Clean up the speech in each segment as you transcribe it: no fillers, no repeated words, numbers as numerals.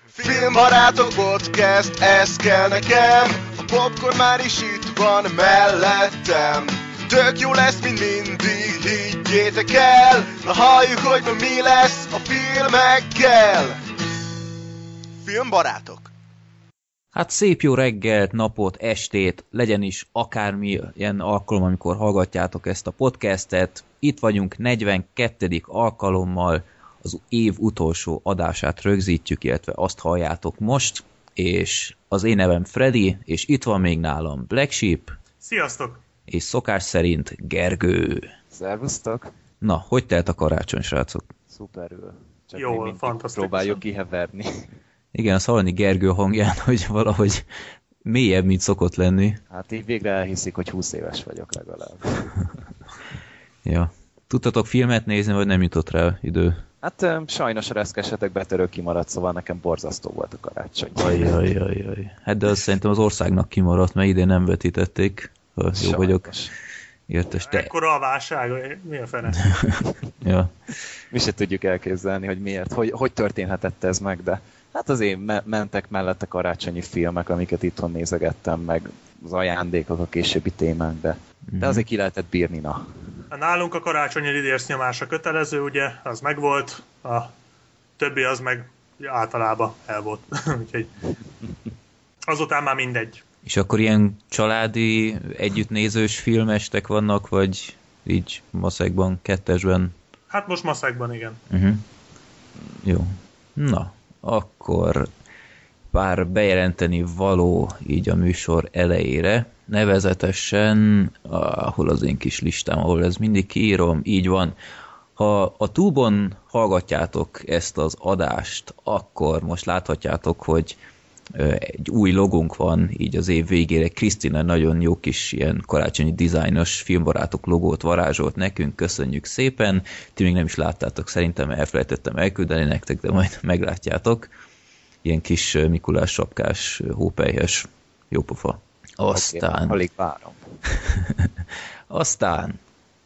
Filmbarátok podcast, ez kell nekem. A popcorn már is itt van mellettem. Tök jó lesz, mint mindig, higgyétek el. Na halljuk, hogy ma mi lesz a filmekkel. Filmbarátok. Hát szép jó reggelt, napot, estét, legyen is akármi ilyen alkalom, amikor hallgatjátok ezt a podcastet. Itt vagyunk 42. alkalommal, az év utolsó adását rögzítjük, illetve azt halljátok most, és az én nevem Freddy, és itt van még nálam Black Sheep. Sziasztok! És szokás szerint Gergő. Szervusztok! Na, hogy telt a karácsony, srácok? Szuperül. Csak jól, fantasztikus. Próbáljuk kiheverni. Igen, azt hallani Gergő hangján, hogy valahogy mélyebb, mint szokott lenni. Hát így végre elhiszik, hogy 20 éves vagyok legalább. Ja. Tudtatok filmet nézni, vagy nem jutott rá idő? Hát sajnos a reszkesetek betörő kimaradt, szóval nekem borzasztó volt a karácsony. Ajjajjajjaj. Hát de azt szerintem az országnak kimaradt, mert idén nem vetítették. Ha jó sajnos vagyok. Értes. Ekkora a válság, mi a fene? Ja. Mi se tudjuk elképzelni, hogy miért, hogy történhetett ez meg, de hát azért mentek mellette karácsonyi filmek, amiket itthon nézegettem, meg az ajándékok, a későbbi témánk, de azért ki lehetett bírni, na. Nálunk a karácsonyi lidércnyomása kötelező, ugye, az megvolt, a többi az meg általában el volt. Úgyhogy azután már mindegy. És akkor ilyen családi, együttnézős filmestek vannak, vagy így maszekban, kettesben? Hát most maszekban, igen. Jó. Na, akkor pár bejelenteni való így a műsor elejére. Nevezetesen, ahol az én kis listám, ahol ez mindig kiírom, így van. Ha a Tube-on hallgatjátok ezt az adást, akkor most láthatjátok, hogy egy új logónk van, így az év végére. Krisztina nagyon jó kis ilyen karácsonyi dizájnos filmbarátok logót varázsolt nekünk, köszönjük szépen. Ti még nem is láttátok, szerintem elfelejtettem elküldeni nektek, de majd meglátjátok. Ilyen kis Mikulás sapkás, hópelyhes, jópofa. Aztán... Alig várom. Aztán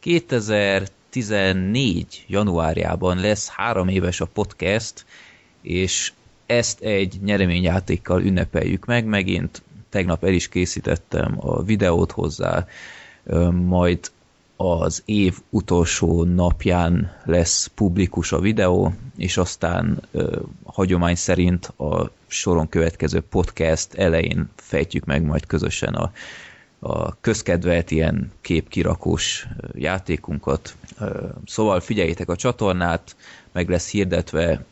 2014. januárjában lesz 3 éves a podcast, és ezt egy nyereményjátékkal ünnepeljük meg, megint tegnap el is készítettem a videót hozzá, majd az év utolsó napján lesz publikus a videó, és aztán hagyomány szerint a soron következő podcast elején fejtjük meg majd közösen a közkedvelt ilyen képkirakós játékunkat. Szóval figyeljétek a csatornát, meg lesz hirdetve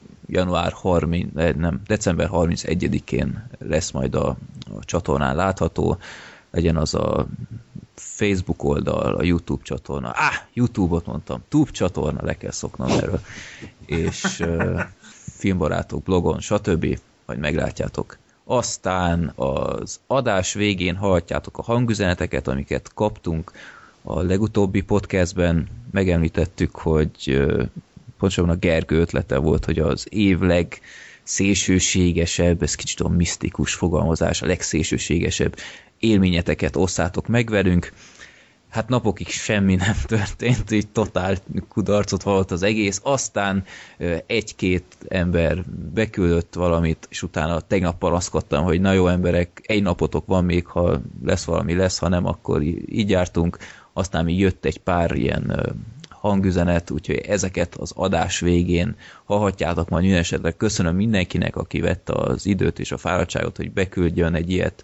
december 31-én lesz majd a csatornán látható, legyen az a Facebook oldal, a YouTube csatorna, YouTube-ot mondtam, Tube csatorna, le kell szoknom erről, és filmbarátok blogon, stb. Majd meglátjátok. Aztán az adás végén hallhatjátok a hangüzeneteket, amiket kaptunk a legutóbbi podcastben. Megemlítettük, hogy pontosabban a Gergő ötlete volt, hogy az év legszélsőségesebb, ez kicsit a misztikus fogalmazás, a legszélsőségesebb élményeteket osszátok meg velünk. Hát napokig semmi nem történt, így totál kudarcot vallott az egész. Aztán egy-két ember beküldött valamit, és utána tegnap panaszkodtam, hogy na jó emberek, egy napotok van még, ha lesz valami, lesz, ha nem, akkor így jártunk. Aztán még jött egy pár ilyen hangüzenet, úgyhogy ezeket az adás végén hallhatjátok majd minden esetre. Köszönöm mindenkinek, aki vette az időt és a fáradtságot, hogy beküldjön egy ilyet.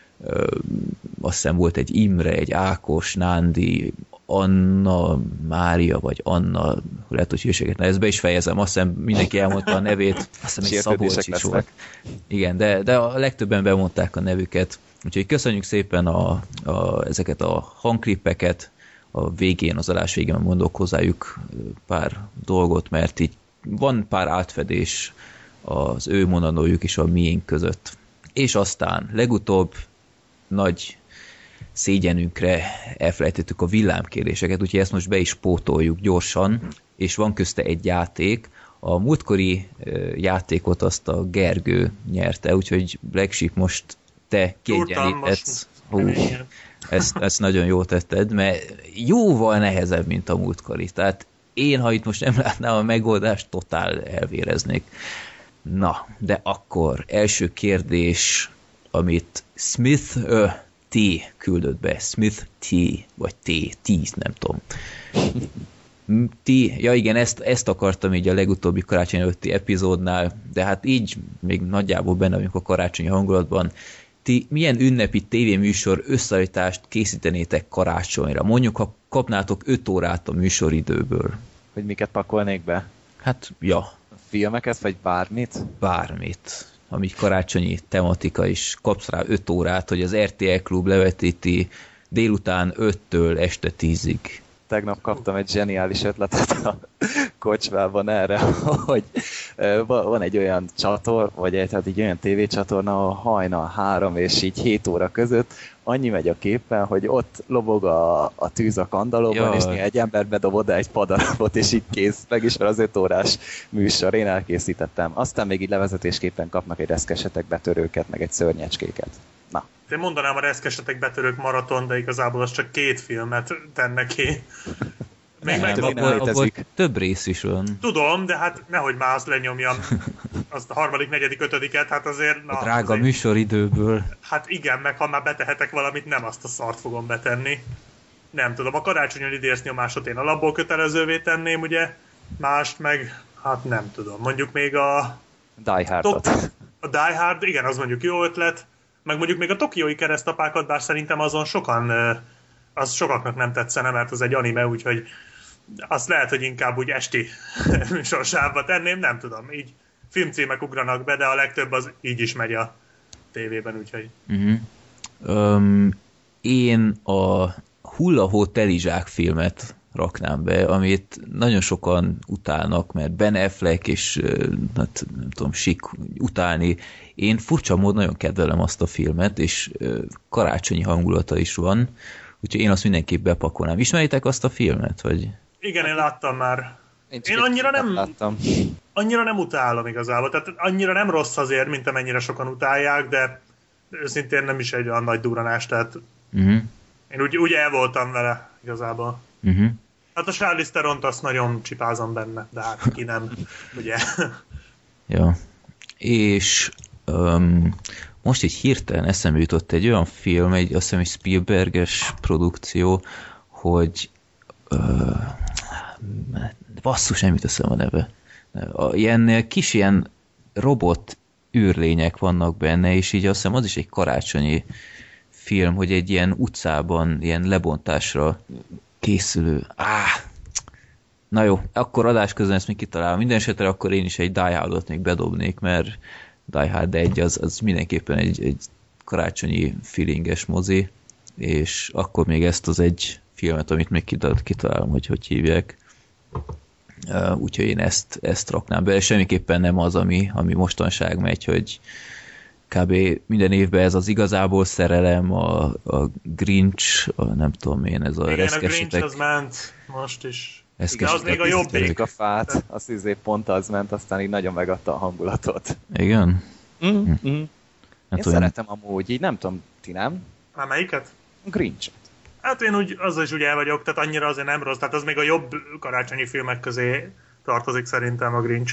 Azt hiszem volt egy Imre, egy Ákos, Nándi, Anna, Mária, vagy Anna, lehet, hogy hírséget, ezt be is fejezem, azt hiszem mindenki elmondta a nevét, azt hiszem egy Szabolcs is volt. Igen, de a legtöbben bemondták a nevüket, úgyhogy köszönjük szépen ezeket a hangklippeket. A végén, az adás végén mondok hozzájuk pár dolgot, mert így van pár átfedés az ő mondanójuk és a miénk között. És aztán legutóbb nagy szégyenünkre elfelejtettük a villámkéréseket, úgyhogy ezt most be is pótoljuk gyorsan, és van közte egy játék. A múltkori játékot azt a Gergő nyerte, úgyhogy Black Sheep most te kiegyenlíthetsz. Ezt nagyon jól tetted, mert jóval nehezebb, mint a múltkori. Tehát én, ha itt most nem látnám a megoldást, totál elvéreznék. Na, de akkor első kérdés, amit Smith T küldött be. Smith T, vagy T, nem tudom. Ja igen, ezt akartam így a legutóbbi karácsony előtti epizódnál, de hát így még nagyjából benne vagyunk a karácsonyi hangulatban. Ti milyen ünnepi tévéműsor összeállítást készítenétek karácsonyra? Mondjuk, ha kapnátok 5 órát a műsoridőből. Hogy miket pakolnék be? Hát, ja. Filmeket, vagy bármit? Bármit. Ami karácsonyi tematika is. Kapsz rá 5 órát, hogy az RTL Klub levetíti délután 5-től este 10-ig. Tegnap kaptam egy zseniális ötletet a kocsmában erre, hogy van egy olyan csator, vagy egy olyan tévécsatorna, ahol hajnal 3 és így 7 óra között annyi megy a képen, hogy ott lobog a tűz a kandallóban, és néha egy ember bedob oda egy padarabot, és így kész, meg is van az 5 órás műsor, én elkészítettem. Aztán még így levezetésképpen kapnak egy reszkesetek betörőket, meg egy szörnyecskéket. Na. Én mondanám a reszkesetek betörők maraton, de igazából az csak 2 filmet tenne ki. Még abból több rész is van. Tudom, de hát nehogy már azt lenyomjam azt a 3., 4., 5-et, hát azért... Na, a drága azért, műsoridőből. Hát igen, meg ha már betehetek valamit, nem azt a szart fogom betenni. Nem tudom, a karácsonyon idérsz nyomásot én alapból kötelezővé tenném, ugye? Mást meg, hát nem tudom. Mondjuk még a... Die Hardot. A Die Hard, igen, az mondjuk jó ötlet. Meg mondjuk még a tokiói keresztapákat, bár szerintem azon az sokaknak nem tetszene, mert az egy anime, úgyhogy azt lehet, hogy inkább úgy esti műsorsávba tenném, nem tudom. Így filmcímek ugranak be, de a legtöbb az így is megy a tévében, úgyhogy... Én a Hullahó telizsák filmet raknám be, amit nagyon sokan utálnak, mert Ben Affleck és hát, nem tudom, sik utálni. Én furcsa módon nagyon kedvelem azt a filmet, és karácsonyi hangulata is van, úgyhogy én azt mindenképp bepakolnám. Ismeritek azt a filmet? Vagy? Igen, én láttam már. Én annyira nem utálom igazából, tehát annyira nem rossz azért, mint amennyire sokan utálják, de őszintén nem is egy olyan nagy duranás, tehát én úgy el voltam vele igazából. Hát a Charlize Theront azt nagyon csipázom benne, de hát ki nem, ugye. Ja. És most így hirtelen eszembe jutott egy olyan film, azt hiszem egy Spielberges produkció, hogy basszus, nem jut eszembe a neve. Ilyen kis robot űrlények vannak benne, és így azt hiszem az is egy karácsonyi film, hogy egy ilyen utcában ilyen lebontásra készülő. Na jó, akkor adás közben ezt még kitalálom. Minden esetre akkor én is egy Die Hardot még bedobnék, mert Die Hard 1 az mindenképpen egy karácsonyi feelinges mozi, és akkor még ezt az egy filmet, amit még kitalálom, hogy hívják. Úgyhogy én ezt raknám be. Semmiképpen nem az, ami mostanság megy, hogy kb. Minden évben ez az igazából szerelem, a Grinch, nem tudom én, ez a igen, reszkesetek. a Grinch az ment most is. Igen, az még a jobbik. A fát, azt pont az ment, aztán így nagyon megadta a hangulatot. Igen? Én szeretem amúgy, így nem tudom, ti nem? Már melyiket? Grinch-et. Hát én azzal is úgy el vagyok, tehát annyira azért nem rossz, tehát az még a jobb karácsonyi filmek közé tartozik szerintem a Grinch.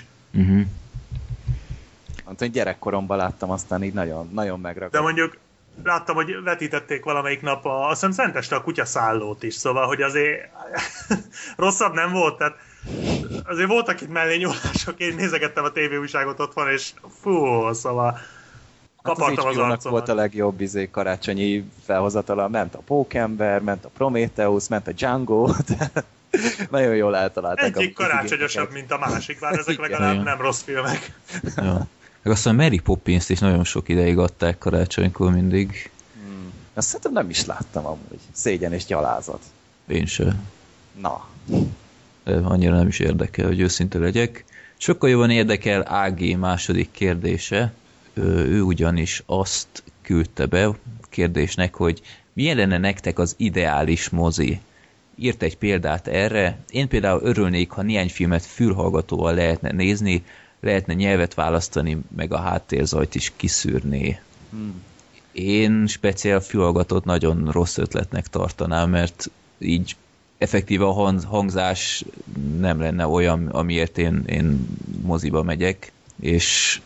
Hogy gyerekkoromban láttam, aztán így nagyon, nagyon megragadt. De mondjuk láttam, hogy vetítették valamelyik nap azt hiszem Szenteste a kutyaszállót is, szóval, hogy azért rosszabb nem volt, tehát azért voltak itt mellényúlások, én nézegettem a tévéújságot otthon, és fú, szóval kapartam az arcomat. Volt a legjobb karácsonyi felhozatala, ment a Pókember, ment a Prometheus, ment a Django, nagyon jól eltalálták. Egyik karácsonyosabb, mint a másik, bár ezek legalább nem rossz filmek. Ja. Aztán Mary Poppins-t is nagyon sok ideig adták karácsonykor mindig. Azt szerintem nem is láttam amúgy. Szégyen és gyalázat. Én sem. Na. Annyira nem is érdekel, hogy őszinte legyek. Sokkal jobban érdekel AG második kérdése. Ő ugyanis azt küldte be kérdésnek, hogy milyen lenne nektek az ideális mozi. Írt egy példát erre. Én például örülnék, ha néhány filmet fülhallgatóval lehetne nézni, lehetne nyelvet választani, meg a háttérzajt is kiszűrni. Én speciál fülhallgatót nagyon rossz ötletnek tartanám, mert így effektíve a hangzás nem lenne olyan, amiért én moziba megyek. és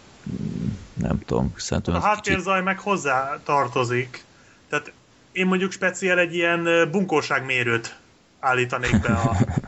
nem tudom, szerintem a háttérzaj meg hozzá tartozik. Tehát én mondjuk speciál egy ilyen bunkóságmérőt állítanék be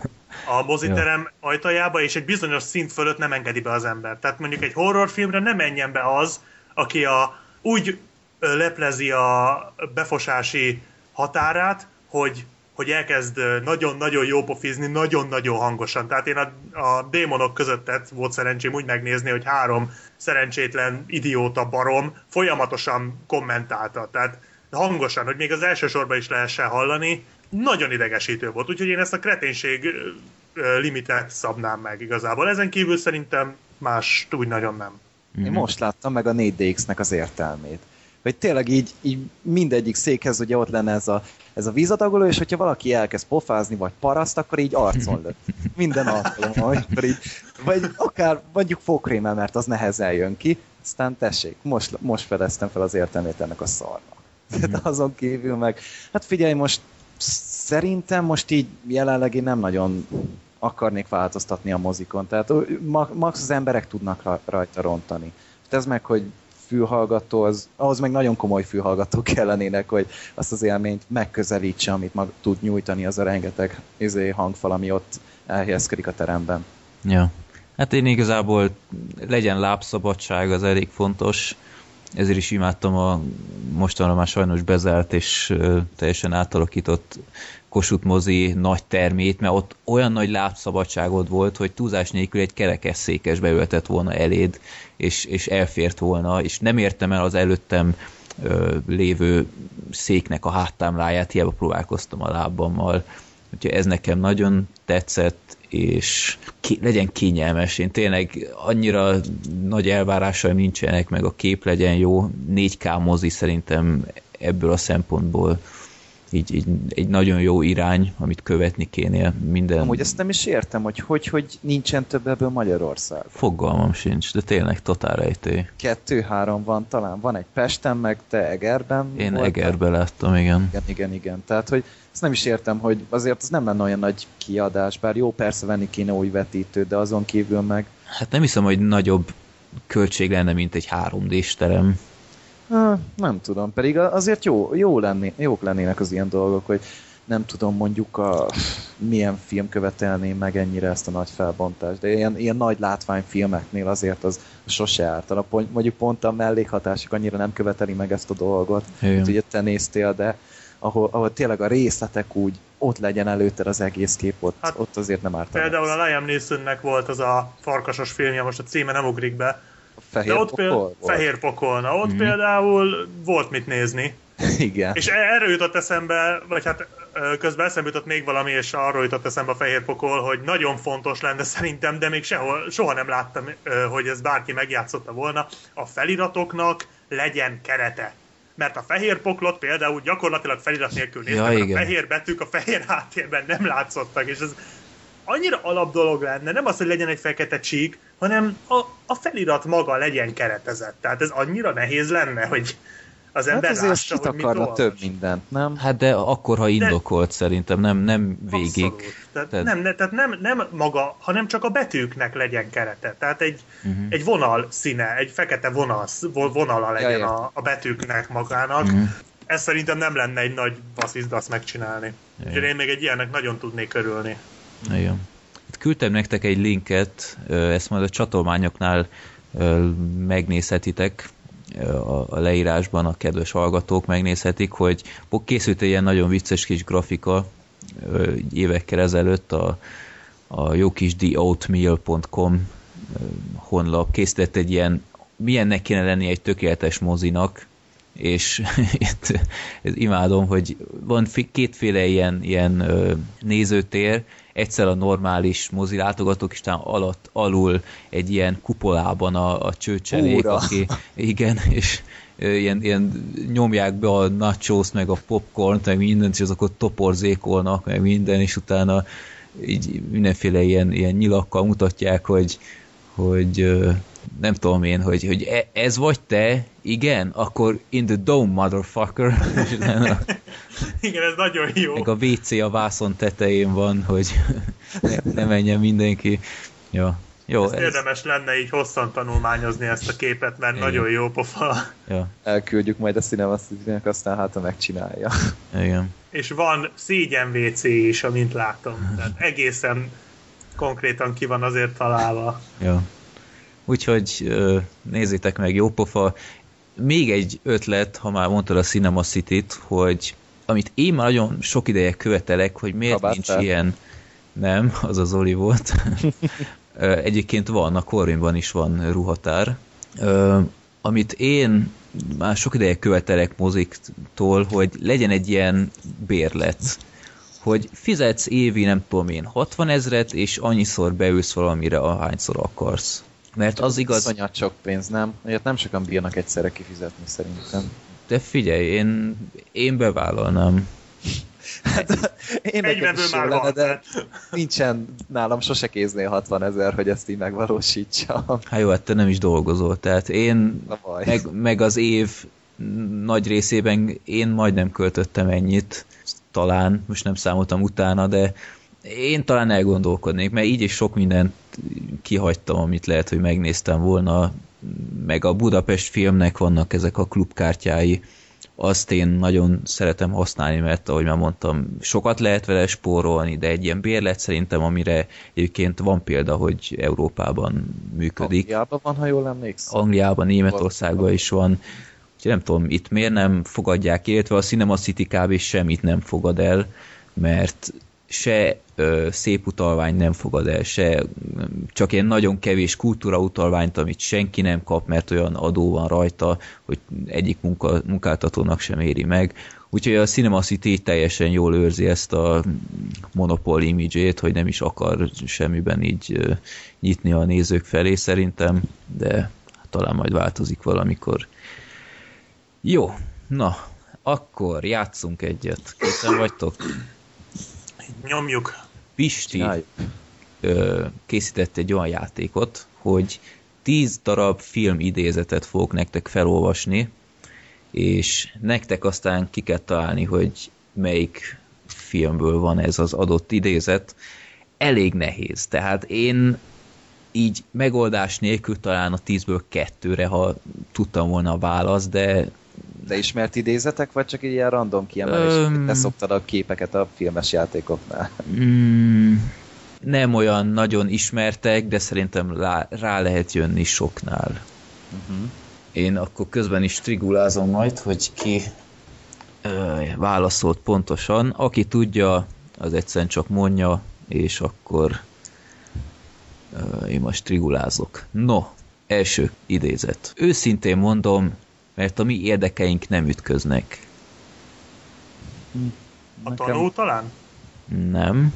a moziterem ajtajába, és egy bizonyos szint fölött nem engedi be az ember. Tehát mondjuk egy horrorfilmre nem menjen be az, aki úgy leplezi a befosási határát, hogy elkezd nagyon-nagyon jópofizni, nagyon-nagyon hangosan. Tehát én a démonok között volt szerencsém úgy megnézni, hogy 3 szerencsétlen idióta barom folyamatosan kommentálta. Tehát hangosan, hogy még az első sorban is lehessen hallani, nagyon idegesítő volt. Úgyhogy én ezt a kreténség limitet szabnám meg igazából. Ezen kívül szerintem más úgy nagyon nem. Én most láttam meg a 4DX-nek az értelmét. Hogy tényleg így mindegyik székhez ugye ott lenne ez a vízadagoló, és hogyha valaki elkezd pofázni, vagy paraszt, akkor így arcon lőtt. Minden alkalommal, amikor így, vagy akár mondjuk fogkrémmel, mert az nehezen jön ki, aztán tessék, most fedeztem fel az értelmét ennek a szarnak. De azon kívül meg, hát figyelj, most szerintem most így jelenleg én nem nagyon akarnék változtatni a mozikon, tehát max az emberek tudnak rajta rontani. Ez meg, hogy fülhallgató, ahhoz meg nagyon komoly fülhallgatók kellenének, hogy azt az élményt megközelítse, amit tud nyújtani az a rengeteg hangfal, ami ott elhelyezkedik a teremben. Ja. Hát én igazából legyen lábszabadság, az elég fontos. Ezért is imádtam mostanra már sajnos bezárt és teljesen átalakított Kossuth mozi nagy termét, mert ott olyan nagy lábszabadságod volt, hogy túlzás nélkül egy kerekesszékes beültett volna eléd, és elfért volna, és nem értem el az előttem lévő széknek a háttámláját, hiába próbálkoztam a lábammal. Úgyhogy ez nekem nagyon tetszett, és legyen kényelmes. Én tényleg annyira nagy elvárásaim nincsenek, meg a kép legyen jó. 4K mozi szerintem ebből a szempontból így egy nagyon jó irány, amit követni kéne minden. Amúgy ezt nem is értem, hogy nincsen több ebből Magyarországon. Fogalmam sincs, de tényleg totál rejtély. 2-3 van talán. Van egy Pesten, meg te Egerben. Én Egerben láttam, igen. Igen. Tehát, hogy ezt nem is értem, hogy azért az nem lenne olyan nagy kiadás, bár jó, persze venni kéne új vetítőt, de azon kívül meg... Hát nem hiszem, hogy nagyobb költség lenne, mint egy 3D-s terem. Nem tudom, pedig azért jók lennének az ilyen dolgok, hogy nem tudom, mondjuk milyen film követelné meg ennyire ezt a nagy felbontást, de ilyen nagy látványfilmeknél azért az sose ártana. Mondjuk pont a mellékhatások annyira nem követeli meg ezt a dolgot, hogy ugye te néztél, de ahol tényleg a részletek úgy ott legyen előtted az egész kép, ott azért nem ártana. Például a Liam Neesonnek volt az a farkasos filmje, most a címe nem ugrik be, Fehér pokol. Na, ott például volt mit nézni. Igen. És erről jutott eszembe, vagy hát közben eszembe jutott még valami, és arról jutott eszembe a Fehér pokol, hogy nagyon fontos lenne szerintem, de még soha nem láttam, hogy ez bárki megjátszotta volna. A feliratoknak legyen kerete. Mert a fehér poklot például gyakorlatilag felirat nélkül néztem, mert a fehér betűk a fehér háttérben nem látszottak, és ez annyira alap dolog lenne, nem az, hogy legyen egy fekete csík, hanem a felirat maga legyen keretezett. Tehát ez annyira nehéz lenne, hogy az ember lássa, hogy mit akarna több mindent, nem? Hát de akkor, ha indokolt, szerintem, nem végig. Tehát nem maga, hanem csak a betűknek legyen kerete. Tehát egy vonal színe, egy fekete vonala legyen a betűknek magának. Ez szerintem nem lenne egy nagy basszizdasz megcsinálni. Úgyhogy én még egy ilyennek nagyon tudnék örülni. Igen. Küldtem nektek egy linket, ezt majd a csatolmányoknál megnézhetitek, a leírásban a kedves hallgatók megnézhetik, hogy készült egy ilyen nagyon vicces kis grafika évekkel ezelőtt a jó kis theoatmeal.com honlap készített egy ilyen, milyennek kéne lenni egy tökéletes mozinak, és imádom, hogy van kétféle ilyen nézőtér, egyszer a normális mozilátogatók, és alul egy ilyen kupolában a csőcselék, aki igen, és ilyen nyomják be a nachos, meg a popcornt, meg mindent, és azok ott toporzékolnak, meg minden, és utána így mindenféle ilyen nyilakkal mutatják, hogy nem tudom én, hogy ez vagy te, igen, akkor in the dome, motherfucker. Igen, ez nagyon jó. Meg a WC a vászon tetején van, hogy ne menjen mindenki. Ja, Jó, ez érdemes lenne így hosszan tanulmányozni ezt a képet, mert igen, nagyon jó pofa. Ja. Elküldjük majd a Cinema City-nek, aztán hát megcsinálja. Igen. És van szégyen WC is, amint látom. Tehát egészen konkrétan ki van azért találva. Ja. Úgyhogy nézzétek meg, jó pofa. Még egy ötlet, ha már mondtad a Cinema City-t, hogy amit én már nagyon sok ideje követelek, hogy miért nincs ilyen... Nem, az a Zoli volt. Egyébként van, a Corvinban is van ruhatár. Amit én már sok ideje követelek moziktól, hogy legyen egy ilyen bérlet. Hogy fizetsz évi, nem tudom én, 60 000, és annyiszor beülsz valamire, ahányszor akarsz. Mert az igaz... Iszonyat sok pénz, nem? Ilyet nem sokan bírnak egyszerre kifizetni, szerintem. De figyelj, én bevállalnám. Hát, én nekem is jó lenne, de nincsen nálam sose kéznél 60 000, hogy ezt így megvalósítsam. Hát jó, hát te nem is dolgozol, tehát én meg az év nagy részében én majdnem költöttem ennyit, talán, most nem számoltam utána, de én talán elgondolkodnék, mert így is sok mindent kihagytam, amit lehet, hogy megnéztem volna, meg a Budapest filmnek vannak ezek a klubkártyái, azt én nagyon szeretem használni, mert ahogy már mondtam, sokat lehet vele spórolni, de egy ilyen bérlet szerintem, amire egyébként van példa, hogy Európában működik. Angliában van, ha jól emlékszem. Angliában, Németországban is van. Úgyhogy nem tudom, itt miért nem fogadják, illetve a Cinema City kb. Semmit nem fogad el, mert se szép utalvány nem fogad el, se csak ilyen nagyon kevés kultúrautalványt, amit senki nem kap, mert olyan adó van rajta, hogy egyik munkáltatónak sem éri meg. Úgyhogy a Cinema City teljesen jól őrzi ezt a monopól imidzsét, hogy nem is akar semmiben így nyitni a nézők felé szerintem, de talán majd változik valamikor. Jó, na, akkor játszunk egyet. Készen vagytok? Nyomjuk. Pisti készített egy olyan játékot, hogy 10 darab filmidézetet fogok nektek felolvasni, és nektek aztán ki kell találni, hogy melyik filmből van ez az adott idézet. Elég nehéz, tehát én így megoldás nélkül talán a 10-ből 2-re, ha tudtam volna a választ, de ismert idézetek, vagy csak egy ilyen random kiemelés, hogy te szoktad a képeket a filmes játékoknál? Nem olyan nagyon ismertek, de szerintem rá lehet jönni soknál. Én akkor közben is trigulázom majd, hogy ki válaszolt pontosan. Aki tudja, az egyszerűen csak mondja, és akkor én most trigulázok. No, első idézet. Őszintén mondom, mert a mi érdekeink nem ütköznek. A tanú talán? Nem.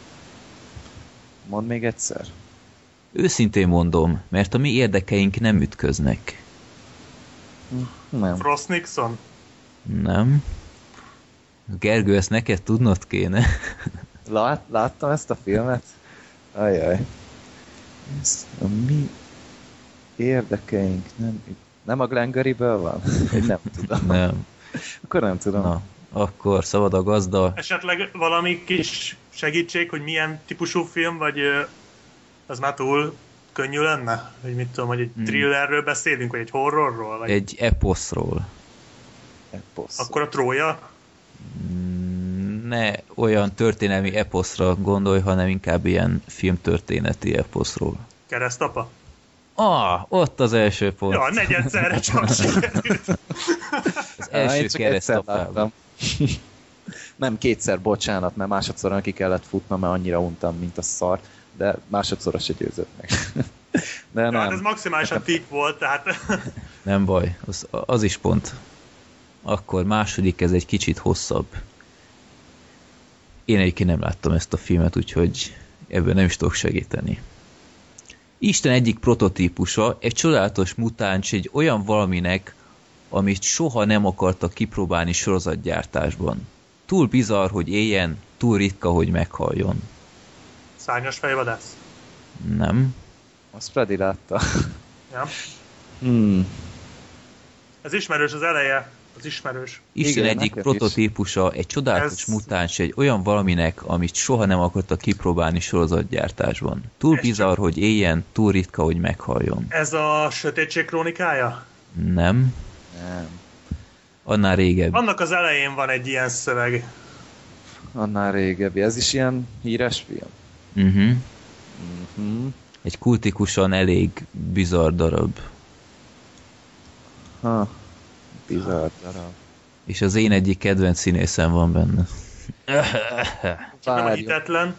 Mondd még egyszer. Őszintén mondom, mert a mi érdekeink nem ütköznek. Nem. Frost Nixon? Nem. Gergő, ezt neked tudnod kéne. Láttam ezt a filmet? Ajjaj. Ez a mi érdekeink nem a Glengarry-ből van? Én nem tudom. Nem. Akkor nem tudom. Na, akkor szabad a gazda. Esetleg valami kis segítség, hogy milyen típusú film, vagy az már túl könnyű lenne? Hogy mit tudom, hogy egy thrillerről beszélünk, vagy egy horrorról? Vagy... Egy eposzról. Akkor a Trója? Ne olyan történelmi eposzra gondolj, hanem inkább ilyen filmtörténeti eposzról. Keresztapa? Ott az első pont. Ja, negyedszerre csak sikerült. Az első keresztapában. Nem kétszer, bocsánat, mert másodszor neki kellett futnom, mert annyira untam, mint a szar, de másodszorra se győzött meg. De ja, nem. Hát ez maximálisan tipp volt, tehát... Nem baj, az is pont. Akkor második, ez egy kicsit hosszabb. Én egyébként nem láttam ezt a filmet, úgyhogy ebben nem is tudok segíteni. Isten egyik prototípusa egy csodálatos mutáns egy olyan valaminek, amit soha nem akartak kipróbálni sorozatgyártásban. Túl bizarr, hogy éljen, túl ritka, hogy meghaljon. Szárnyas fejvadász? Nem. Azt Freddy látta. Ja. Ez ismerős az eleje. Az ismerős. Isten egyik prototípusa, egy csodálatos mutáns, egy olyan valaminek, amit soha nem akartak kipróbálni sorozatgyártásban. Túl bizarr, hogy éljen, túl ritka, hogy meghaljon. Ez a Sötétség krónikája? Nem. Annál régebbi. Annak az elején van egy ilyen szöveg. Annál régebbi. Ez is ilyen híres film? Egy kultikusan elég bizarr darab. Bizarr darab. És az én egyik kedvenc színészem van benne. Csak nem a hitetlen?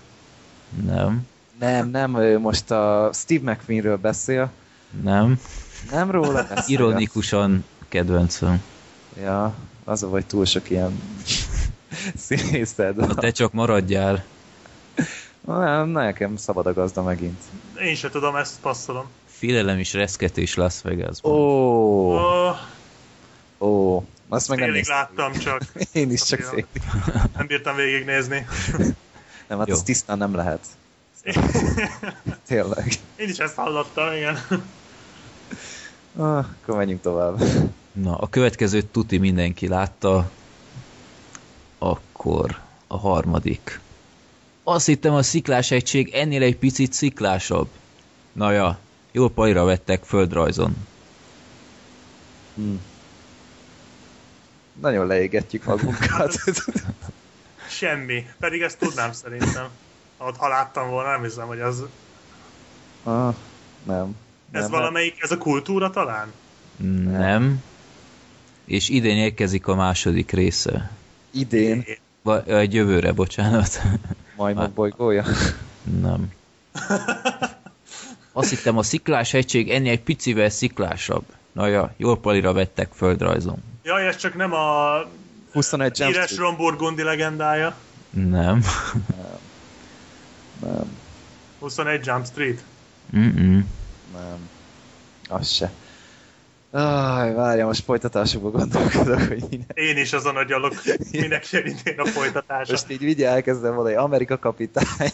Nem. Ő most a Steve McQueenről beszél. Nem róla beszél. Ironikusan kedvencem. Ja, az a vagy túl sok ilyen színészed. Na te csak maradjál. Nem, nekem szabad a gazda megint. Én se tudom, ezt passzolom. Félelem és reszketés Las Vegasban. Azt meg nem láttam csak. Én is csak félig. Nem bírtam végignézni. Nem, hát az tisztán nem lehet. Tényleg. Én is ezt hallottam, igen. Akkor menjünk tovább. Na, a következőt tuti mindenki látta. Akkor a harmadik. Azt hittem, a sziklás egység ennél egy picit sziklásabb. Na ja, jól palira vettek földrajzon. Nagyon leégetjük magunkat. Semmi. Pedig ezt tudnám szerintem. Ha láttam volna, nem hiszem, hogy az... Nem. Ez valamelyik, ez a kultúra talán? Nem. És idén érkezik a második része. Idén? Vagy jövőre, bocsánat. Majmok bolygója? Nem. Azt hittem, a sziklás egység ennél egy picivel sziklásabb. Na ja, jól palira vettek földrajzon. Jaj, ez csak nem a 21 híres Ron Burgundy legendája? Nem. 21 Jump Street? Nem. Az se. Várjál, most folytatásokba gondolkodok, hogy minek. Én is azon agyalok, minek jön idén a folytatása. Most így vigye elkezdem valami Amerika kapitány.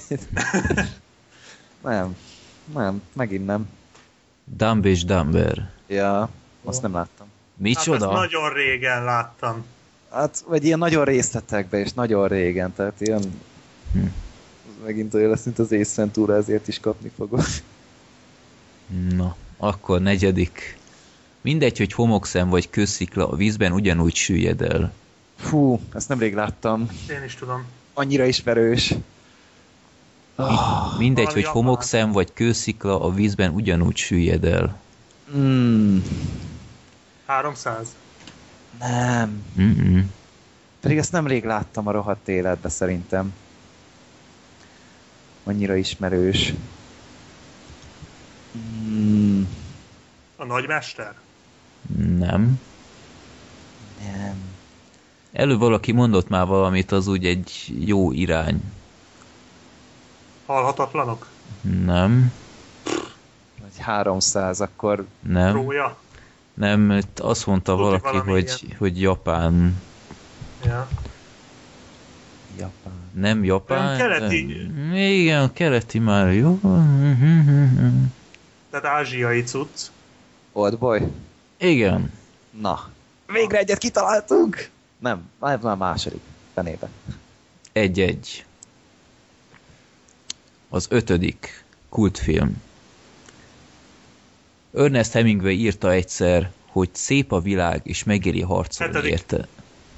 Nem, megint nem. Dumb és Dumber. Ja, azt nem láttam. Micsoda? Hát ezt nagyon régen láttam. Hát, vagy ilyen nagyon részletekben, és nagyon régen, tehát ilyen... Megint olyan lesz, mint az Ace Ventura, ezért is kapni fogok. Na, akkor negyedik. Mindegy, hogy homokszem vagy kőszikla, a vízben ugyanúgy süllyed el. Fú, ezt nemrég láttam. Én is tudom. Annyira ismerős. Mindegy, hogy homokszem vagy kőszikla, a vízben ugyanúgy süllyed el. 300? Nem. Pedig ezt nemrég láttam a rohadt életbe szerintem. Annyira ismerős. A nagymester? Nem. Előbb valaki mondott már valamit, az úgy egy jó irány. Halhatatlanok? Nem. Vagy 300, akkor... Nem. Trója? Nem, azt mondta valaki, hogy Japán. Ja. Japán. Nem Japán? Keleti. Igen, keleti már jó. Tehát ázsiai cucc. Oldboy? Igen. Na. Végre egyet kitaláltunk! Nem, már második. Fenébe. 1-1. Az 5. kultfilm. Ernest Hemingway írta egyszer, hogy szép a világ, és megéri harcolni 7. érte.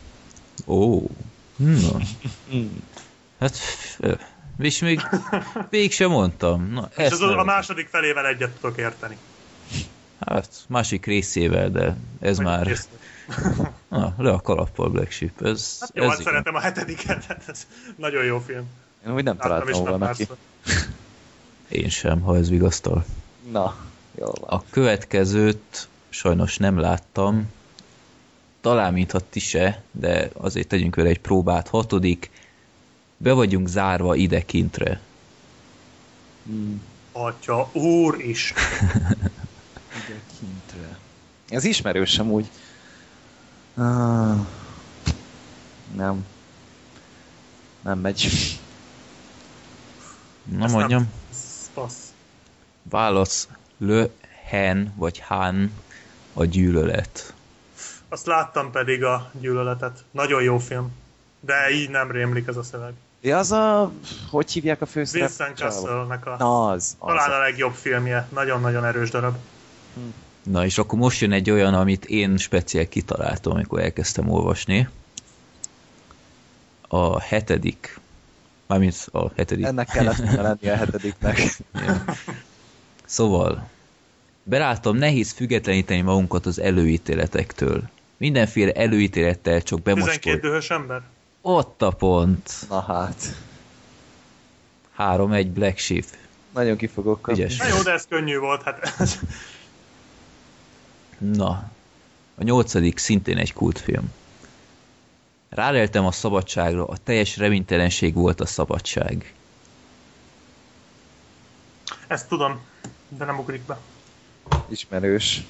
Na. Hát, és még sem mondtam. Na, és az a második felével egyet tudok érteni. Hát, másik részével, de ez vagy már... le a kalappal, Black Sheep. Hát jó, hát szeretem a 7-et, ez nagyon jó film. Én úgy nem találtam volna ki. Én sem, ha ez vigasztal. Na, jól van. A következőt sajnos nem láttam. Talán mintha ti se, de azért tegyünk vele egy próbát. 6. Be vagyunk zárva idekintre. Atya, úr is. Idekintre. Ez ismerősem úgy. Nem. Nem megy. Na mondjam. Passz. Válasz Le Hen vagy Han a gyűlölet. Azt láttam pedig a Gyűlöletet. Nagyon jó film. De így nem rémlik ez a szöveg. Ja, az a... Hogy hívják a főszereplőt? Vincent Cassel-nek a... Na, az. Talán a legjobb filmje. Nagyon-nagyon erős darab. Na, és akkor most jön egy olyan, amit én speciál kitaláltam, amikor elkezdtem olvasni. A 7. Mármint a 7. Ennek kellett lenni a 7-nek. Ja. Szóval, beláttam, nehéz függetleníteni magunkat az előítéletektől. Mindenféle előítélettel csak bemoskolt. 12 dühös ember? Ott a pont. Na hát. 3-1 Black Sheep. Nagyon ki fogok kapni. Na jó, de ez könnyű volt. Hát. Na, a 8. szintén egy kultfilm. Ráleltem a szabadságra, a teljes reménytelenség volt a szabadság. Ezt tudom, de nem ugrik be. Ismerős.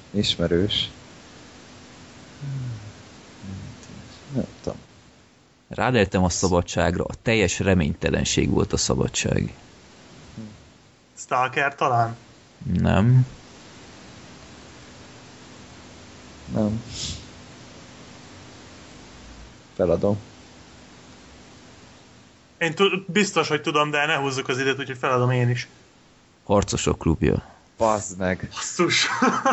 Nem tudom. Ráleltem a szabadságra, a teljes reménytelenség volt a szabadság. Stalker talán? Nem. Nem. Feladom. Én biztos, hogy tudom, de ne húzzuk az időt, úgyhogy feladom én is. Harcosok klubja. Bazd meg. Basszus.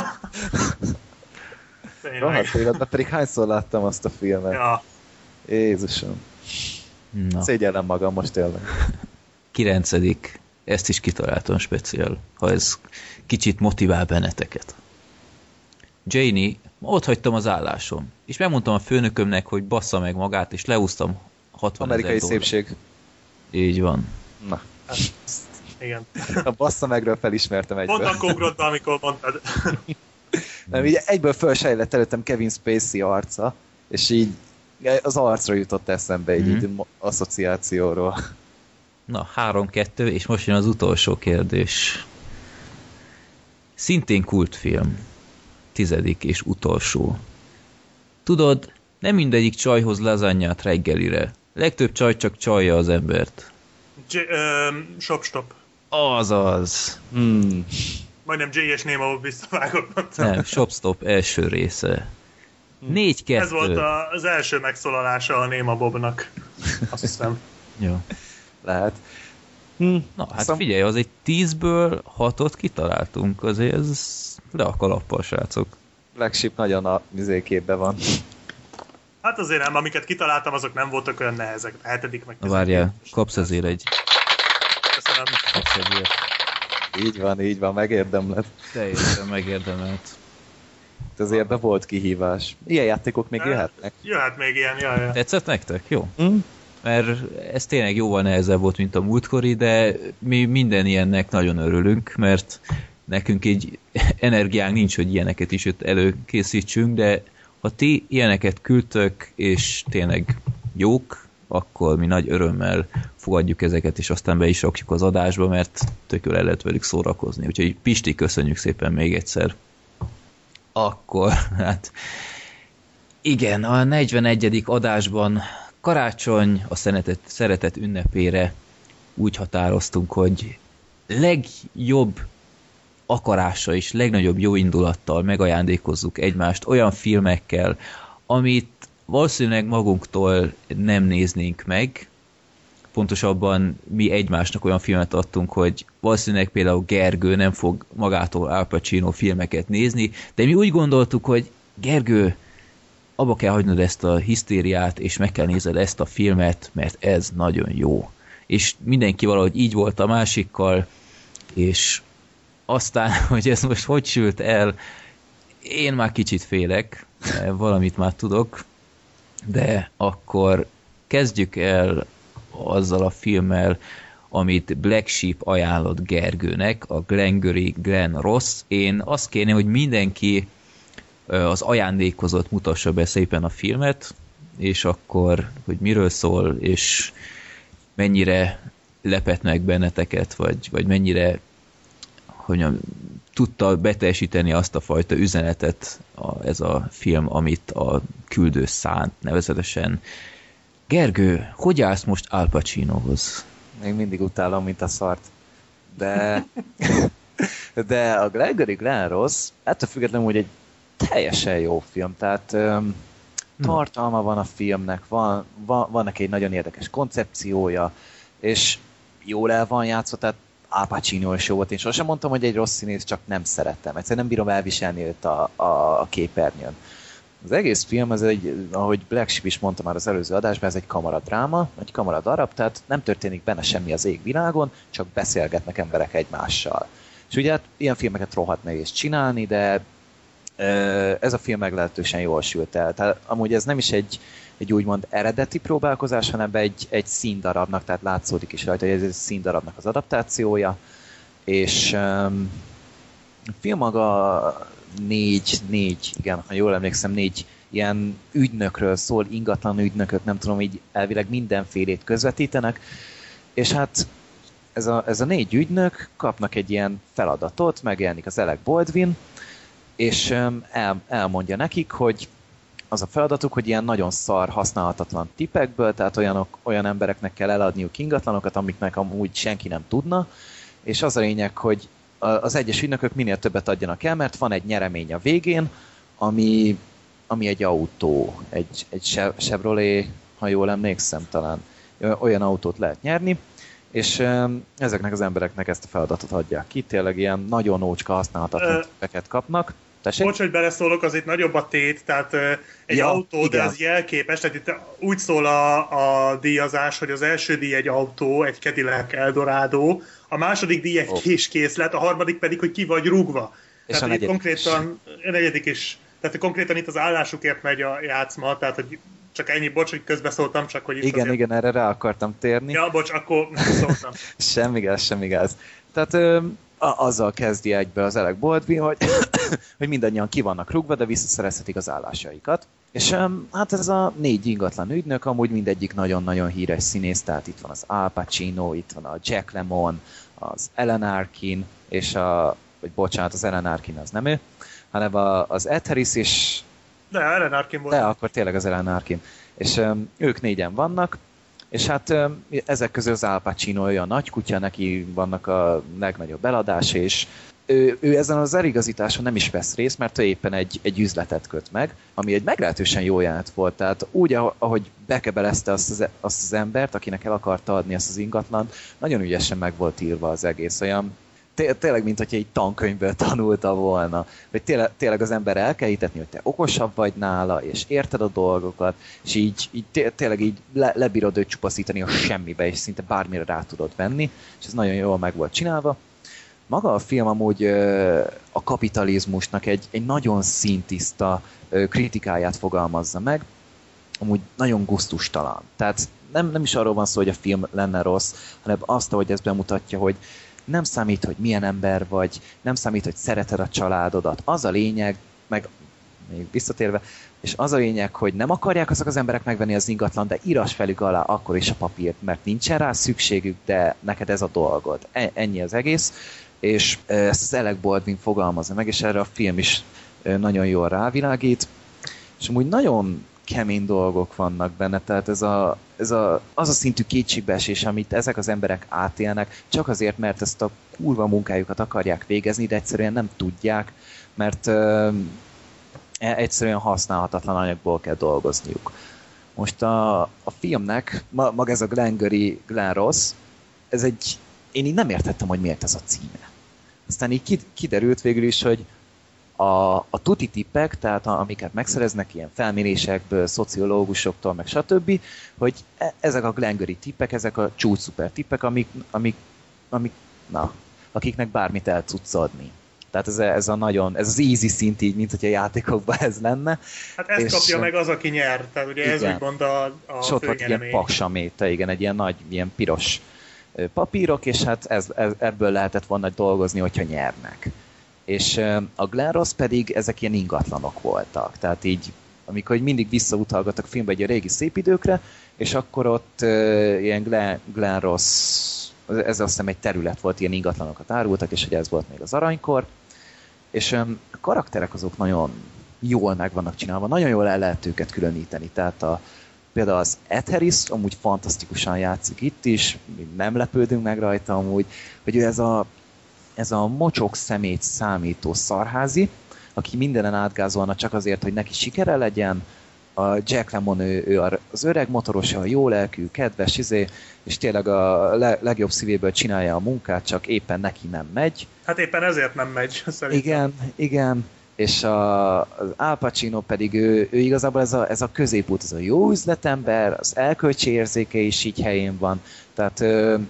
Rohadt életben, pedig hányszor láttam azt a filmet. Ja. Jézusom. Na. Szégyellem magam most tényleg. 9. Ezt is kitaláltam speciál, ha ez kicsit motivál benneteket. Janie, ott hagytam az állásom, és megmondtam a főnökömnek, hogy bassza meg magát, és leúztam 60 000 Amerikai szépség. Így van. Na. Hát, igen. A bassza megről felismertem egyből. Pont akkor ugrott, amikor mondtad. Nem, így egyből fölsejlett előttem Kevin Spacey arca, és így az arcra jutott eszembe így asszociációról. Na, 3-2, és most jön az utolsó kérdés. Szintén kultfilm. 10. és utolsó. Tudod, nem mindegyik csajhoz lazanyát reggelire. Legtöbb csaj csak csalja az embert. Shop-stop. Azaz. Majdnem J és Nemo visszavágott. Nem, Shop-stop első része. 4-2. Ez volt az első megszólalása a Néma Bobnak. Azt hiszem. Jó. Lehet. Na, hát figyelj, az egy 10-ből 6-ot kitaláltunk, azért ez le a kalappal, srácok. Black Sheep nagyon a képben van. Hát azért nem, amiket kitaláltam, azok nem voltak olyan nehezek. A 7. meg 10. Na várjál, kapsz azért egy... Köszönöm. Kapsz egyért. Így van, megérdemled. Teljesen megérdemelt. Azért ebben volt kihívás. Ilyen játékok még jöhetnek. Jöhet még ilyen, jaj. Tetszett nektek? Jó. Mert ez tényleg jóval nehezebb volt, mint a múltkori, de mi minden ilyennek nagyon örülünk, mert nekünk így energiánk nincs, hogy ilyeneket is előkészítsünk, de ha ti ilyeneket küldtök, és tényleg jók, akkor mi nagy örömmel fogadjuk ezeket, és aztán be is rakjuk az adásba, mert tök jól el lehet velük szórakozni. Úgyhogy Pisti, köszönjük szépen még egyszer. Akkor, hát igen, a 41. adásban karácsony a szeretet ünnepére úgy határoztunk, hogy legjobb akarással és legnagyobb jó indulattal megajándékozzuk egymást olyan filmekkel, amit valószínűleg magunktól nem néznénk meg. Pontosabban mi egymásnak olyan filmet adtunk, hogy valószínűleg például Gergő nem fog magától Al Pacino filmeket nézni, de mi úgy gondoltuk, hogy Gergő, abba kell hagynod ezt a hisztériát, és meg kell nézned ezt a filmet, mert ez nagyon jó. És mindenki valahogy így volt a másikkal, és aztán, hogy ez most hogy sült el, én már kicsit félek, valamit már tudok, de akkor kezdjük el azzal a filmmel, amit Black Sheep ajánlott Gergőnek, a Glengarry Glen Ross. Én azt kérném, hogy mindenki az ajándékozott mutassa be szépen a filmet, és akkor, hogy miről szól, és mennyire lepett meg benneteket, vagy mennyire tudta beteljesíteni azt a fajta üzenetet ez a film, amit a küldő szánt, nevezetesen. Gergő, hogy állsz most Al Pacinohoz? Még mindig utálom, mint a szart. De a Glengarry Glen Ross, ettől függetlenül, hogy egy teljesen jó film, tehát tartalma van a filmnek, van neki egy nagyon érdekes koncepciója, és jól el van játszva, tehát Al Pacino is jó volt. Én sosem mondtam, hogy egy rossz színész, csak nem szerettem. Egyszerűen nem bírom elviselni őt a képernyőn. Az egész film, ez egy, ahogy Black Sheep is mondta már az előző adásban, ez egy kamaradráma, egy kamaradarab, tehát nem történik benne semmi az égvilágon, csak beszélgetnek emberek egymással. És ugye hát ilyen filmeket rohadt nehéz csinálni, de ez a film meglehetősen jól sült el. Tehát amúgy ez nem is egy úgymond eredeti próbálkozás, hanem egy színdarabnak, tehát látszódik is rajta, hogy ez egy színdarabnak az adaptációja, és a film maga négy, igen, ha jól emlékszem, 4 ilyen ügynökről szól, ingatlan ügynökök, nem tudom, így elvileg mindenfélét közvetítenek, és hát ez a 4 ügynök kapnak egy ilyen feladatot, megjelenik az Alec Baldwin, és elmondja nekik, hogy az a feladatuk, hogy ilyen nagyon szar, használhatatlan tipekből, tehát olyan embereknek kell eladniuk ingatlanokat, amiknek amúgy senki nem tudna, és az a lényeg, hogy az egyes ügynökök minél többet adjanak el, mert van egy nyeremény a végén, ami egy autó, egy Chevrolet, ha jól emlékszem, talán olyan autót lehet nyerni, és ezeknek az embereknek ezt a feladatot adják ki, tényleg ilyen nagyon ócska használhatatlan tipeket kapnak. Tessék? Bocs, hogy beleszólok, az itt nagyobb a tét, tehát egy autó, igen. De ez jelképes, tehát itt úgy szól a díjazás, hogy az első díj egy autó, egy Cadillac Eldorado, a második díj egy késkészlet, a harmadik pedig, hogy ki vagy rúgva. És tehát itt konkrétan, a negyedik is, tehát konkrétan itt az állásukért megy a játszma, tehát hogy csak ennyi, bocs, hogy közbeszóltam, csak hogy itt igen, azért... erre rá akartam térni. Ja, bocs, akkor nem szóltam. semmi gáz. Tehát azzal kezdi egybe az Alec Baldwin, hogy mindannyian ki vannak rúgva, de visszaszerezhetik az állásaikat. És hát ez a 4 ingatlan ügynök, amúgy mindegyik nagyon-nagyon híres színész, tehát itt van az Al Pacino, itt van a Jack Lemmon, az Alan Arkin, és az Alan Arkin az nem ő, hanem az Ed Harris és... De Alan Arkin volt. De akkor tényleg az Alan Arkin. És ők 4-en vannak, és hát ezek közül az Al Pacino olyan nagy kutya, neki vannak a legnagyobb eladása, és ő ezen az eligazításon nem is vesz részt, mert ő éppen egy üzletet köt meg, ami egy meglehetősen jó jelenet volt. Tehát úgy, ahogy bekebelezte azt az embert, akinek el akarta adni ezt az ingatlant, nagyon ügyesen meg volt írva az egész. Olyan tényleg, mint hogyha egy tankönyvből tanulta volna. Hogy tényleg az ember el kell hitetni, hogy te okosabb vagy nála, és érted a dolgokat, és így tényleg így lebírod őt csupaszítani a semmibe, és szinte bármire rá tudod venni, és ez nagyon jól meg volt csinálva. Maga a film amúgy a kapitalizmusnak egy nagyon színtiszta kritikáját fogalmazza meg, amúgy nagyon gusztustalan. Tehát nem is arról van szó, hogy a film lenne rossz, hanem azt, hogy ez bemutatja, hogy nem számít, hogy milyen ember vagy, nem számít, hogy szereted a családodat. Az a lényeg, meg még visszatérve, és az a lényeg, hogy nem akarják azok az emberek megvenni az ingatlan, de írass velük alá akkor is a papírt, mert nincsen rá szükségük, de neked ez a dolgod. Ennyi az egész, és ezt az Alec Baldwin fogalmazza meg, és erre a film is nagyon jól rávilágít, és amúgy nagyon kemény dolgok vannak benne, tehát az a szintű kétségbeesés, amit ezek az emberek átélnek, csak azért, mert ezt a kurva munkájukat akarják végezni, de egyszerűen nem tudják, mert egyszerűen használhatatlan anyagból kell dolgozniuk. Most a filmnek, maga ez a Glenn Ross, én így nem értettem, hogy miért ez a címe. Aztán így kiderült végül is, hogy a tuti tippek, tehát amiket megszereznek ilyen felmérésekből, szociológusoktól, meg stb., hogy ezek a Glengarry tippek, ezek a csúcs szuper tippek, akiknek bármit el tudsz adni. Tehát ez az easy szint így, mint hogyha a játékokban ez lenne. Hát ezt kapja meg az, aki nyer. Tehát ugye ez úgymond a és ott volt ilyen paksaméta, igen, egy ilyen nagy, ilyen piros papírok, és hát ebből lehetett volna dolgozni, hogyha nyernek. És a Glenn Ross pedig ezek ilyen ingatlanok voltak. Tehát így, amikor mindig visszautalgattak filmbe egy a régi szép időkre, és akkor ott ilyen Glenn Ross, ez azt hiszem egy terület volt, ilyen ingatlanokat árultak, és ugye ez volt még az aranykor. És a karakterek azok nagyon jól meg vannak csinálva, nagyon jól el lehet őket különíteni. Tehát például az Ed Harris amúgy fantasztikusan játszik itt is, nem lepődünk meg rajta amúgy, hogy ő ez a mocsok szemét számító szarházi, aki mindenen átgázolna csak azért, hogy neki sikere legyen. A Jack Lemmon, ő az öreg motoros, a jó lelkű, kedves, és tényleg a legjobb szívéből csinálja a munkát, csak éppen neki nem megy. Hát éppen ezért nem megy, szerintem. Igen. És az Al Pacino pedig ő igazából ez a középút, ez a jó üzletember, az erkölcsi érzéke is így helyén van, tehát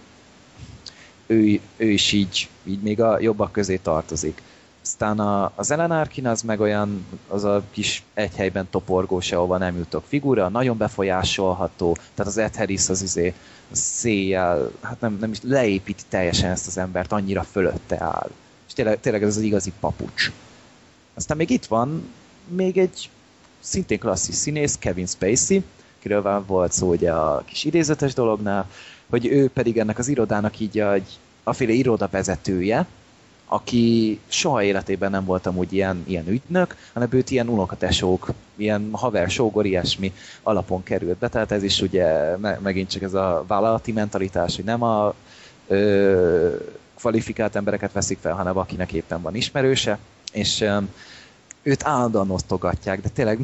ő is így még a jobbak közé tartozik. Aztán az Alan Arkin az meg olyan, az a kis egy helyben toporgós, ahova nem jutok figura, nagyon befolyásolható, tehát az Ed Harris az széjjel, hát nem is leépíti teljesen ezt az embert, annyira fölötte áll. És tényleg ez az igazi papucs. Aztán még itt van még egy szintén klasszis színész, Kevin Spacey, akiről már volt szó ugye a kis idézetes dolognál, hogy ő pedig ennek az irodának így aféle irodavezetője, aki soha életében nem volt amúgy ilyen ügynök, hanem őt ilyen unokatesók, ilyen haver, sógor, ilyesmi alapon került be. Tehát ez is ugye megint csak ez a vállalati mentalitás, hogy nem a kvalifikált embereket veszik fel, hanem akinek éppen van ismerőse, és őt állandóan osztogatják, de tényleg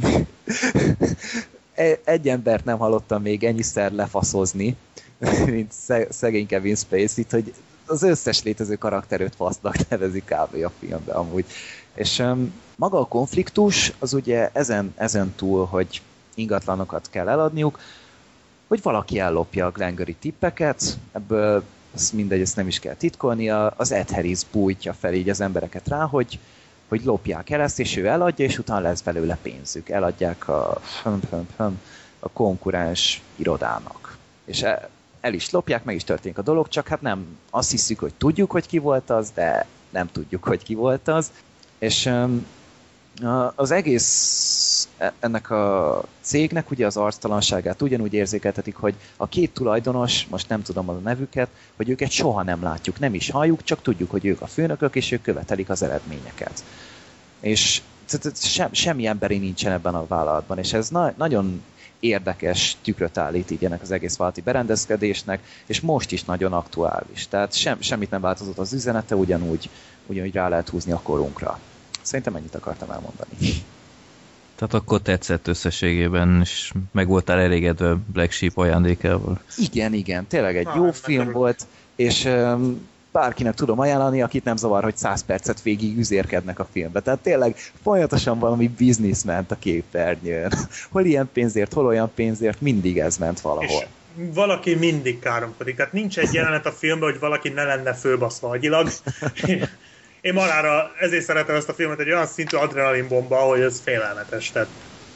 egy embert nem hallottam még ennyiszer lefaszozni, mint szegény Kevin Spacey-t, hogy az összes létező karakterőt fasznak nevezik kb. A filmben amúgy. És maga a konfliktus, az ugye ezen túl, hogy ingatlanokat kell eladniuk, hogy valaki ellopja a Glengarry tippeket, ebből mindegy, ezt nem is kell titkolni, az Ed Harris bújtja fel így az embereket rá, hogy lopják el ezt, és ő eladja, és utána lesz belőle pénzük. Eladják a konkurens irodának. És el is lopják, meg is történik a dolog, csak hát nem, azt hiszük, hogy tudjuk, hogy ki volt az, de nem tudjuk, hogy ki volt az. És az egész ennek a cégnek ugye az arctalanságát ugyanúgy érzékeltetik, hogy a két tulajdonos, most nem tudom a nevüket, hogy őket soha nem látjuk, nem is halljuk, csak tudjuk, hogy ők a főnökök, és ők követelik az eredményeket. És semmi emberi nincsen ebben a vállalatban, és ez nagyon érdekes tükröt állít így ennek az egész vállalati berendezkedésnek, és most is nagyon aktuális. Tehát semmit nem változott az üzenete, ugyanúgy rá lehet húzni a korunkra. Szerintem ennyit akartam elmondani. Tehát akkor tetszett összességében, és meg voltál elégedve Black Sheep ajándékával. Igen, tényleg egy jó film volt, és bárkinek tudom ajánlani, akit nem zavar, hogy 100 percet végig üzérkednek a filmbe. Tehát tényleg folyamatosan valami biznisz ment a képernyőn. Hol ilyen pénzért, hol olyan pénzért, mindig ez ment valahol. És valaki mindig káromkodik. Tehát nincs egy jelenet a filmben, hogy valaki ne lenne fölbaszva agyilag. Én marára ezért szeretem ezt a filmet, egy olyan szintű adrenalinbomba, hogy ez félelmetes. Tehát.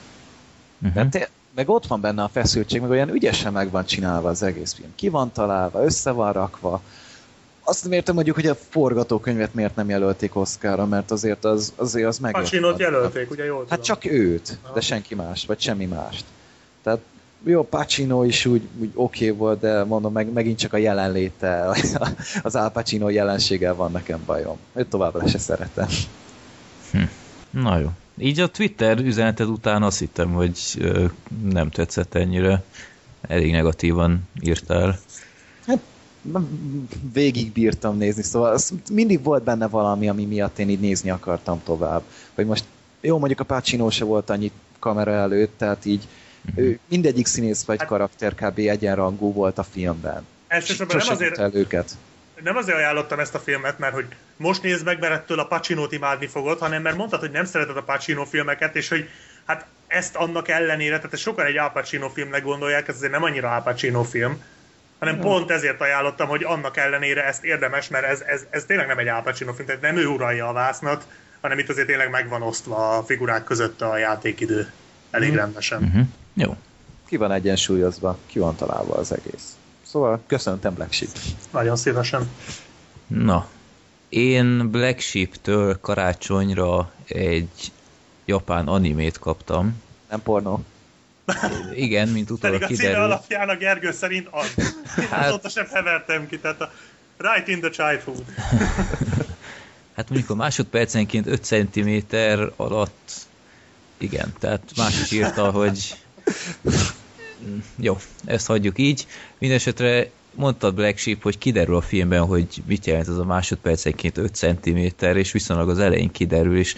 Meg ott van benne a feszültség, meg olyan ügyesen meg van csinálva az egész film. Ki van találva, össze van rakva. Azt nem értem mondjuk, hogy a forgatókönyvet miért nem jelölték Oscarra, mert azért az meg. Pacinót jelölték, ugye jól tudom. Hát csak őt, de senki más, vagy semmi mást. Tehát jó, Pacino is úgy oké volt, de mondom, megint csak a jelenléte, az Al Pacino jelenséggel van nekem bajom. Őt továbbra se szeretem. Na jó. Így a Twitter üzeneted után azt hittem, hogy nem tetszett ennyire. Elég negatívan írtál. Hát végig bírtam nézni, szóval mindig volt benne valami, ami miatt én így nézni akartam tovább. Hogy most jó, mondjuk a Pacino se volt annyi kamera előtt, tehát így mindegyik színész vagy karakter kb. Egyenrangú volt a filmben. Elsősorban nem azért ajánlottam ezt a filmet, mert hogy most nézd meg, mert ettől a Pacinót imádni fogod, hanem mert mondtad, hogy nem szereted a Pacino filmeket, és hogy hát ezt annak ellenére, tehát sokan egy Al Pacino filmnek gondolják, ez azért nem annyira Al Pacino film, hanem pont ezért ajánlottam, hogy annak ellenére ezt érdemes, mert ez tényleg nem egy Al Pacino film, tehát nem ő uralja a vásznat, hanem itt azért tényleg meg van osztva a figurák között a játékidő elég rendesen. Jó. Ki van egyensúlyozva, ki van találva az egész. Szóval köszöntem Black Sheep. Nagyon szívesen. Na, én Black Sheep-től karácsonyra egy japán animét kaptam. Nem pornó. Igen, mint utólag kiderül. Pedig a címe alapján a Gergő szerint az. Hát... Azóta sem hevertem ki, tehát a Right in the Childhood. Hát mondjuk a másodpercenként 5 cm alatt igen, tehát más is írta, hogy jó, ezt hagyjuk így. Mindenesetre mondta Black Sheep, hogy kiderül a filmben, hogy mit jelent ez a másodpercenként 5 cm, és viszonylag az elején kiderül, és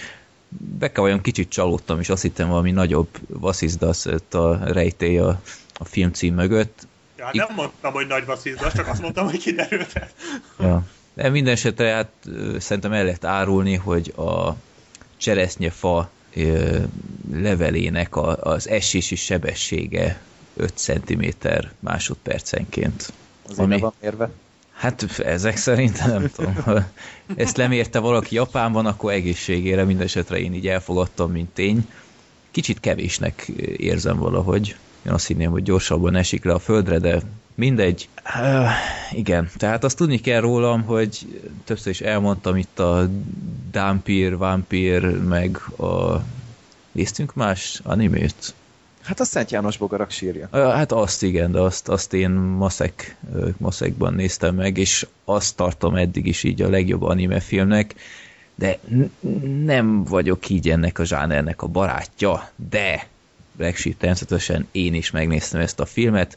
be kell olyan kicsit csalódtam, és azt hittem valami nagyobb vasszizdasz a rejtély a filmcím mögött. Ja, nem mondtam, hogy nagy vasszizdasz, csak azt mondtam, hogy kiderült. Ja. De minden esetre hát szerintem el lehet árulni, hogy a cseresznyefa levelének az esési sebessége 5 cm másodpercenként. Azért ami... van mérve? Hát ezek szerint nem tudom. Ha ezt lemérte valaki Japánban, akkor egészségére mindesetre én így elfogadtam, mint tény. Kicsit kevésnek érzem valahogy. Én azt hinném, hogy gyorsabban esik le a földre, de mindegy. Igen, tehát azt tudni kell rólam, hogy többször is elmondtam itt a Dampir, Vampir, meg a... Néztünk más animét? Hát a Szent János bogarak sírja. Hát azt igen, de azt én maszekban néztem meg, és azt tartom eddig is így a legjobb anime filmnek, de nem vagyok így ennek a zsánernek a barátja, de Black Sheep természetesen én is megnéztem ezt a filmet,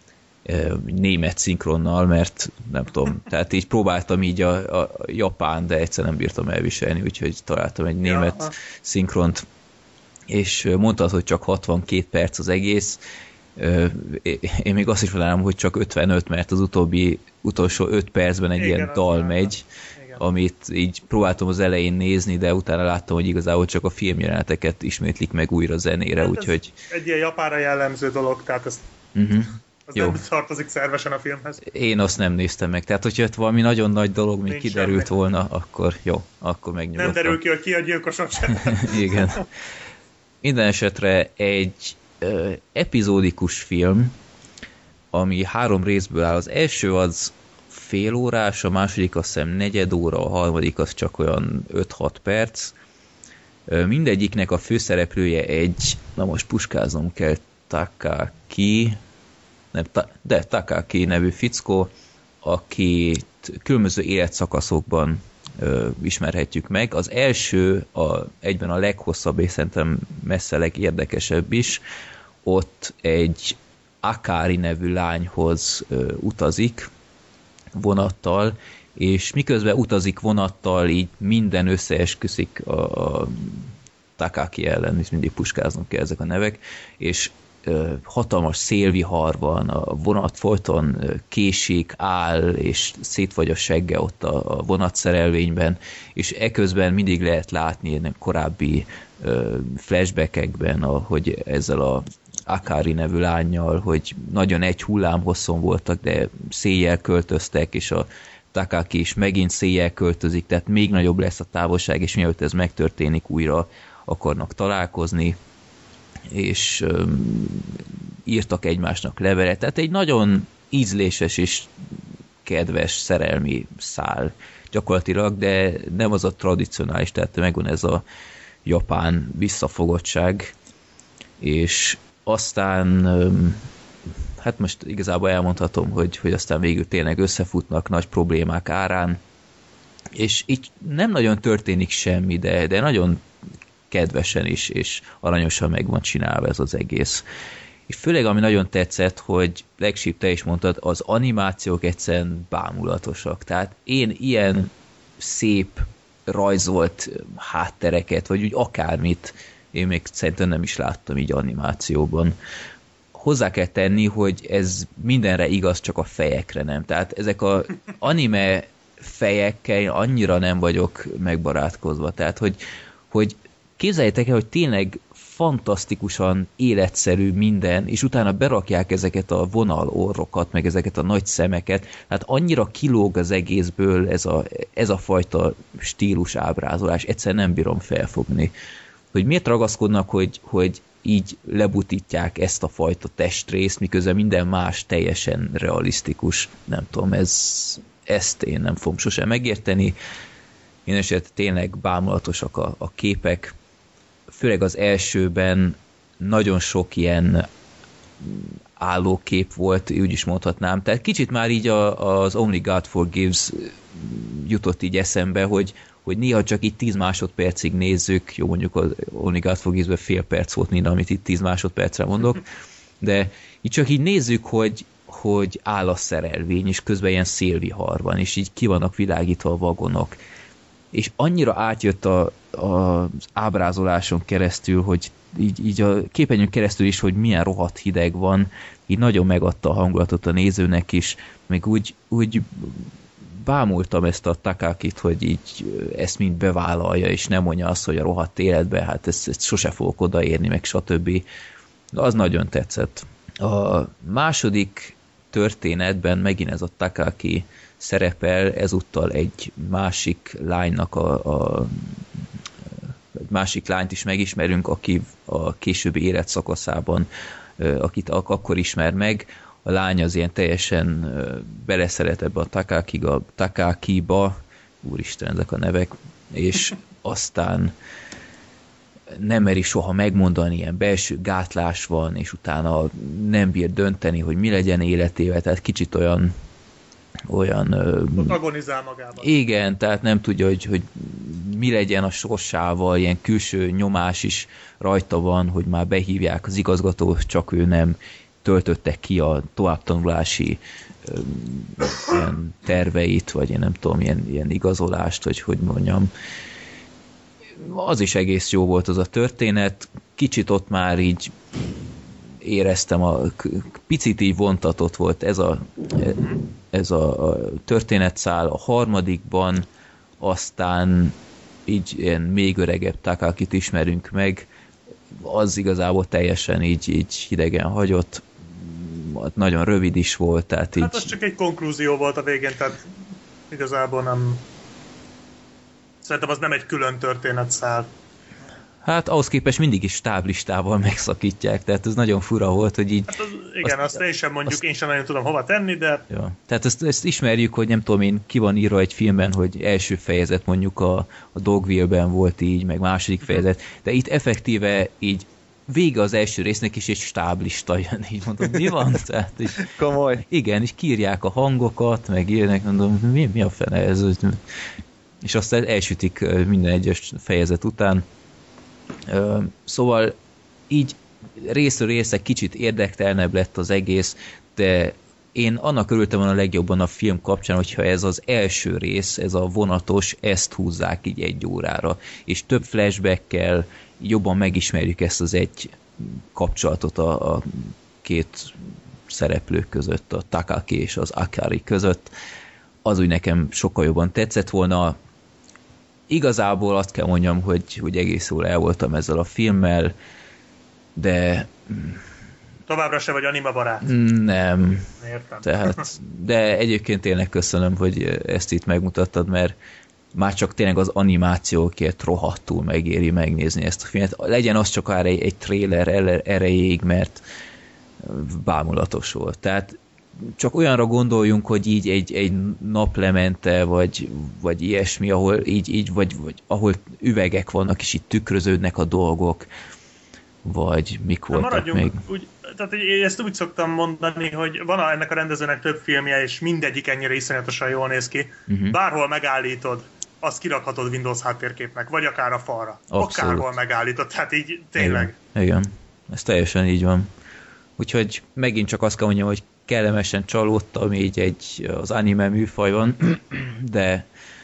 német szinkronnal, mert nem tudom, tehát így próbáltam így a japán, de egyszer nem bírtam elviselni, úgyhogy találtam egy német szinkront, és mondtad, hogy csak 62 perc az egész. Én még azt is mondanám, hogy csak 55, mert az utolsó 5 percben egy ilyen dal megy, amit így próbáltam az elején nézni, de utána láttam, hogy igazából csak a filmjeleneteket ismétlik meg újra zenére, hát úgyhogy... Egy ilyen japánra jellemző dolog, tehát ez az nem tartozik szervesen a filmhez. Én azt nem néztem meg, tehát hogyha valami nagyon nagy dolog még kiderült semmi volna, akkor jó, akkor megnyugodtam. Nem derül ki, hogy ki a gyilkosok sem. Igen. Minden esetre egy epizódikus film, ami 3 részből áll. Az első az fél órás, a második azt hiszem 4 óra, a harmadik az csak olyan 5-6 perc. Mindegyiknek a főszereplője na most puskáznom kell, Takaki nevű fickó, akit különböző életszakaszokban ismerhetjük meg. Az első egyben a leghosszabb, és szerintem messze legérdekesebb is. Ott egy Akari nevű lányhoz utazik vonattal, és miközben utazik vonattal, így minden összeesküszik a Takaki ellen, és mindig puskáznak kell ezek a nevek, és hatalmas szélvihar van, a vonat folyton késik, áll, és szétfagy a segge ott a vonatszerelvényben, és eközben mindig lehet látni ilyen korábbi flashbackekben, hogy ezzel a Akari nevű lánnyal, hogy nagyon egy hullámhosszon voltak, de széjjel költöztek, és a Takaki is megint széjjel költözik, tehát még nagyobb lesz a távolság, és mielőtt ez megtörténik, újra akarnak találkozni, és írtak egymásnak levelet. Tehát egy nagyon ízléses és kedves szerelmi szál gyakorlatilag, de nem az a tradicionális, tehát megvan ez a japán visszafogottság, és aztán hát most igazából elmondhatom, hogy aztán végül tényleg összefutnak nagy problémák árán, és így nem nagyon történik semmi, de nagyon kedvesen is, és aranyosan meg van csinálva ez az egész. És főleg, ami nagyon tetszett, hogy Black Sheep, te is mondtad, az animációk egyszerűen bámulatosak. Tehát én ilyen szép rajzolt háttereket, vagy úgy akármit, én még szerintem nem is láttam így animációban. Hozzá kell tenni, hogy ez mindenre igaz, csak a fejekre nem. Tehát ezek az anime fejekkel annyira nem vagyok megbarátkozva. Tehát, hogy képzeljétek el, hogy tényleg fantasztikusan életszerű minden, és utána berakják ezeket a vonalorrokat, meg ezeket a nagy szemeket, hát annyira kilóg az egészből ez a fajta stílus ábrázolás, egyszerűen nem bírom felfogni. Hogy miért ragaszkodnak, hogy így lebutítják ezt a fajta testrészt, miközben minden más teljesen realisztikus. Nem tudom, ezt én nem fogom sosem megérteni. Mindenesetre tényleg bámulatosak a képek, főleg az elsőben nagyon sok ilyen állókép volt, úgy is mondhatnám. Tehát kicsit már így az Only God Forgives jutott így eszembe, hogy néha csak itt 10 másodpercig nézzük, jó, mondjuk az Only God Forgives-ben fél perc volt minden, amit itt 10 másodpercre mondok, de így csak így nézzük, hogy áll a szerelvény, és közben ilyen szélvihar van, és így ki vannak világítva a vagonok. És annyira átjött az ábrázoláson keresztül, hogy így a képernyőn keresztül is, hogy milyen rohadt hideg van, így nagyon megadta a hangulatot a nézőnek is, meg úgy bámultam ezt a Takakit, hogy így ezt mind bevállalja, és nem mondja azt, hogy a rohadt életben, hát ezt sose fogok odaérni, meg stb. De az nagyon tetszett. A második történetben megint ez a Takaki szerepel, ezúttal egy másik lánynak egy másik lányt is megismerünk, aki a későbbi életszakaszában, akit akkor ismer meg. A lány az ilyen teljesen beleszeret ebbe a Takakiba, úristen, ezek a nevek, és aztán nem meri soha megmondani, ilyen belső gátlás van, és utána nem bír dönteni, hogy mi legyen életével, tehát kicsit olyan agonizál magában. Igen, tehát nem tudja, hogy mi legyen a sorsával, ilyen külső nyomás is rajta van, hogy már behívják az igazgatót, csak ő nem töltötte ki a továbbtanulási ilyen terveit, vagy én nem tudom, ilyen igazolást, hogy mondjam. Az is egész jó volt az a történet, kicsit ott már így éreztem, picit így vontatott volt ez a történetszál. A harmadikban aztán így ilyen még öregebb Takakit ismerünk meg, az igazából teljesen így hidegen hagyott, nagyon rövid is volt, tehát így... Hát az csak egy konklúzió volt a végén, tehát igazából nem... Szerintem az nem egy külön történetszál. Hát ahhoz képest mindig is stáblistával megszakítják, tehát ez nagyon fura volt, hogy így... Hát igen, azt én sem mondjuk, én sem nagyon tudom hova tenni, de... Ja. Tehát ezt ismerjük, hogy nem tudom én, ki van írva egy filmben, hogy első fejezet mondjuk a Dogville-ben volt így, meg második fejezet, de itt effektíve így vége az első résznek is egy stáblista jön, így mondom, mi van? Tehát így, komoly. Igen, és kírják a hangokat, meg írják, mondom, mi a fene ez? És aztán elsütik minden egyes fejezet után. Szóval így részről részre kicsit érdektelenebb lett az egész, de én annak örültem volna a legjobban a film kapcsán, hogyha ez az első rész, ez a vonatos, ezt húzzák így 1 órára, és több flashbackkel jobban megismerjük ezt az egy kapcsolatot a két szereplő között, a Takaki és az Akari között. Az úgy nekem sokkal jobban tetszett volna. Igazából azt kell mondjam, hogy egész jól el voltam ezzel a filmmel, de... Továbbra se vagy anima barát. Nem. Értem. Tehát, de egyébként tényleg köszönöm, hogy ezt itt megmutattad, mert már csak tényleg az animációkért rohadtul megéri megnézni ezt a filmet. Legyen az csak már egy trailer erejéig, mert bámulatos volt. Tehát csak olyanra gondoljunk, hogy így egy naplemente, vagy ilyesmi, ahol így vagy ahol üvegek vannak, és itt tükröződnek a dolgok, vagy mik voltak még. Tehát én ezt úgy szoktam mondani, hogy van ennek a rendezőnek több filmje, és mindegyik ennyire iszonyatosan jól néz ki. Bárhol megállítod, azt kirakhatod Windows háttérképnek, vagy akár a falra. Abszolút. Akárhol megállítod, tehát így tényleg. Igen, ez teljesen így van. Úgyhogy megint csak azt kell mondjam, hogy kellemesen csalódtam, így az anime műfajban, de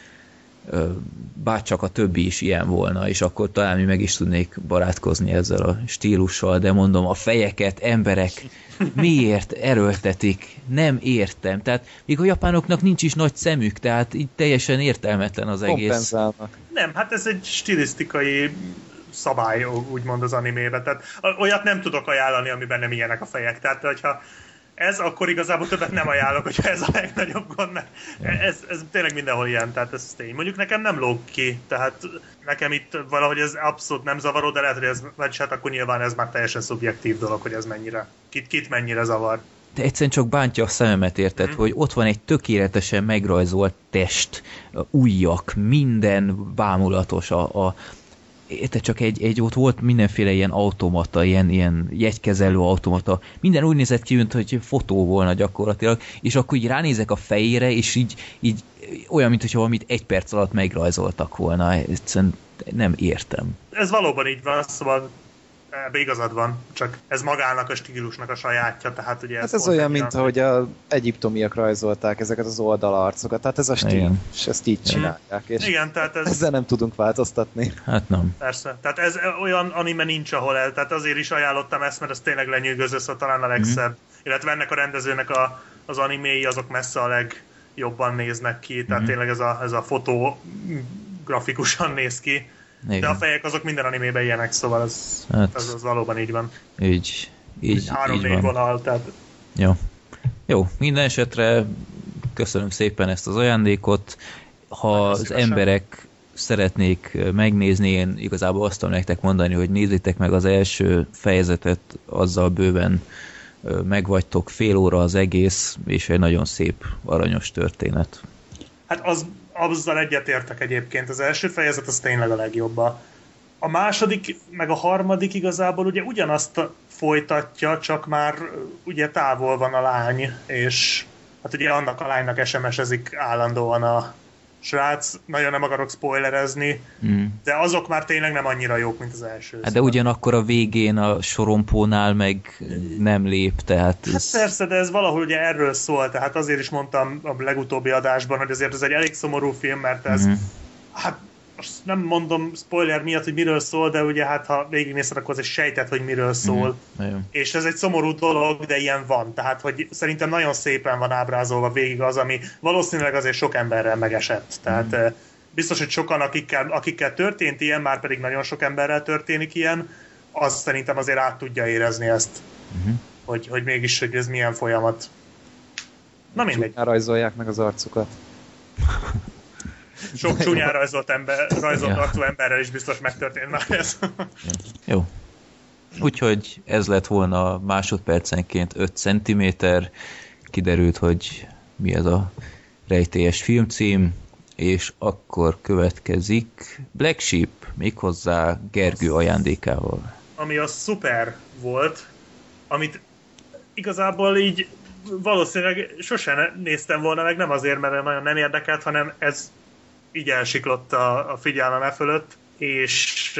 bárcsak a többi is ilyen volna, és akkor talán mi meg is tudnék barátkozni ezzel a stílussal, de mondom, a fejeket emberek miért erőltetik? Nem értem. Tehát még a japánoknak nincs is nagy szemük, tehát így teljesen értelmetlen az egész. Nem, hát ez egy stilisztikai szabály, úgymond az animében. Tehát olyat nem tudok ajánlani, amiben nem ilyenek a fejek. Tehát, hogyha ez, akkor igazából többet nem ajánlok, hogyha ez a legnagyobb gond, mert ez tényleg mindenhol ilyen, tehát ez tény. Mondjuk nekem nem lóg ki, tehát nekem itt valahogy ez abszolút nem zavaró, de lehet, hogy ez, vagy hát akkor nyilván ez már teljesen szubjektív dolog, hogy ez mennyire, kit mennyire zavar. De egyszerűen csak bántja a szememet, érted, hogy ott van egy tökéletesen megrajzolt test, ujjak, minden bámulatos, érted, csak egy ott volt mindenféle ilyen automata, ilyen jegykezelő automata, minden úgy nézett ki, mint hogy fotó volna gyakorlatilag, és akkor így ránézek a fejére, és így olyan, mintha valamit 1 perc alatt megrajzoltak volna. Egyszerűen nem értem. Ez valóban így van, szóval Ebbe igazad van, csak ez magának a stílusnak a sajátja, tehát ugye hát ez olyan, mint ahogy az egyiptomiak rajzolták ezeket az oldalarcokat, tehát ez a stílus, ezt így csinálják, és igen, tehát ezzel nem tudunk változtatni. Hát nem. Persze, tehát ez olyan anime nincs, ahol tehát azért is ajánlottam ezt, mert ez tényleg lenyűgöző, szóval talán a legszebb, illetve ennek a rendezőnek az animéi azok messze a legjobban néznek ki, tehát tényleg ez a fotó grafikusan néz ki. Igen. De a fejek azok minden animében ilyenek, szóval az valóban így van. Így 3-4 vonal, tehát... Jó, minden esetre köszönöm szépen ezt az ajándékot. Ha az emberek szeretnék megnézni, én igazából azt tudom nektek mondani, hogy nézzétek meg az első fejezetet, azzal bőven megvagytok, fél óra az egész, és egy nagyon szép, aranyos történet. Hát azzal egyetértek egyébként. Az első fejezet az tényleg a legjobb. A második, meg a harmadik igazából ugye ugyanazt folytatja, csak már ugye távol van a lány, és hát ugye annak a lánynak SMS-ezik állandóan a srác. Nagyon nem akarok spoilerezni, de azok már tényleg nem annyira jók, mint az első. Hát de ugyanakkor a végén a sorompónál meg nem lép, tehát... Hát persze, de ez valahol ugye erről szól, tehát azért is mondtam a legutóbbi adásban, hogy azért ez egy elég szomorú film, mert ez... Hát most nem mondom spoiler miatt, hogy miről szól, de ugye hát ha végignézted, akkor azért sejtett, hogy miről szól. És ez egy szomorú dolog, de ilyen van. Tehát, hogy szerintem nagyon szépen van ábrázolva végig az, ami valószínűleg azért sok emberrel megesett. Tehát biztos, hogy sokan, akikkel történt ilyen, már pedig nagyon sok emberrel történik ilyen, az szerintem azért át tudja érezni ezt, hogy mégis, hogy ez milyen folyamat. Na mindegy. Rajzolják meg az arcukat. Sok csúnyán rajzolt arcú emberrel is biztos megtörtént már ez. Jó. Úgyhogy ez lett volna másodpercenként 5 cm. Kiderült, hogy mi ez a rejtélyes filmcím, és akkor következik Black Sheep, méghozzá Gergő ajándékával. Ami a szuper volt, amit igazából így valószínűleg sosem néztem volna meg, nem azért, mert nagyon nem érdekelt, hanem ez így elsiklott a figyelmem fölött, és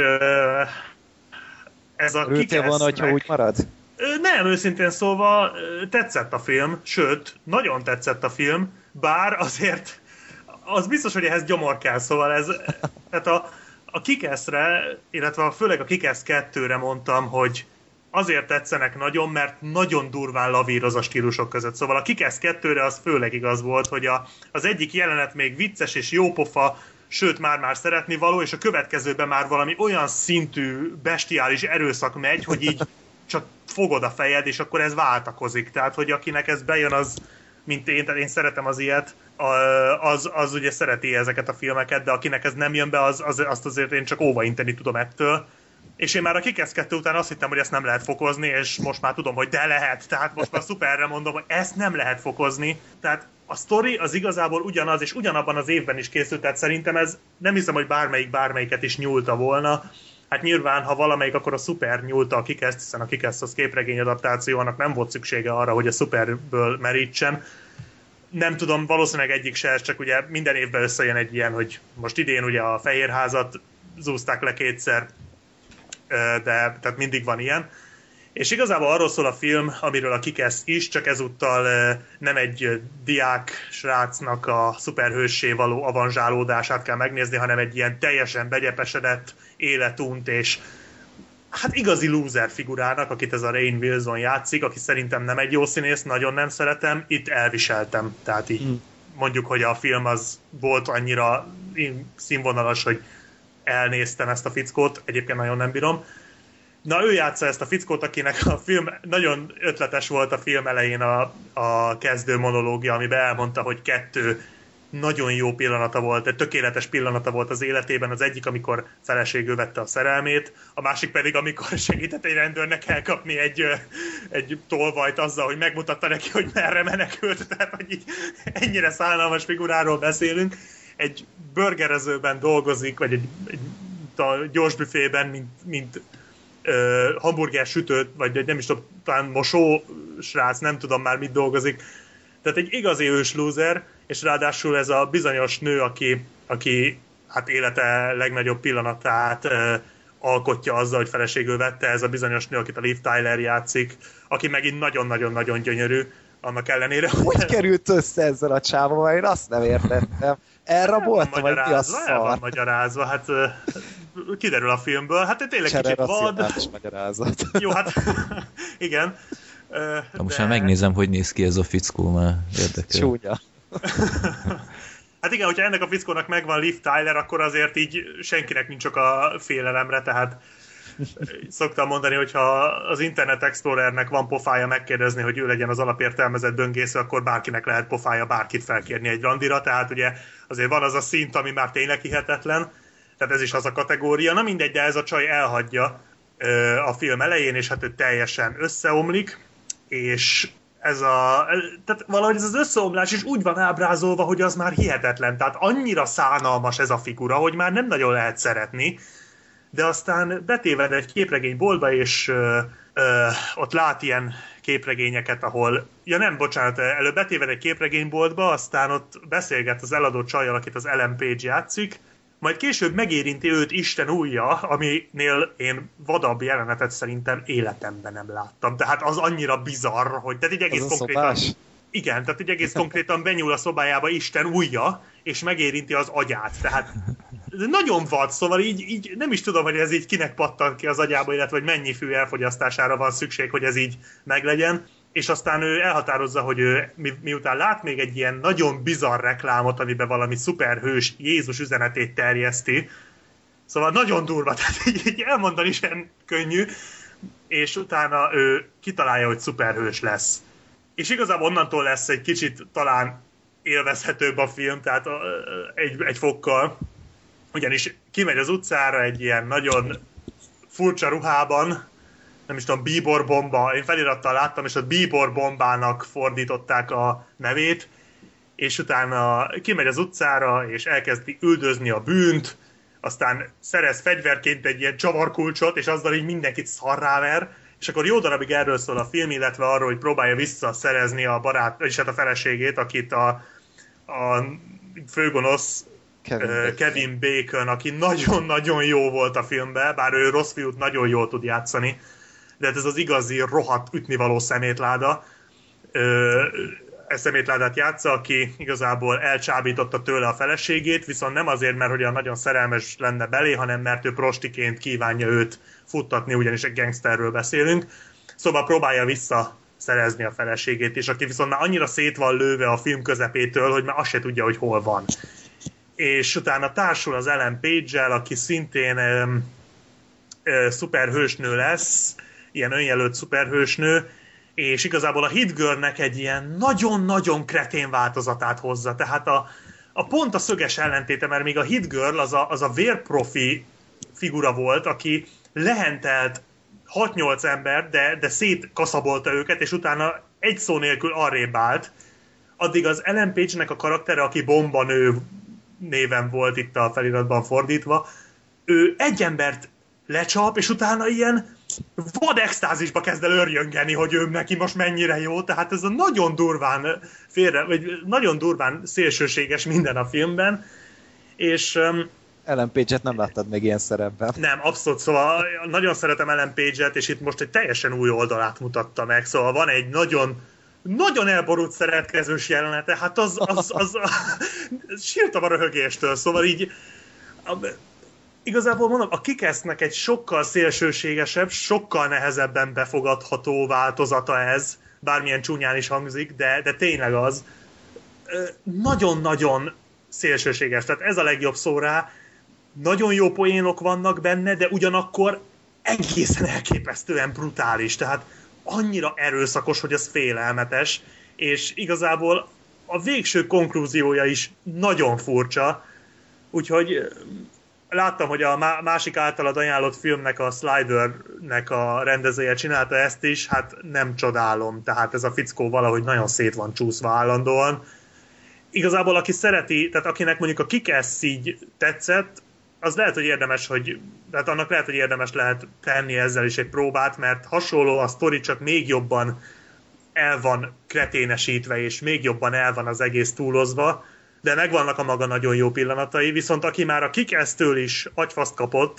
ez a Örültél volna, hogyha úgy marad? Nem, őszintén szólva tetszett a film, sőt, nagyon tetszett a film, bár azért az biztos, hogy ehhez gyomor kell, szóval ez, tehát a Kick-Ass-re, illetve főleg a Kick-Ass 2-re mondtam, hogy azért tetszenek nagyon, mert nagyon durván lavíroz a stílusok között. Szóval a Kick-Ass 2-re az főleg igaz volt, hogy az egyik jelenet még vicces és jópofa, sőt már szeretnivaló, és a következőben már valami olyan szintű bestiális erőszak megy, hogy így csak fogod a fejed, és akkor ez váltakozik. Tehát, hogy akinek ez bejön, az, mint én, tehát én szeretem az ilyet, az ugye szereti ezeket a filmeket, de akinek ez nem jön be, azt azért én csak óvainteni tudom ettől. És én már a Kick-Ass 2 után azt hittem, hogy ezt nem lehet fokozni, és most már tudom, hogy de lehet. Tehát most már szuperre mondom, hogy ezt nem lehet fokozni. Tehát a sztori az igazából ugyanaz, és ugyanabban az évben is készült, tehát szerintem ez nem hiszem, hogy bármelyiket is nyúlta volna. Hát nyilván, ha valamelyik, akkor a Super nyúlta a Kick-Ass-t, hiszen a Kick-Ass az képregény adaptáció, annak nem volt szüksége arra, hogy a Superből merítsen. Nem tudom, valószínűleg egyik se, csak ugye minden évben összejön egy ilyen, hogy most idén ugye a Fehérházat zúzták le 2-szer, de tehát mindig van ilyen. És igazából arról szól a film, amiről a Kick-Ass is, csak ezúttal nem egy diák srácnak a szuperhőssé való avanzsálódását kell megnézni, hanem egy ilyen teljesen begyepesedett, életunt és hát igazi loser figurának, akit ez a Rainn Wilson játszik, aki szerintem nem egy jó színész, nagyon nem szeretem, itt elviseltem. Tehát így mondjuk, hogy a film az volt annyira színvonalas, hogy elnéztem ezt a fickót, egyébként nagyon nem bírom. Na, ő játsza ezt a fickót, akinek a film, nagyon ötletes volt a film elején a kezdő monológia, amiben elmondta, hogy 2 nagyon jó pillanata volt, egy tökéletes pillanata volt az életében, az egyik, amikor feleségül vette a szerelmét, a másik pedig, amikor segített egy rendőrnek elkapni egy tolvajt azzal, hogy megmutatta neki, hogy merre menekült, tehát hogy így ennyire szánalmas figuráról beszélünk. Egy burgerezőben dolgozik, vagy egy gyorsbüfében, mint hamburger sütőt, vagy nem is tudom, talán mosósrác, nem tudom már mit dolgozik. Tehát egy igazi ős loser, és ráadásul ez a bizonyos nő, aki hát élete legnagyobb pillanatát alkotja azzal, hogy feleségül vette, ez a bizonyos nő, akit a Liv Tyler játszik, aki megint nagyon-nagyon-nagyon gyönyörű, annak ellenére. Hogy került össze ezzel a csávóval? Én azt nem értettem. Elraboltam, vagy mi a szar? El van magyarázva, hát kiderül a filmből. Hát tényleg kicsit vad. Magyarázat. Jó, hát igen. Most már megnézem, hogy néz ki ez a fickó, már érdekel. Csúnya. Hát igen, hogyha ennek a fickónak megvan Liv Tyler, akkor azért így senkinek nincs csak a félelemre, tehát szoktam mondani, hogyha az Internet Explorernek van pofája megkérdezni, hogy ő legyen az alapértelmezett böngésző, akkor bárkinek lehet pofája bárkit felkérni egy randira, tehát ugye azért van az a szint, ami már tényleg hihetetlen, tehát ez is az a kategória. Na mindegy, de ez a csaj elhagyja a film elején, és hát ő teljesen összeomlik, és tehát valahogy ez az összeomlás is úgy van ábrázolva, hogy az már hihetetlen, tehát annyira szánalmas ez a figura, hogy már nem nagyon lehet szeretni, de aztán betéved egy képregényboltba, és ott lát ilyen képregényeket, ahol... Ja nem, bocsánat, előbb betéved egy képregényboltba, aztán ott beszélget az eladó csajjal, akit az Ellen Page játszik, majd később megérinti őt Isten ujja, aminél én vadabb jelenetet szerintem életemben nem láttam. Tehát az annyira bizarr, hogy... Tehát így egész konkrétan... Igen, tehát így egész konkrétan benyúl a szobájába Isten ujja, és megérinti az agyát. Tehát nagyon vad, szóval így nem is tudom, hogy ez így kinek pattan ki az agyába, illetve hogy mennyi fű elfogyasztására van szükség, hogy ez így meglegyen. És aztán ő elhatározza, hogy ő miután lát még egy ilyen nagyon bizarr reklámot, amiben valami szuperhős Jézus üzenetét terjeszti, szóval nagyon durva, tehát így elmondani sem könnyű, és utána ő kitalálja, hogy szuperhős lesz. És igazából onnantól lesz egy kicsit talán élvezhetőbb a film, tehát egy fokkal, ugyanis kimegy az utcára egy ilyen nagyon furcsa ruhában, nem is tudom, bíborbomba, én felirattal láttam, és a bíborbombának fordították a nevét, és utána kimegy az utcára, és elkezdi üldözni a bűnt, aztán szerez fegyverként egy ilyen csavarkulcsot, és azzal így mindenkit szarráver, és akkor jó darabig erről szól a film, illetve arról, hogy próbálja visszaszerezni a barát, és hát a feleségét, akit a főgonosz Kevin Bacon, aki nagyon-nagyon jó volt a filmben, bár ő rossz fiút nagyon jól tud játszani, de hát ez az igazi rohadt ütnivaló szemétláda. Szemétládát játsza, aki igazából elcsábította tőle a feleségét, viszont nem azért, mert olyan nagyon szerelmes lenne belé, hanem mert ő prostiként kívánja őt futtatni, ugyanis egy gangsterről beszélünk. Szóval próbálja visszaszerezni a feleségét, és aki viszont már annyira szét van lőve a film közepétől, hogy már azt se tudja, hogy hol van. És utána társul az Ellen Page-el, aki szintén szuperhősnő lesz, ilyen önjelölt szuperhősnő, és igazából a Hit Girlnek egy ilyen nagyon-nagyon kretén változatát hozza. Tehát a pont a szöges ellentéte, mert még a Hit Girl az a vérprofi figura volt, aki lehentelt 6-8 ember, de szétkaszabolta őket, és utána egy szó nélkül arrébb állt. Addig az Ellen Page-nek a karaktere, aki Bombanő néven volt itt a feliratban fordítva, ő egy embert lecsap, és utána ilyen vad extázisba kezd el örjöngeni, hogy ő neki most mennyire jó, tehát ez a nagyon durván vagy nagyon durván szélsőséges minden a filmben, és... Ellen Page-et nem láttad még ilyen szerepben. Nem, abszolút, szóval nagyon szeretem Ellen Page-et, és itt most egy teljesen új oldalát mutatta meg, szóval van egy nagyon elborult szeretkezős jelenete, hát az sírtam a röhögéstől, szóval így igazából mondom, a Kick-Assnek egy sokkal szélsőségesebb, sokkal nehezebben befogadható változata ez, bármilyen csúnyán is hangzik, de tényleg az. Nagyon-nagyon szélsőséges, tehát ez a legjobb szó rá. Nagyon jó poénok vannak benne, de ugyanakkor egészen elképesztően brutális, tehát annyira erőszakos, hogy az félelmetes, és igazából a végső konklúziója is nagyon furcsa, úgyhogy láttam, hogy a másik általad ajánlott filmnek, a Slidernek a rendezője csinálta ezt is, hát nem csodálom, tehát ez a fickó valahogy nagyon szét van csúszva állandóan. Igazából aki szereti, tehát akinek mondjuk a Kick-Ass így tetszett, az lehet, hogy érdemes, tehát annak lehet, hogy érdemes lehet tenni ezzel is egy próbát, mert hasonló a sztori, csak még jobban el van kreténesítve, és még jobban el van az egész túlozva, de megvannak a maga nagyon jó pillanatai, viszont aki már a Kick-Ass-től is agyfaszt kapott,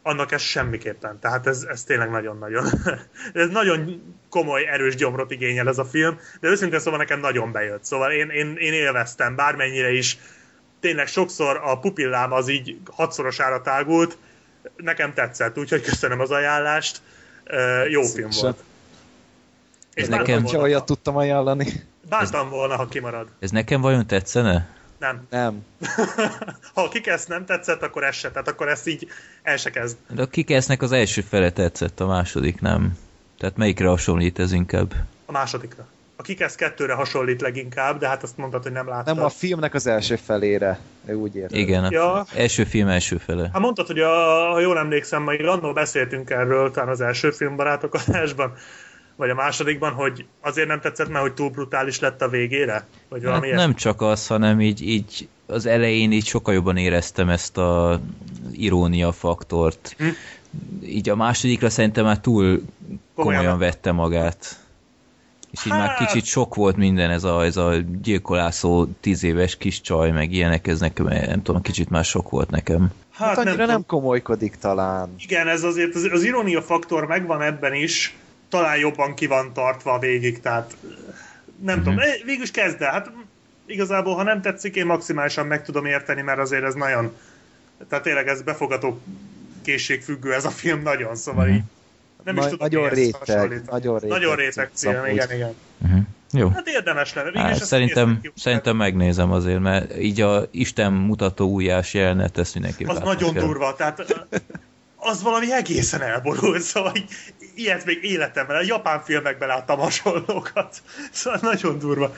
annak ez semmiképpen. Tehát ez tényleg nagyon-nagyon ez nagyon komoly, erős gyomrot igényel ez a film, de őszintén szóval nekem nagyon bejött. Szóval én élveztem, bármennyire is. Tényleg sokszor a pupillám az így 6-szorosára tágult, nekem tetszett, úgyhogy köszönöm az ajánlást. Jó film volt. És nekem csak olyat tudtam ajánlani. Bántam volna, ha kimarad. Ez nekem vajon tetszene? Nem. Ha a Kick-Ass nem tetszett, akkor ez se. Tehát akkor ezt így el se kezd. De a Kick-Assnek az első fele tetszett, a második nem. Tehát melyikre hasonlít ez inkább? A másodikra. A Kick-Ass 2-re hasonlít leginkább, de hát azt mondtad, hogy nem láttad. Nem, a filmnek az első felére. Úgy értem. Igen, első film első fele. Hát mondtad, hogy ha jól emlékszem, majd annól beszéltünk erről, talán az első filmbarátok adásban, vagy a másodikban, hogy azért nem tetszett, mert hogy túl brutális lett a végére? Vagy valami nem csak az, hanem így az elején így sokkal jobban éreztem ezt a irónia faktort. Így a másodikra szerintem már túl komolyan vette magát. És így már kicsit sok volt minden, ez a gyilkolászó 10 éves kis csaj, meg ilyenek, ez nekem, nem tudom, kicsit már sok volt nekem. Hát annyira nem komolykodik talán. Igen, ez azért az irónia faktor megvan ebben is, talán jobban ki van tartva végig, tehát nem tudom, végülis kezd el. Hát igazából, ha nem tetszik, én maximálisan meg tudom érteni, mert azért ez nagyon, tehát tényleg ez befogadó készségfüggő ez a film nagyon, szóval így nem is tudom, nagyon réteg. Nagyon réteg film, igen. Jó. Hát érdemes lenne. Szerintem megnézem azért, mert így a Isten mutató ujjás jelenet, ezt mindenképpen az nagyon durva, tehát az valami egészen elborult, szóval ilyet még életemben, a japán filmekben láttam hasonlókat, szóval nagyon durva.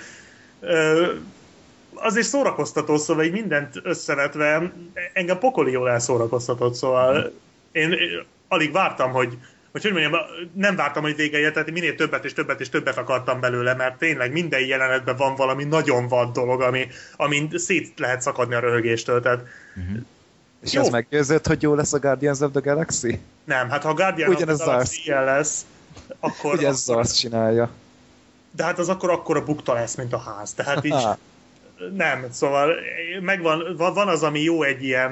Azért szórakoztató, szóval így mindent összevetve engem pokoli jól elszórakoztatott, szóval én alig vártam, hogy mondjam, nem vártam, hogy vége, tehát minél többet és többet akartam belőle, mert tényleg minden jelenetben van valami nagyon vad dolog, amin szét lehet szakadni a röhögéstől, tehát És jó. Ez meggyőzött, hogy jó lesz a Guardians of the Galaxy? Nem, hát ha a Guardians of the Galaxy ilyen lesz, akkor... Ugye ez Zars csinálja. De hát az akkor akkora bukta lesz, mint a ház. Tehát így... nem, szóval van az, ami jó egy ilyen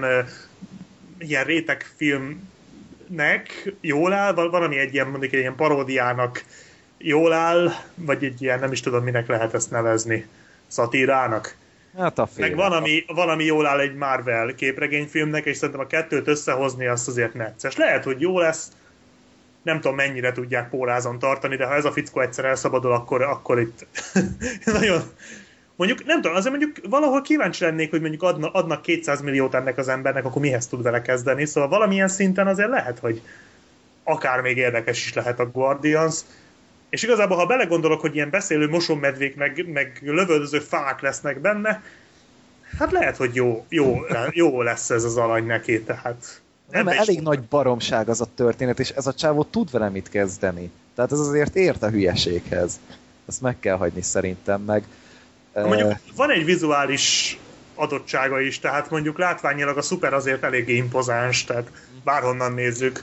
réteg filmnek jól áll, van, ami egy ilyen, mondjuk egy ilyen paródiának jól áll, vagy egy ilyen, nem is tudom, minek lehet ezt nevezni, szatírának. Hát meg van, ami jól áll egy Marvel képregényfilmnek, és szerintem a kettőt összehozni azt azért necces. Lehet, hogy jó lesz, nem tudom mennyire tudják pórázon tartani, de ha ez a fickó egyszer elszabadul, akkor itt nagyon... Mondjuk, nem tudom, azért mondjuk valahol kíváncsi lennék, hogy mondjuk adnak 200 milliót ennek az embernek, akkor mihez tud vele kezdeni, szóval valamilyen szinten azért lehet, hogy akár még érdekes is lehet a Guardians. És igazából, ha belegondolok, hogy ilyen beszélő mosómedvék, meg lövöldöző fák lesznek benne, hát lehet, hogy jó lesz ez az alany neki, tehát... Nem, elég nagy baromság az a történet, és ez a csávó tud vele mit kezdeni. Tehát ez azért ért a hülyeséghez. Ezt meg kell hagyni szerintem, meg... Mondjuk van egy vizuális adottsága is, tehát mondjuk látványilag a szuper azért eléggé impozáns, tehát bárhonnan nézzük,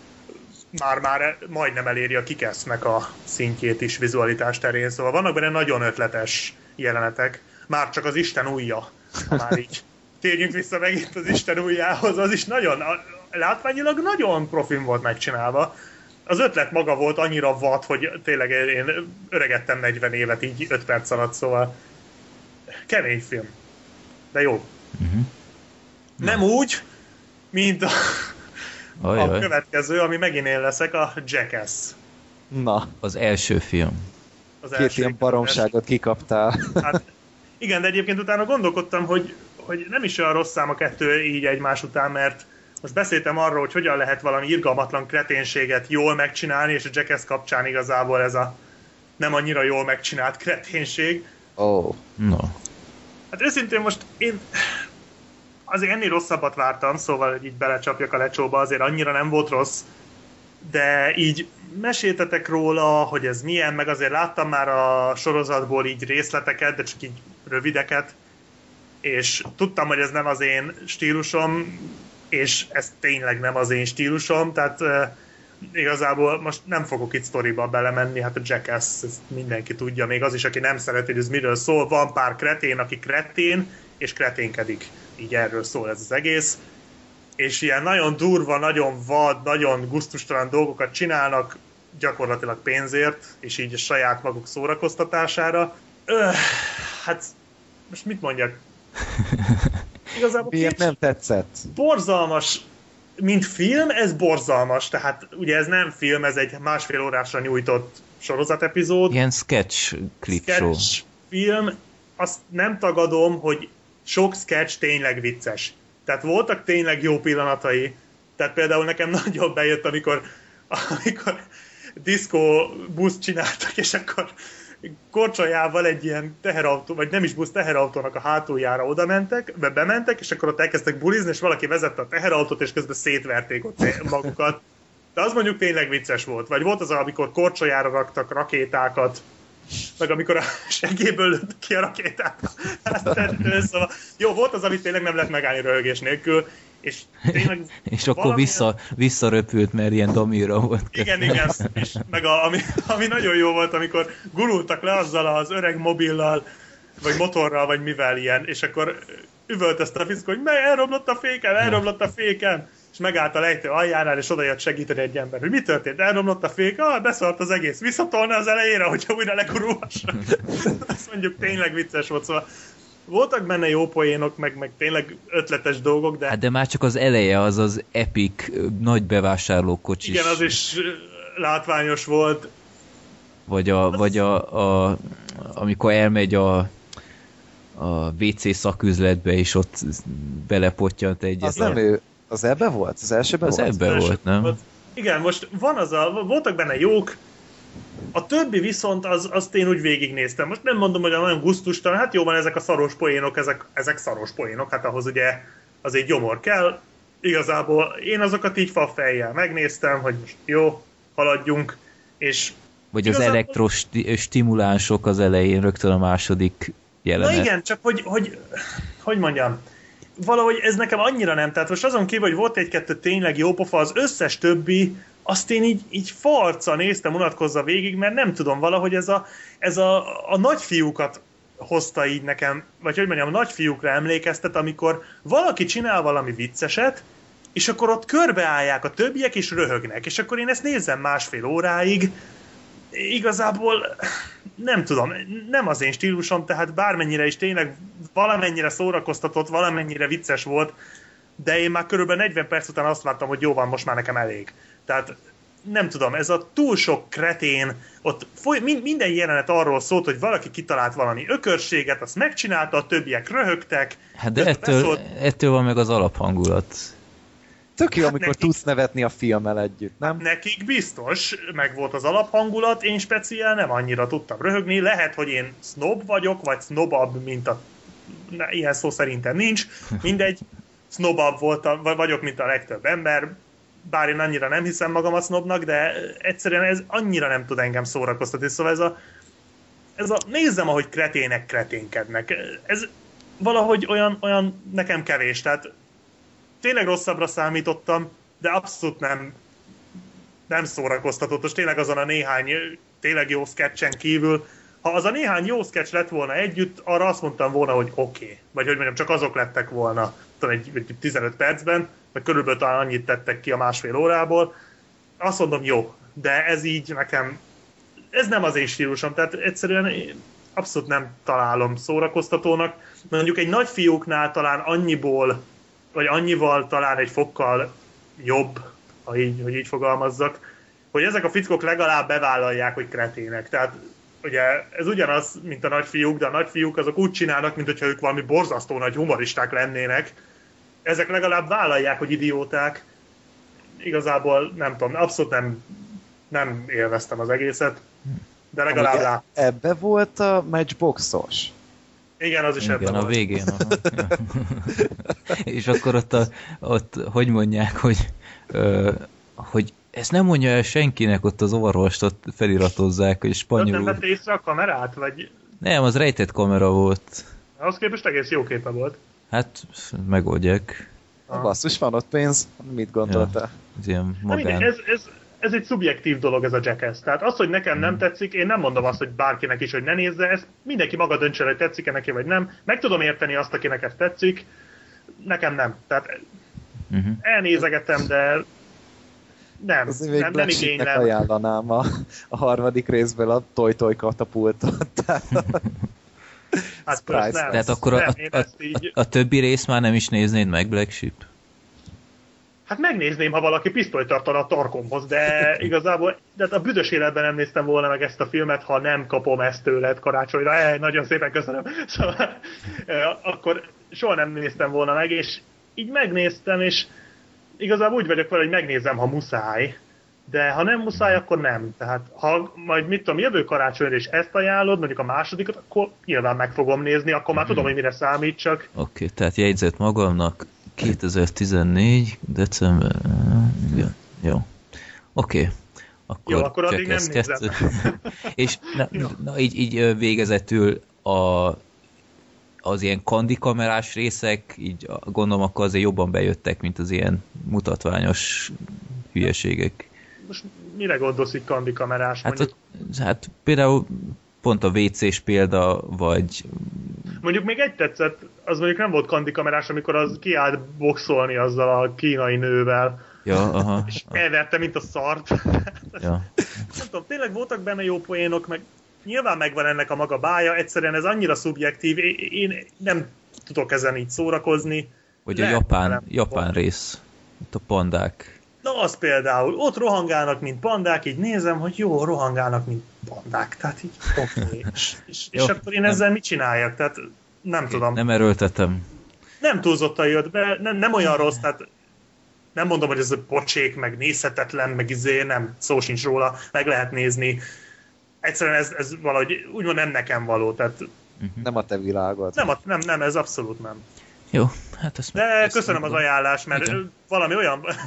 már majdnem eléri a Kick-Assnek a szintjét is vizualitás terén, szóval vannak benne nagyon ötletes jelenetek, már csak az Isten ujja, már így térjünk vissza megint az Isten ujjához, az is nagyon, látványilag nagyon profin volt megcsinálva. Az ötlet maga volt annyira vad, hogy tényleg én öregettem 40 évet így 5 perc alatt, szóval kemény film, de jó. Nem úgy, mint a következő, ami megint én leszek, a Jackass. Na. Az első film. Két ilyen baromságot kikaptál. Hát, igen, de egyébként utána gondolkodtam, hogy nem is olyan rossz szám a kettő így egymás után, mert most beszéltem arról, hogy hogyan lehet valami irgalmatlan kreténséget jól megcsinálni, és a Jackass kapcsán igazából ez a nem annyira jól megcsinált kreténség. No. Hát őszintén most én azért ennél rosszabbat vártam, szóval hogy így belecsapjak a lecsóba, azért annyira nem volt rossz, de így meséltetek róla, hogy ez milyen, meg azért láttam már a sorozatból így részleteket, de csak így rövideket, és tudtam, hogy ez nem az én stílusom, és ez tényleg nem az én stílusom, tehát igazából most nem fogok itt sztoriba belemenni, hát a Jackass, ezt mindenki tudja, még az is, aki nem szereti, hogy ez miről szól, van pár kretén, aki kretén, és kreténkedik. Így erről szól ez az egész. és ilyen nagyon durva, nagyon vad, nagyon gusztustalan dolgokat csinálnak, gyakorlatilag pénzért, és így a saját maguk szórakoztatására. Hát, most mit mondjak? Igazából miért nem tetszett? Borzalmas, mint film, ez borzalmas, tehát ugye ez nem film, ez egy 1,5 órásra nyújtott sorozatepizód. Ilyen sketch clip show. Film, azt nem tagadom, hogy sok sketch tényleg vicces. Tehát voltak tényleg jó pillanatai. Tehát például nekem nagyon bejött, amikor diszkó buszt csináltak, és akkor korcsolyával egy ilyen teherautó, vagy nem is busz, teherautónak a hátuljára oda mentek, bementek, és akkor ott elkezdtek bulizni, és valaki vezette a teherautót, és közben szétverték ott magukat. De az mondjuk tényleg vicces volt. Vagy volt az, amikor korcsolyára raktak rakétákat, meg amikor a segélyből lőtt ki a rakétát. Szóval, jó, volt az, amit tényleg nem lehet megállni röhögés nélkül, és tényleg... és akkor visszaröpült, mert ilyen damira volt. Igen, és meg ami nagyon jó volt, amikor gurultak le azzal az öreg mobillal, vagy motorral, vagy mivel ilyen, és akkor üvöltözte a fickó, hogy elromlott a fékem, és megállt a lejtő aljánál, és odajött segíteni egy ember, hogy mi történt, elromlott a fék, beszart az egész, visszatolna az elejére, hogyha újra legurulhassa. Azt mondjuk tényleg vicces volt, szóval voltak benne jó poénok, meg tényleg ötletes dolgok, de... Hát de már csak az eleje, az epic, nagy bevásárlókocsis. Igen, az is látványos volt. Vagy amikor elmegy a WC szaküzletbe, és ott belepottyant egyet. Az nem ő, az ebbe volt? Az elsőben volt? Az ebbe volt, nem? Volt. Igen, most voltak benne jók, a többi viszont azt én úgy végignéztem. Most nem mondom, hogy a nagyon gusztustalan, hát jó van, ezek a szaros poénok, ezek szaros poénok, hát ahhoz ugye azért gyomor kell. Igazából én azokat így falfejjel megnéztem, hogy most jó, haladjunk, és... Vagy az elektrostimulánsok az elején, rögtön a második jelenet. Na igen, csak hogy mondjam, valahogy ez nekem annyira nem, tehát most azon kívül, hogy volt egy-kettő tényleg jó pofa, az összes többi, azt én így farca néztem, unatkozza végig, mert nem tudom, valahogy ez a nagyfiúkat hozta így nekem, vagy hogy mondjam, a nagyfiúkra emlékeztet, amikor valaki csinál valami vicceset, és akkor ott körbeállják a többiek, és röhögnek, és akkor én ezt nézem 1,5 óráig, igazából nem tudom, nem az én stílusom, tehát bármennyire is tényleg valamennyire szórakoztatott, valamennyire vicces volt, de én már körülbelül 40 perc után azt láttam, hogy jó van, most már nekem elég. Tehát nem tudom, ez a túl sok kretén, ott minden jelenet arról szólt, hogy valaki kitalált valami ökörséget, azt megcsinálta, a többiek röhögtek. Hát de ettől van meg az alaphangulat. Tök jó, amikor tudsz nevetni a filmmel együtt, nem? Nekik biztos, meg volt az alaphangulat, én speciál nem annyira tudtam röhögni, lehet, hogy én snob vagyok, vagy snobabb, mint ilyen szó szerintem nincs, mindegy, snobabb vagyok, mint a legtöbb ember, bár én annyira nem hiszem magamat sznobnak, de egyszerűen ez annyira nem tud engem szórakoztatni, szóval nézzem, ahogy kretének kreténkednek, ez valahogy olyan nekem kevés, tehát tényleg rosszabbra számítottam, de abszolút nem szórakoztatott, most tényleg azon a néhány tényleg jó sketchen kívül, ha az a néhány jó sketch lett volna együtt, arra azt mondtam volna, hogy oké. Vagy hogy mondjam, csak azok lettek volna egy 15 percben, vagy körülbelül talán annyit tettek ki a 1,5 órából. Azt mondom, jó, de ez így nekem, ez nem az én stílusom, tehát egyszerűen abszolút nem találom szórakoztatónak. Mondjuk egy nagyfiúknál talán annyival talán egy fokkal jobb, hogy így fogalmazzak, hogy ezek a fickók legalább bevállalják, hogy kretének. Tehát ugye ez ugyanaz, mint a nagyfiúk, de a nagyfiúk azok úgy csinálnak, mintha ők valami borzasztó nagy humoristák lennének. Ezek legalább vállalják, hogy idióták. Igazából nem tudom, abszolút nem élveztem az egészet, de legalább láttam. Ebbe volt a Matchboxos. Igen, az is ebben volt. A végén. És akkor ott hogy mondják, hogy ezt nem mondja el senkinek, ott az orvost ott feliratozzák, hogy spanyolul. Nem vett észre a kamerát? Vagy... Nem, az rejtett kamera volt. Ahhoz képest egész jó képe volt. Hát, megoldják. Basszus, van ott pénz, mit gondoltál? Ja, ez ilyen magán. Ez egy szubjektív dolog, ez a Jackass. Tehát az, hogy nekem nem tetszik, én nem mondom azt, hogy bárkinek is, hogy ne nézze, ezt mindenki maga döntse, hogy tetszik-e neki, vagy nem. Meg tudom érteni azt, akinek ez tetszik, nekem nem. Tehát elnézegetem, de nem igénylem. Ajánlanám a harmadik részből a Toy katapultot. Hát nem. Tehát akkor a többi rész már nem is néznéd meg, Black Sheep? Hát megnézném, ha valaki pisztolyt tartana a tarkomhoz, de igazából de a büdös életben nem néztem volna meg ezt a filmet, ha nem kapom ezt tőled karácsonyra. Nagyon szépen köszönöm. Szóval, akkor soha nem néztem volna meg, és így megnéztem, és igazából úgy vagyok vele, hogy megnézem, ha muszáj, de ha nem muszáj, akkor nem. Tehát ha majd mit tudom, jövő karácsonyra és ezt ajánlod, mondjuk a másodikat, akkor nyilván meg fogom nézni, akkor már tudom, hogy mire számítsak. Oké, tehát jegyzett magamnak 2014. december... Jó. Oké. Akkor addig nem nézem. És így végezetül az ilyen kandikamerás részek, így gondolom, akkor azért jobban bejöttek, mint az ilyen mutatványos hülyeségek. Most mire gondolsz így kandikamerás? Hát például pont a WC-s példa, vagy... Mondjuk még egy tetszett, az mondjuk nem volt kandikamerás, amikor az kiállt boxolni azzal a kínai nővel. Ja, aha. És elverte, mint a szart. Ja. Nem tudom, tényleg voltak benne jó poénok, meg nyilván megvan ennek a maga bája, egyszerűen ez annyira szubjektív, én nem tudok ezen így szórakozni. Vagy a japán rész, itt a pandák. Na az például, ott rohangálnak, mint pandák, így nézem, hogy jó, rohangálnak, mint pandák, tehát így oké. És akkor én ezzel mit csináljak, tehát nem tudom. Nem erőltetem. Nem túlzottan jött be, nem olyan rossz, tehát nem mondom, hogy ez a pocsék, meg nézhetetlen, meg nem, szó sincs róla, meg lehet nézni. Egyszerűen ez valahogy úgymond nem nekem való, tehát... Nem a te világod. Nem, ez abszolút nem. Jó, hát ezt de köszönöm az ajánlást, mert valami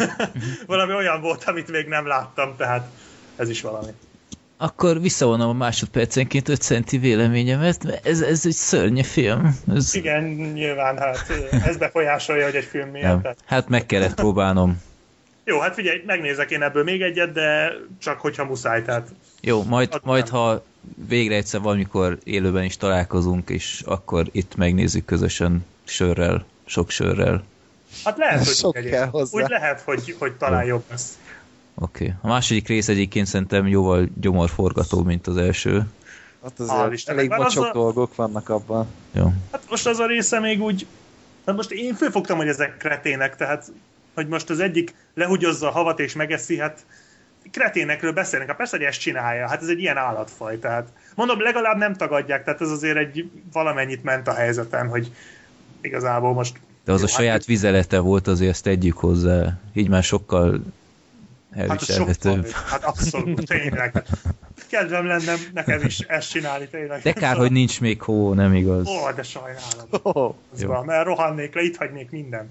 olyan volt, amit még nem láttam, tehát ez is valami. Akkor visszavonom a másodpercenként 5 centi véleményemet, mert ez egy szörnyű film. Igen, nyilván, hát ez befolyásolja, hogy egy film miért. Ja, hát meg kellett próbálnom. Jó, hát figyelj, megnézek én ebből még egyet, de csak hogyha muszáj, tehát... Jó, majd ha végre egyszer valamikor élőben is találkozunk, és akkor itt megnézzük közösen sörrel, sok sörrel. Hát lehet, hogy úgy lehet, hogy talán jobb lesz. Oké. A második rész egyébként szerintem jóval gyomorforgató, mint az első. Hát azért elég mocsok dolgok vannak abban. Jó. Hát most az a része még úgy... Hát most én fölfogtam, hogy ezek kretének, tehát hogy most az egyik lehugyozza a havat és megeszi, hát kreténekről beszélnek. Hát persze, hogy ezt csinálja, hát ez egy ilyen állatfaj, tehát mondom, legalább nem tagadják, tehát ez azért valamennyit ment a helyzeten, hogy igazából most... De az jó, a saját vizelete volt, azért ezt tegyük hozzá, így már sokkal elviselhetőbb. Hát abszolút, tényleg. Kedvem lenne nekem is ezt csinálni, tényleg. De kár, hogy nincs még hó, nem igaz? Ó, de sajnálom. Mert rohannék le, itt hagynék mindent.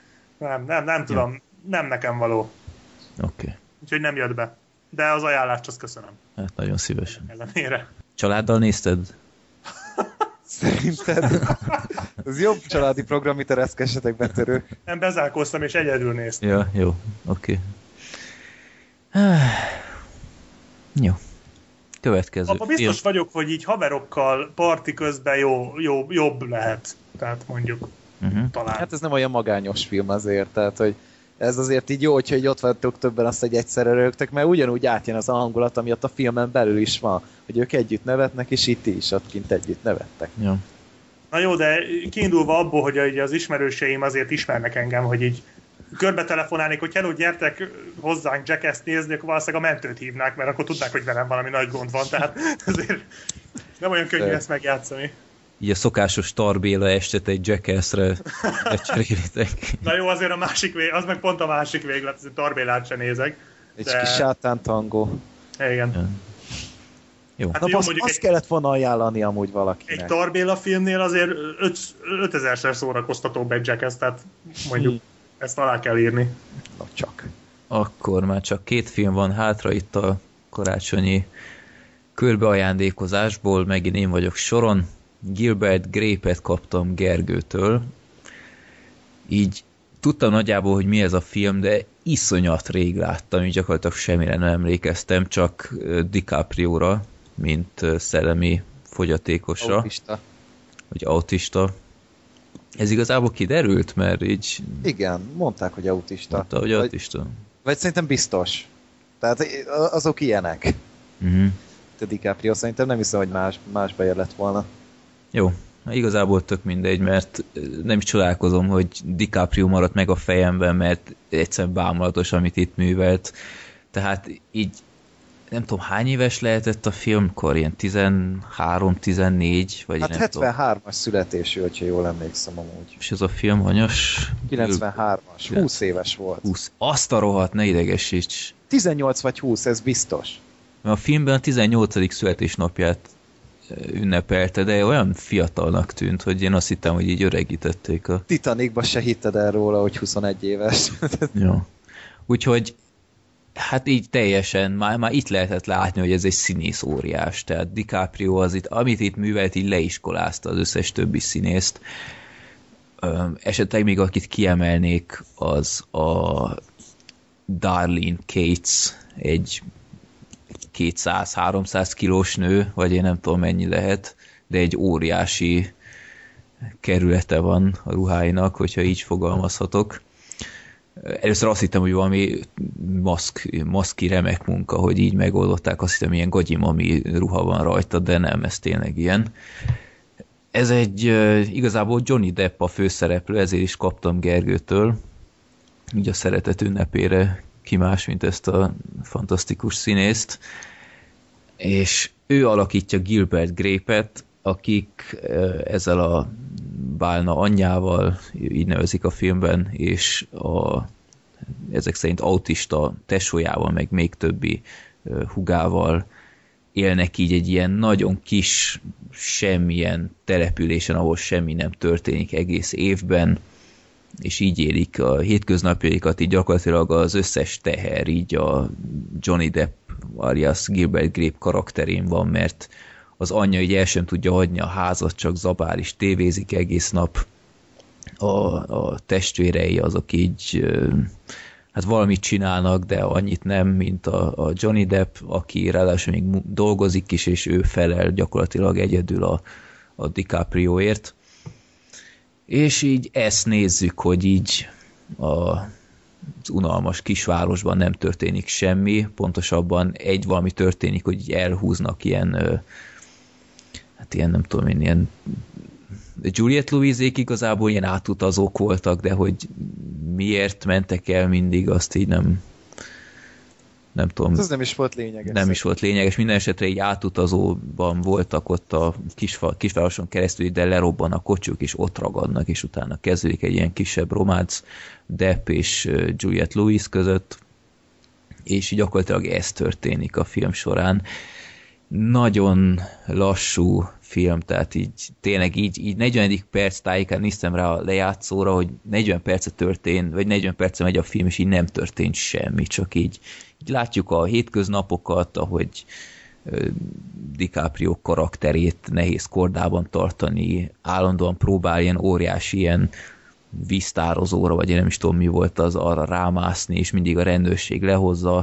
Nem tudom, nem nekem való. Oké. Úgyhogy nem jött be. De az ajánlást azt köszönöm. Hát nagyon szívesen. Ellenére. Családdal nézted? Szerinted? Ez jobb családi program, mint a reszkessetek betörő. Nem, bezárkóztam és egyedül néztem. Ja, jó, oké. Jó. Következő. Abba biztos vagyok, hogy így haverokkal parti közben jobb lehet. Tehát mondjuk talán. Hát ez nem olyan magányos film azért, tehát hogy ez azért így jó, hogyha így ott vagytok többen, azt, hogy egyszerre rögtök, mert ugyanúgy átjön az a hangulat, ami ott a filmen belül is van, hogy ők együtt nevetnek, és itt is ott kint együtt nevettek. Ja. Na jó, de kiindulva abból, hogy az ismerőseim azért ismernek engem, hogy így körbe telefonálnék, hogy hello, gyertek hozzánk Jackass-t nézni, akkor valószínűleg a mentőt hívnák, mert akkor tudnák, hogy velem valami nagy gond van, tehát azért nem olyan könnyű ezt megjátszani. Így a szokásos Tarbéla estet egy Jackass-re lecserélitek. Na jó, azért a másik az meg pont a másik véglet, azért Tarbélát sem nézek. Egy kis sátántangó. Igen. Ja. Jó. Hát na, azt kellett volna ajánlani amúgy valakinek. Egy Tarbéla filmnél azért 5000-szer szórakoztatóbb egy Jackass, tehát mondjuk ezt alá kell írni. Na csak. Akkor már csak 2 film van hátra itt a karácsonyi körbeajándékozásból, megint én vagyok soron. Gilbert Grape-et kaptam Gergőtől. Így tudtam nagyjából, hogy mi ez a film, de iszonyat rég láttam, így gyakorlatilag semmire nem emlékeztem, csak DiCaprio-ra, mint szellemi fogyatékosra. Autista. Vagy autista. Ez igazából kiderült, mert így... Igen, mondták, hogy autista. Mondta, hogy autista. Vagy szerintem biztos. Tehát azok ilyenek. A DiCaprio szerintem nem hiszem, hogy más bejer lett volna. Jó, igazából tök mindegy, mert nem is csodálkozom, hogy DiCaprio maradt meg a fejemben, mert egyszerűen bámulatos, amit itt művelt. Tehát így nem tudom, hány éves lehetett a filmkor? Ilyen 13-14? Vagy hát nem 73-as születésű, hogyha jól emlékszem amúgy. És ez a film hanyas? 93-as, 20 éves volt. 20. Azt a rohadt, ne idegesíts! 18 vagy 20, ez biztos. Mert a filmben a 18. születésnapját ünnepelte, de olyan fiatalnak tűnt, hogy én azt hittem, hogy így öregítették a... Titanicba se hitted el róla, hogy 21 éves. Jó. Úgyhogy hát így teljesen, már itt lehetett látni, hogy ez egy színész óriás. Tehát DiCaprio az itt, amit itt művelt, így leiskolázta az összes többi színészt. Esetleg még akit kiemelnék, az a Darlene Cates, egy 200-300 kilós nő, vagy én nem tudom mennyi lehet, de egy óriási kerülete van a ruháinak, hogyha így fogalmazhatok. Először azt hittem, hogy valami maszki remek munka, hogy így megoldották, azt hittem, ilyen gagyimami ruha van rajta, de nem, ez tényleg ilyen. Ez egy igazából Johnny Depp a főszereplő, ezért is kaptam Gergőtől, így a szeretet ünnepére, ki más, mint ezt a fantasztikus színészt, és ő alakítja Gilbert Grape-et, akik ezzel a bálna anyjával, így nevezik a filmben, és ezek szerint autista tesójával, meg még többi hugával élnek így egy ilyen nagyon kis, semmilyen településen, ahol semmi nem történik egész évben, és így élik a hétköznapjaikat, így gyakorlatilag az összes teher így a Johnny Depp alias Gilbert Grape karakterén van, mert az anyja így el sem tudja hagyni a házat, csak zabál és tévézik egész nap. A testvérei azok így hát valamit csinálnak, de annyit nem, mint a Johnny Depp, aki ráadásul még dolgozik is, és ő felel gyakorlatilag egyedül a DiCaprioért. És így ezt nézzük, hogy így az unalmas kisvárosban nem történik semmi, pontosabban valami történik, hogy így elhúznak ilyen nem tudom én, ilyen Juliette Louise-ék igazából ilyen átutazók voltak, de hogy miért mentek el mindig, azt így nem tudom. Ez nem is volt lényeges. Nem is volt lényeges, minden esetre így átutazóban voltak ott a kisvároson keresztül, de lerobban a kocsuk, és ott ragadnak, és utána kezdődik egy ilyen kisebb románc Depp és Juliette Louise között, és gyakorlatilag ez történik a film során. Nagyon lassú film, tehát így tényleg így 40. perc tájékán néztem rá a lejátszóra, hogy 40 perce történt, vagy 40 perce megy a film, és így nem történt semmi, csak így látjuk a hétköznapokat, ahogy DiCaprio karakterét nehéz kordában tartani, állandóan próbál ilyen óriási ilyen víztározóra, vagy én nem is tudom mi volt az, arra rámászni, és mindig a rendőrség lehozza.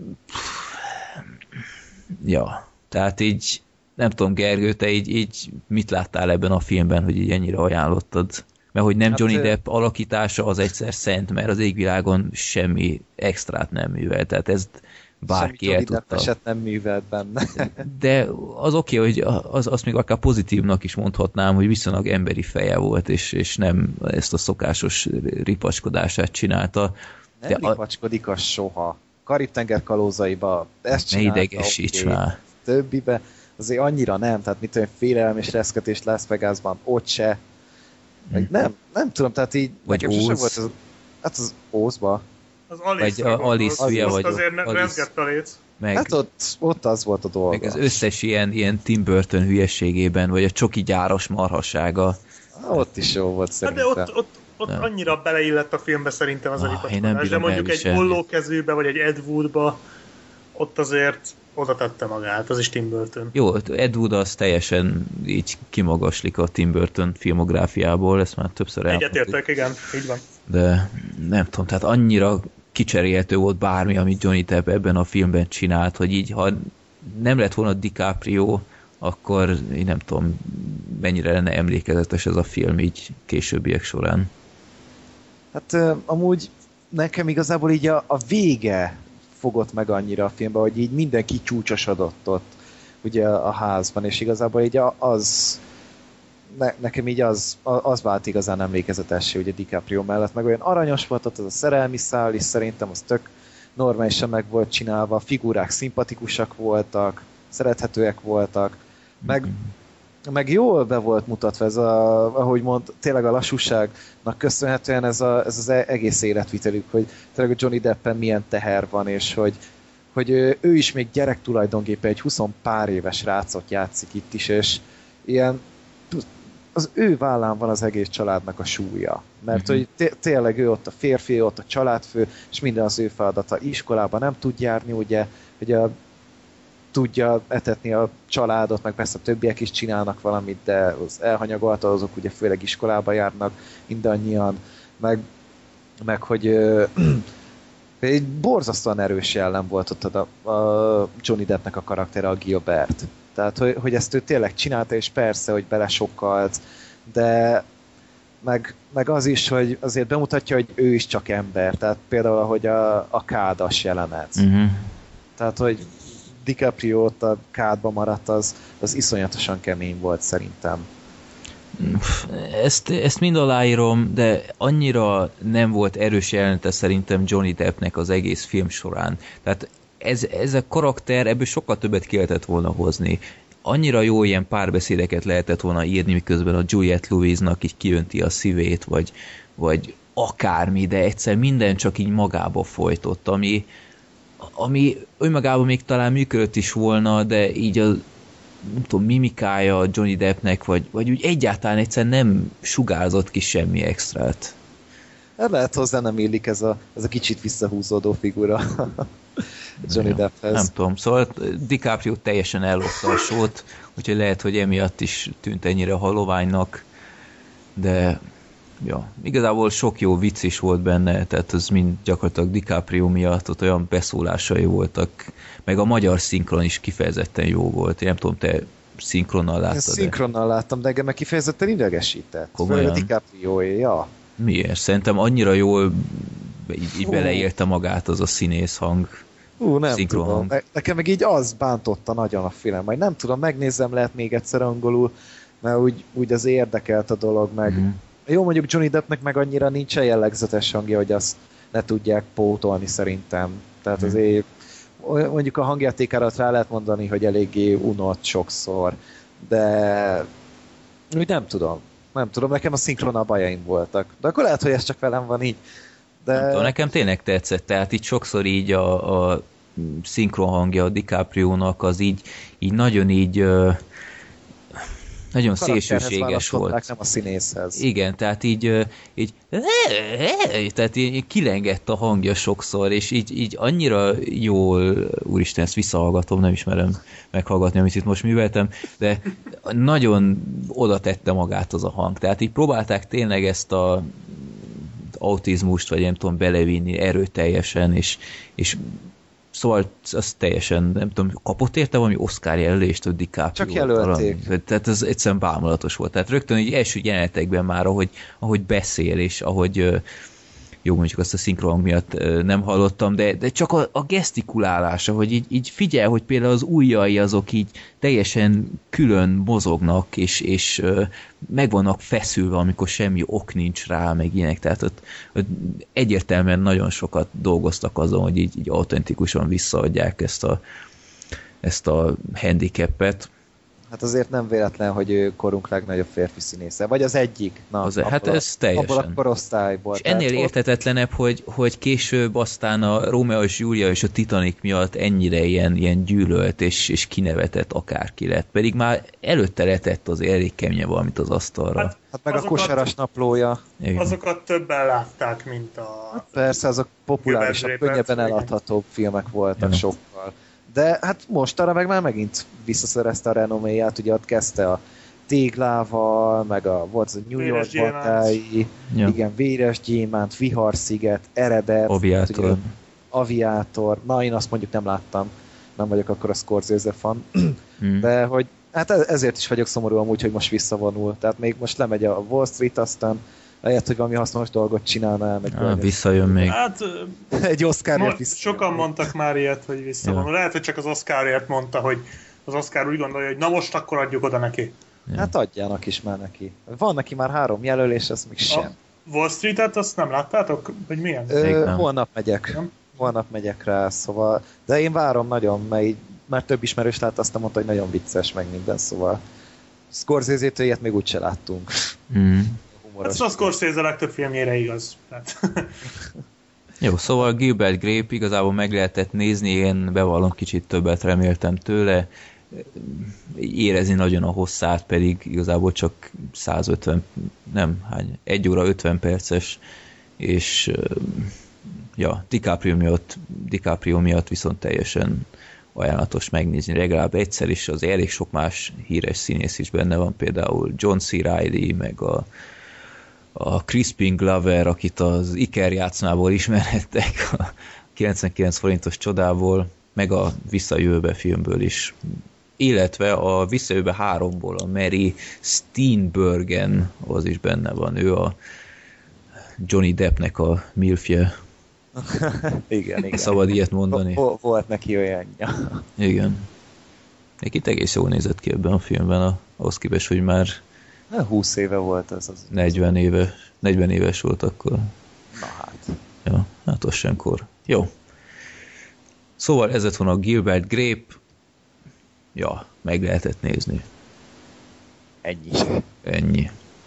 Ja, tehát így nem tudom, Gergő, te így mit láttál ebben a filmben, hogy így ennyire ajánlottad? Mert hogy nem Johnny Depp alakítása az egyszer szent, mert az égvilágon semmi extrát nem művel, tehát ezt bárki el tudta. Semmi nem művelt benne. De az oké, hogy azt még akár pozitívnak is mondhatnám, hogy viszonylag emberi feje volt, és nem ezt a szokásos ripacskodását csinálta. Nem ripacskodik az soha. Karib-tenger kalózaiba ezt csinálta. Ne idegesíts már. Többibe azért annyira nem, tehát mit tudom, félelem és reszketés Las Vegasban, ott se. Nem tudom, tehát így... Vagy Óz. Hát az Ózba. Az Alice. Vagy Alice hülye vagy. Azért rezgett a léc. Hát ott az volt a dolga. Meg az összes ilyen Tim Burton hülyeségében, vagy a csoki gyáros marhasága. Ott is jó volt szerintem. Hát de ott annyira beleillett a filmbe szerintem az a ripacskodás, de mondjuk egy Ollókezűbe, vagy egy Ed Woodba, ott azért oda tette magát, az is Tim Burton. Jó, Ed Wood az teljesen így kimagaslik a Tim Burton filmográfiából, ezt már többször elmondtuk. Egyetértek, igen, így van. De nem tudom, tehát annyira kicserélhető volt bármi, amit Johnny Depp ebben a filmben csinált, hogy így, ha nem lett volna DiCaprio, akkor én nem tudom, mennyire lenne emlékezetes ez a film így későbbiek során. Hát amúgy nekem igazából így a vége fogott meg annyira a filmben, hogy így mindenki csúcsosodott ott ugye a házban, és igazából így nekem így az vált igazán emlékezetessé ugye DiCaprio mellett, meg olyan aranyos volt ott az a szerelmi szál, és szerintem az tök normálisan meg volt csinálva, a figurák szimpatikusak voltak, szerethetőek voltak, meg jól be volt mutatva ez ahogy mond, tényleg a lassúságnak köszönhetően ez az egész életvitelük, hogy tényleg a Johnny Deppen milyen teher van, és hogy ő is még gyerek tulajdonképpen, egy 20 pár éves rácot játszik itt is, és ilyen az ő vállán van az egész családnak a súlya. Mert hogy tényleg ő ott a férfi, ő ott a családfő, és minden az ő feladata. Iskolában nem tud járni, ugye tudja etetni a családot, meg persze a többiek is csinálnak valamit, de az elhanyagolta, azok ugye főleg iskolába járnak mindannyian, meg hogy egy borzasztóan erős jellem volt ott a Johnny Deppnek a karaktere, a Gilbert. Tehát, hogy ezt ő tényleg csinálta, és persze, hogy belesokkalt, de meg az is, hogy azért bemutatja, hogy ő is csak ember. Tehát például, ahogy a kádas jelenet. Tehát, hogy DiCaprio ott a kádba maradt, az iszonyatosan kemény volt szerintem. Ezt mind aláírom, de annyira nem volt erős jelenete szerintem Johnny Deppnek az egész film során. Tehát ez a karakter, ebből sokkal többet ki lehetett volna hozni. Annyira jó ilyen párbeszédeket lehetett volna írni, miközben a Juliette Lewis-nak így kiönti a szívét, vagy akármi, de egyszer minden csak így magába folytott, ami önmagában még talán működött is volna, de így a nem tudom, mimikája Johnny Deppnek, vagy úgy egyáltalán egyszer nem sugárzott ki semmi extrát. Lehet hozzá nem illik ez a kicsit visszahúzódó figura Johnny Depphez. Nem tudom, szóval DiCaprio teljesen ellopta a sót, úgyhogy lehet, hogy emiatt is tűnt ennyire haloványnak, de ja, igazából sok jó vicc is volt benne, tehát az mind gyakorlatilag DiCaprio miatt ott olyan beszólásai voltak, meg a magyar szinkron is kifejezetten jó volt. Én nem tudom, te szinkronnal láttad? Szinkronnal láttam, de engem meg kifejezetten idegesített. Főleg a DiCaprio-é, ja. Miért? Szerintem annyira jól így beleélte magát az a színész hang. Nem tudom. Nekem meg így az bántotta nagyon a film. Majd nem tudom, megnézzem, lehet még egyszer angolul, mert úgy az érdekelt a dolog, meg jó, mondjuk Johnny Deppnek meg annyira nincsen jellegzetes hangja, hogy azt ne tudják pótolni szerintem. Tehát azért mondjuk a hangjátékára rá lehet mondani, hogy eléggé unott sokszor, de úgy nem tudom, nekem a szinkronnal bajaim voltak. De akkor lehet, hogy ez csak velem van így. De... Nem tudom, nekem tényleg tetszett, tehát itt sokszor így a szinkron hangja a DiCaprio-nak az így nagyon nagyon szélsőséges volt. Nem a színészhez. Igen, tehát így kilengett a hangja sokszor, és így annyira jól, úristen, ezt visszahallgatom, nem ismerem meghallgatni, amit itt most műveltem, de nagyon oda tette magát az a hang. Tehát így próbálták tényleg ezt a autizmust, vagy nem tudom, belevinni erőteljesen, és szóval az teljesen, nem tudom, kapott érte valami Oscar jelölést, a DiCaprio. Csak jelölték. Tehát ez egyszerűen bámulatos volt. Tehát rögtön így első jelenetekben már, ahogy beszél, és ahogy jó, mondjuk azt a szinkron miatt nem hallottam, de csak a gesztikulálása, hogy így figyel, hogy például az ujjai azok így teljesen külön mozognak, és meg vannak feszülve, amikor semmi ok nincs rá, meg ilyenek. Tehát ott egyértelműen nagyon sokat dolgoztak azon, hogy így autentikusan visszaadják ezt a handicapet. Hát azért nem véletlen, hogy ő korunk legnagyobb férfi színésze. Vagy az egyik. Hát ez teljesen. Abból a korosztályból. És ennél érthetetlenebb, hogy később aztán a Rómeó és Júlia és a Titanic miatt ennyire ilyen gyűlölt és kinevetett akárki lett. Pedig már előtte letett azért elég keménye valamit az asztalra. Hát meg a kosaras naplója. Azokat többen látták, mint a... Hát persze, azok populárisabb, könnyebben eladhatóbb filmek voltak sokkal. De hát mostanra meg már megint visszaszerezte a renoméját, ugye ott kezdte a Téglával, meg volt az a New York batályi, igen, Véres gyémánt, Viharsziget, Eredet, Aviátor, na én azt mondjuk nem láttam, nem vagyok akkor a Scorsese fan, de hogy Hát ezért is vagyok szomorú amúgy, hogy most visszavonul. Tehát még most lemegy a Wall Street, aztán lehet, hogy valami hasznos dolgot csinálna el. Visszajön még. Hát, egy Oscarért visszajön. Sokan mondtak már ilyet, hogy visszavonul. Ja. Lehet, hogy csak az Oscarért mondta, hogy az Oscar úgy gondolja, hogy na most akkor adjuk oda neki. Ja. Hát adjának is már neki. Van neki már 3 jelölés, ez még sem. Wall Street-et azt nem láttátok? Vagy milyen? Holnap megyek. Nem? Holnap megyek rá, szóval... De én várom nagyon, mert így már több ismerős lát, azt mondta, hogy nagyon vicces, meg minden, szóval... Scorsese-től ilyet még úgyse láttunk. Hát a Scorsese a legtöbb filmjére igaz. Jó, szóval Gilbert Grape igazából meg lehetett nézni, én bevallom, kicsit többet reméltem tőle. Érezni nagyon a hosszát, pedig igazából csak 1 óra 50 perces, és ja, DiCaprio miatt viszont teljesen ajánlatos megnézni, legalább egyszer is, az elég sok más híres színész is benne van, például John C. Reilly, meg a Crispin Glover, akit az Iker játszmából ismerhettek, a 99 forintos csodából, meg a Visszajövőbe filmből is, illetve a Visszajövőbe 3-ból a Mary Steenburgen, az is benne van, ő a Johnny Deppnek a milfje. igen. Szabad ilyet mondani. Volt neki olyanja. Igen. Itt egész jól nézett ki ebben a filmben, ahhoz képest, hogy már 20 éve volt ez. 40 éves volt akkor. Na hát. Ja, hát az sem kor. Jó. Szóval ez lett volna a Gilbert Grape. Ja, meg lehetett nézni. Ennyi.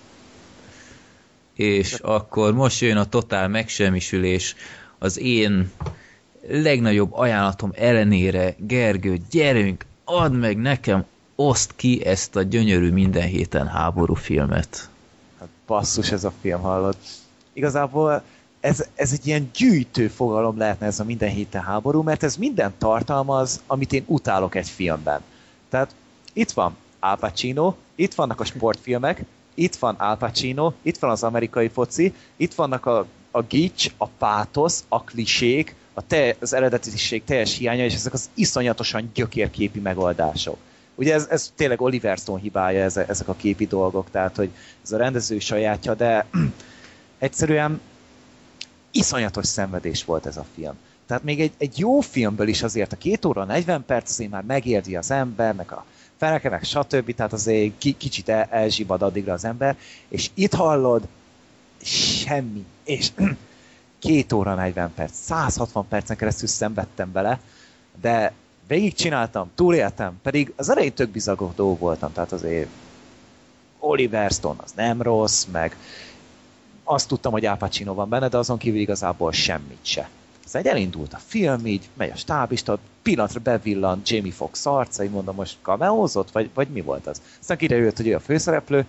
És akkor most jön a totál megsemmisülés. Az én legnagyobb ajánlatom ellenére, Gergő, gyerünk, add meg nekem, oszd ki ezt a gyönyörű minden héten háború filmet. Hát basszus ez a film, hallod. Igazából ez egy ilyen gyűjtő fogalom lehetne ez a minden héten háború, mert ez mindent tartalmaz, amit én utálok egy filmben. Tehát itt van Al Pacino, itt vannak a sportfilmek, itt van Al Pacino, itt van az amerikai foci, itt vannak a gics, a pátosz, a klisék, az eredetiség teljes hiánya, és ezek az iszonyatosan gyökérképi megoldások. Ugye ez tényleg Oliver Stone hibája, ezek a képi dolgok, tehát hogy ez a rendező sajátja, de egyszerűen iszonyatos szenvedés volt ez a film. Tehát még egy jó filmből is azért a 2 óra 40 perc azért már megérdi az ember, meg a feneke, meg stb. Tehát azért kicsit elzsibad addigra az ember, és itt hallod, semmi, és 2 óra 40 perc, 160 percen keresztül szenvedtem bele, de végigcsináltam, túléltem, pedig az elején tök bizakodó voltam, tehát azért Oliver Stone az nem rossz, meg azt tudtam, hogy Al Pacino van benne, de azon kívül igazából semmit se. Aztán elindult a film, így megy a stábista, pillanatra bevillant Jamie Foxx arca, így mondom, most cameózott, vagy mi volt az? Aztán kiderült, hogy ő a főszereplő.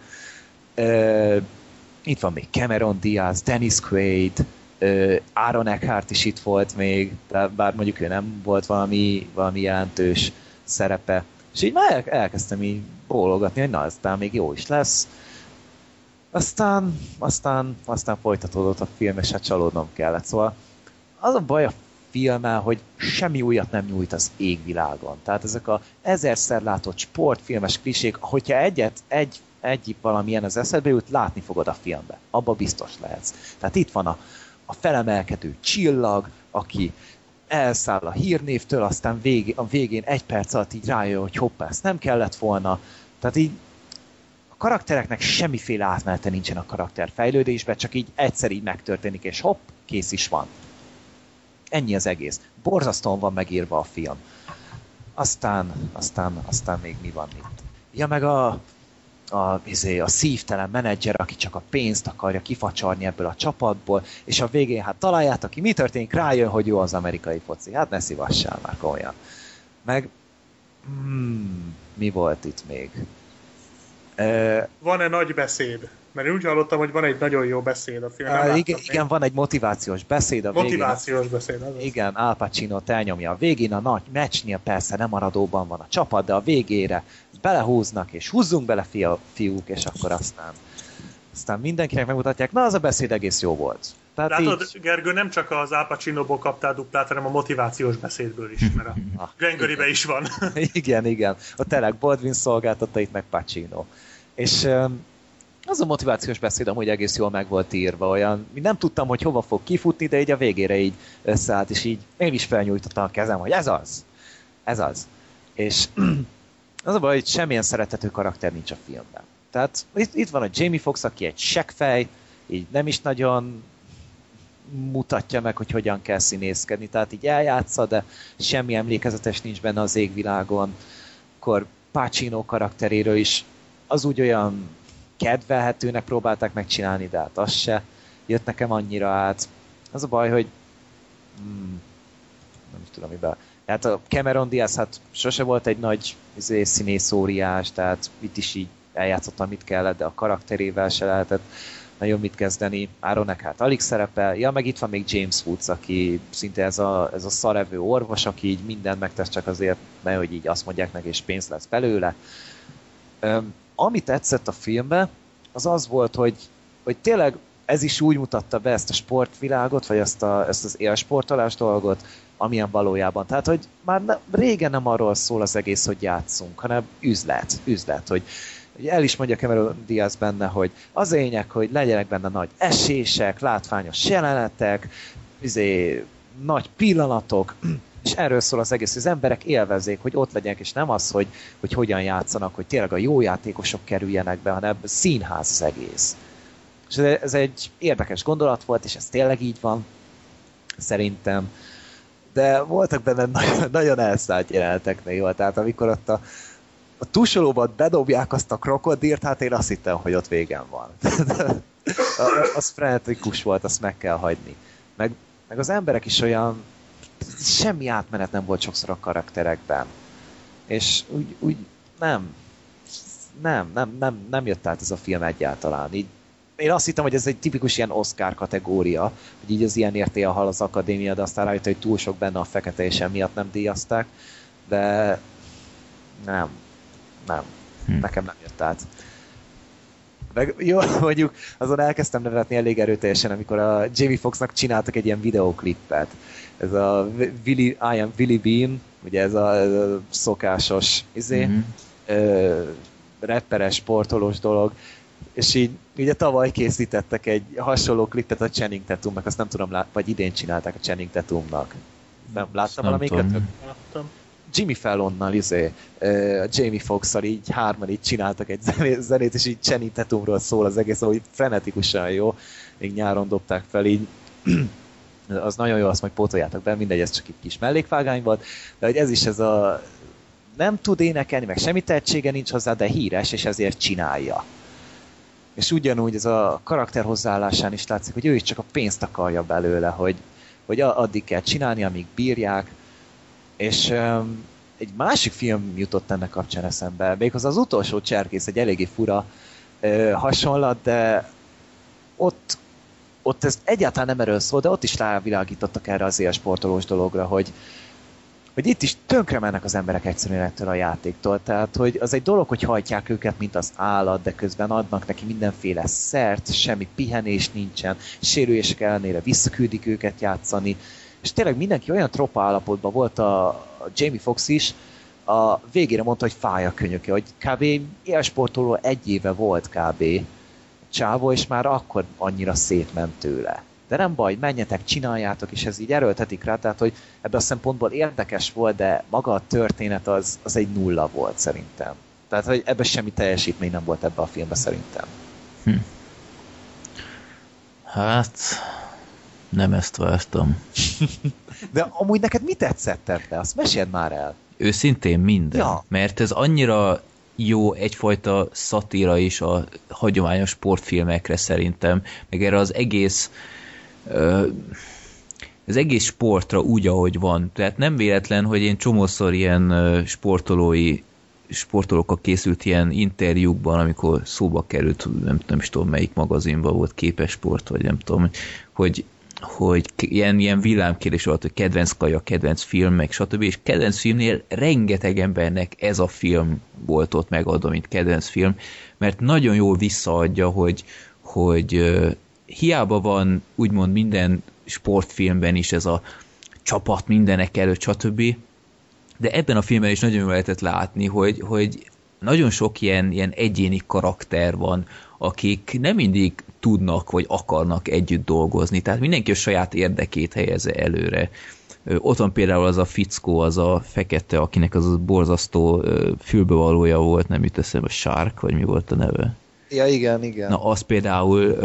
Itt van még Cameron Diaz, Dennis Quaid, Aaron Eckhart is itt volt még, bár mondjuk ő nem volt valami jelentős szerepe. És így már elkezdtem így bólogatni, hogy na, aztán még jó is lesz. Aztán folytatódott a film, és hát csalódnom kellett. Szóval az a baj a filmmel, hogy semmi újat nem nyújt az égvilágon. Tehát ezek a 1000-szer látott sportfilmes klisék, hogyha egy valamilyen az eszedbe jut, látni fogod a filmbe. Abba biztos lehetsz. Tehát itt van a felemelkedő csillag, aki elszáll a hírnévtől, aztán a végén 1 perc alatt így rájön, hogy hoppá, ezt nem kellett volna. Tehát így a karaktereknek semmiféle átmenete nincsen a karakterfejlődésben, csak így egyszer így megtörténik, és hopp, kész is van. Ennyi az egész. Borzasztóan van megírva a film. Aztán még mi van itt? Ja, meg a szívtelen menedzser, aki csak a pénzt akarja kifacsarni ebből a csapatból, és a végén hát találjátok ki, mi történik, rájön, hogy jó az amerikai foci. Hát ne szívassál már komolyan. Meg mi volt itt még? Van-e nagy beszéd? Mert úgy hallottam, hogy van egy nagyon jó beszéd a filmben. Igen, van egy motivációs beszéd a végén. Motivációs beszéd, azaz. Igen, Al Pacino-t elnyomja a végén, a nagy meccsnél persze nem maradóban van a csapat, de a végére belehúznak, és húzzunk bele fiúk, és akkor aztán mindenkinek megmutatják, na az a beszéd egész jó volt. Látod, így... Gergő, nem csak az Al Pacinoból kaptál duplát, hanem a motivációs beszédből is, mert a Glengarry-be is van. igen. A tényleg Baldwin szolgáltatta, itt meg Pacino. És az a motivációs beszéd amúgy egész jól meg volt írva, olyan, nem tudtam, hogy hova fog kifutni, de így a végére így összeállt, és így én is felnyújtottam a kezem, hogy ez az. És az a baj, hogy semmilyen szerethető karakter nincs a filmben. Tehát itt van a Jamie Foxx, aki egy seggfej, így nem is nagyon mutatja meg, hogy hogyan kell színészkedni. Tehát így eljátsza, de semmi emlékezetes nincs benne az égvilágon. Akkor Pacino karakteréről is az úgy olyan kedvelhetőnek próbálták megcsinálni, de hát az se jött nekem annyira át. Az a baj, hogy nem is tudom, miben. Hát a Cameron Diaz hát sose volt egy nagy színész óriás, tehát itt is így eljátszott, amit kellett, de a karakterével se lehetett nagyon mit kezdeni. Aaron Eckhart alig szerepel. Ja, meg itt van még James Woods, aki szinte ez a szarevő orvos, aki így mindent megtesz csak azért, mert hogy így azt mondják neki, és pénz lesz belőle. Ami tetszett a filmben, az volt, hogy tényleg ez is úgy mutatta be ezt a sportvilágot, vagy ezt az élsportolás dolgot, amilyen valójában. Tehát, hogy már régen nem arról szól az egész, hogy játszunk, hanem üzlet, hogy el is mondja Cameron Diaz benne, hogy az lényeg, hogy legyenek benne nagy esések, látványos jelenetek, nagy pillanatok, és erről szól az egész, hogy az emberek élvezzék, hogy ott legyenek, és nem az, hogy hogyan játszanak, hogy tényleg a jó játékosok kerüljenek be, hanem színház az egész. És ez egy érdekes gondolat volt, és ez tényleg így van, szerintem. De voltak benne nagyon elszállt jelenetek néha, tehát amikor ott a tusolóban bedobják azt a krokodilt, hát én azt hittem, hogy ott végem van. Az frenetikus volt, azt meg kell hagyni. Meg az emberek is olyan, semmi átmenet nem volt sokszor a karakterekben. És úgy nem jött át ez a film egyáltalán. Így, én azt hittem, hogy ez egy tipikus ilyen Oscar kategória, hogy így az ilyen értél hal az akadémia, de aztán rájött, hogy túl sok benne a fekete, és emiatt nem díjazták. De nem. Nekem nem jött át. Meg jó, mondjuk azon elkezdtem nevetni elég erőteljesen, amikor a Jamie Foxxnak csináltak egy ilyen videóklippet. Ez a I am Willy Bean, ugye ez a szokásos rapperes, sportolós dolog, és így ugye tavaly készítettek egy hasonló klippet a Channing Tatumnak, azt nem tudom, vagy idén csinálták a Channing Tatumnak. Nem láttam valamiket? Láttam. Jimmy Fallonnal, a Jamie Foxxal így hárman így csináltak egy zenét, és így Channing Tatumról szól az egész, ahogy frenetikusan jó. Még nyáron dobták fel, így az nagyon jó, azt majd pótoljátok be, mindegy, ez csak egy kis mellékvágány volt, de hogy ez is ez a nem tud énekelni, meg semmi tehetsége nincs hozzá, de híres, és ezért csinálja. És ugyanúgy ez a karakter hozzáállásán is látszik, hogy ő is csak a pénzt akarja belőle, hogy addig kell csinálni, amíg bírják. És egy másik film jutott ennek kapcsán eszembe, méghozzá az utolsó Cserkész, egy eléggé fura hasonlat, de ott ez egyáltalán nem erről szól, de ott is rávilágítottak erre az élsportolós dologra, hogy itt is tönkre mennek az emberek egyszerűen ettől a játéktól. Tehát, hogy az egy dolog, hogy hajtják őket, mint az állat, de közben adnak neki mindenféle szert, semmi pihenés nincsen, sérülések ellenére visszaküldik őket játszani, és tényleg mindenki olyan tropa állapotban volt, a Jamie Foxx is, a végére mondta, hogy fáj a könyöke, hogy kb. Élsportoló 1 éve volt kb. Csávó, és már akkor annyira szétment tőle. De nem baj, menjetek, csináljátok, és ez így erőltetik rá, tehát hogy ebben a szempontból érdekes volt, de maga a történet az egy nulla volt szerintem. Tehát, hogy ebben semmi teljesítmény nem volt ebben a filmben szerintem. Hát... nem ezt vártam. De amúgy neked mi tetszett ebbe? Azt meséld már el. Őszintén minden. Ja. Mert ez annyira jó egyfajta szatíra is a hagyományos sportfilmekre szerintem, meg erre az egész sportra úgy, ahogy van. Tehát nem véletlen, hogy én csomószor ilyen sportolókkal készült ilyen interjúkban, amikor szóba került, nem is tudom melyik magazinban volt, Képesport, vagy nem tudom, hogy ilyen villámkérdés volt, hogy kedvenc kaja, kedvenc film, meg stb. És kedvenc filmnél rengeteg embernek ez a film volt ott megadva, mint kedvenc film, mert nagyon jól visszaadja, hogy hiába van úgymond minden sportfilmben is ez a csapat mindenek előtt, stb. De ebben a filmben is nagyon jól lehetett látni, hogy nagyon sok ilyen egyéni karakter van, akik nem mindig tudnak vagy akarnak együtt dolgozni. Tehát mindenki a saját érdekét helyezze előre. Ott van például az a fickó, az a fekete, akinek az a borzasztó fülbevalója volt, nem jut eszembe, Shark, vagy mi volt a neve? Ja, igen. Na, az például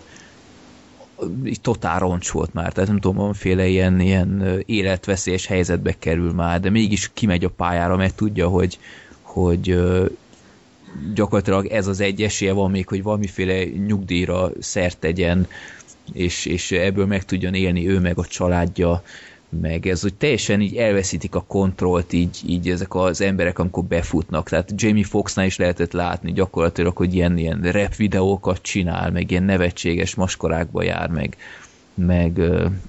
totál roncs volt már, tehát nem tudom, valamiféle ilyen életveszélyes helyzetbe kerül már, de mégis kimegy a pályára, mert tudja, hogy gyakorlatilag ez az egy esélye van még, hogy valamiféle nyugdíjra szert tegyen, és ebből meg tudjon élni ő meg a családja, meg ez, hogy teljesen így elveszítik a kontrollt így ezek az emberek, amikor befutnak. Tehát Jamie Foxxnál is lehetett látni gyakorlatilag, hogy ilyen rap videókat csinál, meg ilyen nevetséges maskorákba jár, meg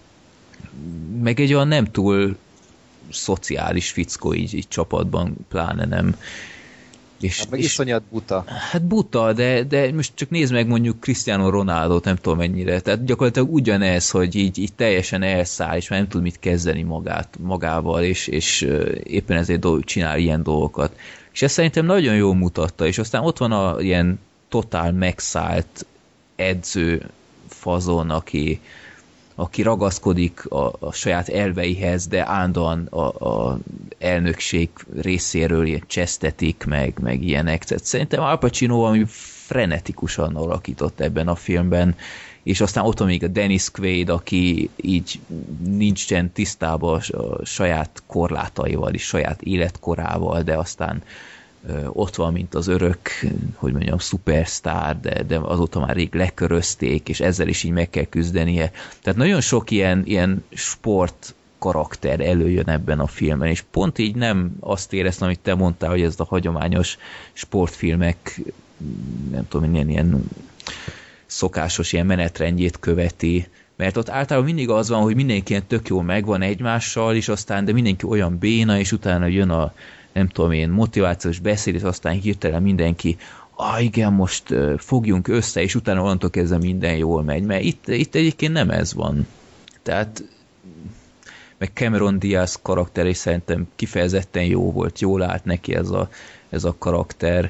egy olyan nem túl szociális fickó így csapatban, pláne nem. Hát meg iszonyat buta. Hát buta, de most csak nézd meg mondjuk Cristiano Ronaldot, nem tudom mennyire. Tehát gyakorlatilag ugyanez, hogy így teljesen elszáll, és már nem tud mit kezdeni magával, és éppen ezért csinál ilyen dolgokat. És ezt szerintem nagyon jól mutatta, és aztán ott van a ilyen totál megszállt edző fazon, aki ragaszkodik a saját elveihez, de állandóan a elnökség részéről ilyen csesztetik, meg ilyenek. Tehát szerintem Al Pacino valami frenetikusan alakított ebben a filmben, és aztán ott van még a Dennis Quaid, aki így nincsen tisztában a saját korlátaival és saját életkorával, de aztán ott van, mint az örök, hogy mondjam, szupersztár, de azóta már rég lekörözték, és ezzel is így meg kell küzdenie. Tehát nagyon sok ilyen sport karakter előjön ebben a filmben, és pont így nem azt éreztem, amit te mondtál, hogy ez a hagyományos sportfilmek, nem tudom, ilyen szokásos ilyen menetrendjét követi, mert ott általában mindig az van, hogy mindenki ilyen tök jól megvan egymással, és aztán, de mindenki olyan béna, és utána jön a nem tudom én, motivációs beszéd, és aztán hirtelen mindenki, igen, most fogjunk össze, és utána onnantól kezdve minden jól megy, mert itt egyébként nem ez van. Tehát meg Cameron Diaz karakter is szerintem kifejezetten jó volt, jól állt neki ez a karakter.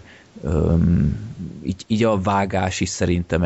Így a vágás is szerintem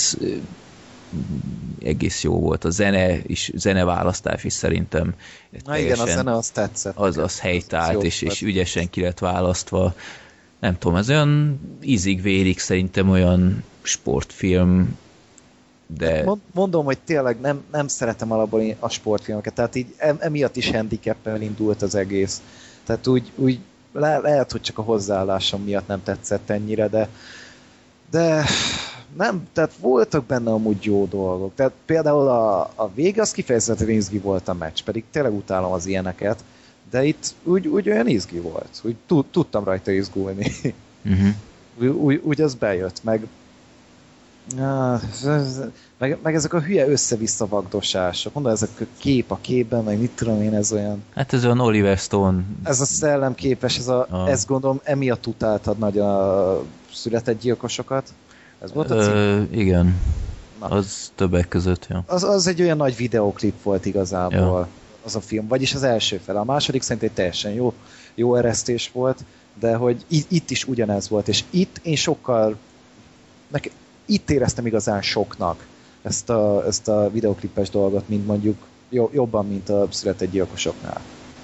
egész jó volt. A zeneválasztás is szerintem igen, a zene azt tetszett. Az helytált, és ügyesen ki lett választva. Nem tudom, ez olyan ízig-vérig szerintem olyan sportfilm, de... Mondom, hogy tényleg nem szeretem alapból a sportfilmeket, tehát így emiatt is handicappel indult az egész. Tehát úgy lehet, hogy csak a hozzáállásom miatt nem tetszett ennyire, de nem, tehát voltak benne amúgy jó dolgok. Tehát például a vége az kifejezetten izgi volt a meccs, pedig tényleg utálom az ilyeneket, de itt úgy olyan izgi volt. Úgy tudtam rajta izgulni. Úgy az bejött, meg ezek a hülye össze-vissza vagdosások. Mondom, ezek a kép a képben, meg mit tudom én, ez olyan... Hát ez olyan Oliver Stone. Ez a szellemképes, ezt gondolom emiatt utáltad nagy a született gyilkosokat. Ez volt a cím? Igen. Na. Az többek között, ja. Az egy olyan nagy videóklip volt igazából, ja. Az a film. Vagyis az első fel. A második szerint egy teljesen jó eresztés volt, de hogy itt is ugyanez volt, és itt én sokkal... Itt éreztem igazán soknak ezt a videóklipes dolgot, mint mondjuk jobban, mint a született gyilkosoknál.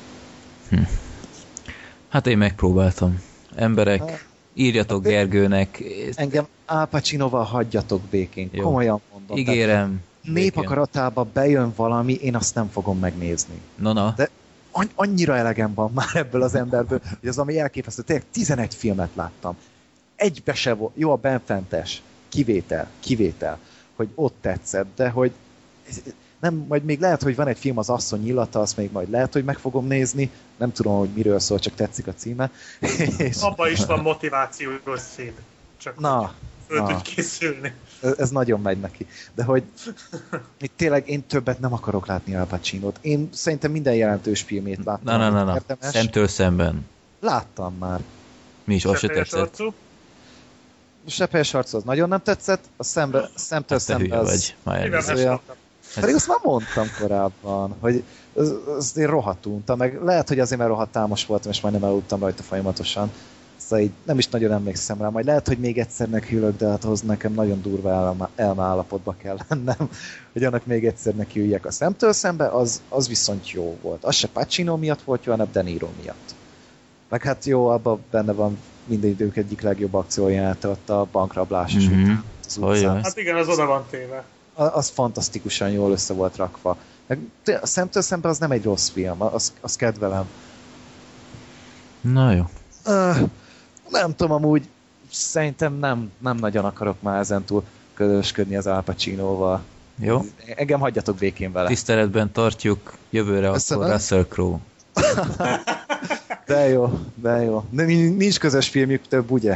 Hát én megpróbáltam. Emberek, írjatok Gergőnek. Engem Al Pacinoval hagyjatok békén. Jó. Komolyan mondom. Ígérem. Népakaratába bejön valami, én azt nem fogom megnézni. Na. De annyira elegem van már ebből az emberből, hogy az ami elképesztő. Tényleg 11 filmet láttam. Egybe se volt. Jó, a Benfentes. Kivétel, hogy ott tetszett, de hogy nem, majd még lehet, hogy van egy film, az Asszony illata, azt még majd lehet, hogy meg fogom nézni, nem tudom, hogy miről szól, csak tetszik a címe. Abba is van motivációs szín. Csak föl tudj készülni. Ez nagyon megy neki. De hogy itt tényleg én többet nem akarok látni Al Pacinót. Én szerintem minden jelentős filmét láttam. Na. Szemtől szemben. Láttam már. Mi is, azt se tetszett. Seppelyes harcol az nagyon nem tetszett, a szemtől szembe az... Pedig azt már mondtam korábban, hogy azt én rohadt untam, meg lehet, hogy azért, mert rohadt álmos voltam, és majdnem eludtam rajta folyamatosan. Szóval így nem is nagyon emlékszem rá, majd lehet, hogy még egyszer nekiülök, de hát ahhoz nekem nagyon durva elmeállapotba kell lennem, hogy annak még egyszer nekiüljek. A szemtől szembe, az viszont jó volt. Az se Pacino miatt volt jó, hanem De Niro miatt. Meg hát jó, abban benne van minden idők egyik legjobb akcióját, ott a bankrablás is után. Hát igen, az oda van téve. Az fantasztikusan jól össze volt rakva. Meg a szemtől szembe az nem egy rossz film, azt kedvelem. Na jó. Nem tudom, amúgy szerintem nem nagyon akarok már ezentúl közösködni az Al Pacinoval. Jó. Engem hagyjatok békén vele. Tiszteletben tartjuk, jövőre akkor Russell Crowe. De jó. Nincs közös filmjük több, ugye?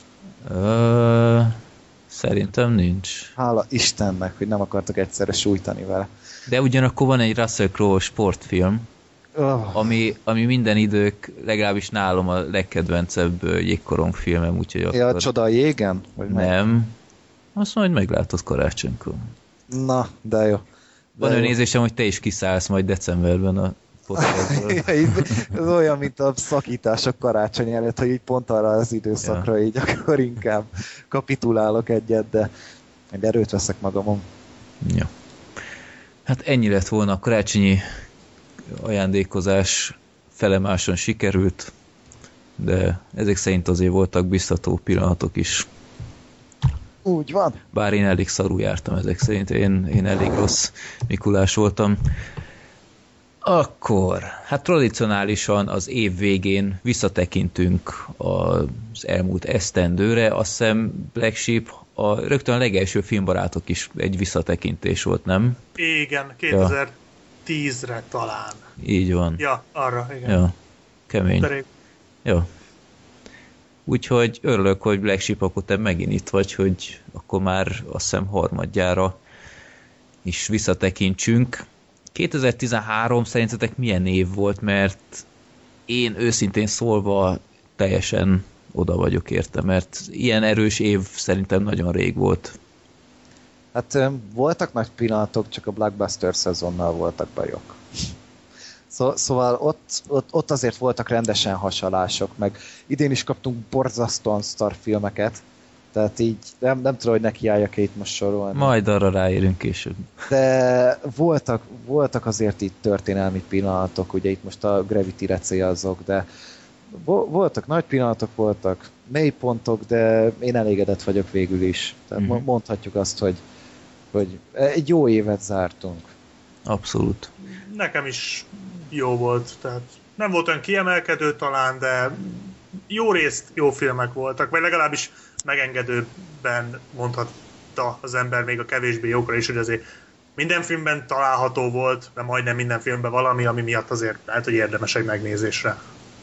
Szerintem nincs. Hála Istennek, hogy nem akartok egyszerre sújtani vele. De ugyanakkor van egy Russell Crowe sportfilm, ami minden idők, legalábbis nálam a legkedvencebb jégkorong filmem, úgyhogy akkor... Ja, a Csoda a jégen? Vagy nem. Azt majd meglátod karácsonykor. Na, de jó. Van önnézésem, hogy te is kiszállsz majd decemberben a podcastból. Ez olyan, mint a szakítások karácsony előtt, hogy így pont arra az időszakra így akkor inkább kapitulálok egyet, de erőt veszek magamon. Ja. Hát ennyi lett volna a karácsonyi ajándékozás, felemáson sikerült, de ezek szerint azért voltak biztató pillanatok is. Úgy van. Bár én elég szarul jártam ezek szerint, én elég rossz Mikulás voltam. Akkor, hát tradicionálisan az év végén visszatekintünk az elmúlt esztendőre, azt hiszem Black Sheep rögtön a legelső Filmbarátok is egy visszatekintés volt, nem? Igen, 2010-re talán. Így van. Ja, arra, igen. Ja, kemény. Jó. Úgyhogy örülök, hogy Black Sheep, akkor te megint itt vagy, hogy akkor már azt hiszem harmadjára is visszatekintsünk. 2013 szerintetek milyen év volt, mert én őszintén szólva teljesen oda vagyok érte, mert ilyen erős év szerintem nagyon rég volt. Hát voltak pillanatok, csak a blockbuster szezonnal voltak bajok. Szóval ott azért voltak rendesen hasalások, meg idén is kaptunk borzasztóan szar filmeket, tehát így nem tudom, hogy nekiálljak itt most sorolni. Majd arra ráérünk később. De voltak azért itt történelmi pillanatok, ugye itt most a Gravity-re célzok, de voltak nagy pillanatok, voltak mélypontok, de én elégedett vagyok végül is. Tehát mondhatjuk azt, hogy egy jó évet zártunk. Abszolút. Nekem is jó volt, tehát nem volt olyan kiemelkedő talán, de jó részt jó filmek voltak, vagy legalábbis megengedőbben mondhatta az ember még a kevésbé jókra is, hogy azért minden filmben található volt, de majdnem minden filmben valami, ami miatt azért lehet, hogy érdemes egy megnézésre.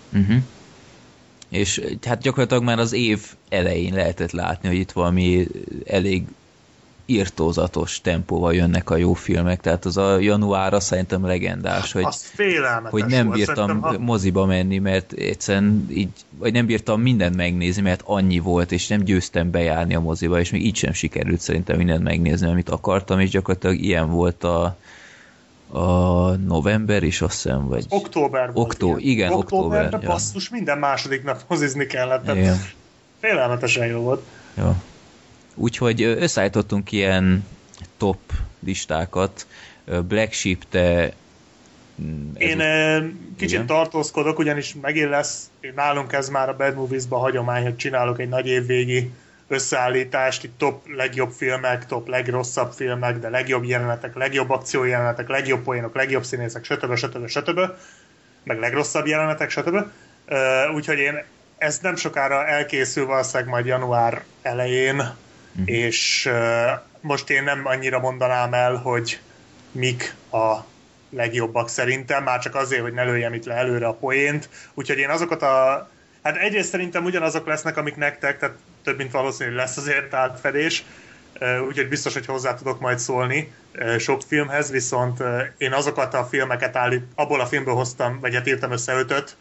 És hát gyakorlatilag már az év elején lehetett látni, hogy itt valami elég irtózatos tempóval jönnek a jó filmek, tehát az a januárra szerintem legendás, hogy nem bírtam moziba menni, mert egyszerűen így, vagy nem bírtam mindent megnézni, mert annyi volt, és nem győztem bejárni a moziba, és még így sem sikerült szerintem mindent megnézni, amit akartam, és gyakorlatilag ilyen volt a november is, azt hiszem, vagy... Október volt. Igen, október. Basszus, minden második nap mozizni kellett. Tehát félelmetesen jó volt. Ja. Úgyhogy összeállítottunk ilyen top listákat. Black Sheep, te... Én kicsit tartózkodok, ugyanis megint lesz, nálunk ez már a Bad Movies-ban hagyomány, hogy csinálok egy nagy évvégi összeállítást, itt top legjobb filmek, top legrosszabb filmek, de legjobb jelenetek, legjobb akciójelenetek, legjobb poénok, legjobb színészek, stb. Meg legrosszabb jelenetek, stb. Úgyhogy én ez nem sokára elkészül, valószínűleg majd január elején, és most én nem annyira mondanám el, hogy mik a legjobbak szerintem, már csak azért, hogy ne lőjem itt le előre a poént. Úgyhogy én azokat hát egyrészt szerintem ugyanazok lesznek, amik nektek, tehát több mint valószínű lesz azért átfedés, úgyhogy biztos, hogy hozzá tudok majd szólni sok filmhez, viszont én azokat a filmeket abból a filmből hoztam, vagy hát írtam össze 5-öt,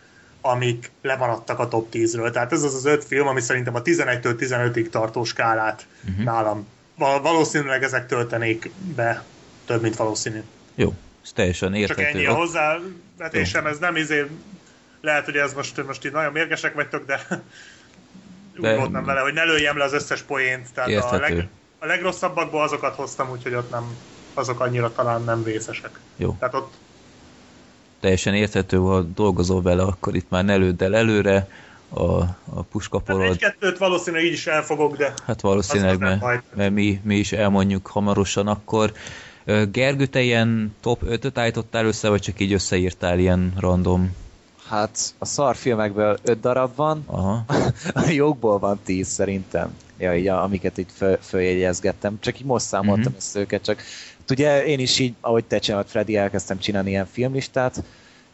amik lemaradtak a top 10-ről. Tehát ez az 5 film, ami szerintem a 11-től 15-ig tartó skálát nálam. Valószínűleg ezek töltenék be, több, mint valószínű. Jó, ez teljesen érthető. Csak ennyi a hozzávetésem, ez nem lehet, hogy ez most így nagyon mérgesek vagytok, de úgy voltam vele, hogy ne lőjem le az összes poént. Tehát a legrosszabbakból azokat hoztam, úgyhogy ott nem, azok annyira talán nem vészesek. Jó. Tehát ott teljesen érthető, ha dolgozol vele, akkor itt már ne lőd el előre a puskaporod. Hát egy-kettőt valószínűleg így is elfogok, de... Hát valószínűleg, mert mi is elmondjuk hamarosan akkor. Gergő, te ilyen top 5-öt állítottál össze, vagy csak így összeírtál ilyen random? Hát a szarfilmekből 5 darab van, aha. A jókból van 10 szerintem. Ja, így, amiket így följegyezgettem. Csak így most számoltam össze őket, csak ugye én is így, ahogy te csinálod, Freddy, elkezdtem csinálni ilyen filmlistát.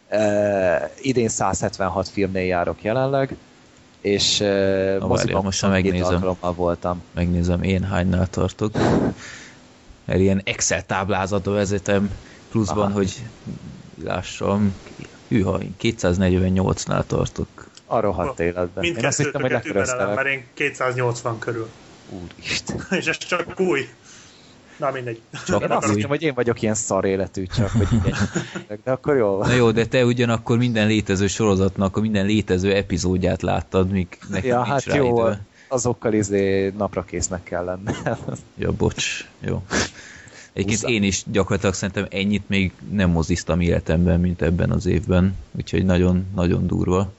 Idén 176 filmnél járok jelenleg, és moziban most megnézem. Voltam. Megnézem, én hánynál tartok. Mert ilyen Excel táblázatot vezetem pluszban, hogy lássam. Hűha, 248-nál tartok. A rohadt életben. Én azt hittem, hogy leköröztelek. Mert én 280 körül. Úristen. És ez csak új. Na mindegy. Csak én azt hittem, hogy én vagyok ilyen szar életű, csak hogy így de akkor jól van. Na jó, de te ugyanakkor minden létező sorozatnak a minden létező epizódját láttad, míg nekem ja, nincs hát rá jó, idő. azokkal napra késznek kell lenni. Ja, bocs. Jó. Egyébként én is gyakorlatilag szerintem ennyit még nem moziztam életemben, mint ebben az évben. Úgyhogy nagyon durva.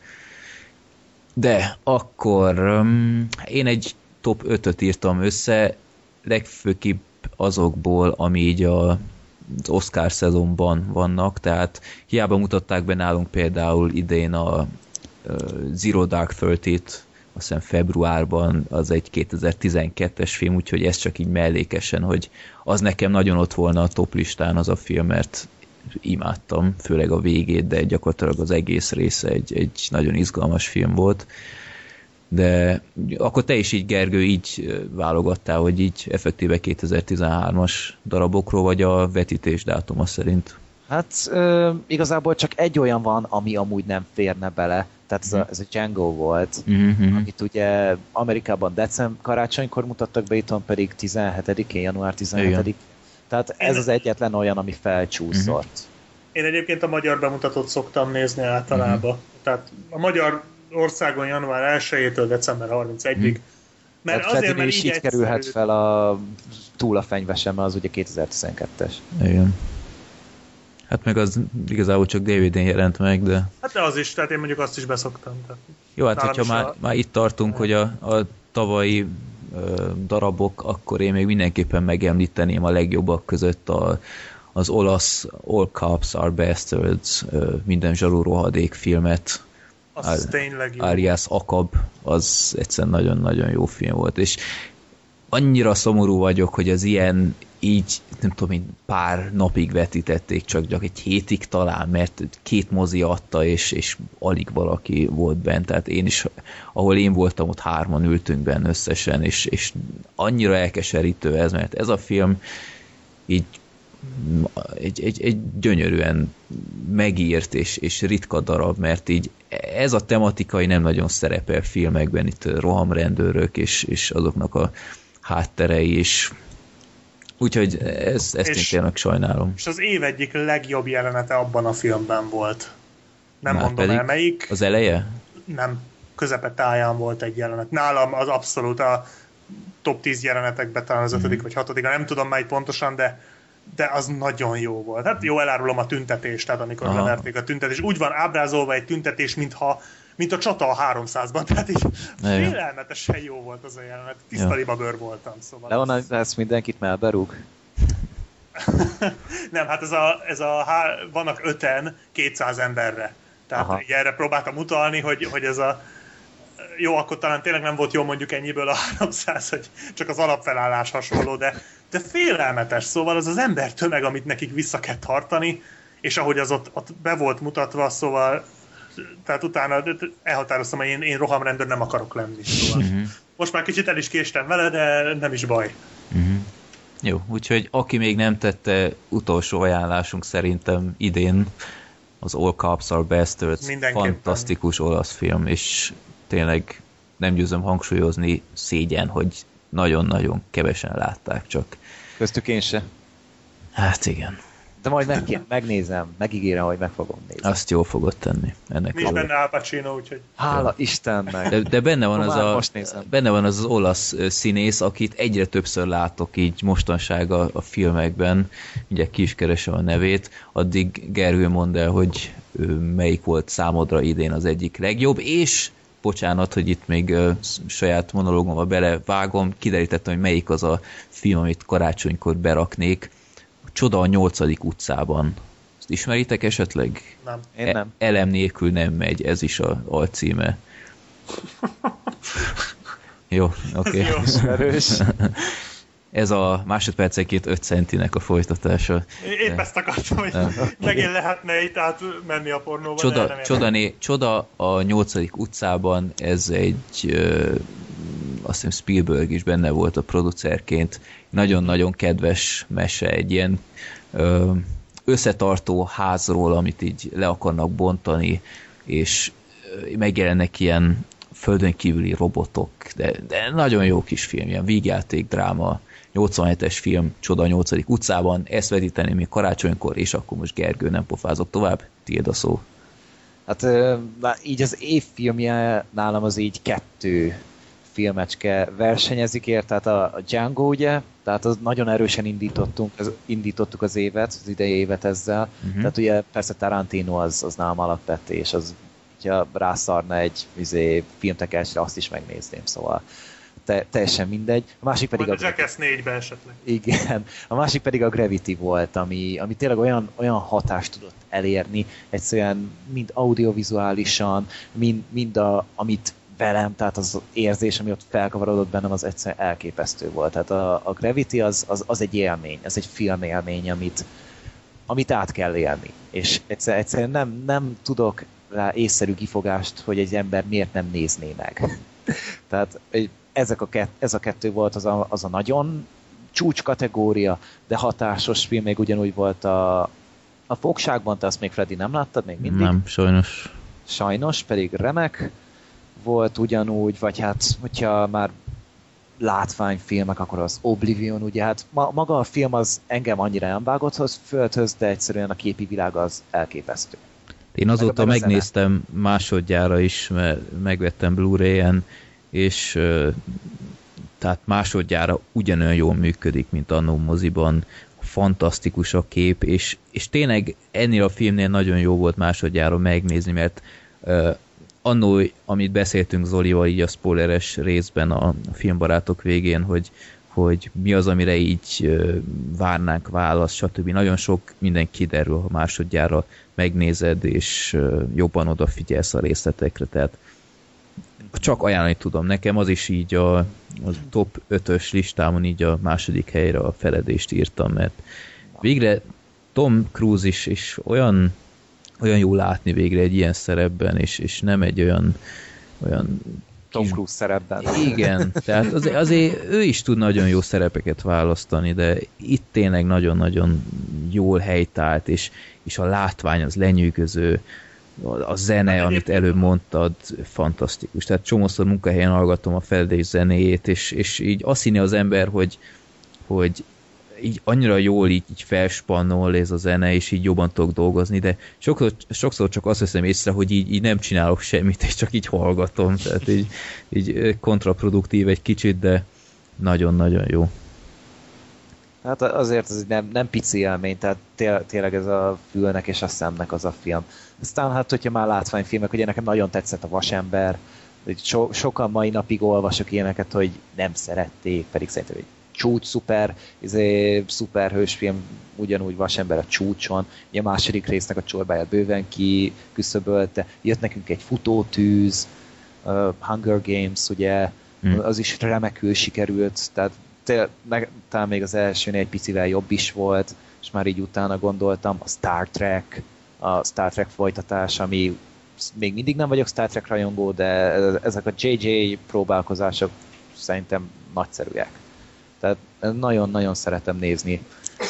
De akkor én egy top 5-öt írtam össze, legfőképp azokból, ami így az Oscar szezonban vannak, tehát hiába mutatták be nálunk például idén a Zero Dark Thirty-t, azt hiszem februárban, az egy 2012-es film, úgyhogy ez csak így mellékesen, hogy az nekem nagyon ott volna a top listán az a film, mert imádtam, főleg a végét, de gyakorlatilag az egész része egy nagyon izgalmas film volt. De akkor te is így, Gergő, így válogattál, hogy így effektíve 2013-as darabokról, vagy a vetítés dátuma szerint? Hát igazából csak egy olyan van, ami amúgy nem férne bele. Tehát ez a Django volt, amit ugye Amerikában karácsonykor mutattak be, itthon pedig 17-én, január 17-én. Tehát ez az egyetlen olyan, ami felcsúszott. Én egyébként a magyar bemutatót szoktam nézni általában. Tehát a magyar országon január 1-től december 31-ig. Mert hát azért, mert is így kerülhet fel túl a fenyvesen, mert az ugye 2012-es. Igen. Hát meg az igazából csak DVD-n jelent meg, de... Hát de az is, tehát én mondjuk azt is beszoktam. Tehát jó, hát hogyha már itt tartunk, hogy a tavalyi darabok, akkor én még mindenképpen megemlíteném a legjobbak között az olasz All Cops Are Bastards, minden zsarú rohadék filmet. Az tényleg jó. Arias Akab, az egyszerűen nagyon-nagyon jó film volt, és annyira szomorú vagyok, hogy az ilyen így, nem tudom én, pár napig vetítették, csak egy hétig talán, mert 2 mozi adta, és alig valaki volt bent, tehát én is, ahol én voltam, ott 3-an ültünk benne összesen, és annyira elkeserítő ez, mert ez a film így egy gyönyörűen megírt és ritka darab, mert így ez a tematikai nem nagyon szerepel filmekben, itt rohamrendőrök és azoknak a hátterei is. Úgyhogy ezt én tényleg sajnálom. És az év egyik legjobb jelenete abban a filmben volt. Nem mondom el melyik. Az eleje? Nem, közepetáján volt egy jelenet. Nálam az abszolút a top 10 jelenetekben talán az 5. vagy 6. Nem tudom melyik pontosan, de az nagyon jó volt. Hát jó, elárulom a tüntetést, tehát amikor leverték a tüntetést. Úgy van ábrázolva egy tüntetés, mint a csata a 300-ban, tehát így félelmetesen jó volt az a jelenet. Tiszta libabőr voltam, szóval. Leonard, ezt mindenkit melberúg? Nem, hát vannak 5-en 200 emberre. Tehát erre próbáltam utalni, hogy ez a... Jó, akkor talán tényleg nem volt jó mondjuk ennyiből a 300, hogy csak az alapfelállás hasonló, de félelmetes, szóval az ember tömeg, amit nekik vissza kell tartani, és ahogy az ott be volt mutatva, szóval tehát utána elhatároztam, hogy én rohamrendőr nem akarok lenni. Szóval. Most már kicsit el is késtem vele, de nem is baj. Jó, úgyhogy aki még nem tette, utolsó ajánlásunk szerintem idén az All Cops Are Bastards, fantasztikus olasz film, és tényleg nem győzöm hangsúlyozni, szégyen, hogy nagyon-nagyon kevesen látták csak. Köztük én se. Hát igen. De majd megnézem, megígérem, hogy meg fogom nézni. Azt jól fogod tenni. Nincs benne Al Pacino, úgyhogy... Hála Istennek! De benne van az olasz színész, akit egyre többször látok így mostanság a filmekben, ugye ki is keresem a nevét, addig Gergő mondd el, hogy melyik volt számodra idén az egyik legjobb, és bocsánat, hogy itt még saját monológomba belevágom, kiderítettem, hogy melyik az a film, amit karácsonykor beraknék. Csoda a 8. utcában. Ezt ismeritek esetleg? Nem. Én nem. Elem nélkül nem megy, ez is a alcíme. Jó, oké. Ez a másodpercenként 5 centinek a folytatása. Épp ezt akartam, hogy megint lehetne itt átmenni a pornóba. Csoda a 8. utcában, ez egy azt hiszem Spielberg is benne volt a producerként. Nagyon-nagyon kedves mese, egy ilyen összetartó házról, amit így le akarnak bontani, és megjelennek ilyen földön kívüli robotok, de nagyon jó kis film, ilyen vígjáték, dráma, 87-es film, Csoda a 8. utcában, ezt vetíteni még karácsonykor, és akkor most Gergő, nem pofázok tovább, tiéd a szó. Hát így az évfilmje nálam az így 2 filmecske versenyezik ért, tehát a Django, ugye, tehát az nagyon erősen indítottuk az évet, az idei évet ezzel, tehát ugye persze Tarantino az nálam alapvetés, az, hogyha rászarna egy filmtekesre, azt is megnézném, szóval teljesen mindegy. A másik pedig a Jackass 4-be esetleg. Igen. A másik pedig a Gravity volt, ami tényleg olyan hatást tudott elérni, egyszerűen mind audiovizuálisan, mind amit velem, tehát az érzés, ami ott felkavarodott bennem, az egyszerűen elképesztő volt. Tehát a Gravity az egy élmény, ez egy filmélmény, amit át kell élni. És egyszerűen nem tudok rá észszerű kifogást, hogy egy ember miért nem nézné meg. Tehát ez a 2 volt az a nagyon csúcs kategória, de hatásos film még ugyanúgy volt a Fogságban, te azt még Freddy nem láttad még mindig? Nem, sajnos. Sajnos, pedig remek volt ugyanúgy, vagy hát, hogyha már látványfilmek, akkor az Oblivion, ugye hát maga a film az engem annyira nem vágott földhöz, de egyszerűen a képi világ az elképesztő. Én azóta megnéztem másodjára is, mert megvettem Blu-ray-en, és tehát másodjára ugyanolyan jól működik, mint annó moziban, fantasztikus a kép, és tényleg ennél a filmnél nagyon jó volt másodjára megnézni, mert annó, amit beszéltünk Zolival így a spoileres részben a filmbarátok végén, hogy mi az, amire így várnánk választ, stb. Nagyon sok minden kiderül, ha másodjára megnézed, és jobban odafigyelsz a részletekre, tehát csak ajánlani tudom. Nekem az is így a top 5-ös listámon így a második helyre a feledést írtam, mert végre Tom Cruise is olyan jó látni végre egy ilyen szerepben, és nem egy olyan Tom Cruise szerepben. Igen, tehát azért ő is tud nagyon jó szerepeket választani, de itt tényleg nagyon-nagyon jól helytált, és a látvány az lenyűgöző, a zene, amit előbb mondtad, fantasztikus. Tehát csomószor munkahelyen hallgatom a feledés zenéjét, és így azt hinni az ember, hogy így annyira jól így felspannol ez a zene, és így jobban tudok dolgozni, de sokszor csak azt veszem észre, hogy így nem csinálok semmit, és csak így hallgatom. Tehát így kontraproduktív egy kicsit, de nagyon-nagyon jó. Hát azért ez nem pici élmény, tehát tényleg ez a fülnek és a szemnek az a film. Aztán hát, hogyha már látványfilmek, ugye nekem nagyon tetszett a Vasember, sokan mai napig olvasok ilyeneket, hogy nem szerették, pedig szerintem egy csúcs szuperhősfilm, ugyanúgy Vasember a csúcson, ugye a második résznek a csorbáját bőven kiküszöbölte, jött nekünk egy futótűz, Hunger Games, ugye, az is remekül sikerült, tehát talán még az elsőnél egy picivel jobb is volt, és már így utána gondoltam, a Star Trek folytatás, ami még mindig nem vagyok Star Trek rajongó, de ezek a JJ próbálkozások szerintem nagyszerűek. Tehát nagyon-nagyon szeretem nézni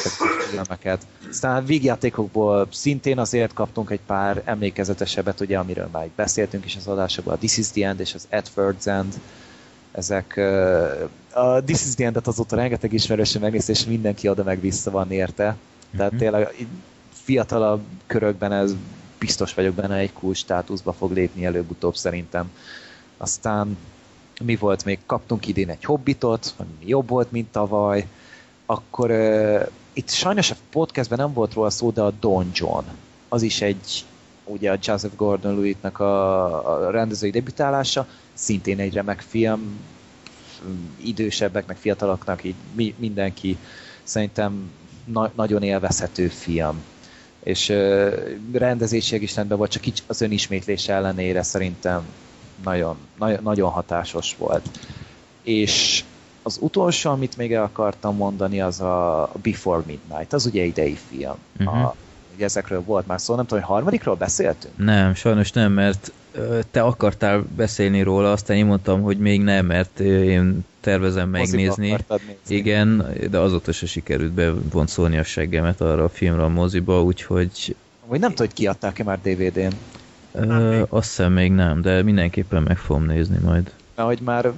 filmeket. Aztán a vígjátékokból szintén azért kaptunk egy pár emlékezetesebbet, ugye, amiről már beszéltünk is az adásokban, a This is the End és az Edward's End. Ezek, a This is the End-et azóta rengeteg ismerősen megnézte, és mindenki oda meg vissza van érte. Tehát tényleg fiatalabb körökben ez biztos vagyok benne, egy cool státuszba fog lépni előbb-utóbb szerintem. Aztán mi volt még? Kaptunk idén egy Hobbitot, ami jobb volt, mint tavaly. Akkor itt sajnos a podcastben nem volt róla szó, de a Don John. Az is egy, ugye a Joseph Gordon-Levittnek a rendezői debütálása, szintén egy remek film, idősebbeknek, fiataloknak, így mindenki szerintem nagyon élvezhető film. És rendezésileg is rendben volt, csak így az önismétlés ellenére szerintem nagyon hatásos volt. És az utolsó, amit még el akartam mondani, az a Before Midnight, az ugye idei film. Ugye ezekről volt már szó, nem tudom, hogy harmadikról beszéltünk? Nem, sajnos nem, mert te akartál beszélni róla, aztán én mondtam, hogy még nem, mert én tervezem megnézni. Igen, de azóta se sikerült bevonszolni a seggemet arra a filmre a moziba, úgyhogy... Vagy nem tudom, hogy kiadták-e már DVD-n? Azt hiszem még nem, de mindenképpen meg fogom nézni majd. Ahogy már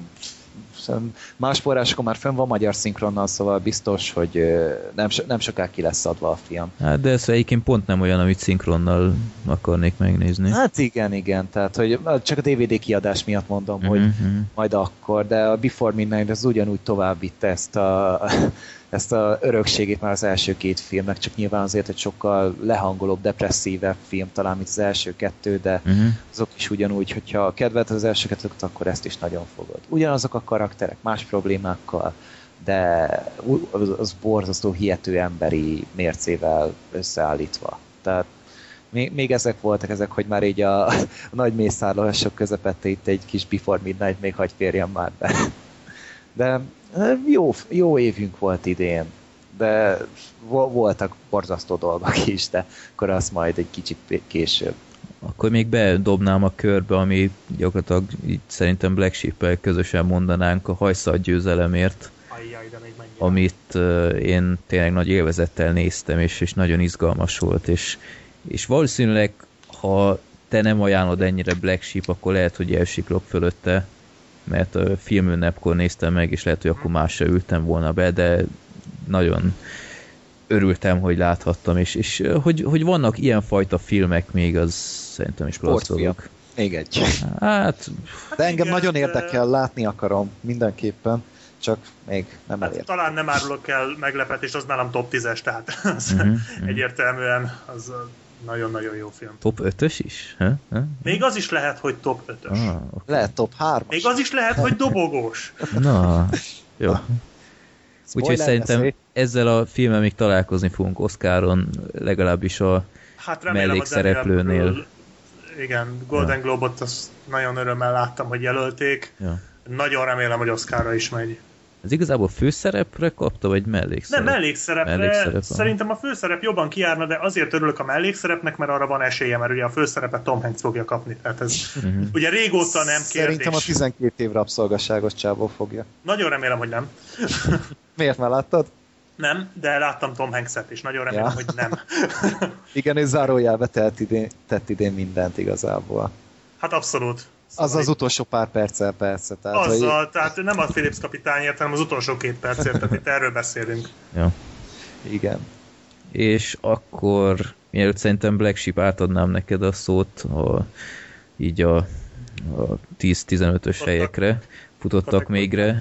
más forrásokon már fönn van magyar szinkronnal, szóval biztos, hogy nem soká ki lesz adva a film. Hát de ez egyébként pont nem olyan, amit szinkronnal akarnék megnézni. Hát igen, tehát hogy csak a DVD kiadás miatt mondom, hogy majd akkor, de a Before Midnight az ugyanúgy tovább vitte ezt a örökségét már az első két filmnek, csak nyilván azért egy sokkal lehangolóbb, depresszívebb film talán, mint az első kettő, de azok is ugyanúgy, hogyha kedvelt az első kettőt, akkor ezt is nagyon fogod. Ugyanazok a karakterek, más problémákkal, de az borzasztó hihető emberi mércével összeállítva. Tehát még ezek voltak, hogy már így a nagy mészárlások közepette itt egy kis Before Midnight még hagy férjen már be. De jó évünk volt idén, de voltak borzasztó dolgok is, de akkor az majd egy kicsit később. Akkor még bedobnám a körbe, ami gyakorlatilag így szerintem Black Sheep-el közösen mondanánk a Hajszad győzelemért, amit én tényleg nagy élvezettel néztem, és nagyon izgalmas volt, és valószínűleg, ha te nem ajánlod ennyire Black Sheep, akkor lehet, hogy elsiklok fölötte, mert a filmünnepkor néztem meg, és lehet, hogy akkor másra ültem volna be, de nagyon örültem, hogy láthattam, és hogy vannak ilyenfajta filmek még, az szerintem is klassz dolog. Még egy. Hát... De engem nagyon érdekel, látni akarom mindenképpen, csak még nem elért. Talán nem árulok el meglepetést, az nálam top 10-es, tehát egyértelműen az nagyon-nagyon jó film. Top 5-ös is? Még az is lehet, hogy top 5-ös. Okay. Lehet top 3-as. Még az is lehet, hogy dobogós. Na, jó. Úgyhogy szerintem ezzel a filmmel még találkozni fogunk Oscaron, legalábbis a mellékszereplőnél. Igen, Golden Globe-ot azt nagyon örömmel láttam, hogy jelölték. Ja. Nagyon remélem, hogy Oscarra is megy. Ez igazából főszerepre kapta, vagy mellékszerep? Nem, mellékszerepre. Szerintem a főszerep jobban kijárna, de azért örülök a mellékszerepnek, mert arra van esélye, mert ugye a főszerepet Tom Hanks fogja kapni. Tehát ez ugye régóta nem kérdés. Szerintem a 12 év rabszolgasságos csávó fogja. Nagyon remélem, hogy nem. Miért, már láttad? Nem, de láttam Tom Hanks-et, és nagyon remélem, hogy nem. Igen, ő zárójelbe tett idén mindent igazából. Hát abszolút. Az az utolsó pár perccel persze. Tehát, azzal, tehát nem a Phillips kapitányért, hanem az utolsó 2 percért, tehát itt erről beszélünk. Ja. Igen. És akkor, mielőtt szerintem Black Sheep átadnám neked a szót, így a 10-15-ös helyekre futottak mégre.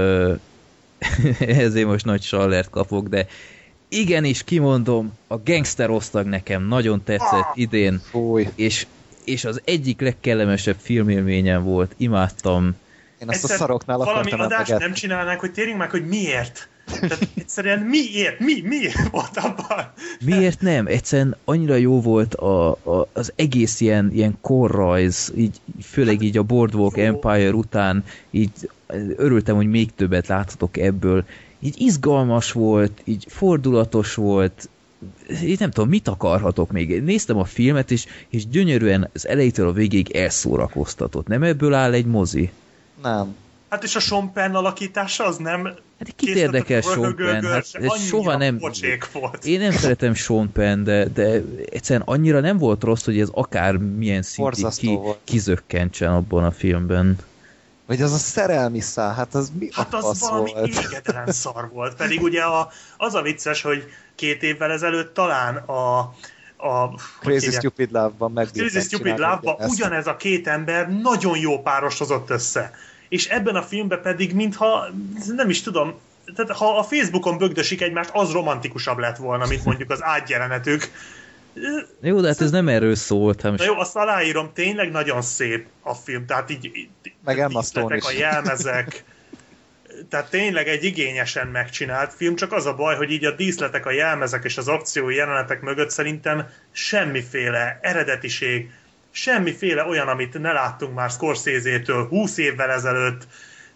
Ezért most nagy sallert kapok, de igenis kimondom, a Gangster osztag nekem nagyon tetszett idén, és az egyik legkellemesebb filmélményem volt, imádtam. Én azt a szaroknál valami adást nem csinálnánk, hogy térjünk meg, hogy miért. Tehát egyszerűen miért volt abban? Miért nem? Egyszerűen annyira jó volt az egész ilyen korrajz, így, főleg így a Boardwalk Empire után, így örültem, hogy még többet láthatok ebből. Így izgalmas volt, így fordulatos volt, én nem tudom, mit akarhatok még. Néztem a filmet, és gyönyörűen az elejétől a végéig elszórakoztatott. Nem ebből áll egy mozi? Nem. Hát és a Sean Penn alakítása az nem... Hát kit érdekel Sean Penn? Hát ez soha nem... Volt. Én nem szeretem Sean Penn, de egyszerűen annyira nem volt rossz, hogy ez akár milyen szintig kizökkentsen abban a filmben. Vagy az a szerelmi szál, hát az mi hát a az valami égedelen szar volt. Pedig ugye az a vicces, hogy 2 évvel ezelőtt talán a Crazy Stupid Love-ban Crazy Stupid Love-ban ugyanez a 2 ember nagyon jó párosozott össze. És ebben a filmben pedig mintha, nem is tudom, tehát ha a Facebookon bögdösik egymást, az romantikusabb lett volna, mint mondjuk az ágyjelenetük. Jó, de hát ez nem erről szólt. Na jó, azt aláírom, tényleg nagyon szép a film, tehát így meg Emma Stone is. A jelmezek, tehát tényleg egy igényesen megcsinált film, csak az a baj, hogy így a díszletek, a jelmezek és az akciói jelenetek mögött szerintem semmiféle eredetiség, semmiféle olyan, amit ne láttunk már Scorsese-től 20 évvel ezelőtt.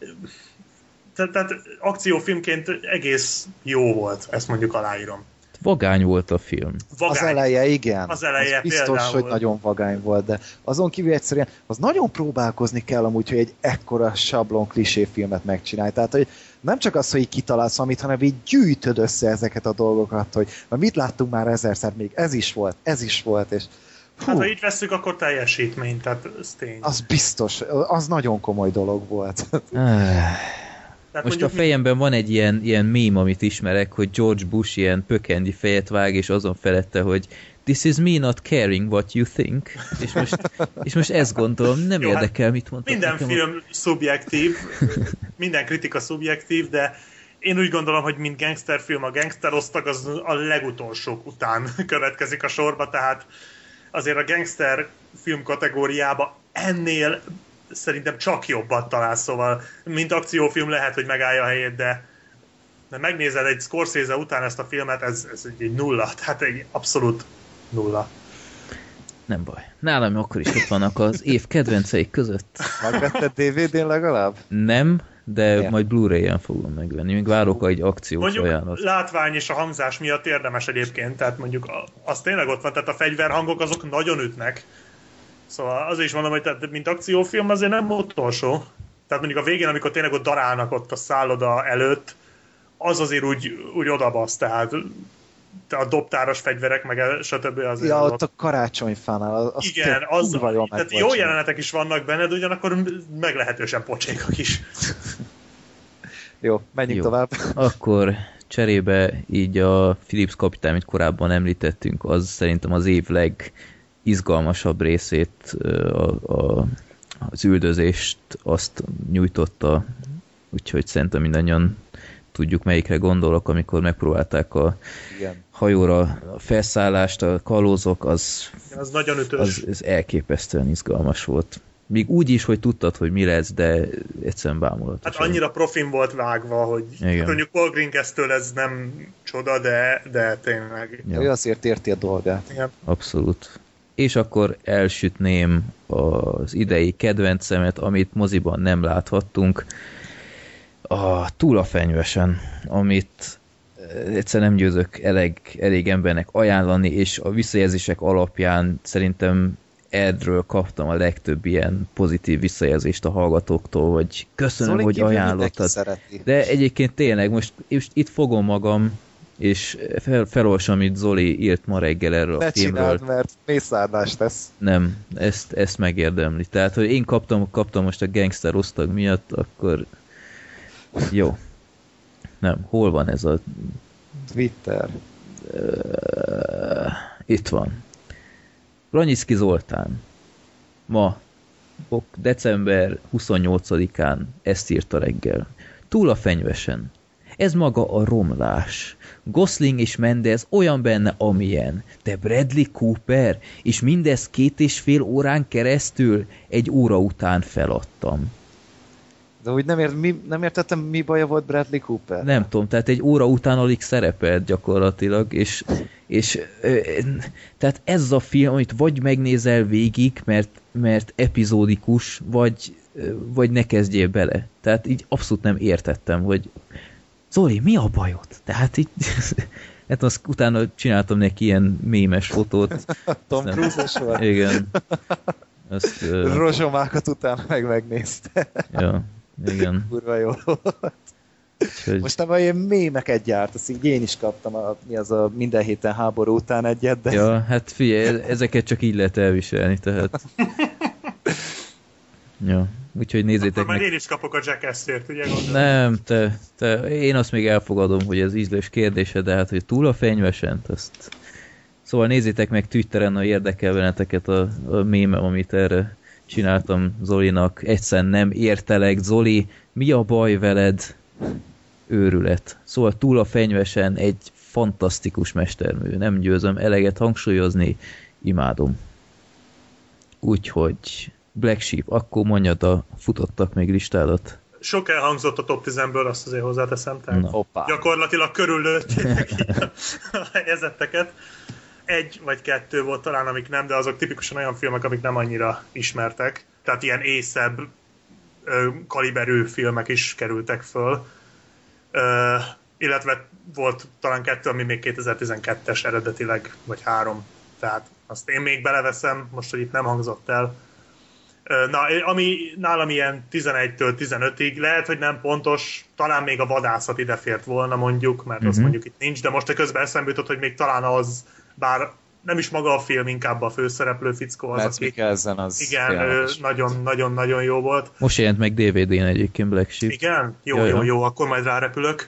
Tehát akciófilmként egész jó volt, ezt mondjuk aláírom. Vagány volt a film. Vagány. Az eleje, igen. Az eleje az biztos, például. Hogy nagyon vagány volt, de azon kívül egyszerűen az nagyon próbálkozni kell amúgy, hogy egy ekkora sablon klisé filmet megcsinálj. Tehát, hogy nem csak az, hogy így kitalálsz valamit, hanem így gyűjtöd össze ezeket a dolgokat, hogy mit láttunk már ezerszer, még ez is volt, és hát, ha így vesszük, akkor teljesítmény, tehát ez tény. Az biztos, az nagyon komoly dolog volt. Most a fejemben van egy ilyen meme, amit ismerek, hogy George Bush ilyen pökendi fejet vág, és azon felette, hogy this is me not caring what you think. És most ezt gondolom, nem érdekel, hát mit mondtam. Minden film szubjektív, minden kritika szubjektív, de én úgy gondolom, hogy mint gangsterfilm, a gangsterosztag az a legutolsók után következik a sorba, tehát azért a gangster film kategóriába ennél szerintem csak jobbat talál, szóval mint akciófilm lehet, hogy megállja a helyét, de megnézed egy Scorsese után ezt a filmet, ez egy nulla, tehát egy abszolút nulla. Nem baj. Nálam akkor is ott vannak az év kedvenceik között. Megvetted DVD-n legalább? Nem, de majd Blu-ray-en fogom megvenni. Még várok egy akciós mondjuk ajánlat. Mondjuk látvány és a hangzás miatt érdemes egyébként, tehát mondjuk az tényleg ott van, tehát a fegyverhangok azok nagyon ütnek. Szóval azért is mondom, hogy tehát, mint akciófilm azért nem utolsó. Tehát mondjuk a végén, amikor tényleg ott darálnak ott a szálloda előtt, az azért úgy odabasz, tehát a dobtáros fegyverek, meg stb. Azért ja, ott a karácsonyfánál. Igen, az tehát jó jelenetek is vannak benned, ugyanakkor meglehetősen pocsékak is. Jó, menjünk tovább. Akkor cserébe így a Phillips kapitány, amit korábban említettünk, az szerintem az év legizgalmasabb részét, az üldözést azt nyújtotta, úgyhogy szerintem mindannyian tudjuk, melyikre gondolok, amikor megpróbálták a hajóra a felszállást, a kalózok, az nagyon ütős. Az elképesztően izgalmas volt. Még úgy is, hogy tudtad, hogy mi lesz, de egyszerűen bámulatos. Hát annyira profin volt vágva, hogy hát mondjuk Paul Greencast-től ez nem csoda, de tényleg. Ja. Ő azért érti a dolgát. Igen. Abszolút. És akkor elsütném az idei kedvencemet, amit moziban nem láthattunk, a Túl a fenyvesen, amit egyszer nem győzök elég embernek ajánlani, és a visszajelzések alapján szerintem erről kaptam a legtöbb ilyen pozitív visszajelzést a hallgatóktól, hogy köszönöm, Zoli, hogy ajánlottad. De egyébként tényleg most itt fogom magam, és felolvasom, amit Zoli írt ma reggel erről a filmről. Ne csináld, mert mészárlást tesz. Nem, ezt megérdemli. Tehát, hogy én kaptam most a gangster osztag miatt, akkor jó. Nem, hol van ez a... Twitter. Itt van. Branyicki Zoltán. Ma, december 28-án ezt írta reggel. Túl a fenyvesen. Ez maga a romlás. Gosling és Mendes olyan benne, amilyen. De Bradley Cooper, és mindez 2,5 órán keresztül, 1 óra után feladtam. De úgy nem értettem, mi baja volt Bradley Cooper? Nem tudom, tehát 1 óra után alig szerepelt gyakorlatilag, és tehát ez a film, amit vagy megnézel végig, mert epizódikus, vagy ne kezdjél bele. Tehát így abszolút nem értettem, hogy Zoli, mi a bajod? Tehát így hát azt utána csináltam neki ilyen mémes fotót. Tom Cruise-es volt. Igen. Rozsomákat utána megnézte. Ja. Igen. Kurva jó volt. Úgyhogy... Most nem olyan mémeket gyárt, azt így én is kaptam a minden héten háború után egyet, de... Ja, hát figyelj, ezeket csak így lehet elviselni, tehát... Ja, úgyhogy nézzétek meg... Majd én is kapok a Jackass-ért, ugye gondolom? Nem, én azt még elfogadom, hogy ez ízlés kérdése, de hát, hogy túl a fenyvesen, azt... Szóval nézzétek meg Twitteren, ha érdekel benneteket a mémem, amit erre csináltam Zolinak. Egyszerűen nem értelek, Zoli, mi a baj veled? Őrület. Szóval túl a fenyvesen egy fantasztikus mestermű. Nem győzöm eleget hangsúlyozni, imádom. Úgyhogy Black Sheep, akkor mondjad a futottak még listádat. Sok elhangzott a top 10-ből, azt azért hozzáteszem, tehát gyakorlatilag körüllőttétek a helyezetteket. Egy vagy kettő volt talán, amik nem, de azok tipikusan olyan filmek, amik nem annyira ismertek. Tehát ilyen észebb kaliberű filmek is kerültek föl. Illetve volt talán kettő, ami még 2012-es eredetileg, vagy 3. Tehát azt én még beleveszem, most, hogy itt nem hangzott el. Na, ami nálam ilyen 11-től 15-ig, lehet, hogy nem pontos, talán még a vadászat idefért volna mondjuk, mert azt mondjuk itt nincs, de most a közben eszembe jutott, hogy még talán az, bár nem is maga a film, inkább a főszereplő fickó az, aki... az igen, nagyon-nagyon jó volt. Most jelent meg DVD-n egyébként Black Sheep. Igen? Jó, akkor majd rárepülök.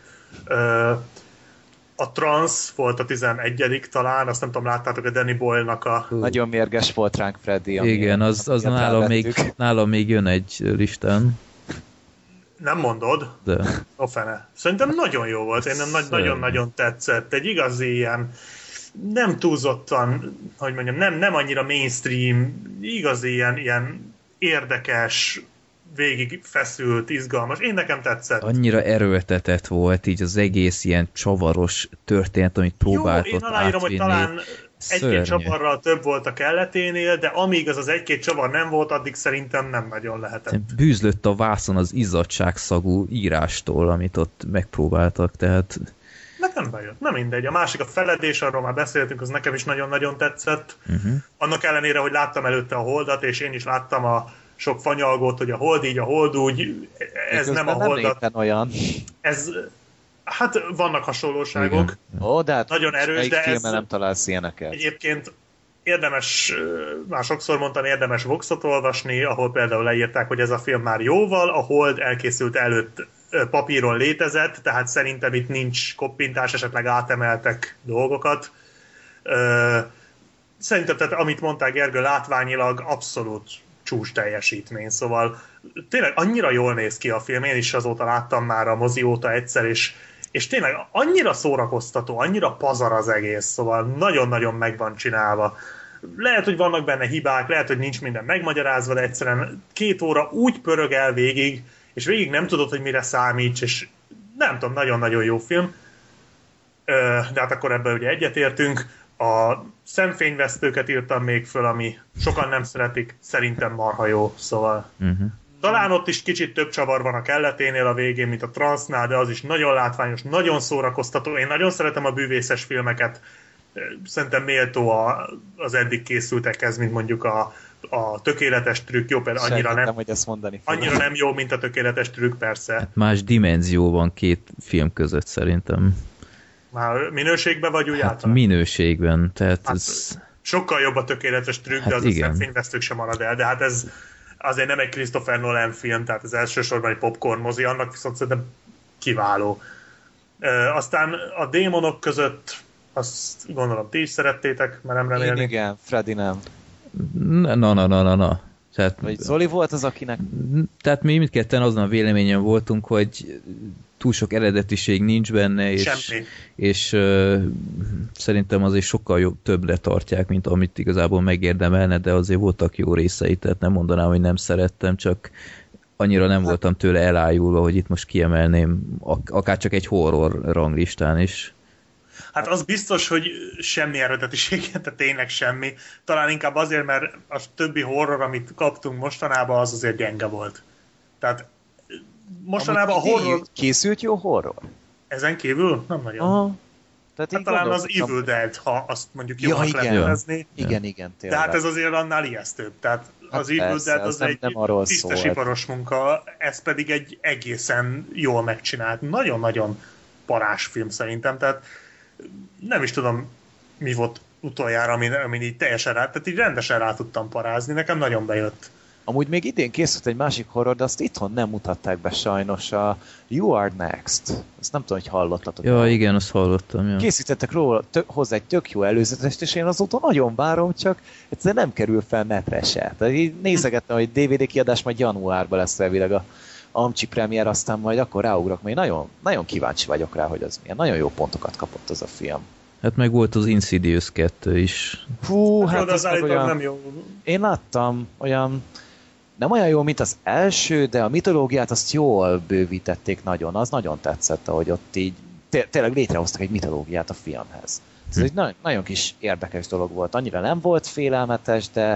A Trans volt a 11. talán, azt nem tudom, láttátok a Danny Boyle-nak a... Nagyon mérges volt ránk Freddy. Igen, az nálam még jön egy listán. Nem mondod? De. A fene. Szerintem nagyon jó volt, én nagyon-nagyon tetszett. Egy igazi ilyen, nem túlzottan, hogy mondjam, nem annyira mainstream, igazi ilyen érdekes, végig feszült, izgalmas. Én nekem tetszett. Annyira erőltetett volt így az egész ilyen csavaros történet, amit próbált ott átvinni. Én aláírom, hogy talán egy-két csavarral több volt a kelleténél, de amíg az egy-két csavar nem volt, addig szerintem nem nagyon lehetett. Bűzlött a vászon az izzadságszagú írástól, amit ott megpróbáltak, tehát... Nekem bejött, nem mindegy. A másik a Feledés, arról már beszéltünk, az nekem is nagyon-nagyon tetszett. Annak ellenére, hogy láttam előtte a Holdat, és én is láttam a sok fanyalgót, hogy a Hold így, a Hold úgy, ez nem a Holdat. Nem olyan. Ez, hát vannak hasonlóságok. De hát nagyon erős, de ez... nem találsz ilyeneket. Egyébként érdemes, már sokszor mondtam, érdemes Voxot olvasni, ahol például leírták, hogy ez a film már jóval, a Hold elkészült előtt papíron létezett, tehát szerintem itt nincs koppintás, esetleg átemeltek dolgokat. Szerintem, tehát amit mondták Gergő, látványilag abszolút csúcs teljesítmény, szóval tényleg annyira jól néz ki a film, én is azóta láttam már a mozi óta egyszer, és tényleg annyira szórakoztató, annyira pazar az egész, szóval nagyon-nagyon meg van csinálva. Lehet, hogy vannak benne hibák, lehet, hogy nincs minden megmagyarázva, de egyszerűen 2 óra úgy pörög el végig, és végig nem tudod, hogy mire számíts, és nem tudom, nagyon-nagyon jó film. De hát akkor ebben ugye egyetértünk. A Szemfényvesztőket írtam még föl, ami sokan nem szeretik, szerintem marha jó, szóval talán ott is kicsit több csavar van a kelleténél a végén, mint a Transnál, de az is nagyon látványos, nagyon szórakoztató. Én nagyon szeretem a bűvészes filmeket, szerintem méltó az eddig készültekhez, mint mondjuk a Tökéletes trükk, jó, például annyira nem jó, mint a Tökéletes trükk, persze. Hát más dimenzióban 2 film között szerintem. Már minőségben vagy úgy általán? Minőségben, tehát hát ez... Sokkal jobb a Tökéletes trükk, de az a Szemfényvesztők sem marad el, de hát ez azért nem egy Christopher Nolan film, tehát ez elsősorban egy popcorn mozi, annak viszont szerintem kiváló. Aztán a Démonok között azt gondolom ti is szerettétek, mert nem remélni. Igen, Freddy nem. Na. Tehát, vagy Zoli volt az, akinek... Tehát mi mindketten azon a véleményen voltunk, hogy túl sok eredetiség nincs benne, és szerintem azért sokkal jobb, többre tartják, mint amit igazából megérdemelne, de azért voltak jó részei, tehát nem mondanám, hogy nem szerettem, csak annyira nem voltam tőle elájulva, hogy itt most kiemelném akár csak egy horror ranglistán is. Hát az biztos, hogy semmi eredetiség, tehát tényleg semmi. Talán inkább azért, mert a többi horror, amit kaptunk mostanában, az azért gyenge volt. Tehát mostanában a horror... Készült jó horror? Ezen kívül? Nem nagyon. Aha. Tehát hát talán az Evil Dead, ha azt mondjuk jónak lehet nevezni. Igen, tényleg. De hát ez azért annál ijesztőbb. Tehát az Evil Dead az egy tisztes iparos munka, ez pedig egy egészen jól megcsinált, nagyon-nagyon parás film szerintem, tehát nem is tudom, mi volt utoljára, amin így teljesen tehát így rendesen rá tudtam parázni, nekem nagyon bejött. Amúgy még idén készült egy másik horror, de azt itthon nem mutatták be sajnos, a You Are Next. Ezt nem tudom, hogy hallottatok. Ja, igen, azt hallottam. Ja. Készítettek róla hozzá egy tök jó előzetest, és én azóta nagyon várom, csak egyszerűen nem kerül fel netre se. Tehát így nézegettem, hogy DVD kiadás majd januárban lesz elvileg a Amcsi premier, aztán majd akkor ráugrok, mert nagyon, nagyon kíváncsi vagyok rá, hogy az milyen. Nagyon jó pontokat kapott az a film. Hát meg volt az Insidious 2 is. Hú, hát az olyan... nem jó. Én láttam olyan... Nem olyan jó, mint az első, de a mitológiát azt jól bővítették nagyon. Az nagyon tetszett, ahogy ott így tényleg létrehoztak egy mitológiát a filmhez. Ez egy nagyon kis érdekes dolog volt. Annyira nem volt félelmetes, de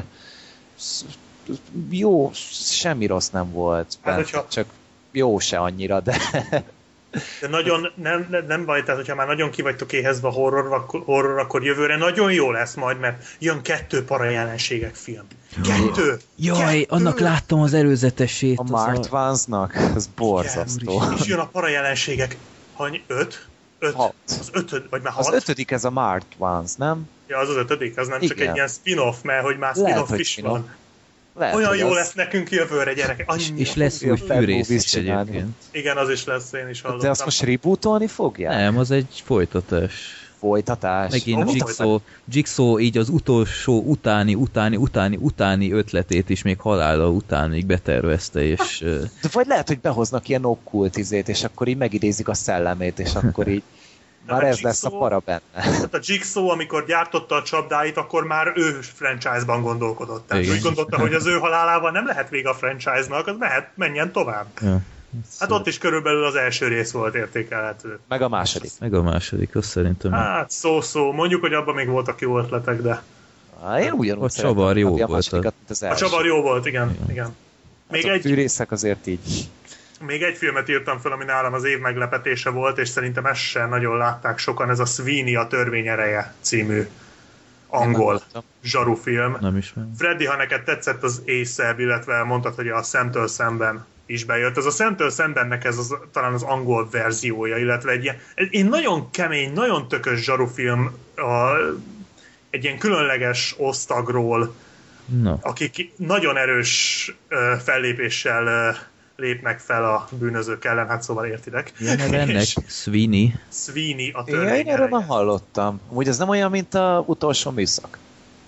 jó, semmi rossz nem volt. Hát, csak jó se annyira, de... De nagyon nem baj, tehát hogyha már nagyon ki vagytok éhezve a horror, akkor jövőre nagyon jó lesz majd, mert jön 2 parajelenségek film. 2! Jaj, 2. Annak láttam az előzetesét. A Marked Ones-nak? Ez borzasztó. És jön a parajelenségek. 5? 6. Az 5. vagy már 6? Az 5. ez a Marked Ones, nem? Ja, az 5. az nem csak egy ilyen spin-off, mert hogy már spin-off is van. Lehet, olyan jó lesz nekünk jövőre, gyerekek. És lesz új fűrész is egyébként. Igen, az is lesz, én is hallottam. De azt most rebootolni fogják? Nem, az egy folytatás. Folytatás? Megint Jigsaw így az utolsó utáni ötletét is még halála utánig betervezte, és... De vagy lehet, hogy behoznak ilyen okkult izét, és akkor így megidézik a szellemét, és akkor így már ez lesz a para benne. Tehát a Jigsaw, amikor gyártotta a csapdáit, akkor már ő franchise-ban gondolkodott. Tehát úgy gondolta, hogy az ő halálával nem lehet vége a franchise-nak, az menjen tovább. Ja. Hát ott is körülbelül az első rész volt értékelhető. Meg a második. Az szerintem. Hát szó. Mondjuk, hogy abban még voltak jó ötletek, de... Én ugyanúgy a csavar jó volt. A csavar jó volt, igen. Még hát a fűrészek azért így... Még egy filmet írtam fel, ami nálam az év meglepetése volt, és szerintem ezt sem nagyon látták sokan, ez a Sweeney a törvény ereje című angol zsarufilm. Nem ismerem. Freddy, ha neked tetszett az Észebb, illetve mondtad, hogy a Szemtől szemben is bejött. Ez a Szemtől szembennek ez talán az angol verziója, illetve egy nagyon kemény, nagyon tökös zsarufilm egy ilyen különleges osztagról, akik nagyon erős fellépéssel lépnek fel a bűnözők ellen, hát szóval értitek. Ilyen ennek? Sweeney a törvény. Én erről nem hallottam. Úgy ez nem olyan, mint a utolsó műszak.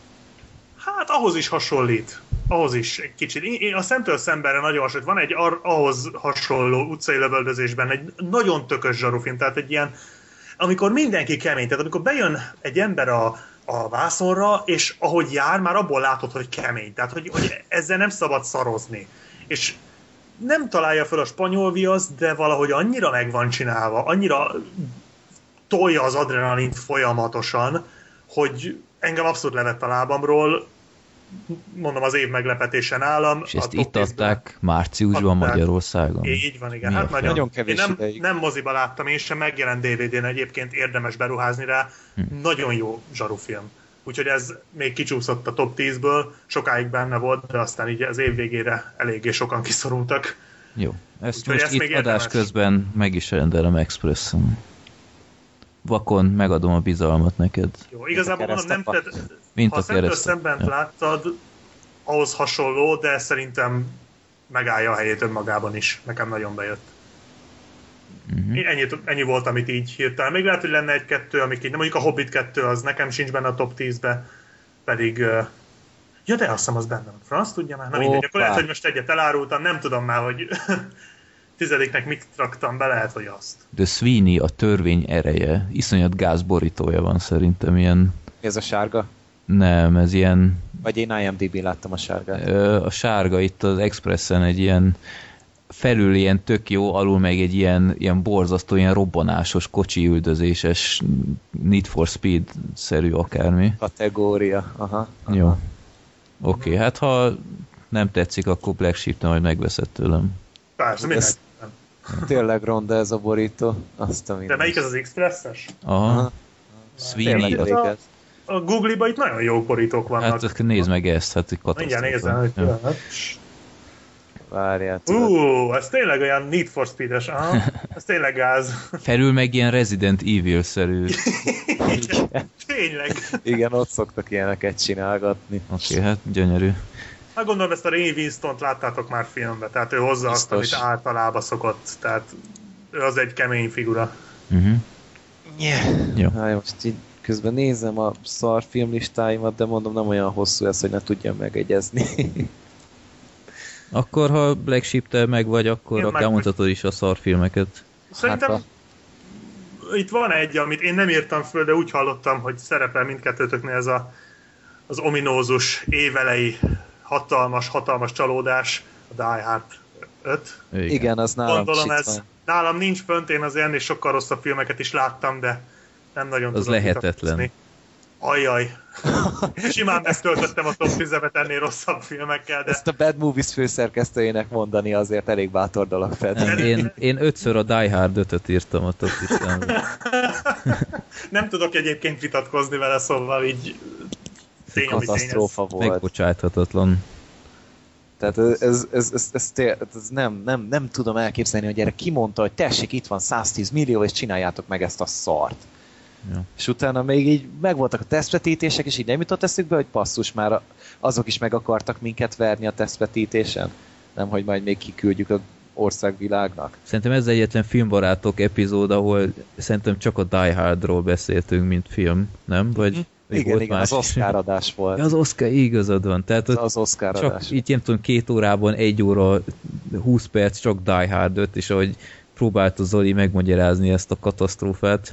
Hát ahhoz is hasonlít. Ahhoz is egy kicsit. Én a Szemtől szembenre nagyon hasonlít. Van egy ahhoz hasonló utcai lövöldözésben egy nagyon tökös zsarufilm, tehát egy ilyen, amikor mindenki kemény, tehát amikor bejön egy ember a vászonra, és ahogy jár, már abból látod, hogy kemény. Tehát, hogy ezzel nem szabad szarozni. És nem találja fel a spanyol viaszt, de valahogy annyira meg van csinálva, annyira tolja az adrenalint folyamatosan, hogy engem abszolút levett a lábamról, mondom, az év meglepetése nálam. És ezt itt adták márciusban Magyarországon. Így van, igen. Hát nagyon kevés én nem moziba láttam, én sem, megjelent DVD-n egyébként, érdemes beruházni rá. Nagyon jó zsarufilm. Úgyhogy ez még kicsúszott a top 10-ből, sokáig benne volt, de aztán így az év végére eléggé sokan kiszorultak. Jó, ezt úgyhogy most itt adás közben meg is rendelem Expressen. Vakon megadom a bizalmat neked. Jó, igazából mondom, nem mint ha Szemtől szemben láttad, ahhoz hasonló, de szerintem megállja a helyét önmagában is. Nekem nagyon bejött. Ennyi volt, amit így hirtelen. Még lehet, hogy lenne egy-kettő, amik így, mondjuk a Hobbit 2 az nekem sincs benne a top 10-be, pedig... Ja, de azt hiszem, az benne van. Franz tudja már? Na mindegy, akkor lehet, hogy most egyet elárultam, nem tudom már, hogy 10-nek mit raktam be, lehet, hogy azt. De Sweeney a törvény ereje. Iszonyat gázborítója van szerintem, ilyen... Ez a sárga? Nem, ez ilyen... Vagy én IMDb-n láttam a sárgát. A sárga itt az Expressen egy ilyen felül ilyen tök jó, alul meg egy ilyen borzasztó, ilyen robbanásos, kocsi üldözéses Need for Speed-szerű akármi. Kategória, aha. Jó. Oké, hát ha nem tetszik, akkor Black Sheep-t majd megveszed tőlem. Persze, mindenki. Tényleg ronda ez a borító. De melyik ez az Expresses? Aha. Sweeney a Google-ba itt nagyon jó borítók vannak. Hát nézd meg ezt, hát egy katasztrófa. Mindjárt nézem, hogy pillanat. Várját. Ez tényleg olyan Need for Speed-es, aha. Ez tényleg gáz. Felül meg ilyen Resident Evil-szerű. Igen, tényleg. Igen, ott szoktak ilyeneket csinálgatni. Oké, hát gyönyörű. Hát gondolom, ezt a Ray Winstont láttátok már filmben, tehát ő hozza azt, amit általában szokott, tehát ő az egy kemény figura. Jó. Hát most így közben nézem a szar filmlistáimat, de mondom, nem olyan hosszú ez, hogy ne tudjam megegyezni. Akkor, ha Black Sheep-tel meg vagy, akkor akár mutatod is a szarfilmeket. Szerintem Hát itt van egy, amit én nem írtam föl, de úgy hallottam, hogy szerepel mindkettőtöknél ez az ominózus évelei hatalmas csalódás, a Die Hard 5. Igen, az nálam gondolom ez nálam nincs fönt, én azért ennél sokkal rosszabb filmeket is láttam, de nem nagyon az tudom lehetetlen. Ajjaj. Simán megtöltöttem a top 10-et ennél rosszabb filmekkel, de... Ezt a Bad Movies főszerkesztőjének mondani azért elég bátor dolog, Fed. Én 5-ször a Die Hard 5-öt írtam a top listámra. Nem tudok egyébként vitatkozni vele, szóval így... Katasztrófa volt. Megbocsáthatatlan. Tehát ez nem tudom elképzelni, hogy erre kimondta, hogy tessék, itt van 110 millió, és csináljátok meg ezt a szart. Ja. És utána még így megvoltak a tesztvetítések, és így nem jutott eszükbe, hogy passzus, már azok is meg akartak minket verni a tesztvetítésen. Nem, hogy majd még kiküldjük az országvilágnak. Szerintem ez egyetlen filmbarátok epizód, ahol szerintem csak a Die Hardról beszéltünk, mint film, nem? Vagy igen, az Oscar adás volt. Az Oscar, igazad van. Tehát az Oscar adás. Csak így nem tudom, 2 órában 1 óra 20 perc csak Die Hard 5, és ahogy próbálta Zoli megmagyarázni ezt a katasztrófát,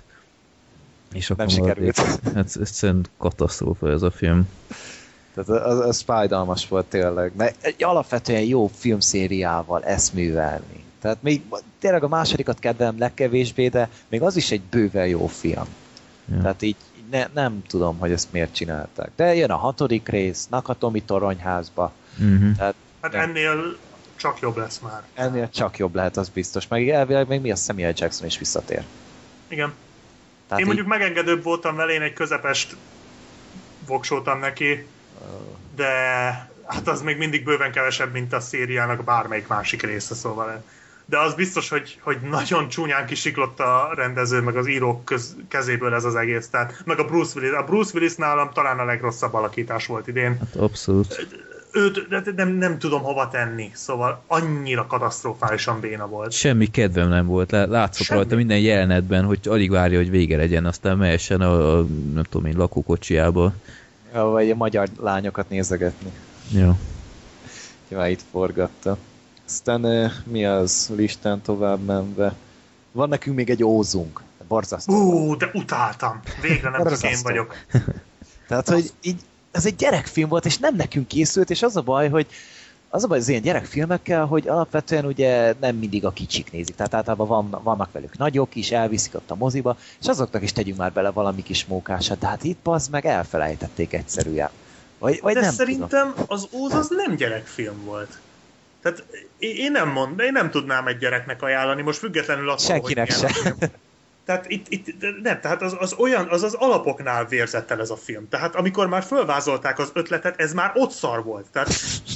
és akkor nem sikerült. Hát egyszerűen katasztrófa ez a film. Tehát az fájdalmas volt tényleg, mert egy alapvetően jó filmszériával eszművelni. Tehát még tényleg a másodikat kedvelem legkevésbé, de még az is egy bőven jó film. Ja. Tehát így nem tudom, hogy ezt miért csinálták. De jön a 6. rész, Nakatomi toronyházba. Tehát, hát ennél csak jobb lesz már. Ennél csak jobb lehet, az biztos. Meg elvileg még mi a Samuel Jackson is visszatér. Igen. Tehát én mondjuk megengedőbb voltam vele, én egy közepest voksoltam neki, de hát az még mindig bőven kevesebb, mint a szériának bármelyik másik része, szóval. De az biztos, hogy nagyon csúnyán kisiklott a rendező, meg az írók kezéből ez az egész. Tehát, meg a Bruce Willis. A Bruce Willis nálam talán a legrosszabb alakítás volt idén. Hát abszolút. Őt nem tudom hova tenni, szóval annyira katasztrofálisan béna volt. Semmi kedvem nem volt, látszott rajta minden jelenetben, hogy alig várja, hogy vége legyen, aztán mehessen a nem tudom én, lakókocsiába. Ja, vagy a magyar lányokat nézegetni. Jó. Ja, itt forgatta. Aztán mi az listán tovább menve? Van nekünk még egy ózunk. Borzasztó. De utáltam. Végre nem csak én vagyok. Tehát, hogy így ez egy gyerekfilm volt, és nem nekünk készült, és az a baj, hogy az ilyen gyerekfilmekkel, hogy alapvetően ugye nem mindig a kicsik nézik. Tehát általában vannak velük nagyok is, elviszik ott a moziba, és azoknak is tegyünk már bele valami kis mókásat. De hát itt bazd meg elfelejtették egyszerűen. Vagy de nem szerintem tudom. Az Óz az nem gyerekfilm volt. Tehát én nem tudnám egy gyereknek ajánlani, most függetlenül attól, senkinek hogy sem. Tehát itt nem, tehát az alapoknál vérzett el ez a film. Tehát amikor már fölvázolták az ötletet, ez már ott szar volt. Tehát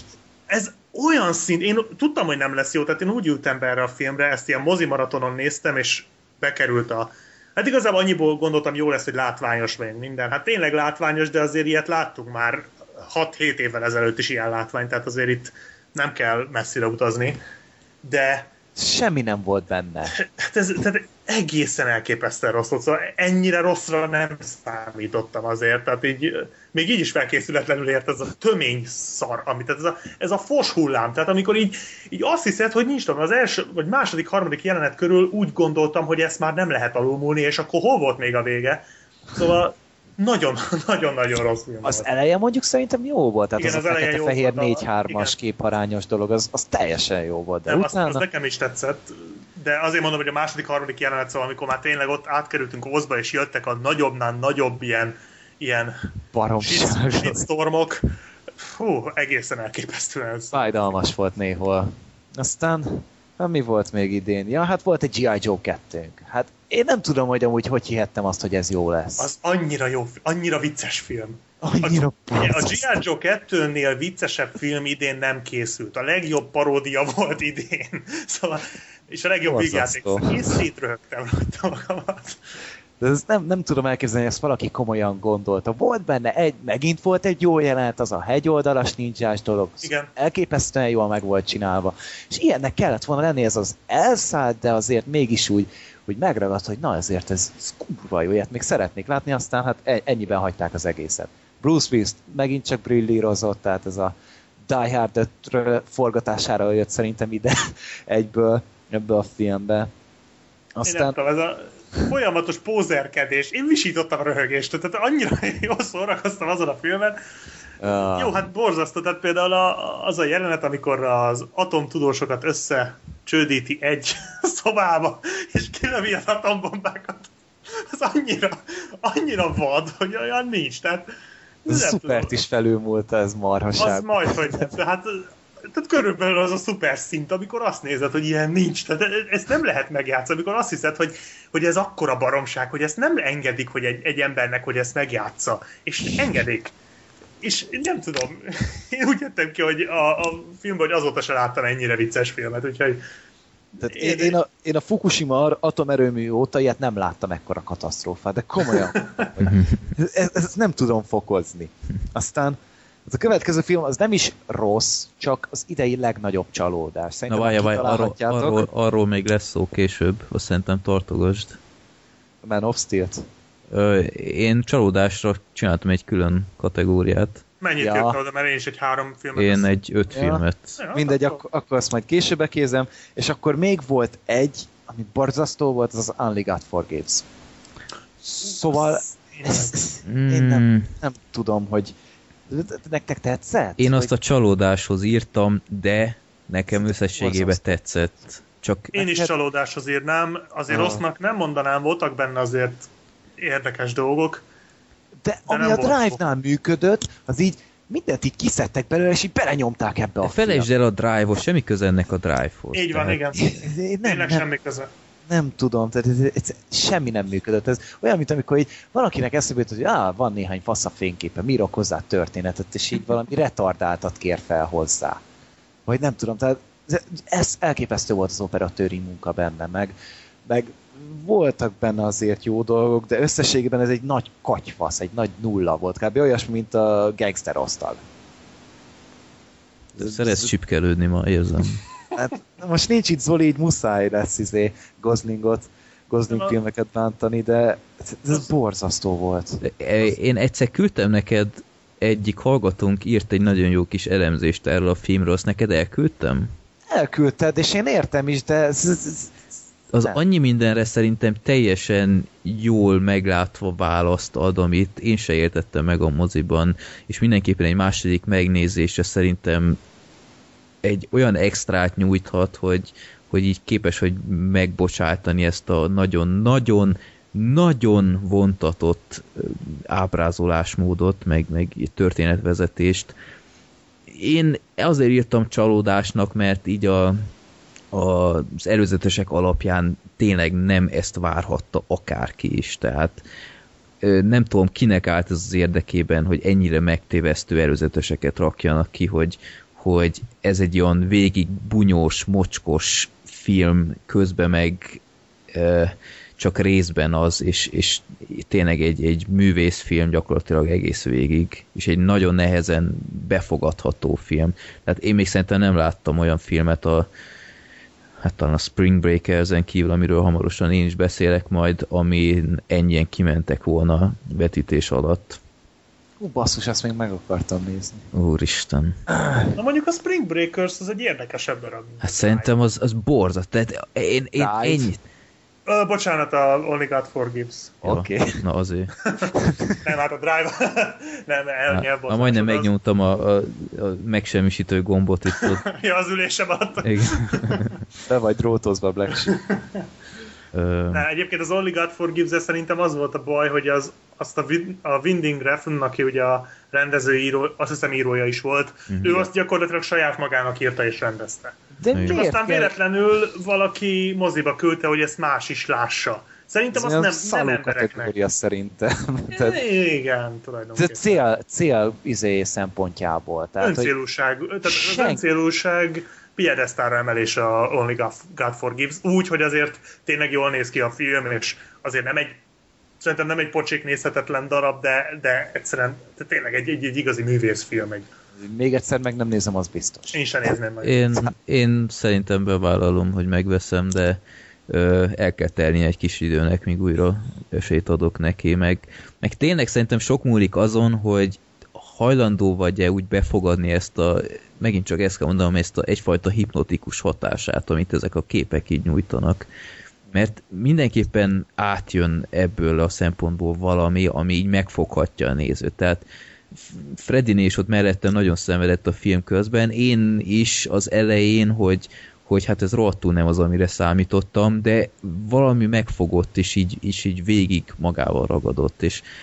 ez olyan szint, én tudtam, hogy nem lesz jó, tehát én úgy ültem be erre a filmre, ezt ilyen mozimaratonon néztem, és bekerült hát igazából annyiból gondoltam, jó lesz, hogy látványos vagy minden. Hát tényleg látványos, de azért ilyet láttunk már 6-7 évvel ezelőtt is ilyen látvány, tehát azért itt nem kell messzire utazni. De semmi nem volt benne. Tehát egészen elképesztően rossz volt, szóval ennyire rosszra nem számítottam azért, tehát így, még így is felkészületlenül ért ez a tömény szar, tehát ez a fos hullám, tehát amikor így azt hiszed, hogy nincs tudom, az első, vagy második, harmadik jelenet körül úgy gondoltam, hogy ezt már nem lehet alulmúlni, és akkor hol volt még a vége? Szóval nagyon-nagyon rossz film. Az eleje mondjuk szerintem jó volt, tehát igen, az a fekete-fehér 4-3-as képarányos dolog, az teljesen jó volt. De nem, utána... az nekem is tetszett, de azért mondom, hogy a második, harmadik jelenet, szóval amikor már tényleg ott átkerültünk Ozba, és jöttek a nagyobbnál nagyobb ilyen shitstormok, egészen elképesztően. Fájdalmas volt néhol. Aztán mi volt még idén? Ja, hát volt egy G.I. Joe 2-nk. Hát Én nem tudom, hogy amúgy hogy hihettem azt, hogy ez jó lesz. Az annyira jó, annyira vicces film. Annyira a G.I. Joe 2-nél viccesebb film idén nem készült. A legjobb paródia volt idén. Szóval, és a legjobb vígjáték. Én szétröhögtem rajta magamat. De ez nem tudom elképzelni, hogy ezt valaki komolyan gondolta. Volt benne megint volt egy jó jelenet, az a hegyoldalas ninjás dolog. Igen. Elképesztően jól meg volt csinálva. És ilyennek kellett volna lenni, ez az elszállt, de azért mégis úgy megragadt, hogy na ezért ez kurva jó, ilyet még szeretnék látni, aztán hát ennyiben hagyták az egészet. Bruce Willis megint csak brillírozott, tehát ez a Die Hard 5 forgatására jött szerintem ide egyből ebbe a filmbe. Aztán... Én nem tudom, ez a folyamatos pózerkedés. Én visítottam a röhögést, tehát annyira jól szórakoztam azon a filmen. Jó, hát borzasztó, tehát például az a jelenet, amikor az atomtudósokat összecsődíti egy szobába, és kilövi az atombombákat, az annyira vad, hogy olyan nincs, tehát szupert is felülmúlta ez marhaság. Az majd, hogy tehát körülbelül az a szuper szint, amikor azt nézed, hogy ilyen nincs. Tehát ezt nem lehet megjátszani, amikor azt hiszed, hogy ez akkora baromság, hogy ezt nem engedik, hogy egy embernek, hogy ezt megjátsza. És engedik. És nem tudom, én úgy jöttem ki, hogy a filmben, hogy azóta se láttam ennyire vicces filmet, úgyhogy... Tehát én a Fukushima atomerőmű óta ilyet nem láttam ekkora katasztrófát, de komolyan. Ezt nem tudom fokozni. Aztán ez a következő film az nem is rossz, csak az idei legnagyobb csalódás. Szerintem na várj, arról még lesz szó később, azt szerintem tartogasd. Man of Steel-t. Én csalódásra csináltam egy külön kategóriát. Mennyit írtad oda, mert én is egy 3 filmet. Én egy 5 filmet. Ja, mindegy, akkor azt majd később kézem. És akkor még volt egy, ami borzasztó volt, az Only God Forgives. Szóval én nem tudom, hogy nektek tetszett? Én azt a csalódáshoz írtam, de nekem összességében tetszett. Csak én is csalódáshoz írnám, azért rossznak nem mondanám, voltak benne azért érdekes dolgok. De ami a Drive-nál működött, az így mindent így kiszedtek belőle, és így belenyomták ebbe a felejtsd el a Drive-ot, semmi köze ennek a Drive-hoz. Így van, igen. Tényleg semmi köze. Nem tudom, tehát ez semmi nem működött. Ez olyan, mint amikor így valakinek eszébe jut, hogy van néhány fasz a fényképe, mírok hozzá történetet, és így valami retardáltat kér fel hozzá. Vagy nem tudom, tehát ez elképesztő volt az operatőri munka benne, meg voltak benne azért jó dolgok, de összességében ez egy nagy katyfasz, egy nagy nulla volt. Kb. Olyasmi, mint a Gangster osztag. Szeretsz csipkelődni ma, érzem. Hát most nincs itt Zoli, így muszáj lesz Gosling filmeket bántani, de ez borzasztó volt. Én egyszer küldtem neked, egyik hallgatónk írt egy nagyon jó kis elemzést erről a filmről, azt neked elküldtem? Elküldted, és én értem is, de az annyi mindenre szerintem teljesen jól meglátva választ ad, amit én se értettem meg a moziban, és mindenképpen egy második megnézésre szerintem egy olyan extrát nyújthat, hogy így képes, hogy megbocsátani ezt a nagyon vontatott ábrázolásmódot, meg történetvezetést. Én azért írtam csalódásnak, mert így az előzetesek alapján tényleg nem ezt várhatta akárki is, tehát nem tudom, kinek állt ez az érdekében, hogy ennyire megtévesztő előzeteseket rakjanak ki, hogy ez egy olyan végig bunyós, mocskos film, közben meg csak részben az, és tényleg egy művészfilm gyakorlatilag egész végig, és egy nagyon nehezen befogadható film. Tehát én még szerintem nem láttam olyan filmet hát talán a Spring Breakers-en kívül, amiről hamarosan én is beszélek majd, amin ennyien kimentek volna vetítés alatt. Basszus, ezt még meg akartam nézni. Úristen. Na mondjuk a Spring Breakers az egy érdekesebb darab. Hát szerintem az borzat. Tehát én ennyit. Bocsánat, a Only God Forgives. Oké. Na azért. Nem, hát a Drive. nem, elnyelv. Majdnem megnyomtam a megsemmisítő gombot itt. Ja, az ülésem alatt. Be vagy drótozva, Black Sheep. Egyébként az Only God Forgives, szerintem az volt a baj, hogy azt a Winding Refn, aki ugye a rendezőíró, azt hiszem írója is volt, ő azt gyakorlatilag saját magának írta és rendezte. De aztán véletlenül valaki moziba küldte, hogy ezt más is lássa. Szerintem azt nem embereknek. Szerintem. Igen, tulajdonképpen. Cél szempontjából. Tehát, öncélúság. Tehát az öncélúság piedesztára emelés a Only God Forgives. Úgy, hogy azért tényleg jól néz ki a film, és azért szerintem nem egy pocsék nézhetetlen darab, de egyszerűen tényleg egy igazi művészfilm. Még egyszer meg nem nézem, az biztos. Én sem nézném meg. Én szerintem bevállalom, hogy megveszem, de el kell telni egy kis időnek, míg újra esélyt adok neki, meg tényleg szerintem sok múlik azon, hogy hajlandó vagy-e úgy befogadni megint csak ezt kell mondanom, ezt egyfajta hipnotikus hatását, amit ezek a képek így nyújtanak. Mert mindenképpen átjön ebből a szempontból valami, ami így megfoghatja a nézőt. Tehát Freddy és ott mellettem nagyon szenvedett a film közben, én is az elején, hogy hát ez rohadtul nem az, amire számítottam, de valami megfogott, és így végig magával ragadott,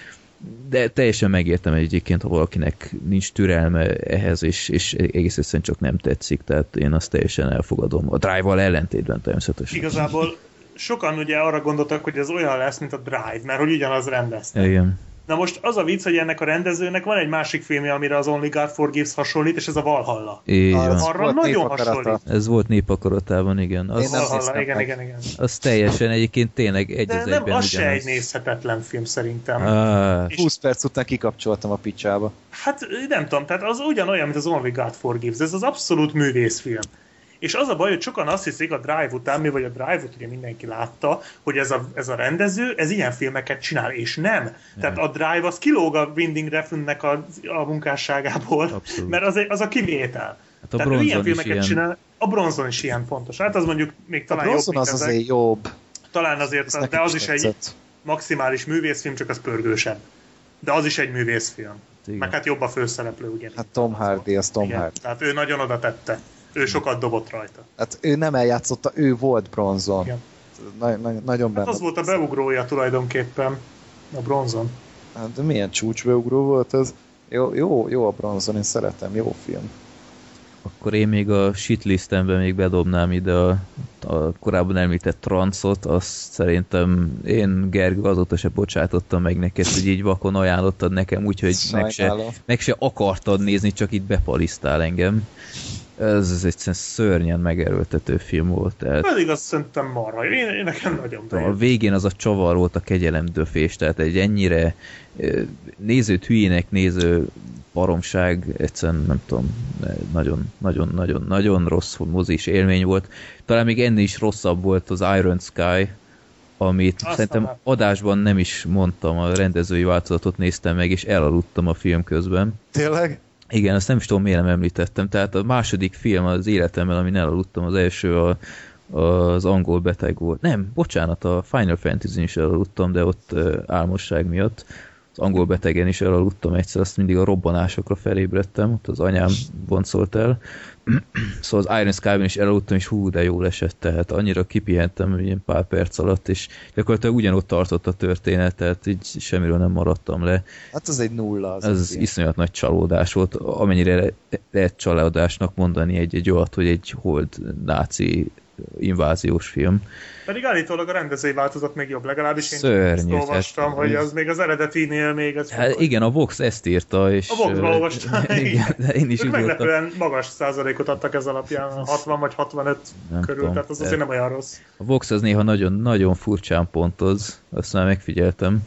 de teljesen megértem egyébként, ha valakinek nincs türelme ehhez, és egész egyszerűen csak nem tetszik, tehát én azt teljesen elfogadom. A Drive-val ellentétben természetesen. Igazából sokan ugye arra gondoltak, hogy ez olyan lesz, mint a Drive, mert hogy ugyanaz rendezte. Igen. Na most az a vicc, hogy ennek a rendezőnek van egy másik filmje, amire az Only God Forgives hasonlít, és ez a Valhalla. Arra nagyon hasonlít. Ez volt Népakaratában, igen. Valhalla, igen. Az teljesen egyébként tényleg egy az egyben ugyanaz. Se egy nézhetetlen film szerintem. 20 perc után kikapcsoltam a picsába. Hát nem tudom, tehát az ugyanolyan, mint az Only God Forgives. Ez az abszolút művészfilm. És az a baj, hogy sokan azt hiszik a Drive után, mivel a Drive-ot ugye mindenki látta, hogy ez a rendező, ez ilyen filmeket csinál, és nem. Tehát a Drive az kilóg a Winding Refnnek a munkásságából, abszolút. Mert az a kivétel. Hát a tehát ő ilyen filmeket csinál, a Bronzon is ilyen fontos. Hát az mondjuk még talán a jobb, mint az ezek. Azért jobb. Talán azért, de az is egy maximális művészfilm, csak az pörgősebb. De az is egy művészfilm. Igen. Meg hát jobb a főszereplő, ugye. Hát Tom Hardy, az Tom Hardy. Tehát ő nagyon oda tette. Ő sokat dobott rajta. Hát ő nem eljátszotta, ő volt bronzon. Igen. Nagyon benne. Hát az volt a beugrója tulajdonképpen a bronzon. Hát de milyen csúcsbeugró volt ez? Jó a bronzon, én szeretem, jó film. Akkor én még a shitlistemben még bedobnám ide a korábban említett Trancot, azt szerintem én, Gergő, azóta se bocsátottam meg neked, hogy így vakon ajánlottad nekem, úgyhogy meg se akartad nézni, csak itt bepalisztál engem. Ez egyszerűen szörnyen megerőltető film volt. Tehát... Pedig azt szerintem marha. Én nekem nagyon bejött. A végén az a csavar volt, a kegyelemdöfés, tehát egy ennyire nézőt hülyének néző baromság, egyszerűen nem tudom, nagyon rossz mozis élmény volt. Talán még ennél is rosszabb volt az Iron Sky, amit szerintem adásban nem is mondtam, a rendezői változatot néztem meg, és elaludtam a film közben. Tényleg? Igen, azt nem is tudom, miért nem említettem. Tehát a második film az életemben, amin elaludtam, az első az angol beteg volt. Nem, bocsánat, a Final Fantasy-n is elaludtam, de ott álmosság miatt. Az angol betegen is elaludtam egyszer, azt mindig a robbanásokra felébredtem, ott az anyám boncolt el. Szóval az Iron Sky-ban is elaludtam, és hú, de jól esett, tehát annyira kipihentem ilyen pár perc alatt, és gyakorlatilag ugyanott tartott a történet, tehát így semmiről nem maradtam le. Hát az egy nulla. Ez iszonyat nagy csalódás volt, amennyire lehet csalódásnak mondani egy olyat, hogy egy hold náci inváziós film. Pedig állítólag a rendezői változat még jobb, legalábbis én szörnyű, olvastam, hogy az még az eredetinél még... Hát igen, a Vox ezt írta, és... A Voxba olvastam, igen. De én is úgy meglepően magas százalékot adtak ez alapján, 60 vagy 65 nem körül, tudom, tehát az azért nem olyan rossz. A Vox az néha nagyon furcsán pontoz, azt már megfigyeltem.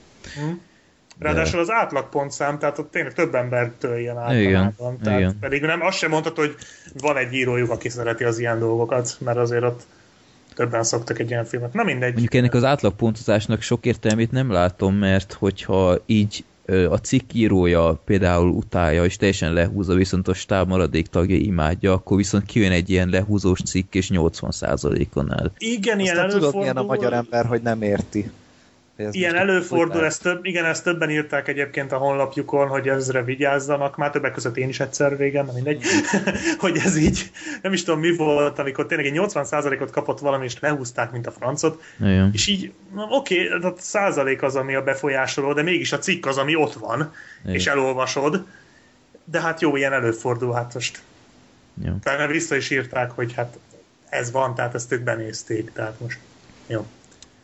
Ráadásul az átlagpontszám, tehát ott tényleg több embertől ilyen általában. Tehát pedig nem, azt sem mondhatod, hogy van egy írójuk, aki szereti az ilyen dolgokat, mert azért ott többen szoktak egy ilyen filmet. Na mindegy. Mondjuk ennek az átlagpontozásnak sok értelmét nem látom, mert hogyha így a cikk írója például utálja, és teljesen lehúzza, viszont a stáb maradék tagja imádja, akkor viszont kijön egy ilyen lehúzós cikk, és 80%-on áll. Igen, ilyen előfordul. Tudod, milyen a magyar ember, hogy nem érti. Ilyen előfordul, ezt többen írták egyébként a honlapjukon, hogy ezre vigyázzanak, már többek között én is egyszer régen, na mindegy, hogy ez így, nem is tudom mi volt, amikor tényleg egy 80%-ot kapott valami, és lehúzták, mint a francot, igen. És így, oké, a százalék az, ami a befolyásoló, de mégis a cikk az, ami ott van, igen. És elolvasod, de hát jó, ilyen előfordul, hát most talán vissza is írták, hogy hát ez van, tehát ezt ők benézték, tehát most jó.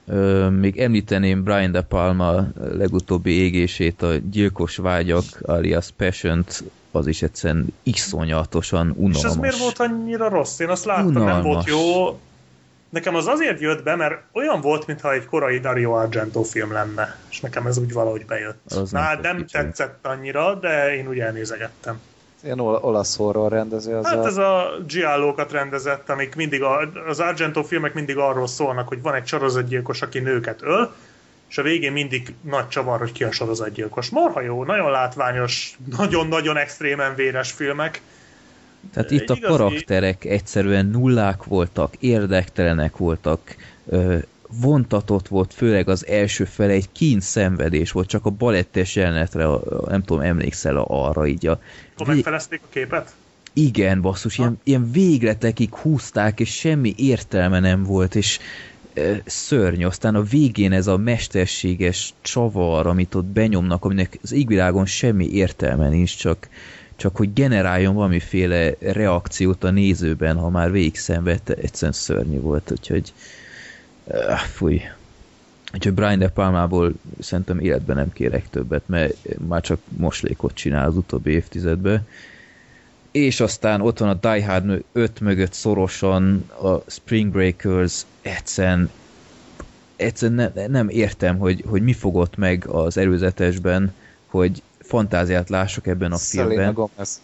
Még említeném Brian De Palma legutóbbi égését, a Gyilkos vágyak, alias Passion-t, az is egyszerűen iszonyatosan unalmas. És ez miért volt annyira rossz? Én azt láttam, nem volt jó. Nekem az azért jött be, mert olyan volt, mintha egy korai Dario Argento film lenne. És nekem ez úgy valahogy bejött. Nem tetszett annyira, de én úgy elnézegettem. Ilyen olasz horror rendező az. Hát ez a Giallo-kat rendezett, amik mindig az Argento filmek mindig arról szólnak, hogy van egy sorozatgyilkos, aki nőket öl, és a végén mindig nagy csavar, hogy ki a sorozatgyilkos. Marha jó, nagyon látványos, nagyon-nagyon extrémen véres filmek. Tehát itt a karakterek egyszerűen nullák voltak, érdektelenek voltak, vontatott volt, főleg az első fele egy kínszenvedés volt, csak a balettes jelenetre, nem tudom, emlékszel arra így megfelezték a képet? Igen, basszus, ilyen végletekig húzták, és semmi értelme nem volt, és szörnyű. Aztán a végén ez a mesterséges csavar, amit ott benyomnak, aminek az égvilágon semmi értelme nincs, csak hogy generáljon valamiféle reakciót a nézőben, ha már végig szenvedte, egyszerűen szörnyű volt, úgyhogy fúj. Úgyhogy Brian De Palmából szerintem életben nem kérek többet, mert már csak moslékot csinál az utóbbi évtizedben. És aztán ott van a Die Hard 5 mögött szorosan a Spring Breakers, egyszerűen nem értem, hogy mi fogott meg az előzetesben, hogy fantáziát lássak ebben a filmben.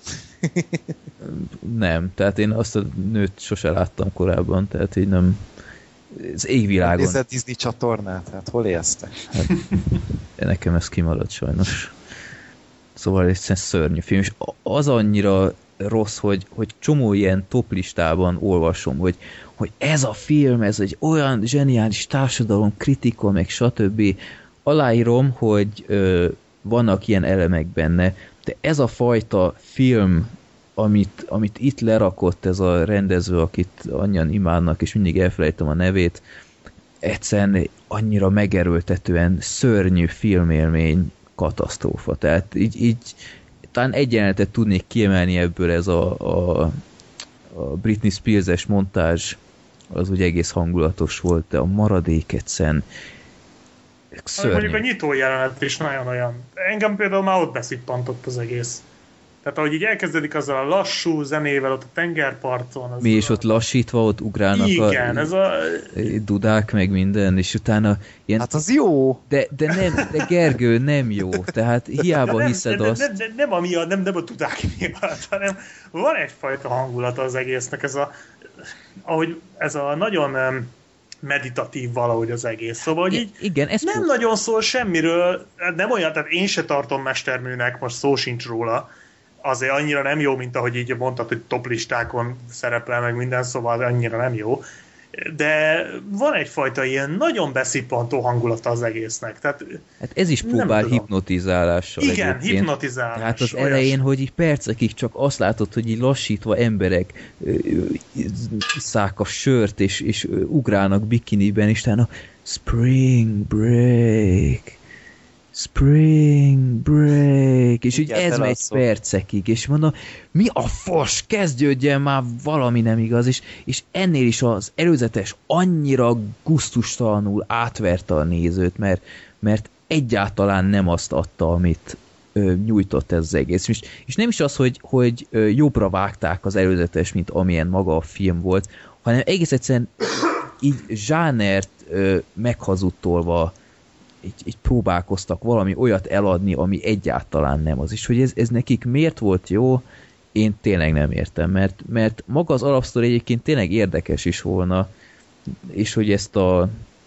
Nem, tehát én azt a nőt sose láttam korábban, tehát így nem... Az égvilágon. Nézed Disney csatornát? Hát hol élsz te? Hát, nekem ez kimaradt sajnos. Szóval egyszerűen szörnyű film, és az annyira rossz, hogy csomó ilyen top listában olvasom, hogy ez a film, ez egy olyan zseniális társadalom kritika, meg stb. Aláírom, hogy vannak ilyen elemek benne, de ez a fajta film, amit itt lerakott ez a rendező, akit annyian imádnak, és mindig elfelejtem a nevét, egyszerűen annyira megerőltetően szörnyű filmélmény, katasztrófa. Tehát így talán egy jelenetet tudnék kiemelni ebből, ez a Britney Spears-es montázs, az úgy egész hangulatos volt, de a maradék egyszerűen szörnyű. Mondjuk a nyitó jelenet is nagyon olyan. Engem például már ott beszippantott az egész. Tehát ahogy így elkezdődik azzal a lassú zenével ott a tengerparton. Mi is ott lassítva, ott ugrálnak igen, ez a dudák, meg minden, és utána ilyen... Hát az jó! De Gergő, nem jó. Tehát hiába hiszed azt... Nem a dudák miatt, hanem van egyfajta hangulata az egésznek, ez a nagyon meditatív valahogy az egész. Szóval, hogy így igen, nem nagyon szól semmiről, nem olyan, tehát én se tartom mesterműnek, most szó sincs róla, azért annyira nem jó, mint ahogy így mondtad, hogy top listákon szerepel meg minden, szóval annyira nem jó. De van egyfajta ilyen nagyon beszippantó hangulata az egésznek. Tehát hát ez is próbál hipnotizálással. Igen, egyébként. hipnotizálás. Tehát az elején, hogy így percekig csak azt látod, hogy így lassítva emberek isszák a sört, és ugrálnak bikiniben, és utána Spring Break, és így ez megy percekig, és mondom, mi a fos, kezdődjön már, valami nem igaz, és ennél is az előzetes annyira gusztustalanul átverte a nézőt, mert egyáltalán nem azt adta, amit nyújtott ez az egész. És nem is az, hogy jobbra vágták az előzetes, mint amilyen maga a film volt, hanem egész egyszerűen így zsánert meghazudtolva így próbálkoztak valami olyat eladni, ami egyáltalán nem az. És hogy ez nekik miért volt jó, én tényleg nem értem, mert maga az alapsztori egyébként tényleg érdekes is volna, és hogy ezt a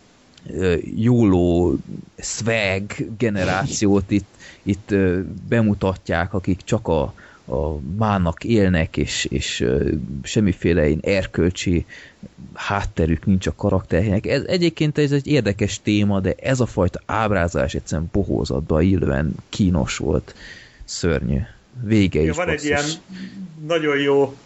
YOLO swag generációt itt bemutatják, akik csak a mának élnek, és semmiféle erkölcsi hátterük nincs a karakternek. Egyébként ez egy érdekes téma, de ez a fajta ábrázolás egyszerűen bohózatba illően kínos volt. Szörnyű. Vége is. Van egy ilyen nagyon jó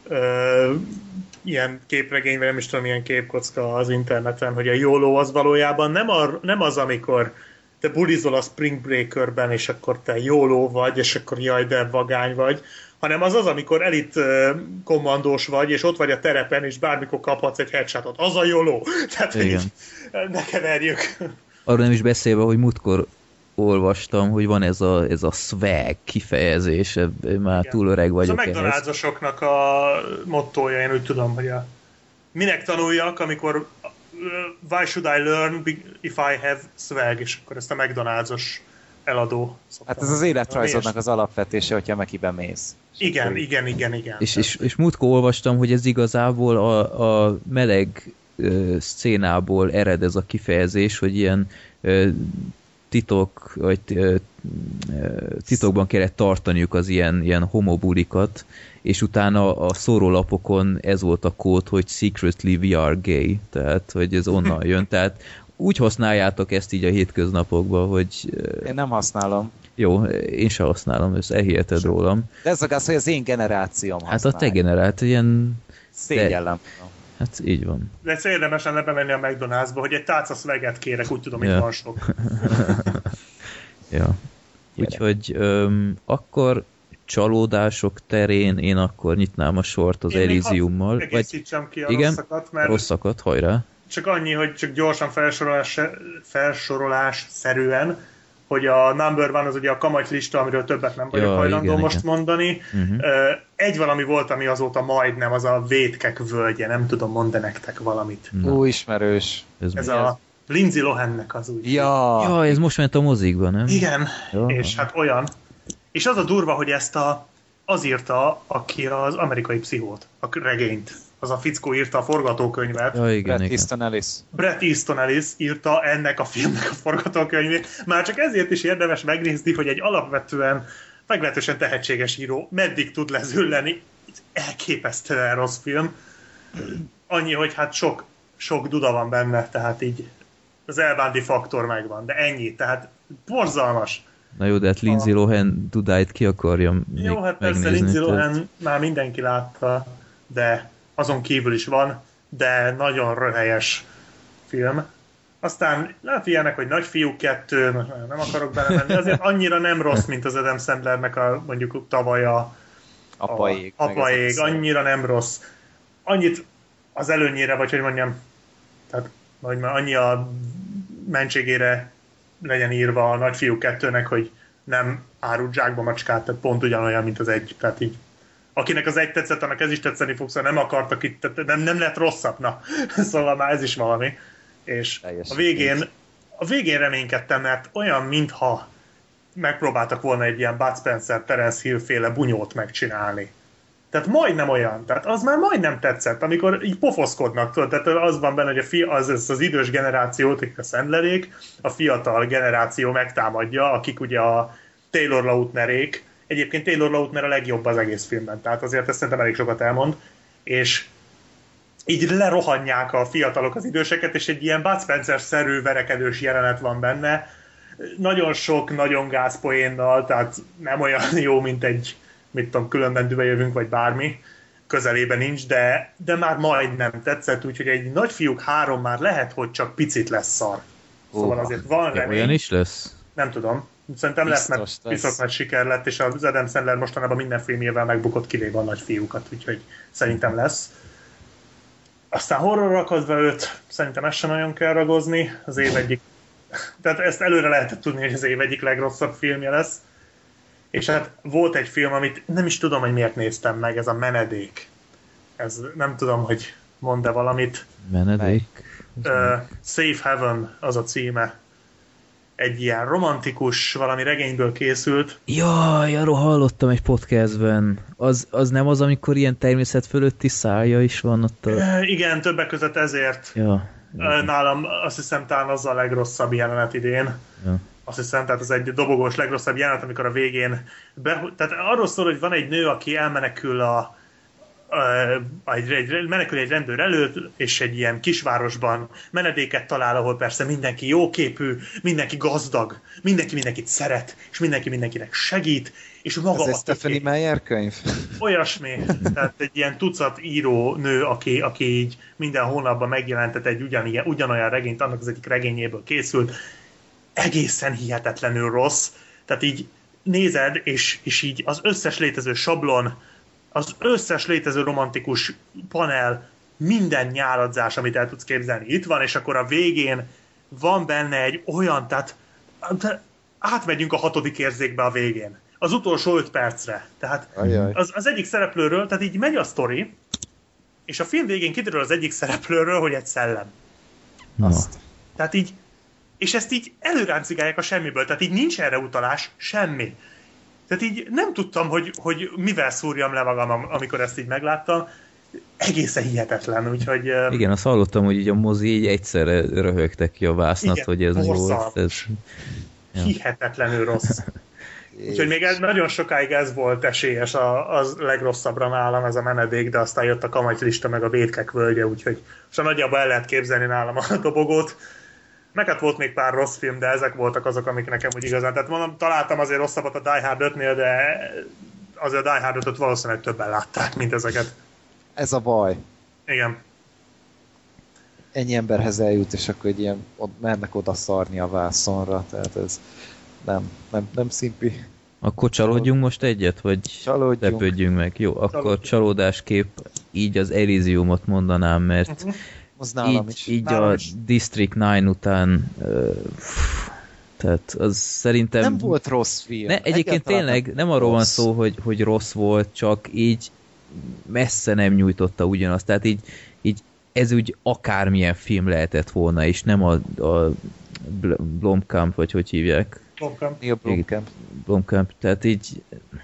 ilyen képregény, vagy nem is tudom, ilyen képkocka az interneten, hogy a YOLO az valójában nem az, amikor te bulizol a Spring Breakerben, és akkor te YOLO vagy, és akkor jaj, de vagány vagy, hanem az, amikor elit kommandós vagy, és ott vagy a terepen, és bármikor kaphatsz egy headshotot. Az a YOLO! Tehát, hogy így, ne keverjük. Arról nem is beszélve, hogy múltkor olvastam, hogy van ez a swag kifejezés, már igen. Túl öreg vagyok ehhez. Ez a McDonald's-osoknak a mottója, én úgy tudom, hogy minek tanuljak, amikor why should I learn if I have swag, és akkor ezt a McDonald's-os eladó szoktam. Hát ez az életrajzodnak az alapvetése, hogyha Mekiben mész. Igen. És múltkor olvastam, hogy ez igazából a meleg szcénából ered ez a kifejezés, hogy ilyen titokban kellett tartaniuk az ilyen homobulikat, és utána a szórólapokon ez volt a kód, hogy secretly we are gay, tehát hogy ez onnan jön, tehát úgy használjátok ezt így a hétköznapokban, hogy... Én nem használom. Jó, én sem használom, ezt elhiheted rólam. De ez az, hogy az én generációm használ. Hát a te generált, ilyen... Szégyellem. Hát így van. De egyszer érdemes lenne bemenni a McDonald'sba, hogy egy tálca szveget kérek, úgy tudom, hogy van sok. Ja. Úgyhogy akkor csalódások terén én akkor nyitnám a sort az Elysiummal. Egészítsem ki a igen, rosszakat, mert... rosszakat, hajrá. Csak annyi, hogy csak gyorsan felsorolás szerűen, hogy a number one az ugye a kamagy lista, amiről többet nem vagyok hajlandó most mondani. Egy valami volt, ami azóta majdnem, az a Vétkek völgye, nem tudom, mondani nektek valamit. Ismerős. Ez a Lindsay Lohannek az úgy. Ja, ez most ment a mozikban, nem? Igen, és hát olyan. És az a durva, hogy ezt az írta, aki az Amerikai Pszichót, a regényt. Az a fickó írta a forgatókönyvet. Ja, igen, Bret Easton Ellis írta ennek a filmnek a forgatókönyvét. Már csak ezért is érdemes megnézni, hogy egy alapvetően meglehetősen tehetséges író meddig tud lezülleni. Elképesztően rossz film. Annyi, hogy hát sok duda van benne, tehát így az elbándi faktor megvan, de ennyi, tehát borzalmas. Na jó, de hát Lindsay Lohan dudáit ki akarja jó, hát persze Lindsay Lohan már mindenki látta, de azon kívül is van, de nagyon röhelyes film. Aztán lehet ilyenek, hogy Nagyfiúk 2, nem akarok belemenni, azért annyira nem rossz, mint az Adam Sandlernek mondjuk tavaly Apaég, annyira nem rossz. Annyit az előnyére, vagy hogy mondjam, tehát annyi a mentségére legyen írva a Nagyfiúk 2-nek, hogy nem árult zsákba macskát, tehát pont ugyanolyan, mint az egy, tehát így akinek az egy tetszett, annak ez is tetszeni fog, szóval nem akartak itt, nem lett rosszabb, na. Szóval már ez is valami. És a végén reménykedtem, mert olyan, mintha megpróbáltak volna egy ilyen Bud Spencer, Terence Hill féle bunyót megcsinálni. Tehát majdnem olyan, tehát az már majdnem tetszett, amikor így pofoszkodnak, tudod, tehát az van benne, hogy az idős generációt, akik a Sandlerék, a fiatal generáció megtámadja, akik ugye a Taylor Lautnerék. Egyébként Taylor Lautner a legjobb az egész filmben, tehát azért ezt szerintem elég sokat elmond, és így lerohanják a fiatalok az időseket, és egy ilyen Bud Spencer-szerű verekedős jelenet van benne, nagyon sok, nagyon gázpoénnal, tehát nem olyan jó, mint egy, mit tudom, Különben dühbe vagy bármi, közelében nincs, de már majdnem tetszett, úgyhogy egy Nagyfiúk 3 már lehet, hogy csak picit lesz szar. Szóval azért van remény. Olyan is lesz? Nem tudom. Szerintem lesz, mert piszok nagy siker lett, és az Adam Sandler mostanában minden filmjével megbukott, kivéve a Nagyfiúkat, úgyhogy szerintem lesz. Aztán horrorra akadva 5, szerintem ezt sem nagyon kell ragozni, az év egyik. Tehát ezt előre lehetett tudni, hogy az év egyik legrosszabb filmje lesz. És hát volt egy film, amit nem is tudom, hogy miért néztem meg, ez a Menedék. Ez nem tudom, hogy mond-e valamit. Menedék? Safe Haven az a címe. Egy ilyen romantikus, valami regényből készült. Jaj, arról hallottam egy podcastben. Az nem az, amikor ilyen természet fölötti szája is van ott igen, többek között ezért. Ja. Nálam azt hiszem talán az a legrosszabb jelenet idén. Ja. Azt hiszem, tehát ez egy dobogós legrosszabb jelenet, amikor a végén... Tehát arról szól, hogy van egy nő, aki elmenekül menekül egy rendőr előtt, és egy ilyen kisvárosban menedéket talál, ahol persze mindenki jóképű, mindenki gazdag, mindenki mindenkit szeret, és mindenki mindenkinek segít, és maga... Ez egy Stephenie Meyer könyv? Olyasmi. Tehát egy ilyen tucat író nő, aki így minden hónapban megjelentet egy ugyanolyan regényt, annak az egyik regényéből készült, egészen hihetetlenül rossz. Tehát így nézed, és így az összes létező sablon, az összes létező romantikus panel, minden nyáladzás, amit el tudsz képzelni, itt van, és akkor a végén van benne egy olyan, tehát átmegyünk a 6. érzékbe a végén. Az utolsó 5 percre. Tehát az egyik szereplőről, tehát így megy a sztori, és a film végén kiderül az egyik szereplőről, hogy egy szellem. Azt. Tehát így, és ezt így előráncigálják a semmiből, tehát így nincs erre utalás, semmi. Tehát így nem tudtam, hogy mivel szúrjam le magam, amikor ezt így megláttam. Egészen hihetetlen, úgyhogy... Igen, azt hallottam, hogy így a mozi így egyszerre röhögtek ki a vásznat, igen, hogy ez volt. Hihetetlenül rossz. Úgyhogy még nagyon sokáig ez volt esélyes, az legrosszabbra nálam ez a menedék, de aztán jött a Kamatylista meg a Vétkek völgye, úgyhogy most nagyjából el lehet képzelni nálam a dobogót. Meg hát volt még pár rossz film, de ezek voltak azok, amik nekem úgy igazán. Tehát mondom, találtam azért rosszabbat a Die Hard 5-nél, de azért a Die Hard 5-öt valószínűleg többen látták, mint ezeket. Ez a baj. Igen. Ennyi emberhez eljut, és akkor egy ilyen, mernek oda szarni a vászonra, tehát ez nem szimpi. Akkor csalódjunk most egyet, vagy lepődjünk meg? Jó, akkor csalódásképp így az Elysiumot mondanám, mert így a District 9 után tehát az szerintem... Nem volt rossz film. Egyébként tényleg nem arról van szó, hogy rossz volt, csak így messze nem nyújtotta ugyanazt. Tehát így ez úgy akármilyen film lehetett volna, és nem a Blomkamp, vagy hogy hívják? Blomkamp. Tehát így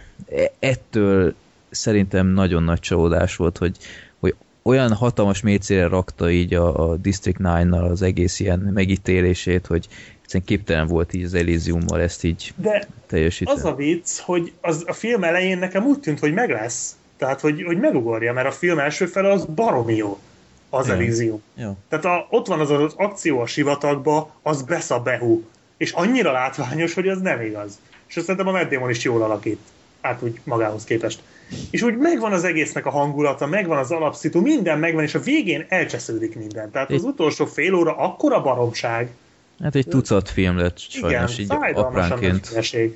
ettől szerintem nagyon nagy csalódás volt, hogy olyan hatalmas mércére rakta így a District 9-nal az egész ilyen megítélését, hogy egyszerűen képtelen volt így az Elysiummal ezt így teljesíteni. Az a vicc, hogy a film elején nekem úgy tűnt, hogy meg lesz. Tehát, hogy megugorja, mert a film első fele az baromi jó. Az Elysium. Tehát ott van az akció a sivatagba, az besz a behú. És annyira látványos, hogy az nem igaz. És azt szerintem a Matt Damon is jól alakít. Hát úgy magához képest. És úgy megvan az egésznek a hangulata, megvan az alapszitu, minden megvan, és a végén elcsesződik minden. Tehát az utolsó fél óra akkora baromság. Hát egy tucat film lett sajnos így apránként.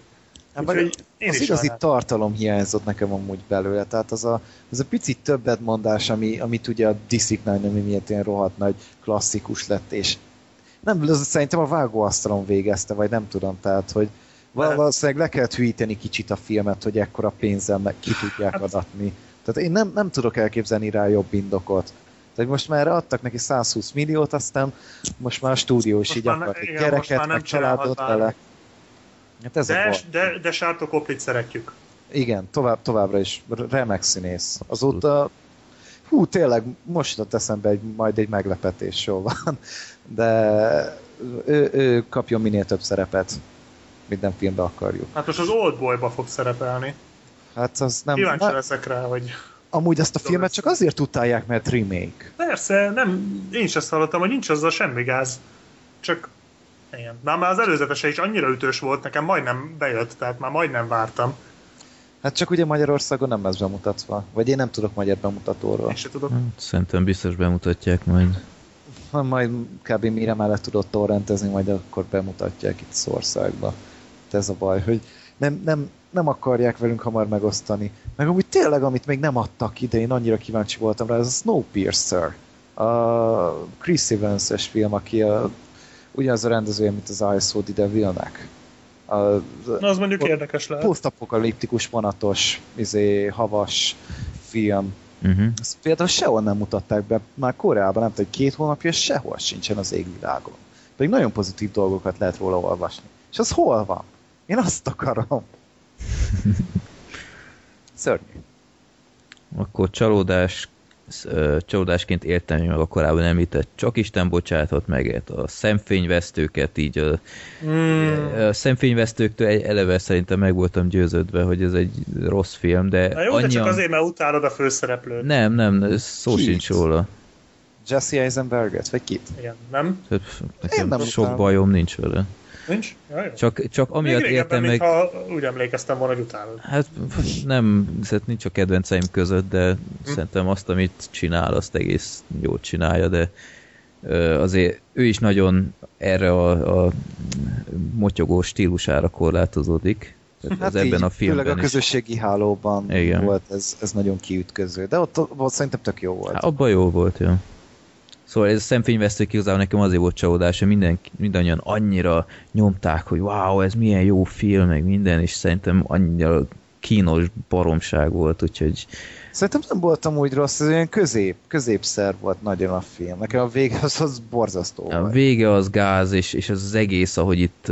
Az igazi tartalom hiányzott nekem amúgy belőle, tehát az a picit többetmondás, amit ugye a District 9, ami miatt ilyen rohadt nagy klasszikus lett, és nem, szerintem a vágóasztalon végezte, vagy nem tudom, tehát, hogy valószínűleg le kellett hűíteni kicsit a filmet, hogy ekkora pénzzel meg ki tudják adatni. Tehát én nem tudok elképzelni rá jobb indokot. Tehát most már adtak neki 120 milliót, aztán most már a stúdió is így akart egy gyereket, meg családot vele. Hát de Sártó Koplit szeretjük. Igen, továbbra is remek színész. Azóta, tényleg most jutott eszembe majd egy meglepetés, jól van. De ő kapjon minél több szerepet. Minden filmbe akarjuk. Hát most az Oldboy-ba fog szerepelni. Hát az nem... Kíváncsi leszek rá, hogy... Amúgy ezt a filmet csak azért utálják, mert remake. Persze, én is ezt hallottam, hogy nincs azzal semmi gáz. Csak... Igen. Már az előzetese is annyira ütős volt, nekem majdnem bejött, tehát már majdnem vártam. Hát csak ugye Magyarországon nem lesz bemutatva. Vagy én nem tudok magyar bemutatóról. Én se tudok. Szerintem biztos bemutatják majd. Majd kb. Mire mellett tudod torrentezni, majd akkor bemutatják itt az országba. Ez a baj, hogy nem akarják velünk hamar megosztani. Meg amúgy tényleg, amit még nem adtak ide, én annyira kíváncsi voltam rá, ez a Snowpiercer. A Chris Evans-es film, aki ugyanaz a rendezője, mint az I Saw the Devil-nek. Az mondjuk érdekes lehet. Posztapokaliptikus, vonatos, havas film. Ezt például sehol nem mutatták be, már Koreában nem tudom, 2 hónapja, és sehol sincsen az égvilágon. Pedig nagyon pozitív dolgokat lehet róla olvasni. És az hol van? Én azt akarom. Szörnyű. Akkor csalódásként értem meg a korábban említett Csak Isten bocsátott meg a szemfényvesztőket, így a szemfényvesztőktől eleve szerintem meg voltam győződve, hogy ez egy rossz film, de na jó, de csak azért, mert utálod a főszereplőt. Nem, szó sincs róla. Jesse Eisenberget, vagy kit? Igen, nem? Nekem sok bajom nincs vele. Nincs? Jaj. Csak amiatt értem meg... Ha úgy emlékeztem volna, hogy utálod. Hát nem, nincs a kedvenceim között, de szerintem azt, amit csinál, azt egész jól csinálja, de azért ő is nagyon erre a motyogó stílusára korlátozódik. Hát ebben a filmben főleg a közösségi hálóban volt ez nagyon kiütköző, de ott szerintem tök jó volt. Hát abban jó volt, jó. Szóval ez a szemfényvesztők igazából nekem azért volt csalódás, hogy mindannyian annyira nyomták, hogy wow, ez milyen jó film, meg minden, és szerintem annyira kínos baromság volt, úgyhogy... Szerintem nem voltam úgy rossz, ez olyan középszer volt nagyon a film. Nekem a vége az borzasztó volt. A vége az gáz, és az egész, ahogy itt...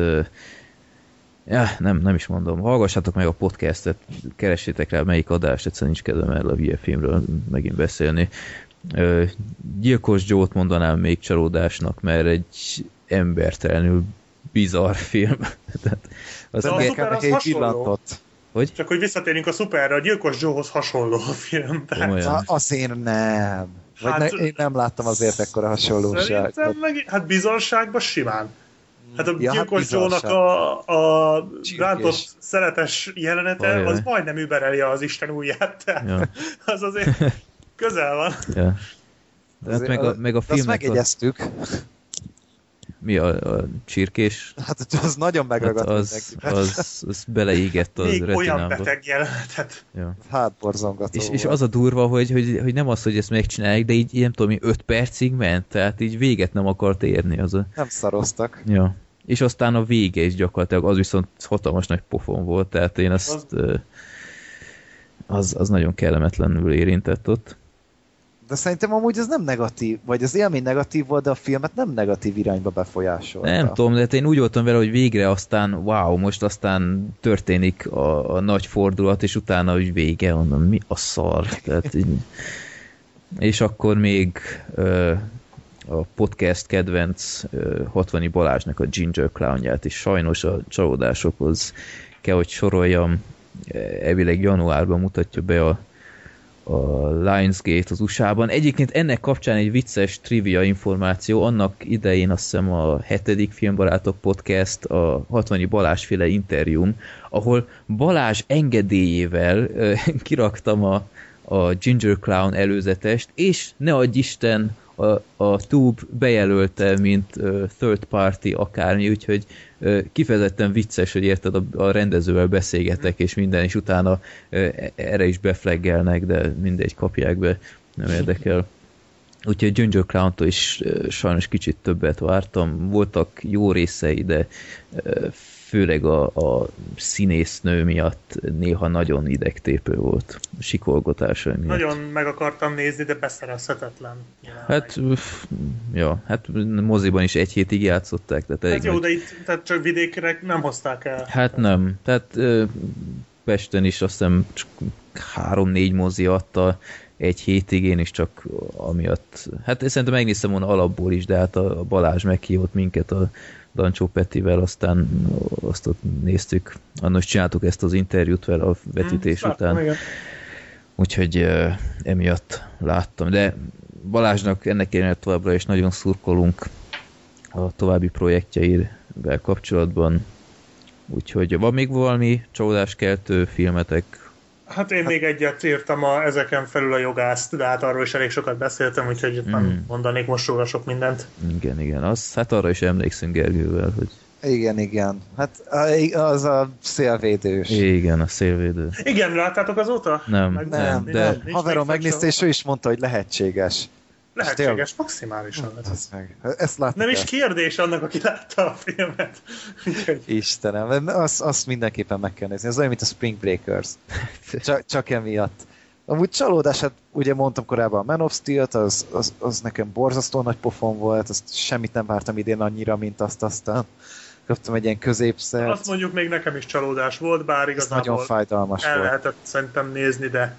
nem is mondom. Hallgassátok meg a podcastet, keressétek rá, melyik adást, egyszerűen nincs kedvem erről a hülye filmről megint beszélni. Gyilkos Joe-t mondanám még csalódásnak, mert egy embertelenül bizarr film. Az a szuper az hasonló. Hogy? Csak hogy visszatérünk a szuperre, a Gyilkos Joe-hoz hasonló a film. Azért nem. Én nem láttam azért ekkora hasonlóságot. Hát bizarságban simán. Hát a Gyilkos Joe-nak a rántott szeretes jelenete, az majdnem übereli az Isten ujját. Tehát az azért közel van. Ja. Hát meg a filmnek... Azt megjegyeztük. Mi a csirkés? Hát az nagyon megragadt. Hát az beleégett az retinámba. Még olyan beteg jelenetet. Ja. Hát borzongató. És az a durva, hogy nem az, hogy ezt megcsinálják, de így nem tudom, 5 percig ment, tehát így véget nem akart érni. Nem szaroztak. Ja. És aztán a vége is gyakorlatilag, az viszont hatalmas nagy pofon volt, tehát én azt... Az nagyon kellemetlenül érintett ott. De szerintem amúgy ez nem negatív, vagy az élmény negatív volt, de a filmet nem negatív irányba befolyásolta. Nem tudom, de én úgy voltam vele, hogy végre aztán, wow, most aztán történik a nagy fordulat, és utána hogy vége, mondom, mi a szar? Tehát így... És akkor még a podcast kedvenc 60 Balázsnak a Ginger Clownját is sajnos a csalódásokhoz kell, hogy soroljam. Elvileg januárban mutatja be a Lionsgate az USA-ban. Egyébként ennek kapcsán egy vicces trivia információ, annak idején azt hiszem a 7. Filmbarátok podcast, a 60 Balázsféle interjúm, ahol Balázs engedélyével kiraktam a Ginger Clown előzetest, és ne adj Isten, a Tube bejelölte, mint third party akármi, úgyhogy kifejezetten vicces, hogy érted, a rendezővel beszélgetek, és minden, és utána erre is beflaggelnek, de mindegy, kapják be, nem érdekel. Úgyhogy Ginger Clown-tól is sajnos kicsit többet vártam. Voltak jó részei, de főleg a színésznő miatt néha nagyon idegtépő volt a sikolgatása miatt. Nagyon meg akartam nézni, de beszerezhetetlen. Hát, hát moziban is 1 hétig játszották. Tehát hát jó, de itt tehát csak vidékre nem hozták el. Hát nem. Tehát Pesten is azt hiszem 3-4 mozi adta 1 hétig, én is csak amiatt. Hát szerintem megnéztem volna alapból is, de hát a Balázs meghívott minket a Dancsó Petivel, aztán azt ott néztük. Annak is csináltuk ezt az interjút vele a vetítés után. Igen. Úgyhogy emiatt láttam. De Balázsnak ennek ellenére továbbra is nagyon szurkolunk a további projektjeivel kapcsolatban. Úgyhogy van még valami csalódáskeltő filmetek? Hát én még egyet írtam ezeken felül a Jogászt, de hát arról is elég sokat beszéltem, úgyhogy nem mondanék most róla sok mindent. Igen. Hát arra is emlékszünk Gergővel, hogy... Igen. Hát az a szélvédős. Igen, a szélvédő. Igen, láttátok azóta? Nem. De haverom megnézte, és ő is mondta, hogy lehetséges. Lehetséges, maximálisan ezt nem is kérdés annak, aki látta a filmet. Istenem, azt mindenképpen meg kell nézni. Ez olyan, mint a Spring Breakers. Csak emiatt. Amúgy csalódás, hát ugye mondtam korábban a Man of Steel-t, az nekem borzasztó nagy pofon volt, azt semmit nem vártam idén annyira, mint azt aztán. Kaptam egy ilyen középszert. Azt mondjuk még nekem is csalódás volt, bár igazából nagyon fájdalmas el volt. Lehetett szerintem nézni, de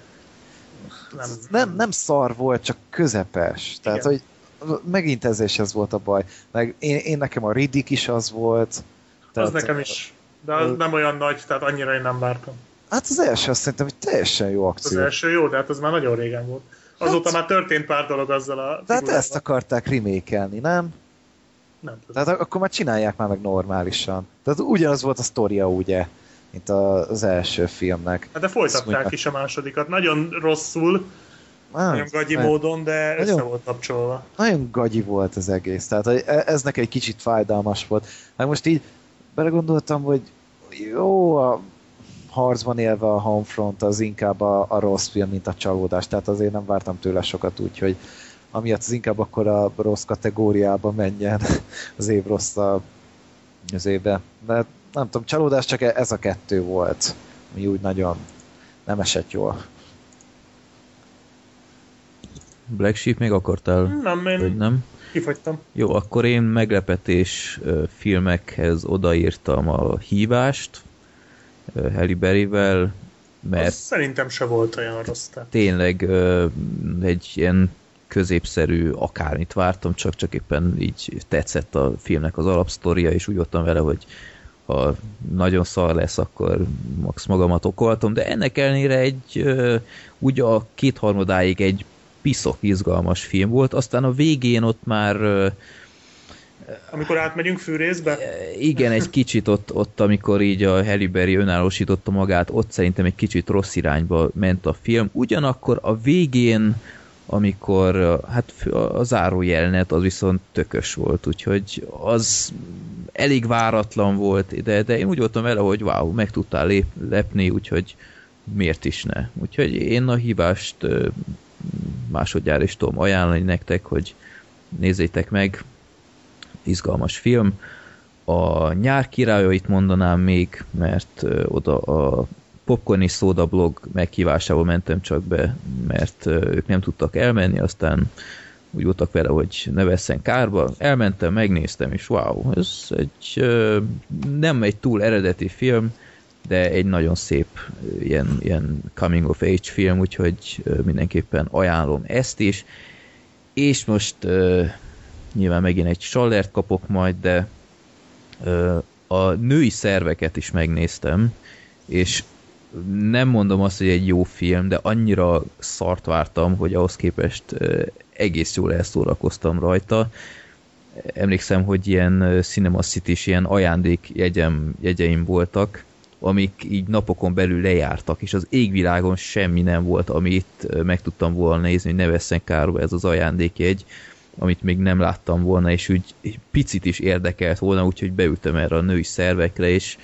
nem szar volt, csak közepes. Tehát, hogy megint ez volt a baj. Meg én nekem a Riddick is az volt. Tehát, az nekem is. De az nem olyan nagy, tehát annyira én nem vártam. Hát az első azt szerintem, hogy teljesen jó akció. Az első jó, de hát az már nagyon régen volt. Azóta már történt pár dolog azzal a de hát ezt akarták remake-elni, nem? Nem tudom. Tehát akkor már csinálják már meg normálisan. Tehát ugyanaz volt a sztoria, ugye, mint az első filmnek. Hát de folytatták is a másodikat. Nagyon rosszul, nagyon gagyi módon, de össze volt kapcsolva. Nagyon gagyi volt az egész. Tehát ez nekem egy kicsit fájdalmas volt. Hát most így belegondoltam, hogy jó, harcban élve a Homefront az inkább a rossz film, mint a csalódás, tehát azért nem vártam tőle sokat, úgyhogy amiatt az inkább akkor a rossz kategóriába menjen az év rossz az évbe. De nem tudom, csalódás csak ez a kettő volt, ami úgy nagyon nem esett jól. Black Sheep még akartál? Nem, én nem? Kifagytam. Jó, akkor én meglepetés filmekhez odaírtam a Hívást, Halle Berryvel, mert az szerintem se volt olyan rossz. Tényleg egy ilyen középszerű akármit vártam, csak éppen így tetszett a filmnek az alapsztoria, és úgy voltam vele, hogy ha nagyon szar lesz, akkor max magamat okoltam, de ennek ellenére úgy a kétharmadáig egy piszok izgalmas film volt, aztán a végén ott már amikor átmegyünk fűrészbe? Igen, egy kicsit ott amikor így a Halle Berry önállósította magát, ott szerintem egy kicsit rossz irányba ment a film. Ugyanakkor a végén, amikor hát a záró jelenet, az viszont tökös volt, úgyhogy az elég váratlan volt, de én úgy voltam vele, hogy wow, meg tudtál lepni, úgyhogy miért is ne. Úgyhogy én a Hívást másodjára is tudom ajánlani nektek, hogy nézzétek meg, izgalmas film. A Nyár királyait mondanám még, mert oda a Popcorn és Soda blog meghívásával mentem csak be, mert ők nem tudtak elmenni, aztán úgy voltak vele, hogy ne vesszen kárba. Elmentem, megnéztem, és wow, ez nem egy túl eredeti film, de egy nagyon szép ilyen coming of age film, úgyhogy mindenképpen ajánlom ezt is. És most nyilván megint egy sallert kapok majd, de a női szerveket is megnéztem, és nem mondom azt, hogy egy jó film, de annyira szart vártam, hogy ahhoz képest egész jól elszórakoztam rajta. Emlékszem, hogy ilyen Cinema City-s ilyen ajándék jegyeim voltak, amik így napokon belül lejártak, és az égvilágon semmi nem volt, amit meg tudtam volna nézni, hogy ne vesszen kárba ez az ajándékjegy, amit még nem láttam volna, és úgy egy picit is érdekelt volna, úgyhogy beültem erre a női szervekre, és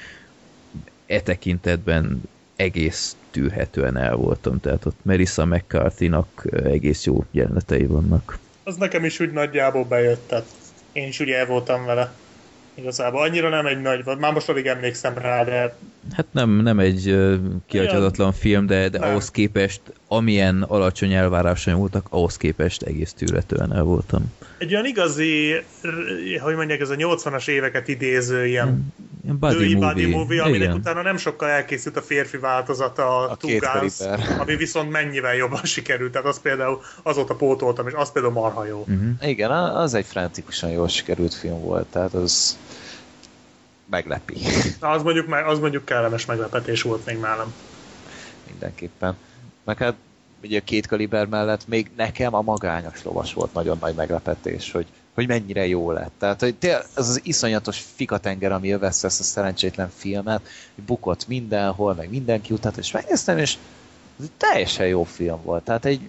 tekintetben egész tűrhetően el voltam, tehát ott Melissa McCarthy-nak egész jó jelenetei vannak. Az nekem is úgy nagyjából bejött, tehát én is ugye el voltam vele. Igazából annyira nem egy nagy, már most alig emlékszem rá, de... Hát nem egy kihagyhatatlan film, de ahhoz képest, amilyen alacsony elvárásaim voltak, ahhoz képest egész tűretően el voltam. Egy olyan igazi, hogy mondják, ez a 80-as éveket idéző ilyen buddy movie, aminek utána nem sokkal elkészült a férfi változata, a Two Guns, ami viszont mennyivel jobban sikerült, tehát azt például azóta pótoltam, és az például marha jó. Igen, az egy frenetikusan jól sikerült film volt, tehát az meglepi. Az mondjuk kellemes meglepetés volt még nálam. Mindenképpen. Meg hát ugye a Két kaliber mellett még nekem a Magányos lovas volt nagyon nagy meglepetés, hogy mennyire jó lett. Tehát, hogy az az iszonyatos fikatenger, ami övessze ezt a szerencsétlen filmet, hogy bukott mindenhol, meg mindenki után, és megnéztem, és ez egy teljesen jó film volt. Tehát egy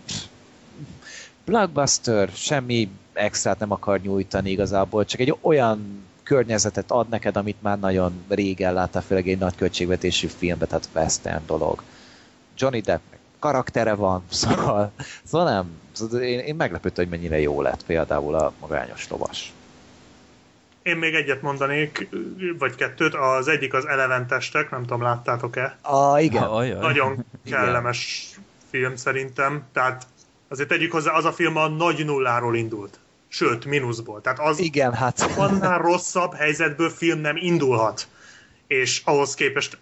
blockbuster, semmi extrát nem akar nyújtani igazából, csak egy olyan környezetet ad neked, amit már nagyon régen láttál, főleg egy nagy költségvetésű filmbe, tehát western dolog. Johnny Depp karaktere van, szóval nem. Én meglepődtem, hogy mennyire jó lett például a Magányos lovas. Én még egyet mondanék, vagy kettőt. Az egyik az Eleventestek, nem tudom, láttátok-e? Igen. Nagyon kellemes film szerintem. Tehát azért tegyük hozzá, az a film a nagy nulláról indult. Sőt, mínuszból. Tehát az igen, hát. annál rosszabb helyzetből film nem indulhat. És ahhoz képest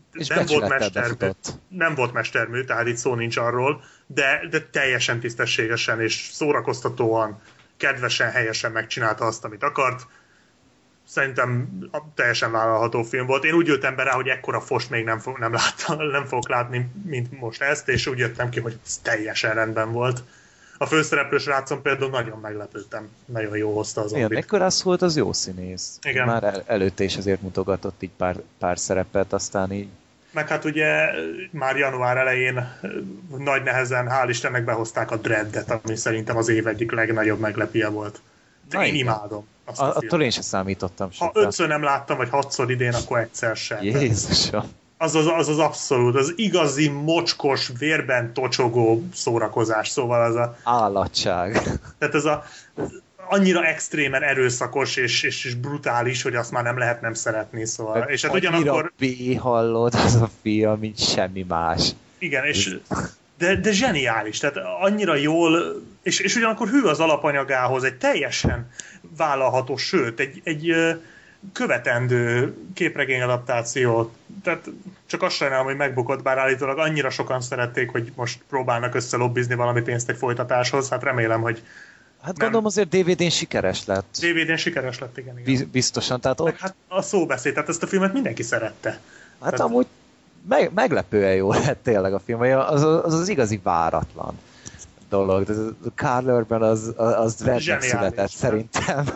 nem volt mestermű, tehát itt szó nincs arról, de teljesen tisztességesen és szórakoztatóan, kedvesen, helyesen megcsinálta azt, amit akart. Szerintem teljesen vállalható film volt. Én úgy jöttem be rá, hogy ekkora fost még nem fogok látni, mint most ezt, és úgy jöttem ki, hogy ez teljesen rendben volt. A főszereplő srácon például nagyon meglepődtem. Nagyon jó hozta az zombit. Igen, Nicholas Hoult az jó színész. Igen. Már előtte is azért mutogatott így pár szerepet, aztán így... Meg hát ugye már január elején nagy nehezen, hál' Istennek behozták a Dreadet, ami szerintem az év egyik legnagyobb meglepője volt. De én imádom azt a attól én sem számítottam sokkal. Ha 5-ször nem láttam, vagy 6-szor idén, akkor egyszer sem. Jézusom! az abszolút, az igazi mocskos, vérben tocsogó szórakozás, szóval az a... Állatság. Tehát ez annyira extrémen erőszakos és brutális, hogy azt már nem lehet nem szeretni, szóval. És hát ugyanakkor... hallod az a film, mint semmi más. Igen, és... De zseniális, tehát annyira jól, és ugyanakkor hű az alapanyagához, egy teljesen vállalható, sőt, egy követendő képregény adaptáció. Tehát csak azt sajnálom, hogy megbukott, bár állítólag annyira sokan szerették, hogy most próbálnak összelobbizni valami pénzt egy folytatáshoz, hát remélem, hogy hát gondolom azért DVD-n sikeres lett. DVD-n sikeres lett, igen. Biztosan, tehát ott... Hát a szóbeszéd, tehát ezt a filmet mindenki szerette. Hát tehát... amúgy meglepően jó lett tényleg a film, az igazi váratlan dolog. A Karl Urban az rendnek született szerintem.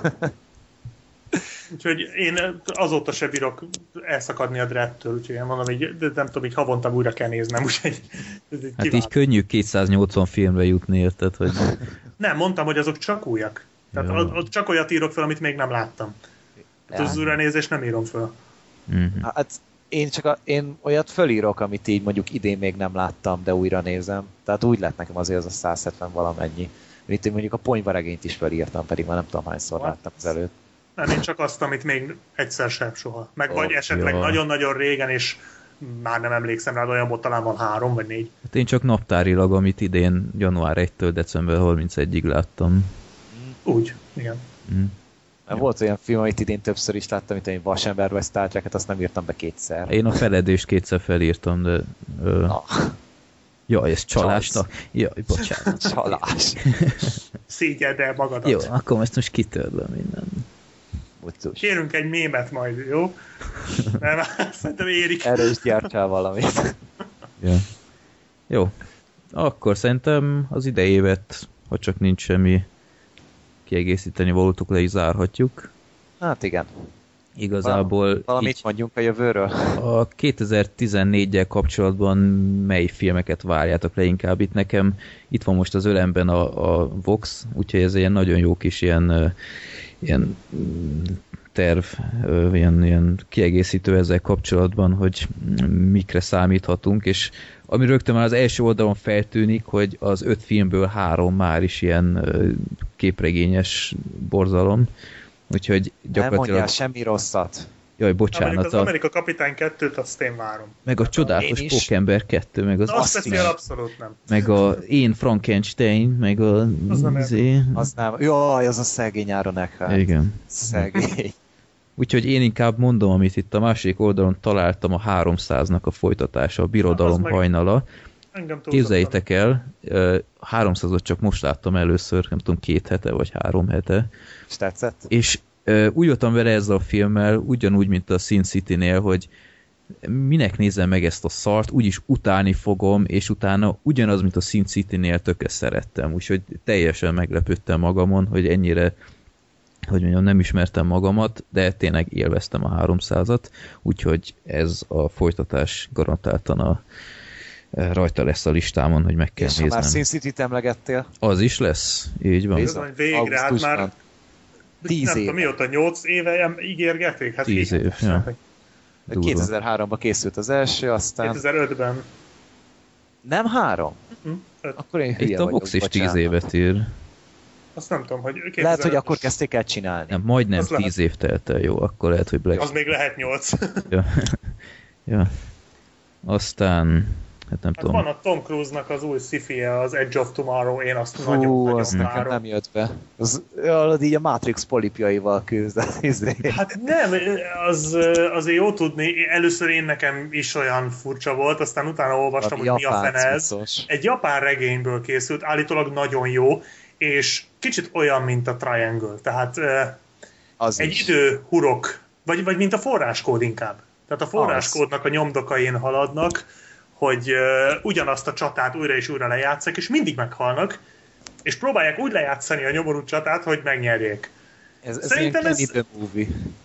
Úgyhogy én azóta se bírok elszakadni a Dreadtől, úgyhogy én mondom, hogy nem tudom, így havonta újra kell néznem. Úgyhogy, hát így könnyű 280 filmre jutni, érted? Hogy... Nem, mondtam, hogy azok csak újak. Tehát ott csak olyat írok fel, amit még nem láttam. Tehát az újranézést nem írom fel. Hát én olyat fölírok, amit így mondjuk idén még nem láttam, de újra nézem. Tehát úgy lett nekem azért az a 170 valamennyi. Itt én mondjuk a Ponyvaregényt is felírtam, pedig már nem tudom hányszor láttam az előtt. Nem, én csak azt, amit még egyszer sem soha. Meg vagy esetleg nagyon-nagyon régen, és már nem emlékszem rá, de olyanból talán van 3 vagy 4. Hát én csak naptárilag, amit idén január 1-től december 31-ig láttam. Úgy, igen. Volt olyan film, amit idén többször is láttam, mint egy Vasember vagy Star Trek-et, azt nem írtam be 2-szer. Én a Feledést 2-szer felírtam, de... Jaj, ez csalásnak? Jaj, bocsánat. Csalás. Szégyeld el magadat. Jó, akkor ezt most kitörlöm minden. Kérünk egy mémet majd, jó? Nem, szerintem érik. Erre is gyártsál valamit. Ja. Jó. Akkor szerintem az idejévet, ha csak nincs semmi kiegészíteni valótuk, le is zárhatjuk. Hát igen. Igazából... Valamit mondjunk a jövőről? A 2014-jel kapcsolatban mely filmeket várjátok le inkább? Itt nekem, itt van most az ölemben a Vox, úgyhogy ez egy nagyon jó kis ilyen terv, ilyen kiegészítő ezzel kapcsolatban, hogy mikre számíthatunk, és ami rögtön már az első oldalon feltűnik, hogy az 5 filmből 3 már is ilyen képregényes borzalom, úgyhogy gyakorlatilag... Nem mondjál semmi rosszat. Jaj, bocsánat. Az Amerika Kapitány 2-t azt én várom. Meg a csodálatos Pókember 2, meg az azt teszi el abszolút nem. Meg a Én Frankenstein, meg a... Az nem. Jaj, az a szegény Aaron Eckhart. Igen. Szegény. Úgyhogy én inkább mondom, amit itt a másik oldalon találtam, a 300-nak a folytatása, a Birodalom hajnala. Képzeljétek el, 300-ot csak most láttam először, nem tudom, 2 hete vagy 3 hete. És tetszett? És úgy voltam vele ezzel a filmmel, ugyanúgy, mint a Sin City-nél, hogy minek nézem meg ezt a szart, úgyis utálni fogom, és utána ugyanaz, mint a Sin City-nél tökre szerettem. Úgyhogy teljesen meglepődtem magamon, hogy ennyire, hogy mondjam, nem ismertem magamat, de tényleg élveztem a 300-at, úgyhogy ez a folytatás garantáltan rajta lesz a listámon, hogy meg kell néznem. És ha már Sin City-t emlegettél? Az is lesz, így van. Bizony, végre, hát már 10 éve. Mióta 8 éve ígérgetik? Hát 10 év, ja. 2003-ban készült az első, aztán... 2005-ben. Nem 3? Akkor én hülye itt a Vox is 10 évet ír. Azt nem tudom, hogy... Lehet, hogy akkor kezdték el csinálni. Nem, majdnem 10 év telt el, jó, akkor lehet, hogy Black... Az még lehet 8. ja. Aztán... Hát nem tudom. Van a Tom Cruise-nak az új sci-fije, az Edge of Tomorrow, én azt nagyon azt nekem nem jött be. Az így a Matrix polipjaival küzd. Hát nem, azért jó tudni, először én nekem is olyan furcsa volt, aztán utána olvastam, hogy mi a fene ez. Egy japán regényből készült, állítólag nagyon jó, és kicsit olyan, mint a Triangle, tehát az egy időhurok, vagy mint a forráskód inkább. Tehát a forráskódnak a nyomdokain haladnak, hogy ugyanazt a csatát újra és újra lejátszák, és mindig meghalnak, és próbálják úgy lejátszani a nyomorult csatát, hogy megnyerjék. Szerintem ez movie.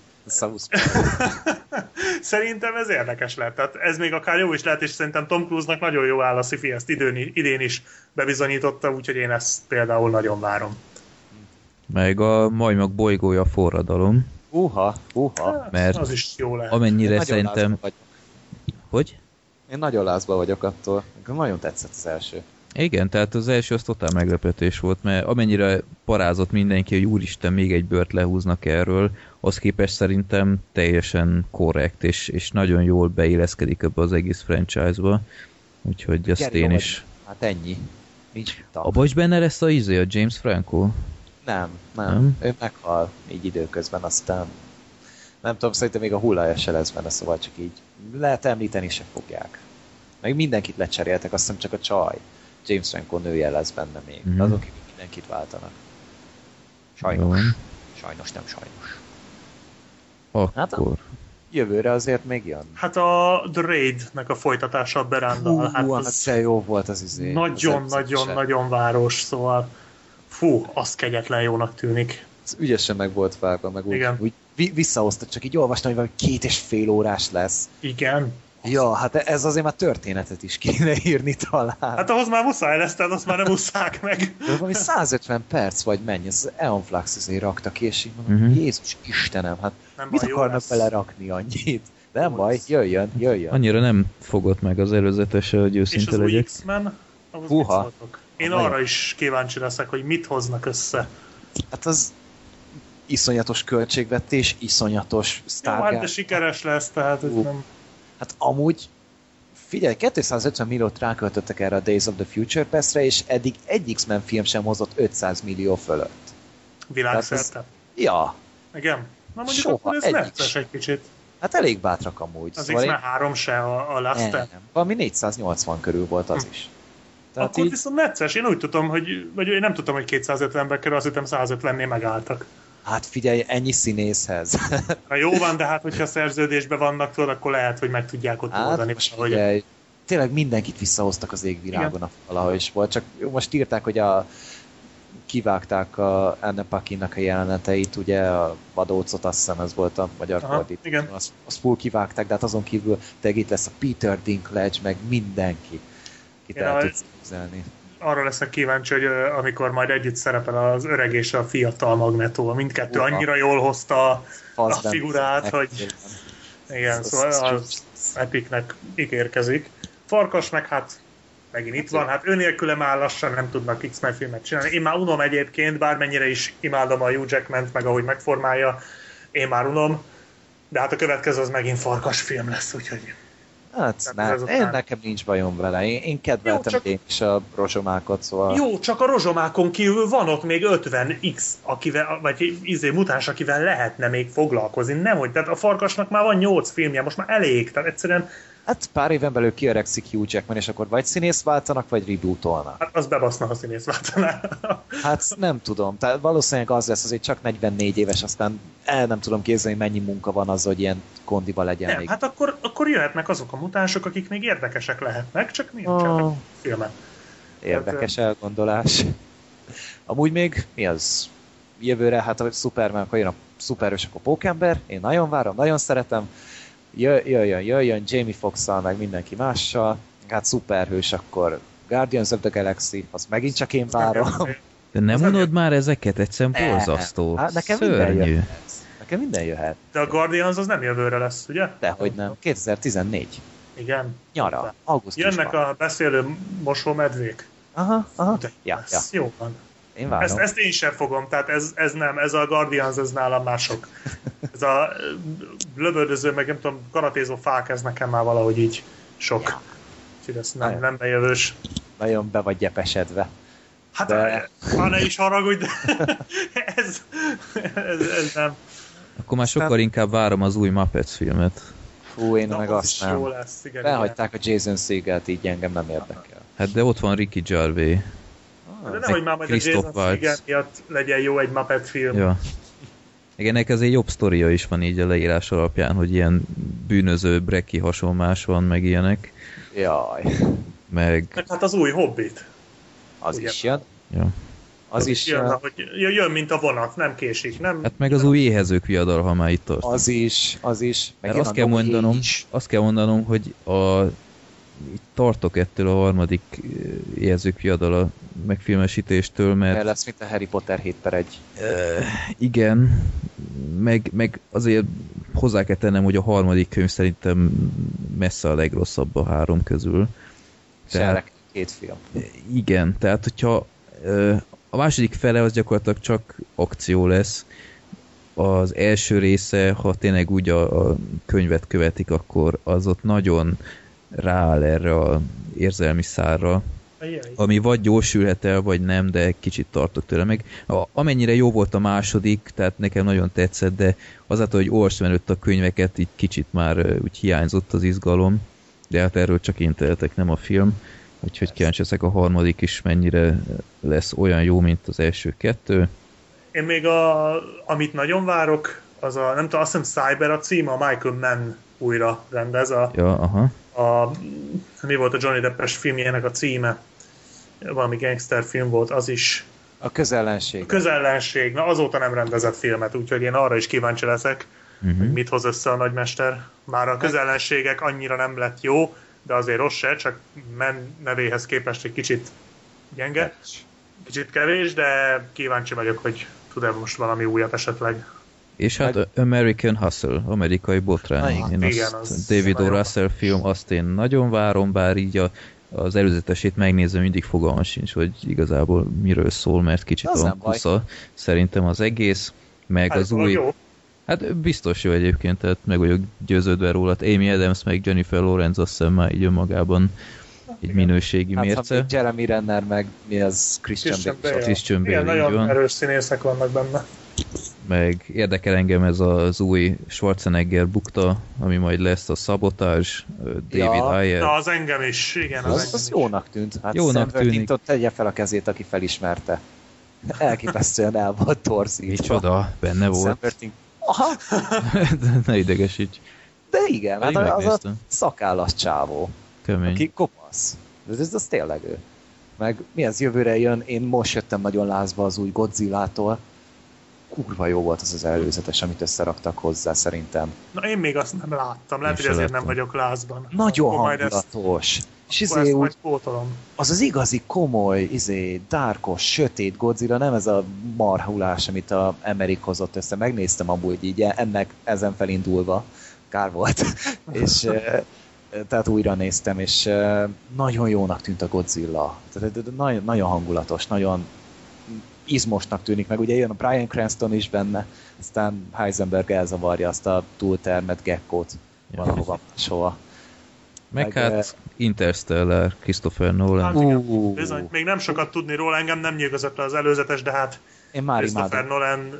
Szerintem ez érdekes lehet. Tehát ez még akár jó is lehet, és szerintem Tom Cruise-nak nagyon jó áll a sci-fi, ezt idén is bebizonyította, úgyhogy én ezt például nagyon várom. Meg a Majmok bolygója forradalom. Uha. Mert az is jó lehet. amennyire szerintem... Hogy? Én nagyon lázba vagyok attól. Nagyon tetszett az első. Igen, tehát az első az totál meglepetés volt, mert amennyire parázott mindenki, hogy úristen, még egy bört lehúznak erről, az képest szerintem teljesen korrekt, és nagyon jól beilleszkedik ebbe az egész franchise-ba. Úgyhogy ezt én is... Hát ennyi. Nincs a bocs benne lesz a James Franco? Nem. Ő meghal így időközben, aztán nem tudom, szerintem még a hullája se lesz benne, szóval csak így lehet említeni se fogják. Meg mindenkit lecseréltek, azt hiszem csak a csaj. James Franco nője lesz benne még. Azok mindenkit váltanak. Sajnos. Sajnos, nem sajnos. Akkor... Hát jövőre azért még jön. Hát a The Raid-nek a folytatása berándal. Hát az jó volt az izé. Nagyon város, szóval az kegyetlen jónak tűnik. Ez ügyesen meg volt vágva, meg úgy visszahoztad, csak így olvastam, hogy 2,5 órás lesz. Igen. Ja, hát ez azért már történetet is kéne írni talán. Hát ahhoz már muszáj lesz, tehát azt már nem ússzák meg. De valami 150 perc vagy mennyi, ez Eon Flux azért rakta ki, és így mondom, Jézus Istenem, hát nem mit akarnak belerakni annyit? De nem baj, jöjjön. Annyira nem fogott meg az előzetes, hogy őszinte legyek. És az új X-Men? Húha. Én arra is kíváncsi leszek, hogy mit hoznak össze. Hát az iszonyatos költségvetés, iszonyatos sztárgál. Jó, hát de sikeres lesz, tehát ez nem... Hát amúgy, figyelj, 250 milliót ráköltöttek erre a Days of the Future Past-re, és eddig egy X-Men film sem hozott 500 millió fölött. Világszerte? Ja. Igen? Na mondjuk akkor ez necces egy kicsit. Hát elég bátrak amúgy. Az szóval X-Men 3 se a Last Stand. Valami 480 körül volt az is. Tehát akkor így... viszont necces. Én úgy tudom, vagy én nem tudtam, hogy 250-ben kerül, azt hittem 150-nél megálltak. Hát figyelj, ennyi színészhez. Na jó van, de hát hogyha szerződésben vannak, tudod, akkor lehet, hogy meg tudják ott oldani. Most figyelj, tényleg mindenkit visszahoztak az égvilágon, valahogy is volt. Csak most írták, hogy kivágták a Anne Paquinnak a jeleneteit, ugye a Vadócot, azt hiszem ez volt a magyar fordítás. Azt full kivágták, de hát azon kívül itt lesz a Peter Dinklage, meg mindenki. Kit el tudsz képzelni. Arra leszek kíváncsi, hogy amikor majd együtt szerepel az öreg és a fiatal Magneto. Mindkettő annyira jól hozta a figurát, hogy igen, szóval az Epicnek ígérkezik. Farkas meg hát megint itt van, hát ő nélküle már lassan nem tudnak X-Men filmet csinálni. Én már unom egyébként, bármennyire is imádom a Hugh Jackmant, meg ahogy megformálja, én már unom, de hát a következő az megint Farkas film lesz, úgyhogy... Hát én nekem nincs bajom vele. Én kedveltem én is a rozsomákot, szóval... Jó, csak a rozsomákon kívül van ott még 50x, vagy mutáns, akivel lehetne még foglalkozni. Nemhogy, tehát a Farkasnak már van 8 filmje, most már elég, tehát egyszerűen... Hát pár éven belül kiöregszik Hugh Jackman, és akkor vagy színész váltanak, vagy rebootolnak. Hát az bebaszna, ha színész váltaná. Hát nem tudom, tehát valószínűleg az lesz, azért csak 44 éves, aztán nem tudom képzelni, mennyi munka van az, hogy ilyen kondiba legyen nem, még. Hát akkor jöhetnek azok a mutánsok, akik még érdekesek lehetnek, csak nincsenek filmen. Érdekes elgondolás. Amúgy még mi az? Jövőre, hát a Superman, akkor jön a szuperhős, akkor Pókember, én nagyon várom, nagyon szeretem. Jöjjön Jamie Foxxal, meg mindenki mással. Hát szuperhős, akkor Guardians of the Galaxy, azt megint csak én várom. De nem unod már ezeket, egyszerűen borzasztó. Hát nekem minden jöhet. De a Guardians az nem jövőre lesz, ugye? Dehogy nem. 2014. Igen. Nyara, augusztusban. Jönnek a beszélő mosómedvék. Aha. Ja. Jó van. Én várom. Ezt én sem fogom, tehát ez a Guardians, ez nálam mások. Ez a lövöldöző, meg nem tudom, karatézó fák, ez nekem már valahogy így sok. Úgyhogy ez nem bejövős. Nagyon be vagy gyepesedve. Hát, ne is haragudj, de ez nem. Akkor már sokkal inkább várom az új Muppets filmet. Fú, én meg azt nem. Jó lesz, igen. Behagyták a Jason Segelt, így engem nem érdekel. Hát de ott van Ricky Gervais. De nehogy már majd a Jason Segel miatt legyen jó egy Muppet film. Ja. Igen, ennek azért jobb sztoria is van így a leírás alapján, hogy ilyen bűnöző, breki hasonlás van, meg ilyenek. Jaj. Meg hát az új Hobbit. Az ugye is jön. Ja. Az is jön, hogy jön, mint a vonat, nem késik, nem? Hát meg az új éhezők viadal, ha már itt tartunk. Az is. Meg azt kell mondanom, hogy itt tartok ettől a harmadik éhezők viadala megfilmesítéstől, mert... lesz, mint a Harry Potter 7/1. Igen, meg azért hozzá kell tennem, hogy a harmadik könyv szerintem messze a legrosszabb a 3 közül. Tehát, 2 film. Igen, tehát hogyha a második fele az gyakorlatilag csak akció lesz. Az első része, ha tényleg úgy a könyvet követik, akkor az ott nagyon rááll erre az érzelmi szárra, ami vagy gyorsülhet el, vagy nem, de kicsit tartok tőle meg. Amennyire jó volt a második, tehát nekem nagyon tetszett, de azáltal, hogy olvastam előtt a könyveket, így kicsit már úgy hiányzott az izgalom, de hát erről csak én tehetek, nem a film. Úgyhogy kíváncsi leszek a harmadik is, mennyire lesz olyan jó, mint az első 2. Én még amit nagyon várok, az nem tudom, azt hiszem Cyber a cím, a Michael Mann újra rendez. Mi volt a Johnny Deppes filmjének a címe? Valami gangster film volt, az is. A Közellenség. A Közellenség. Na, azóta nem rendezett filmet, úgyhogy én arra is kíváncsi leszek, hogy mit hoz össze a nagymester. Már a Közellenségek annyira nem lett jó, de azért rossz se, csak Mann nevéhez képest egy kicsit gyenge. Kicsit kevés, de kíváncsi vagyok, hogy tud-e most valami újat esetleg. És hát American Hustle, amerikai botrány. David O. Russell film, azt én nagyon várom, bár így az előzetesét megnézem, mindig fogalmam sincs, hogy igazából miről szól, mert kicsit olyan kusza szerintem az egész, meg hát az új... Jó. Hát biztos jó egyébként, tehát meg vagyok győződve róla. Amy Adams meg Jennifer Lawrence azt hiszem már így önmagában egy minőségi mérce. Hát Jeremy Renner meg mi az Christian Bale. Igen, nagyon erős színészek vannak benne. Meg érdekel engem ez az új Schwarzenegger bukta, ami majd lesz, a Sabotage, David Ayer. Na, az engem is, igen. Az jónak tűnt. Hát jónak tűnik. Ott tegye fel a kezét, aki felismerte. Elképesztően el volt torzítva. Micsoda, benne volt. Aha. Ne idegesíts. De igen, hát az a szakállas csávó. Kemény. Aki kopasz. Ez tényleg ő. Meg mi az jövőre jön, én most jöttem nagyon lázba az új Godzilla-tól. Kurva jó volt az előzetes, amit összeraktak hozzá, szerintem. Na én még azt nem láttam, lehet, hogy ezért nem vagyok lázban. Nagyon hangulatos. És majd pótolom. Az igazi komoly, dárkos, sötét Godzilla, nem ez a marhulás, amit a Emmerich hozott össze. Megnéztem amúgy így, ezen felindulva. Kár volt. És tehát újra néztem, és nagyon jónak tűnt a Godzilla. Tehát nagyon hangulatos, nagyon izmosnak tűnik, meg ugye jön a Bryan Cranston is benne, aztán Heisenberg elzavarja azt a túltermett gekkót valahova máshova. Meg hát Interstellar, Christopher Nolan. Hát bizony, még nem sokat tudni róla, engem nem nyugodott le az előzetes, de hát én már Christopher Nolan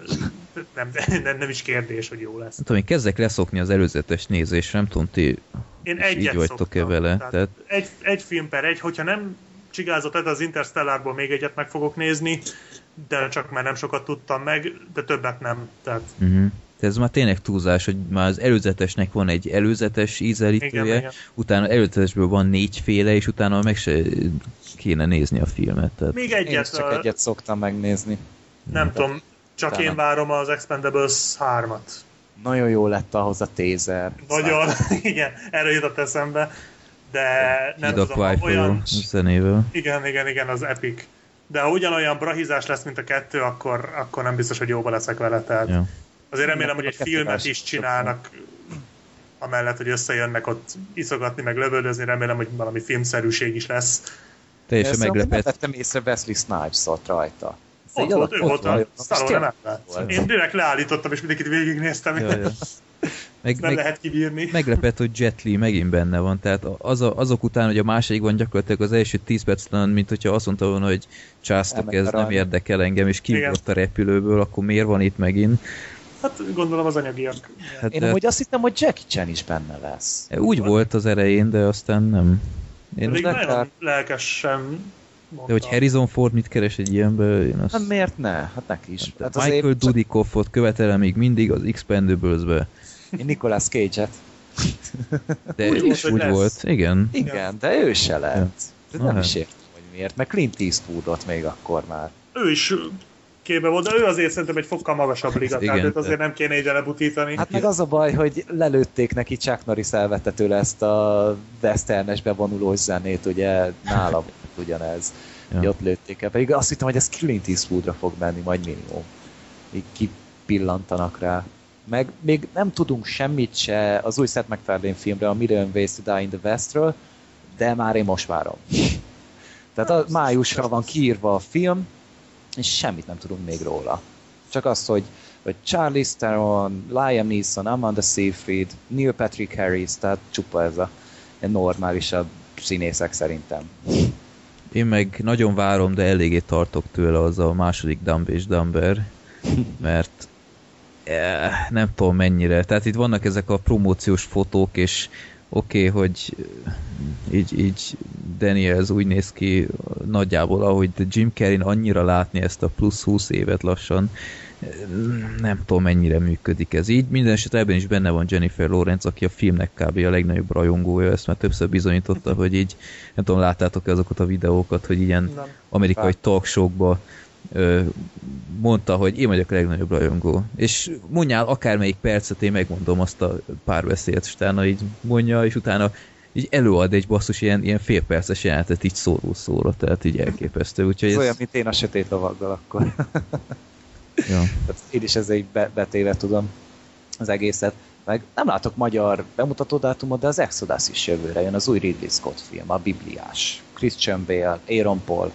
nem is kérdés, hogy jó lesz. Nem tudom, én kezdek leszokni az előzetes nézésre, nem tudom, ti így vagytok-e vele. Tehát... Egy film per egy, hogyha nem csigázott az Interstellárból még egyet meg fogok nézni, de csak már nem sokat tudtam meg, de többet nem. Tehát... Ez már tényleg túlzás, hogy már az előzetesnek van egy előzetes ízelítője, igen. Utána előzetesből van 4 féle, és utána meg se kéne nézni a filmet. Tehát... Még egyet. Én csak egyet szoktam megnézni. Nem tudom, csak utána. Én várom az Expendables 3-at. Nagyon jó lett ahhoz a tézer. Nagyon, igen, erre jutott eszembe. De nem tudom, olyan... zenével. Igen, az epic. De ha ugyanolyan brahizás lesz, mint a 2, akkor nem biztos, hogy jóba leszek vele. Tehát ja. Azért remélem, hogy egy filmet is csinálnak, amellett, hogy összejönnek ott iszogatni, meg lövöldözni, remélem, hogy valami filmszerűség is lesz. Teljesen meglepett. Nem vettem észre, Wesley Snipes ott rajta. Ott volt, ő volt a Stallone mellett. Én direkt leállítottam, és mindenkit végignéztem. Ja. Nem lehet kibírni. Meglepett, hogy Jet Li megint benne van, tehát azok után, hogy a másodikban gyakorlatilag az első 10 percben, mint hogyha azt mondta volna, hogy császtok, ez nem érdekel engem, és kiugrott a repülőből, akkor miért van itt megint? Hát gondolom az anyagiak. Hát, én amúgy azt hittem, hogy Jackie Chan is benne lesz. Úgy volt az elején, de aztán nem. Én most nagyon lelkesen mondta. De hogy Harrison Ford mit keres egy ilyenből? Én azt... Hát miért ne? Hát neki is. Hát Michael Dudikoffot követelem még mindig az Expendables-be. Én Nicolas Cage-et. De úgy is úgy volt, igen. Igen, de ő se lett. Ja. Nem is értem, hogy miért. Meg Clint Eastwoodot még akkor már. Ő is képbe volt, de ő azért szerintem egy fokkal magasabb liga, tehát őt azért nem kéne ide lebutítani. Hát meg az a baj, hogy lelőtték neki, Chuck Norris elvette tőle ezt a westernes bevonulós zenét, ugye nála ugyanez. Ja. Ott lőtték el. Pedig azt hittem, hogy ez Clint Eastwoodra fog menni, majd minimum. Így kipillantanak rá. meg még nem tudunk semmit se az új Seth MacFarlane filmre, a Million Ways to Die in the Westről, de már én most várom. Tehát a májusra van kiírva a film, és semmit nem tudunk még róla. Csak azt, hogy Charlize Theron, Liam Neeson, Amanda Seyfried, Neil Patrick Harris, tehát csupa ez a normálisabb színészek szerintem. Én meg nagyon várom, de eléggé tartok tőle az a második Dumb és Dumber, mert nem tudom mennyire. Tehát itt vannak ezek a promóciós fotók, és oké, hogy így Daniels úgy néz ki nagyjából, ahogy Jim Carrey annyira látni ezt a plusz 20 évet lassan, nem tudom mennyire működik ez így. Minden esetre ebben is benne van Jennifer Lawrence, aki a filmnek kb. A legnagyobb rajongója, ezt már többször bizonyította, hogy így, nem tudom, láttátok azokat a videókat, hogy ilyen amerikai talkshowkba mondta, hogy én vagyok a legnagyobb rajongó. És mondjál akármelyik percet, én megmondom azt a párbeszédet, és utána így mondja, és utána így előad egy basszus ilyen félperces jelenetet így szóról szóra, tehát így elképesztő. Úgyhogy ez olyan, mint én a sötét lovaggal akkor. Ja. Én is ezzel így betéve tudom az egészet. Meg nem látok magyar bemutatódátumot, de az Exodus is jövőre jön, az új Ridley Scott film, a Bibliás. Christian Bale, Aaron Paul.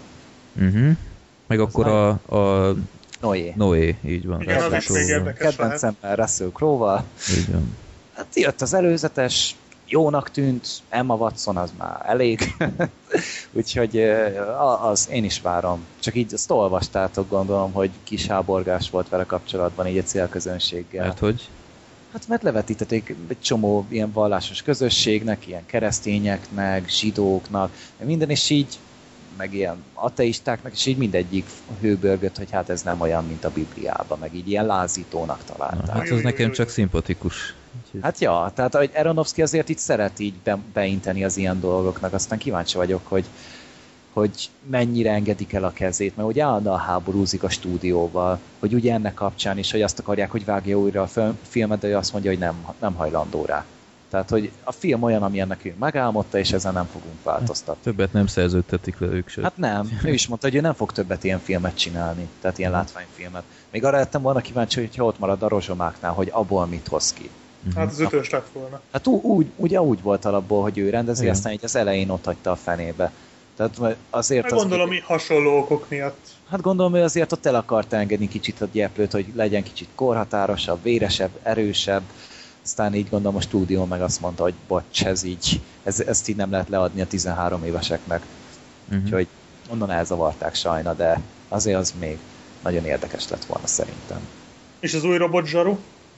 Meg az akkor a Noé, így van. Igen, az is még érdekes kedvencemben Russell Crowe-val. Így van. Hát jött az előzetes, jónak tűnt, Emma Watson az már elég. Úgyhogy az én is várom. Csak így azt olvastátok, gondolom, hogy kis háborgás volt vele kapcsolatban így a célközönséggel. Mert hogy? Hát mert levetítették egy csomó ilyen vallásos közösségnek, ilyen keresztényeknek, zsidóknak, minden, és így meg ilyen ateistáknak, és így mindegyik hőbörgött, hogy hát ez nem olyan, mint a Bibliában, meg így ilyen lázítónak találták. Hát az nekem csak szimpatikus. Hát ja, tehát hogy Aronofsky azért így szeret így beinteni az ilyen dolgoknak, aztán kíváncsi vagyok, hogy mennyire engedik el a kezét, mert ugye állandóan háborúzik a stúdióval, hogy ugye ennek kapcsán is, hogy azt akarják, hogy vágja újra a filmet, de ő azt mondja, hogy nem hajlandó rá. Tehát, hogy a film olyan, amilyen nekünk megálmodta, és ezen nem fogunk változtatni. Többet nem szerződtetik le ők se. Hát nem, ő is mondta, hogy ő nem fog többet ilyen filmet csinálni, tehát ilyen látványfilmet. Még arra lettem volna kíváncsi, hogyha ott marad a Rozsomáknál, hogy abból mit hoz ki. Hát az ötös lett volna. Hát ugye úgy volt alapból, hogy ő rendezi, igen. Aztán így az elején ott hagyta a fenébe. Tehát azért hát gondolom, hogy hasonló okok miatt. Hát gondolom, hogy azért ott el akarta engedni kicsit a gyeplőt, hogy legyen kicsit korhatárosabb, véresebb, erősebb. Aztán így gondolom a stúdió meg azt mondta, hogy bocs, ezt így nem lehet leadni a 13 éveseknek. Úgyhogy onnan elzavarták sajna, de azért az még nagyon érdekes lett volna szerintem. És az új Robot Zsaru?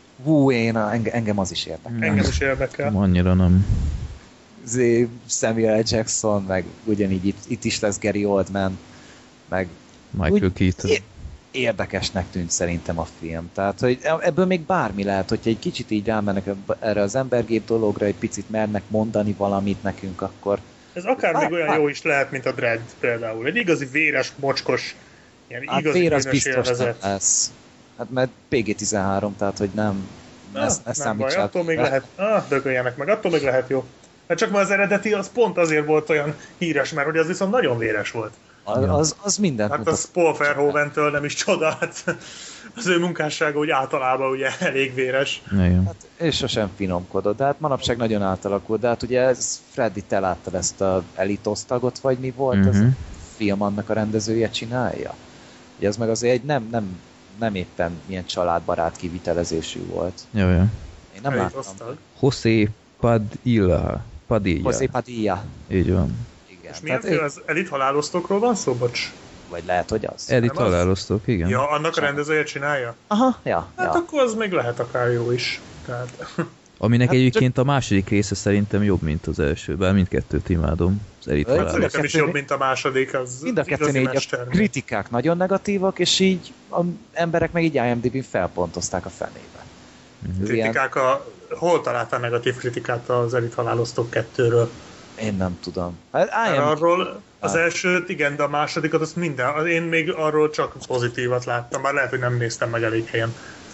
Engem az is érdekel. Engem is érdekel. Annyira nem. Samuel L. Jackson, meg ugyanígy itt is lesz Gary Oldman, meg Michael Keaton. Érdekesnek tűnt szerintem a film. Tehát, hogy ebből még bármi lehet, hogyha egy kicsit így rámennek erre az embergép dologra, egy picit mernek mondani valamit nekünk, akkor... Ez akár még olyan jó is lehet, mint a Dredd például. Egy igazi véres, mocskos, ilyen igazi vér biztos lesz. Hát mert PG-13, tehát, hogy nem számít csak. Attól még lehet, dögöljenek meg, attól még lehet jó. Mert csak már az eredeti az pont azért volt olyan híres, mert hogy az viszont nagyon véres volt. Az mindent hát az Paul Verhoeventől nem is csodát. Az ő munkássága úgy általában ugye elég véres. Hát, és sosem finomkodott, de hát manapság nagyon átalakult. De hát ugye ez Freddy, te láttad ezt a Elitos-tagot, vagy mi volt? Az a film annak a rendezője csinálja. Ugye az meg azért egy nem éppen ilyen családbarát kivitelezésű volt. Jó. Én nem láttam. José Padilla. José Padilla. Így van. Igen. És milyen film? Az Elit haláloztókról van szó, bocs? Vagy lehet, hogy az. Elit haláloztók, igen. Ja, annak a rendezője csinálja? Aha, ja. Hát akkor az még lehet akár jó is. Tehát... Aminek egyébként a második része szerintem jobb, mint az első, bár mindkettőt imádom. Az Elit haláloztók. Nekem is jobb, mint a második, az mind a kettőn így a kritikák nagyon negatívak, és így az emberek meg így IMDb-n felpontozták a fenébe. Kritikák hol találtál negatív kritikát az Elit haláloztók 2-ről? Én nem tudom. Hát arról az elsőt, igen, de a másodikat azt én még arról csak pozitívat láttam, már lehet, hogy nem néztem meg elég helyen.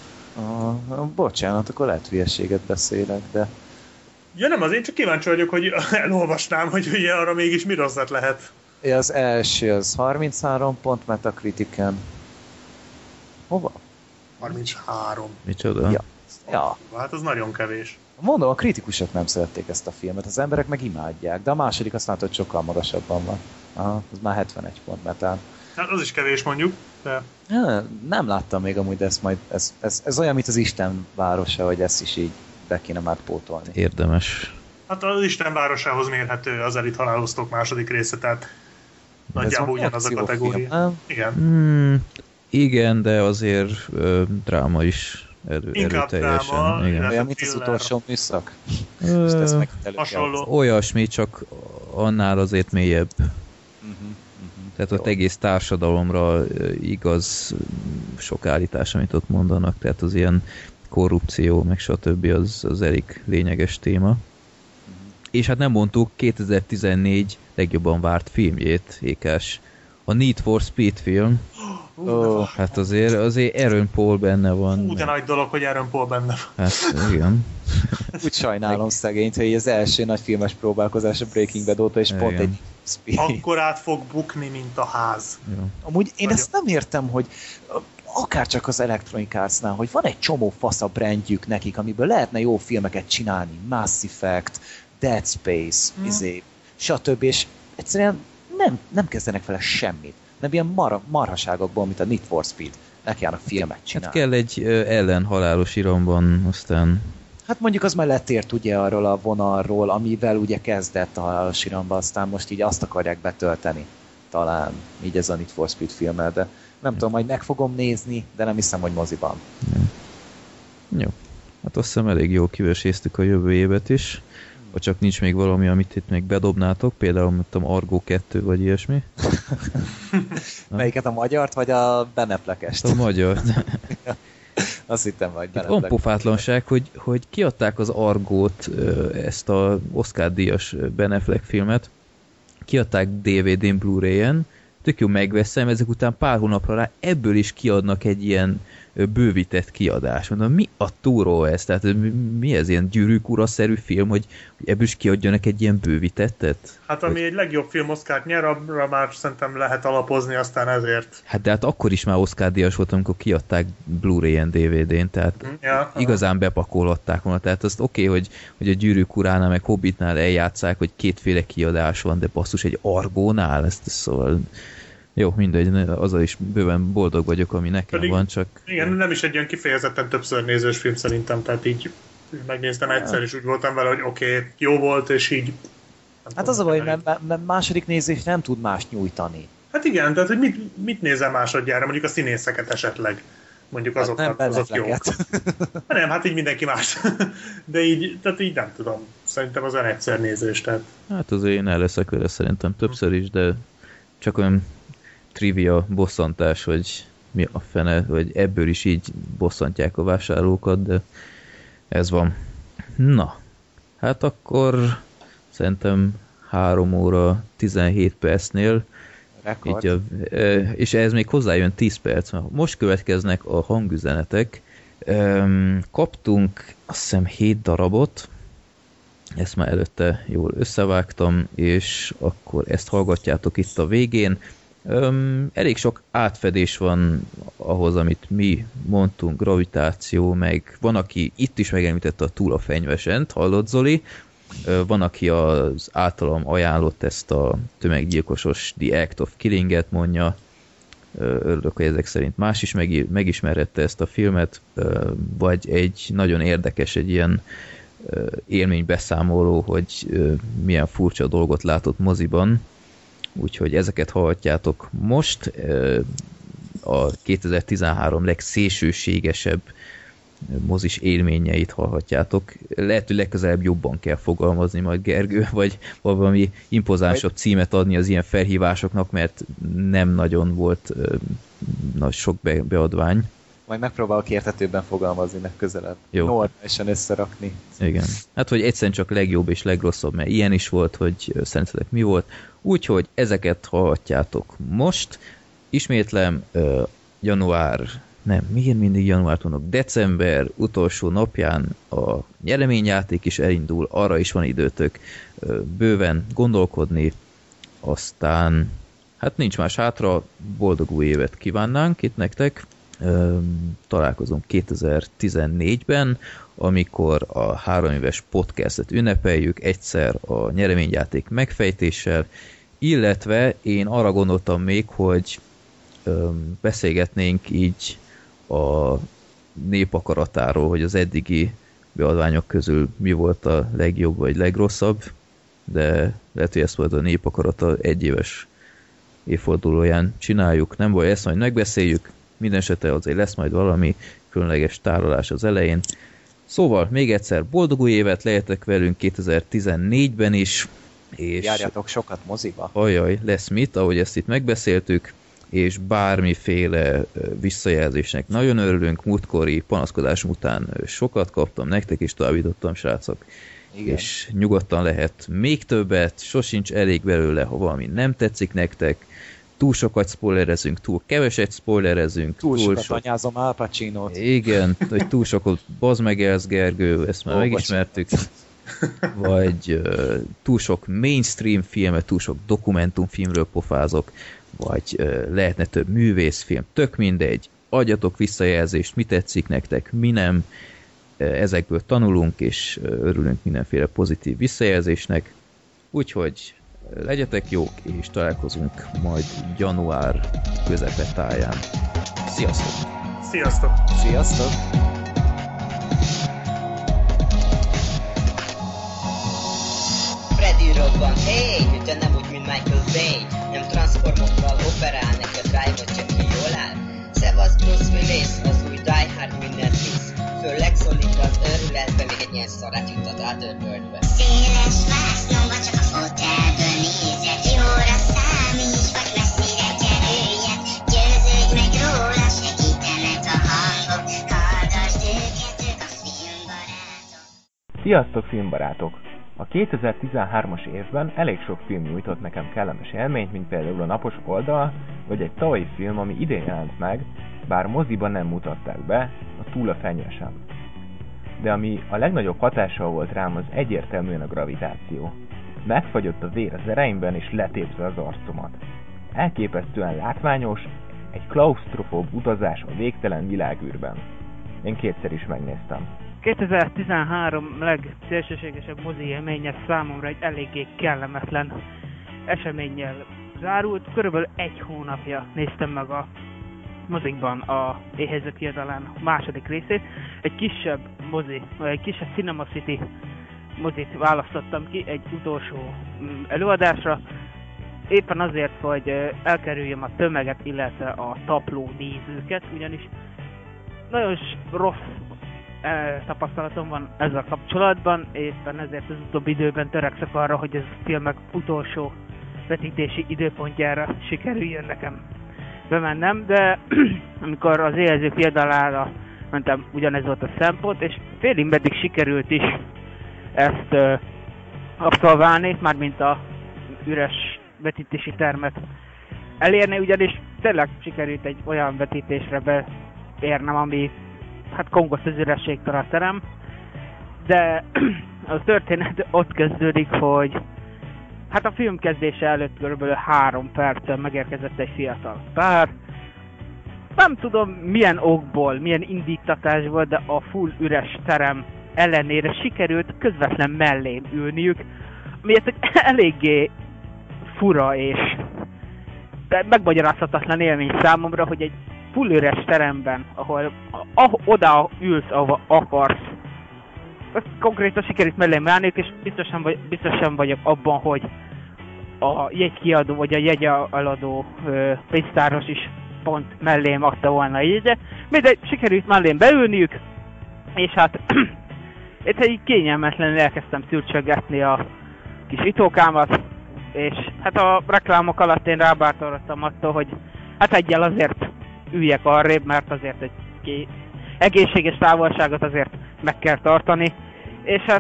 Bocsánat, akkor lehet hülyeséget beszélek, de... Ja nem, az én csak kíváncsi vagyok, hogy elolvasnám, hogy ugye arra mégis mi rosszat lehet. Az első az 33 pont Metacritiken. Hova? 33. Micsoda? Ja. Ja. Hát az nagyon kevés. Mondom, a kritikusok nem szerették ezt a filmet, az emberek meg imádják, de a második azt látod, hogy sokkal magasabban van. Aha, az már 71 pont metán. Hát az is kevés mondjuk, de... Ja, nem láttam még amúgy, de ez olyan, mint az Isten városa, hogy ezt is így be kéne már pótolni. Érdemes. Hát az Isten városához mérhető az Elit halálosztók második része, tehát nagyjából ugyanaz a kategória. Film, igen. Igen, de azért dráma is erőteljesen. Dráma, igen. Olyan, mint az utolsó műszak. Hasonló. Olyasmi, csak annál azért mélyebb. Tehát ott egész társadalomra igaz sok állítás, amit ott mondanak, tehát az ilyen korrupció, meg stb. Az elég lényeges téma. És hát nem mondtuk 2014 legjobban várt filmjét, Ékás. A Need for Speed film. Hát azért Aaron Paul benne van. De nagy dolog, hogy Aaron Paul benne van. Hát igen. Úgy sajnálom szegényt, hogy az első nagy filmes próbálkozás a Breaking Bad óta, és pont egy Speed. Akkor át fog bukni, mint a ház. Ja. Amúgy én ezt nem értem, hogy akárcsak az Electronic Arts-nál, hogy van egy csomó fasza brandjük nekik, amiből lehetne jó filmeket csinálni, Mass Effect, Dead Space, stb. És egyszerűen nem kezdenek vele semmit. Nem ilyen marhaságokból, mint a Need for Speed. Nekiának filmet csinálni. Hát kell egy ellen halálos iramban, aztán... Hát mondjuk az már letért ugye arról a vonalról, amivel ugye kezdett a halálos iramba, aztán most így azt akarják betölteni. Talán így ez a Need for Speed filmmel, de nem tudom, majd meg fogom nézni, de nem hiszem, hogy moziban. Jó. Hát azt hiszem elég jól kiveséztük a jövő évet is. Vagy csak nincs még valami, amit itt még bedobnátok, például mondtam Argo 2 vagy ilyesmi. Melyiket, a magyart vagy a Beneflekest? A magyar. Azt hittem, hogy Van pofátlanság, hogy kiadták az Argót, ezt a Oscar-díjas Ben Affleck filmet, kiadták DVD-n, Blu-ray-en, tök jó, megveszem, ezek után pár hónapra rá ebből is kiadnak egy ilyen bővített kiadás. Mondom, mi a túró ez? Tehát mi ez, ilyen Gyűrűk ura-szerű film, hogy ebből is kiadjanak egy ilyen bővítettet? Hát ami egy legjobb film Oscart nyer, arra már szerintem lehet alapozni, aztán ezért. Hát de hát akkor is már Oscar-díjas volt, amikor kiadták Blu-ray-en, DVD-n, tehát igazán bepakolhatták volna. Tehát azt oké, hogy a Gyűrűk uránál, meg Hobbitnál eljátszák, hogy kétféle kiadás van, de basszus, egy Argónál, ezt szóval... Jó, mindegy, azzal is bőven boldog vagyok, ami nekem pedig, van, csak... Igen, nem is egy olyan kifejezetten többször nézős film szerintem, tehát így megnéztem egyszer, és úgy voltam vele, hogy oké, jó volt, és így... Hát az a baj, mert második nézés nem tud más nyújtani. Hát igen, tehát hogy mit nézel másodjára, mondjuk a színészeket esetleg. Mondjuk azok jók. Nem, hát így mindenki más. De így, tehát így nem tudom. Szerintem az olyan egyszer nézés, tehát... Hát azért én el leszek vele szerintem többször is, de csak olyan trivia bosszantás, hogy mi a fene, hogy ebből is így bosszantják a vásárlókat, de ez van. Na, hát akkor szerintem 3 óra 17 percnél így és ehhez még hozzájön 10 perc. Most következnek a hangüzenetek. Kaptunk azt hiszem 7 darabot, ezt már előtte jól összevágtam, és akkor ezt hallgatjátok itt a végén. Elég sok átfedés van ahhoz, amit mi mondtunk, gravitáció, meg van, aki itt is megemlítette a Túl a fenyvesent, hallott Zoli? Van, aki az általam ajánlott ezt a tömeggyilkosos The Act of Killing-et mondja. Örülök, hogy ezek szerint más is megismerhette ezt a filmet, vagy egy nagyon érdekes, egy ilyen élménybeszámoló, hogy milyen furcsa dolgot látott moziban. Úgyhogy ezeket hallhatjátok most. A 2013 legszélsőségesebb mozis élményeit hallhatjátok. Lehet, hogy legközelebb jobban kell fogalmazni majd, Gergő, vagy valami impozánsabb címet adni az ilyen felhívásoknak, mert nem nagyon volt sok beadvány. Majd megpróbálok érthetőbben fogalmazni legközelebb. Normálisan összerakni. Igen. Hát, hogy egyszerűen csak legjobb és legrosszabb, mert ilyen is volt, hogy szerintetek mi volt. Úgyhogy ezeket hallhatjátok most. Ismétlem, miért mindig januárt mondok? December utolsó napján a nyereményjáték is elindul, arra is van időtök bőven gondolkodni, aztán hát nincs más hátra, boldog új évet kívánnánk itt nektek, találkozunk 2014-ben, amikor a 3 éves podcastet ünnepeljük egyszer a nyereményjáték megfejtéssel, illetve én arra gondoltam még, hogy beszélgetnénk így a népakaratáról, hogy az eddigi beadványok közül mi volt a legjobb vagy legrosszabb, de lehet, hogy ezt majd a népakarata 1 éves évfordulóján csináljuk, nem baj, ezt majd megbeszéljük, minden esetre azért lesz majd valami különleges tárolás az elején. Szóval még egyszer boldog új évet, legyetek velünk 2014-ben is, és járjatok sokat moziba. Ajaj, lesz mit, ahogy ezt itt megbeszéltük, és bármiféle visszajelzésnek nagyon örülünk, múltkori panaszkodásom után sokat kaptam, nektek is továbbítottam, srácok. Igen. És nyugodtan lehet még többet, sosincs elég belőle, ha valami nem tetszik nektek, túl sokat spoilerezünk, túl keveset spoilerezünk. Túl sokat anyázom Al Pacinót. Igen, vagy túl sokat bazd meg elsz, Gergő, ezt már megismertük. Vagy túl sok mainstream filmet, túl sok dokumentumfilmről pofázok, vagy lehetne több művészfilm, tök mindegy. Adjatok visszajelzést, mi tetszik nektek, mi nem. Ezekből tanulunk, és örülünk mindenféle pozitív visszajelzésnek. Úgyhogy legyetek jók, és találkozunk majd január közepetáján. Sziasztok! Sziasztok! Sziasztok! Freddy robban, hey, de nem úgy, mint Michael Bay. Nem transformokkal operál, neki a drive-ot csak ki jól áll. Szevasz Bruce Willis, az új Die Hard mindent visz. Főleg szólít az őrületbe, még egy ilyen szarát juttat át Örbördbe. Széles vásznomba csak a fotelből nézek. Jóra számíts, vagy messzire kerüljek. Győződj meg róla, segítenek a hangok. Hallgasd őket, ők a filmbarátok. Sziasztok filmbarátok! A 2013-as évben elég sok film nyújtott nekem kellemes élményt, mint például a Napos oldal, vagy egy tavalyi film, ami idén jelent meg, bár moziban nem mutatták be, a Túl a fenyvesen. De ami a legnagyobb hatással volt rám, az egyértelműen a gravitáció. Megfagyott a vér az ereimben és letépte az arcomat. Elképesztően látványos, egy klausztrofób utazás a végtelen világűrben. Én 2-szer is megnéztem. 2013 legszélsőségesebb mozi élménye számomra egy eléggé kellemetlen eseménnyel zárult. Körülbelül 1 hónapja néztem meg a mozikban a Éhezők Irodalán második részét. Egy kisebb Cinema City mozit választottam ki egy utolsó előadásra. Éppen azért, hogy elkerüljem a tömeget, illetve a tapló nézőket, ugyanis nagyon rossz tapasztalatom van ezzel kapcsolatban, éppen ezért az utóbbi időben törekszek arra, hogy ez a filmek utolsó vetítési időpontjára sikerüljön nekem bemennem, de amikor az Éhezők Irdalára mentem, ugyanez volt a szempont, és félig meddig sikerült is ezt abszolválni, mármint a üres vetítési termet elérni, ugyanis tényleg sikerült egy olyan vetítésre beérnem, ami hát kongott az ürességtől a terem, de a történet ott kezdődik, hogy hát a film kezdése előtt kb. 3 perccel megérkezett egy fiatal pár. Nem tudom milyen okból, milyen indítatásból, de a full üres terem ellenére sikerült közvetlen mellém ülniük, ami egy eléggé fura és megmagyarázhatatlan élmény számomra, hogy egy full üres teremben, ahol oda ülsz, ahova akarsz. Ezt konkrétan sikerült mellém állniuk, és biztosan vagyok abban, hogy a jegykiadó vagy a jegyeladó pénztáros is pont mellém adta volna a jegyet. Mindegy, sikerült mellém beülniük, és hát itt egy kényelmetlenül elkezdtem szürcsögetni a kis itókámat, és hát a reklámok alatt én rábátorodtam attól, hogy hát egyel azért üljek arrébb, mert azért egy egészséges távolságot azért meg kell tartani, és hát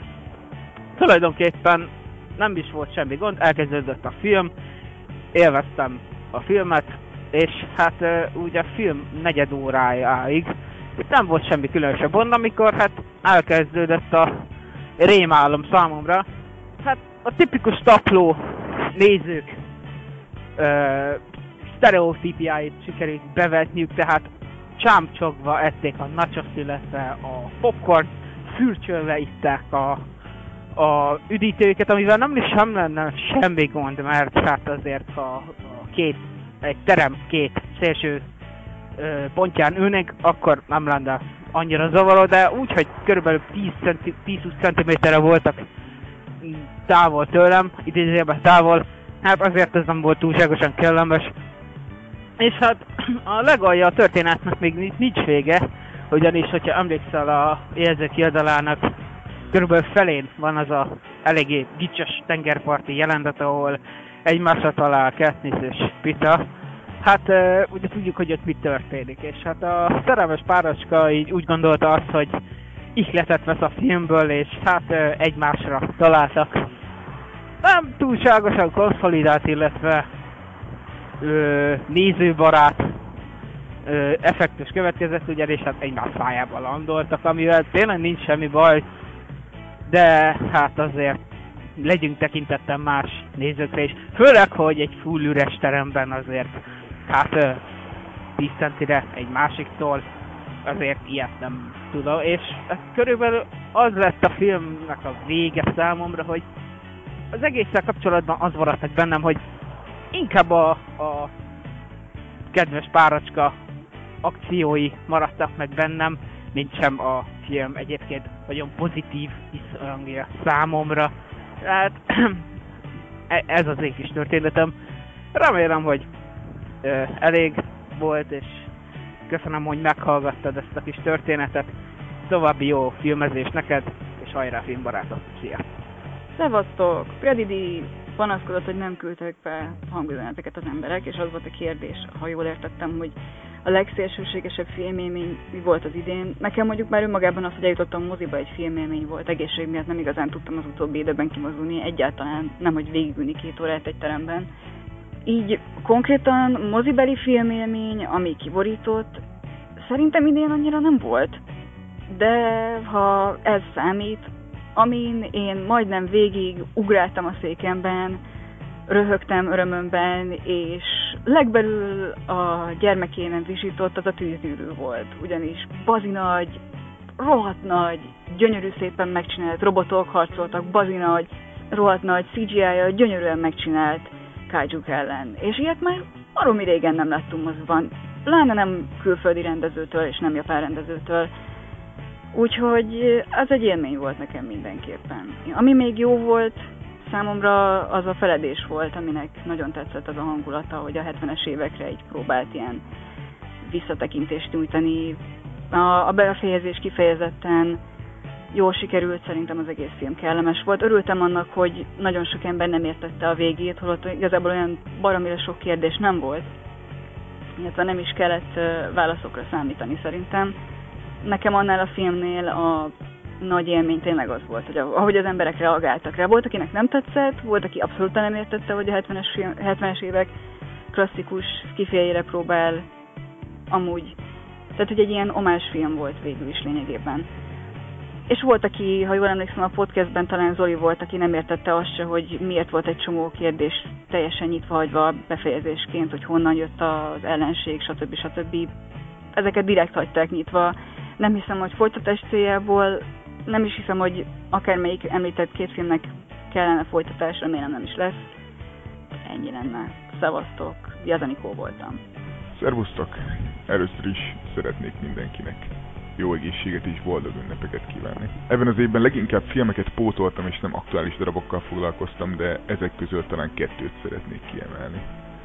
tulajdonképpen nem is volt semmi gond, elkezdődött a film, élveztem a filmet, és hát úgy a film 4 órájáig nem volt semmi különösebb gond, amikor hát elkezdődött a rémálom számomra. Hát a tipikus tapló nézők sztereotípiáit sikerült bevetniük, tehát csámcsogva ették a nachos, illetve a popcorn, szürcsölve itták a üdítőket, amivel nem lenne semmi gond, mert hát azért ha egy terem két szélső pontján ülnek, akkor nem lenne annyira zavaró, de úgy, hogy körülbelül 10-20 cm-re voltak távol tőlem, idézőjelben távol, hát azért ez nem volt túlságosan kellemes. És hát a legalja a történetnek még nincs vége, ugyanis, hogyha emlékszel a jelzők oldalának, körülbelül felén van az a eléggé gicses tengerparti jelenet, ahol egymásra talál Katniss és Peeta. Hát ugye tudjuk, hogy ott mi történik, és hát a szerelmes párocska így úgy gondolta azt, hogy ihletet vesz a filmből, és hát egymásra találtak. Nem túlságosan konszolidált, illetve nézőbarát effektus következett, ugyanis hát egymás szájába landoltak, amivel tényleg nincs semmi baj, de hát azért legyünk tekintettel más nézőkre is. Főleg, hogy egy full üres teremben azért hát 10 centire egy másiktól azért ilyet nem tudom, és körülbelül az lett a filmnek a vége számomra, hogy az egésszel kapcsolatban az maradt meg bennem, hogy inkább a kedves párocska akciói maradtak meg bennem, mint sem a film egyébként nagyon pozitív visszhangja számomra. Hát ez az én kis történetem. Remélem, hogy elég volt, és köszönöm, hogy meghallgattad ezt a kis történetet. További jó filmezés neked, és hajrá filmbarátok! Szia! Szevasztok! Predidi panaszkodott, hogy nem küldtek be hangüzeneteket az emberek, és az volt a kérdés, ha jól értettem, hogy a legszélsőségesebb filmélmény mi volt az idén. Nekem mondjuk már önmagában az, hogy eljutottam moziba, egy filmélmény volt. Egészség miatt nem igazán tudtam az utóbbi időben kimozdulni, egyáltalán nem, hogy végigülni 2 órát egy teremben. Így konkrétan mozibeli filmélmény, ami kiborított, szerintem idén annyira nem volt. De ha ez számít, amin én majdnem végig ugráltam a székemben, röhögtem örömömben, és legbelül a gyermekénem visított, az a tűzgyűrű volt. Ugyanis bazinagy, rohadt nagy, gyönyörű szépen megcsinált robotok harcoltak, bazinagy, rohadt nagy CGI-jal, gyönyörűen megcsinált kaiju ellen. És ilyet már baromi régen nem láttunk moziban. Pláne nem külföldi rendezőtől és nem japán rendezőtől. Úgyhogy az egy élmény volt nekem mindenképpen. Ami még jó volt számomra, az a feledés volt, aminek nagyon tetszett az a hangulata, hogy a 70-es évekre így próbált ilyen visszatekintést nyújtani. A befejezés kifejezetten jól sikerült, szerintem az egész film kellemes volt. Örültem annak, hogy nagyon sok ember nem értette a végét, holott igazából olyan baromira sok kérdés nem volt, illetve nem is kellett válaszokra számítani szerintem. Nekem annál a filmnél a nagy élmény tényleg az volt, hogy ahogy az emberek reagáltak rá. Volt, akinek nem tetszett, volt, aki abszolút nem értette, hogy a 70-es évek klasszikus skiféjére próbál amúgy. Tehát, hogy egy ilyen omázsfilm volt végül is lényegében. És volt, aki, ha jól emlékszem, a podcastben talán Zoli volt, aki nem értette azt se, hogy miért volt egy csomó kérdés teljesen nyitva hagyva befejezésként, hogy honnan jött az ellenség, stb. Ezeket direkt hagyták nyitva. Nem hiszem, hogy folytatás céljából, nem is hiszem, hogy akármelyik említett 2 filmnek kellene folytatás, remélem nem is lesz. Ennyi lenne. Szevasztok, Jazanikó voltam. Szervusztok! Először is szeretnék mindenkinek jó egészséget és boldog ünnepeket kívánni. Ebben az évben leginkább filmeket pótoltam és nem aktuális darabokkal foglalkoztam, de ezek közül talán 2-t szeretnék kiemelni.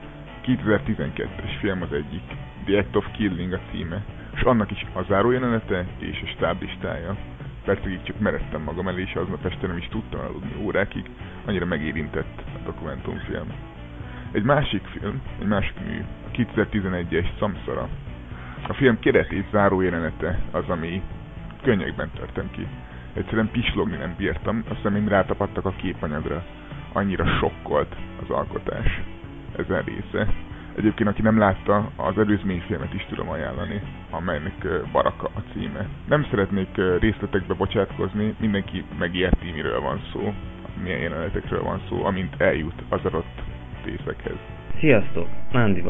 2012-es film az egyik, The Act of Killing a címe, és annak is a zárójelenete és a stáblistája. Percegig csak meredtem magam elé, és aznap este nem is tudtam aludni órákig, annyira megérintett a dokumentumfilm. Egy másik film, egy másik mű, a 2011-es Samsara. A film keret és zárójelenete az, ami könnyekben törtem ki. Egyszerűen pislogni nem bírtam, a szemeim rátapadtak a képanyagra. Annyira sokkolt az alkotás ezen része. Egyébként, aki nem látta, az előzményfilmet is tudom ajánlani, amelynek Baraka a címe. Nem szeretnék részletekbe bocsátkozni, mindenki megérti, miről van szó, milyen jelenetekről van szó, amint eljut az adott részekhez. Sziasztok, Mándi vagyok.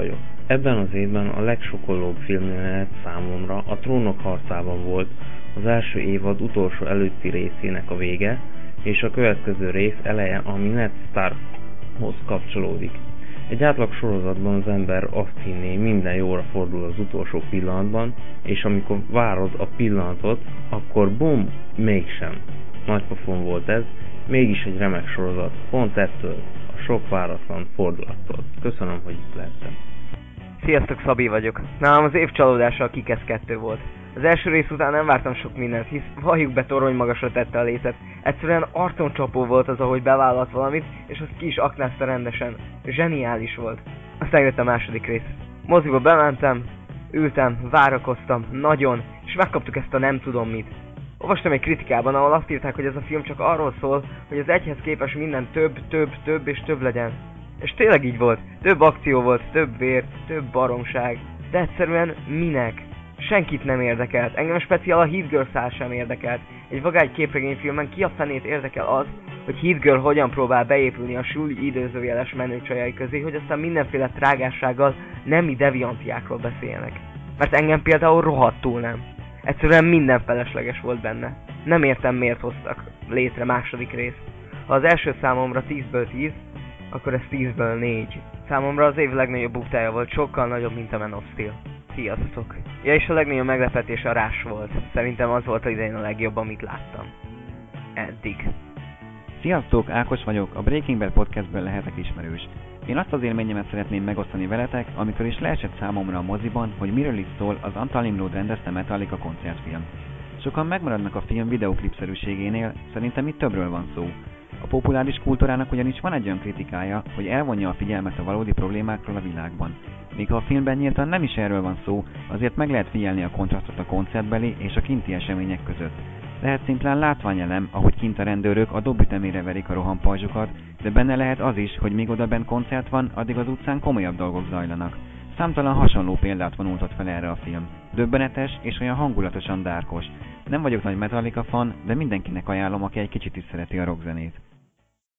Ebben az évben a legsokkolóbb filmjelenet számomra a Trónok harcában volt, az első évad utolsó előtti részének a vége, és a következő rész eleje, ami Ned Starkhoz kapcsolódik. Egy átlag sorozatban az ember azt hinné, minden jóra fordul az utolsó pillanatban, és amikor várod a pillanatot, akkor bum, mégsem. Nagy pofon volt ez, mégis egy remek sorozat, pont ettől, a sok váratlan fordulattól. Köszönöm, hogy itt lehettem. Sziasztok, Szabi vagyok. Nálam az év csalódása a Kick-Ass 2 volt. Az első rész után nem vártam sok mindent, hisz valljuk be, torony magasra tette a lécet. Egyszerűen arconcsapó volt az, ahogy bevállalt valamit, és azt ki is aknázta rendesen. Zseniális volt. Aztán jött a második rész. Moziba bementem, ültem, várakoztam, nagyon, és megkaptuk ezt a nem tudom mit. Olvastam egy kritikában, ahol azt írták, hogy ez a film csak arról szól, hogy az egyhez képest minden több és több legyen. És tényleg így volt. Több akció volt, több vér, több baromság. De egyszerűen minek? Senkit nem érdekelt. Engem speciál a Heat Girl szál sem érdekelt. Egy vagány képregényfilmen ki a fenét érdekel az, hogy Heat Girl hogyan próbál beépülni a suli időzőjeles menőcsajai közé, hogy aztán mindenféle trágássággal nemi devianciákról beszélnek. Mert engem például rohadtul nem. Egyszerűen minden felesleges volt benne. Nem értem, miért hoztak létre második részt. Ha az első számomra 10-ből 10, akkor ez 10-ből 4. Számomra az év legnagyobb buktája volt, sokkal nagyobb, mint a Man of Steel. Sziasztok! Ja, és a legnagyobb meglepetés a Rush volt. Szerintem az volt idején a legjobb, amit láttam. Eddig. Sziasztok, Ákos vagyok, a Breaking Bad podcastből lehetek ismerős. Én azt az élményemet szeretném megosztani veletek, amikor is leesett számomra a moziban, hogy miről is szól az Antal Imród rendezte Metallica koncertfilm. Sokan megmaradnak a film videoklipszerűségénél, szerintem itt többről van szó. A populáris kultúrának ugyanis van egy olyan kritikája, hogy elvonja a figyelmet a valódi problémákról a világban. Míg ha a filmben nyíltan nem is erről van szó, azért meg lehet figyelni a kontrasztot a koncertbeli és a kinti események között. Lehet szimplán látványelem, ahogy kint a rendőrök a dobütemére verik a rohampajzsokat, de benne lehet az is, hogy míg odabenn koncert van, addig az utcán komolyabb dolgok zajlanak. Számtalan hasonló példát vonultat fel erre a film. Döbbenetes és olyan hangulatosan dárkos. Nem vagyok nagy Metallica fan, de mindenkinek ajánlom, aki egy kicsit is szereti a rockzenét.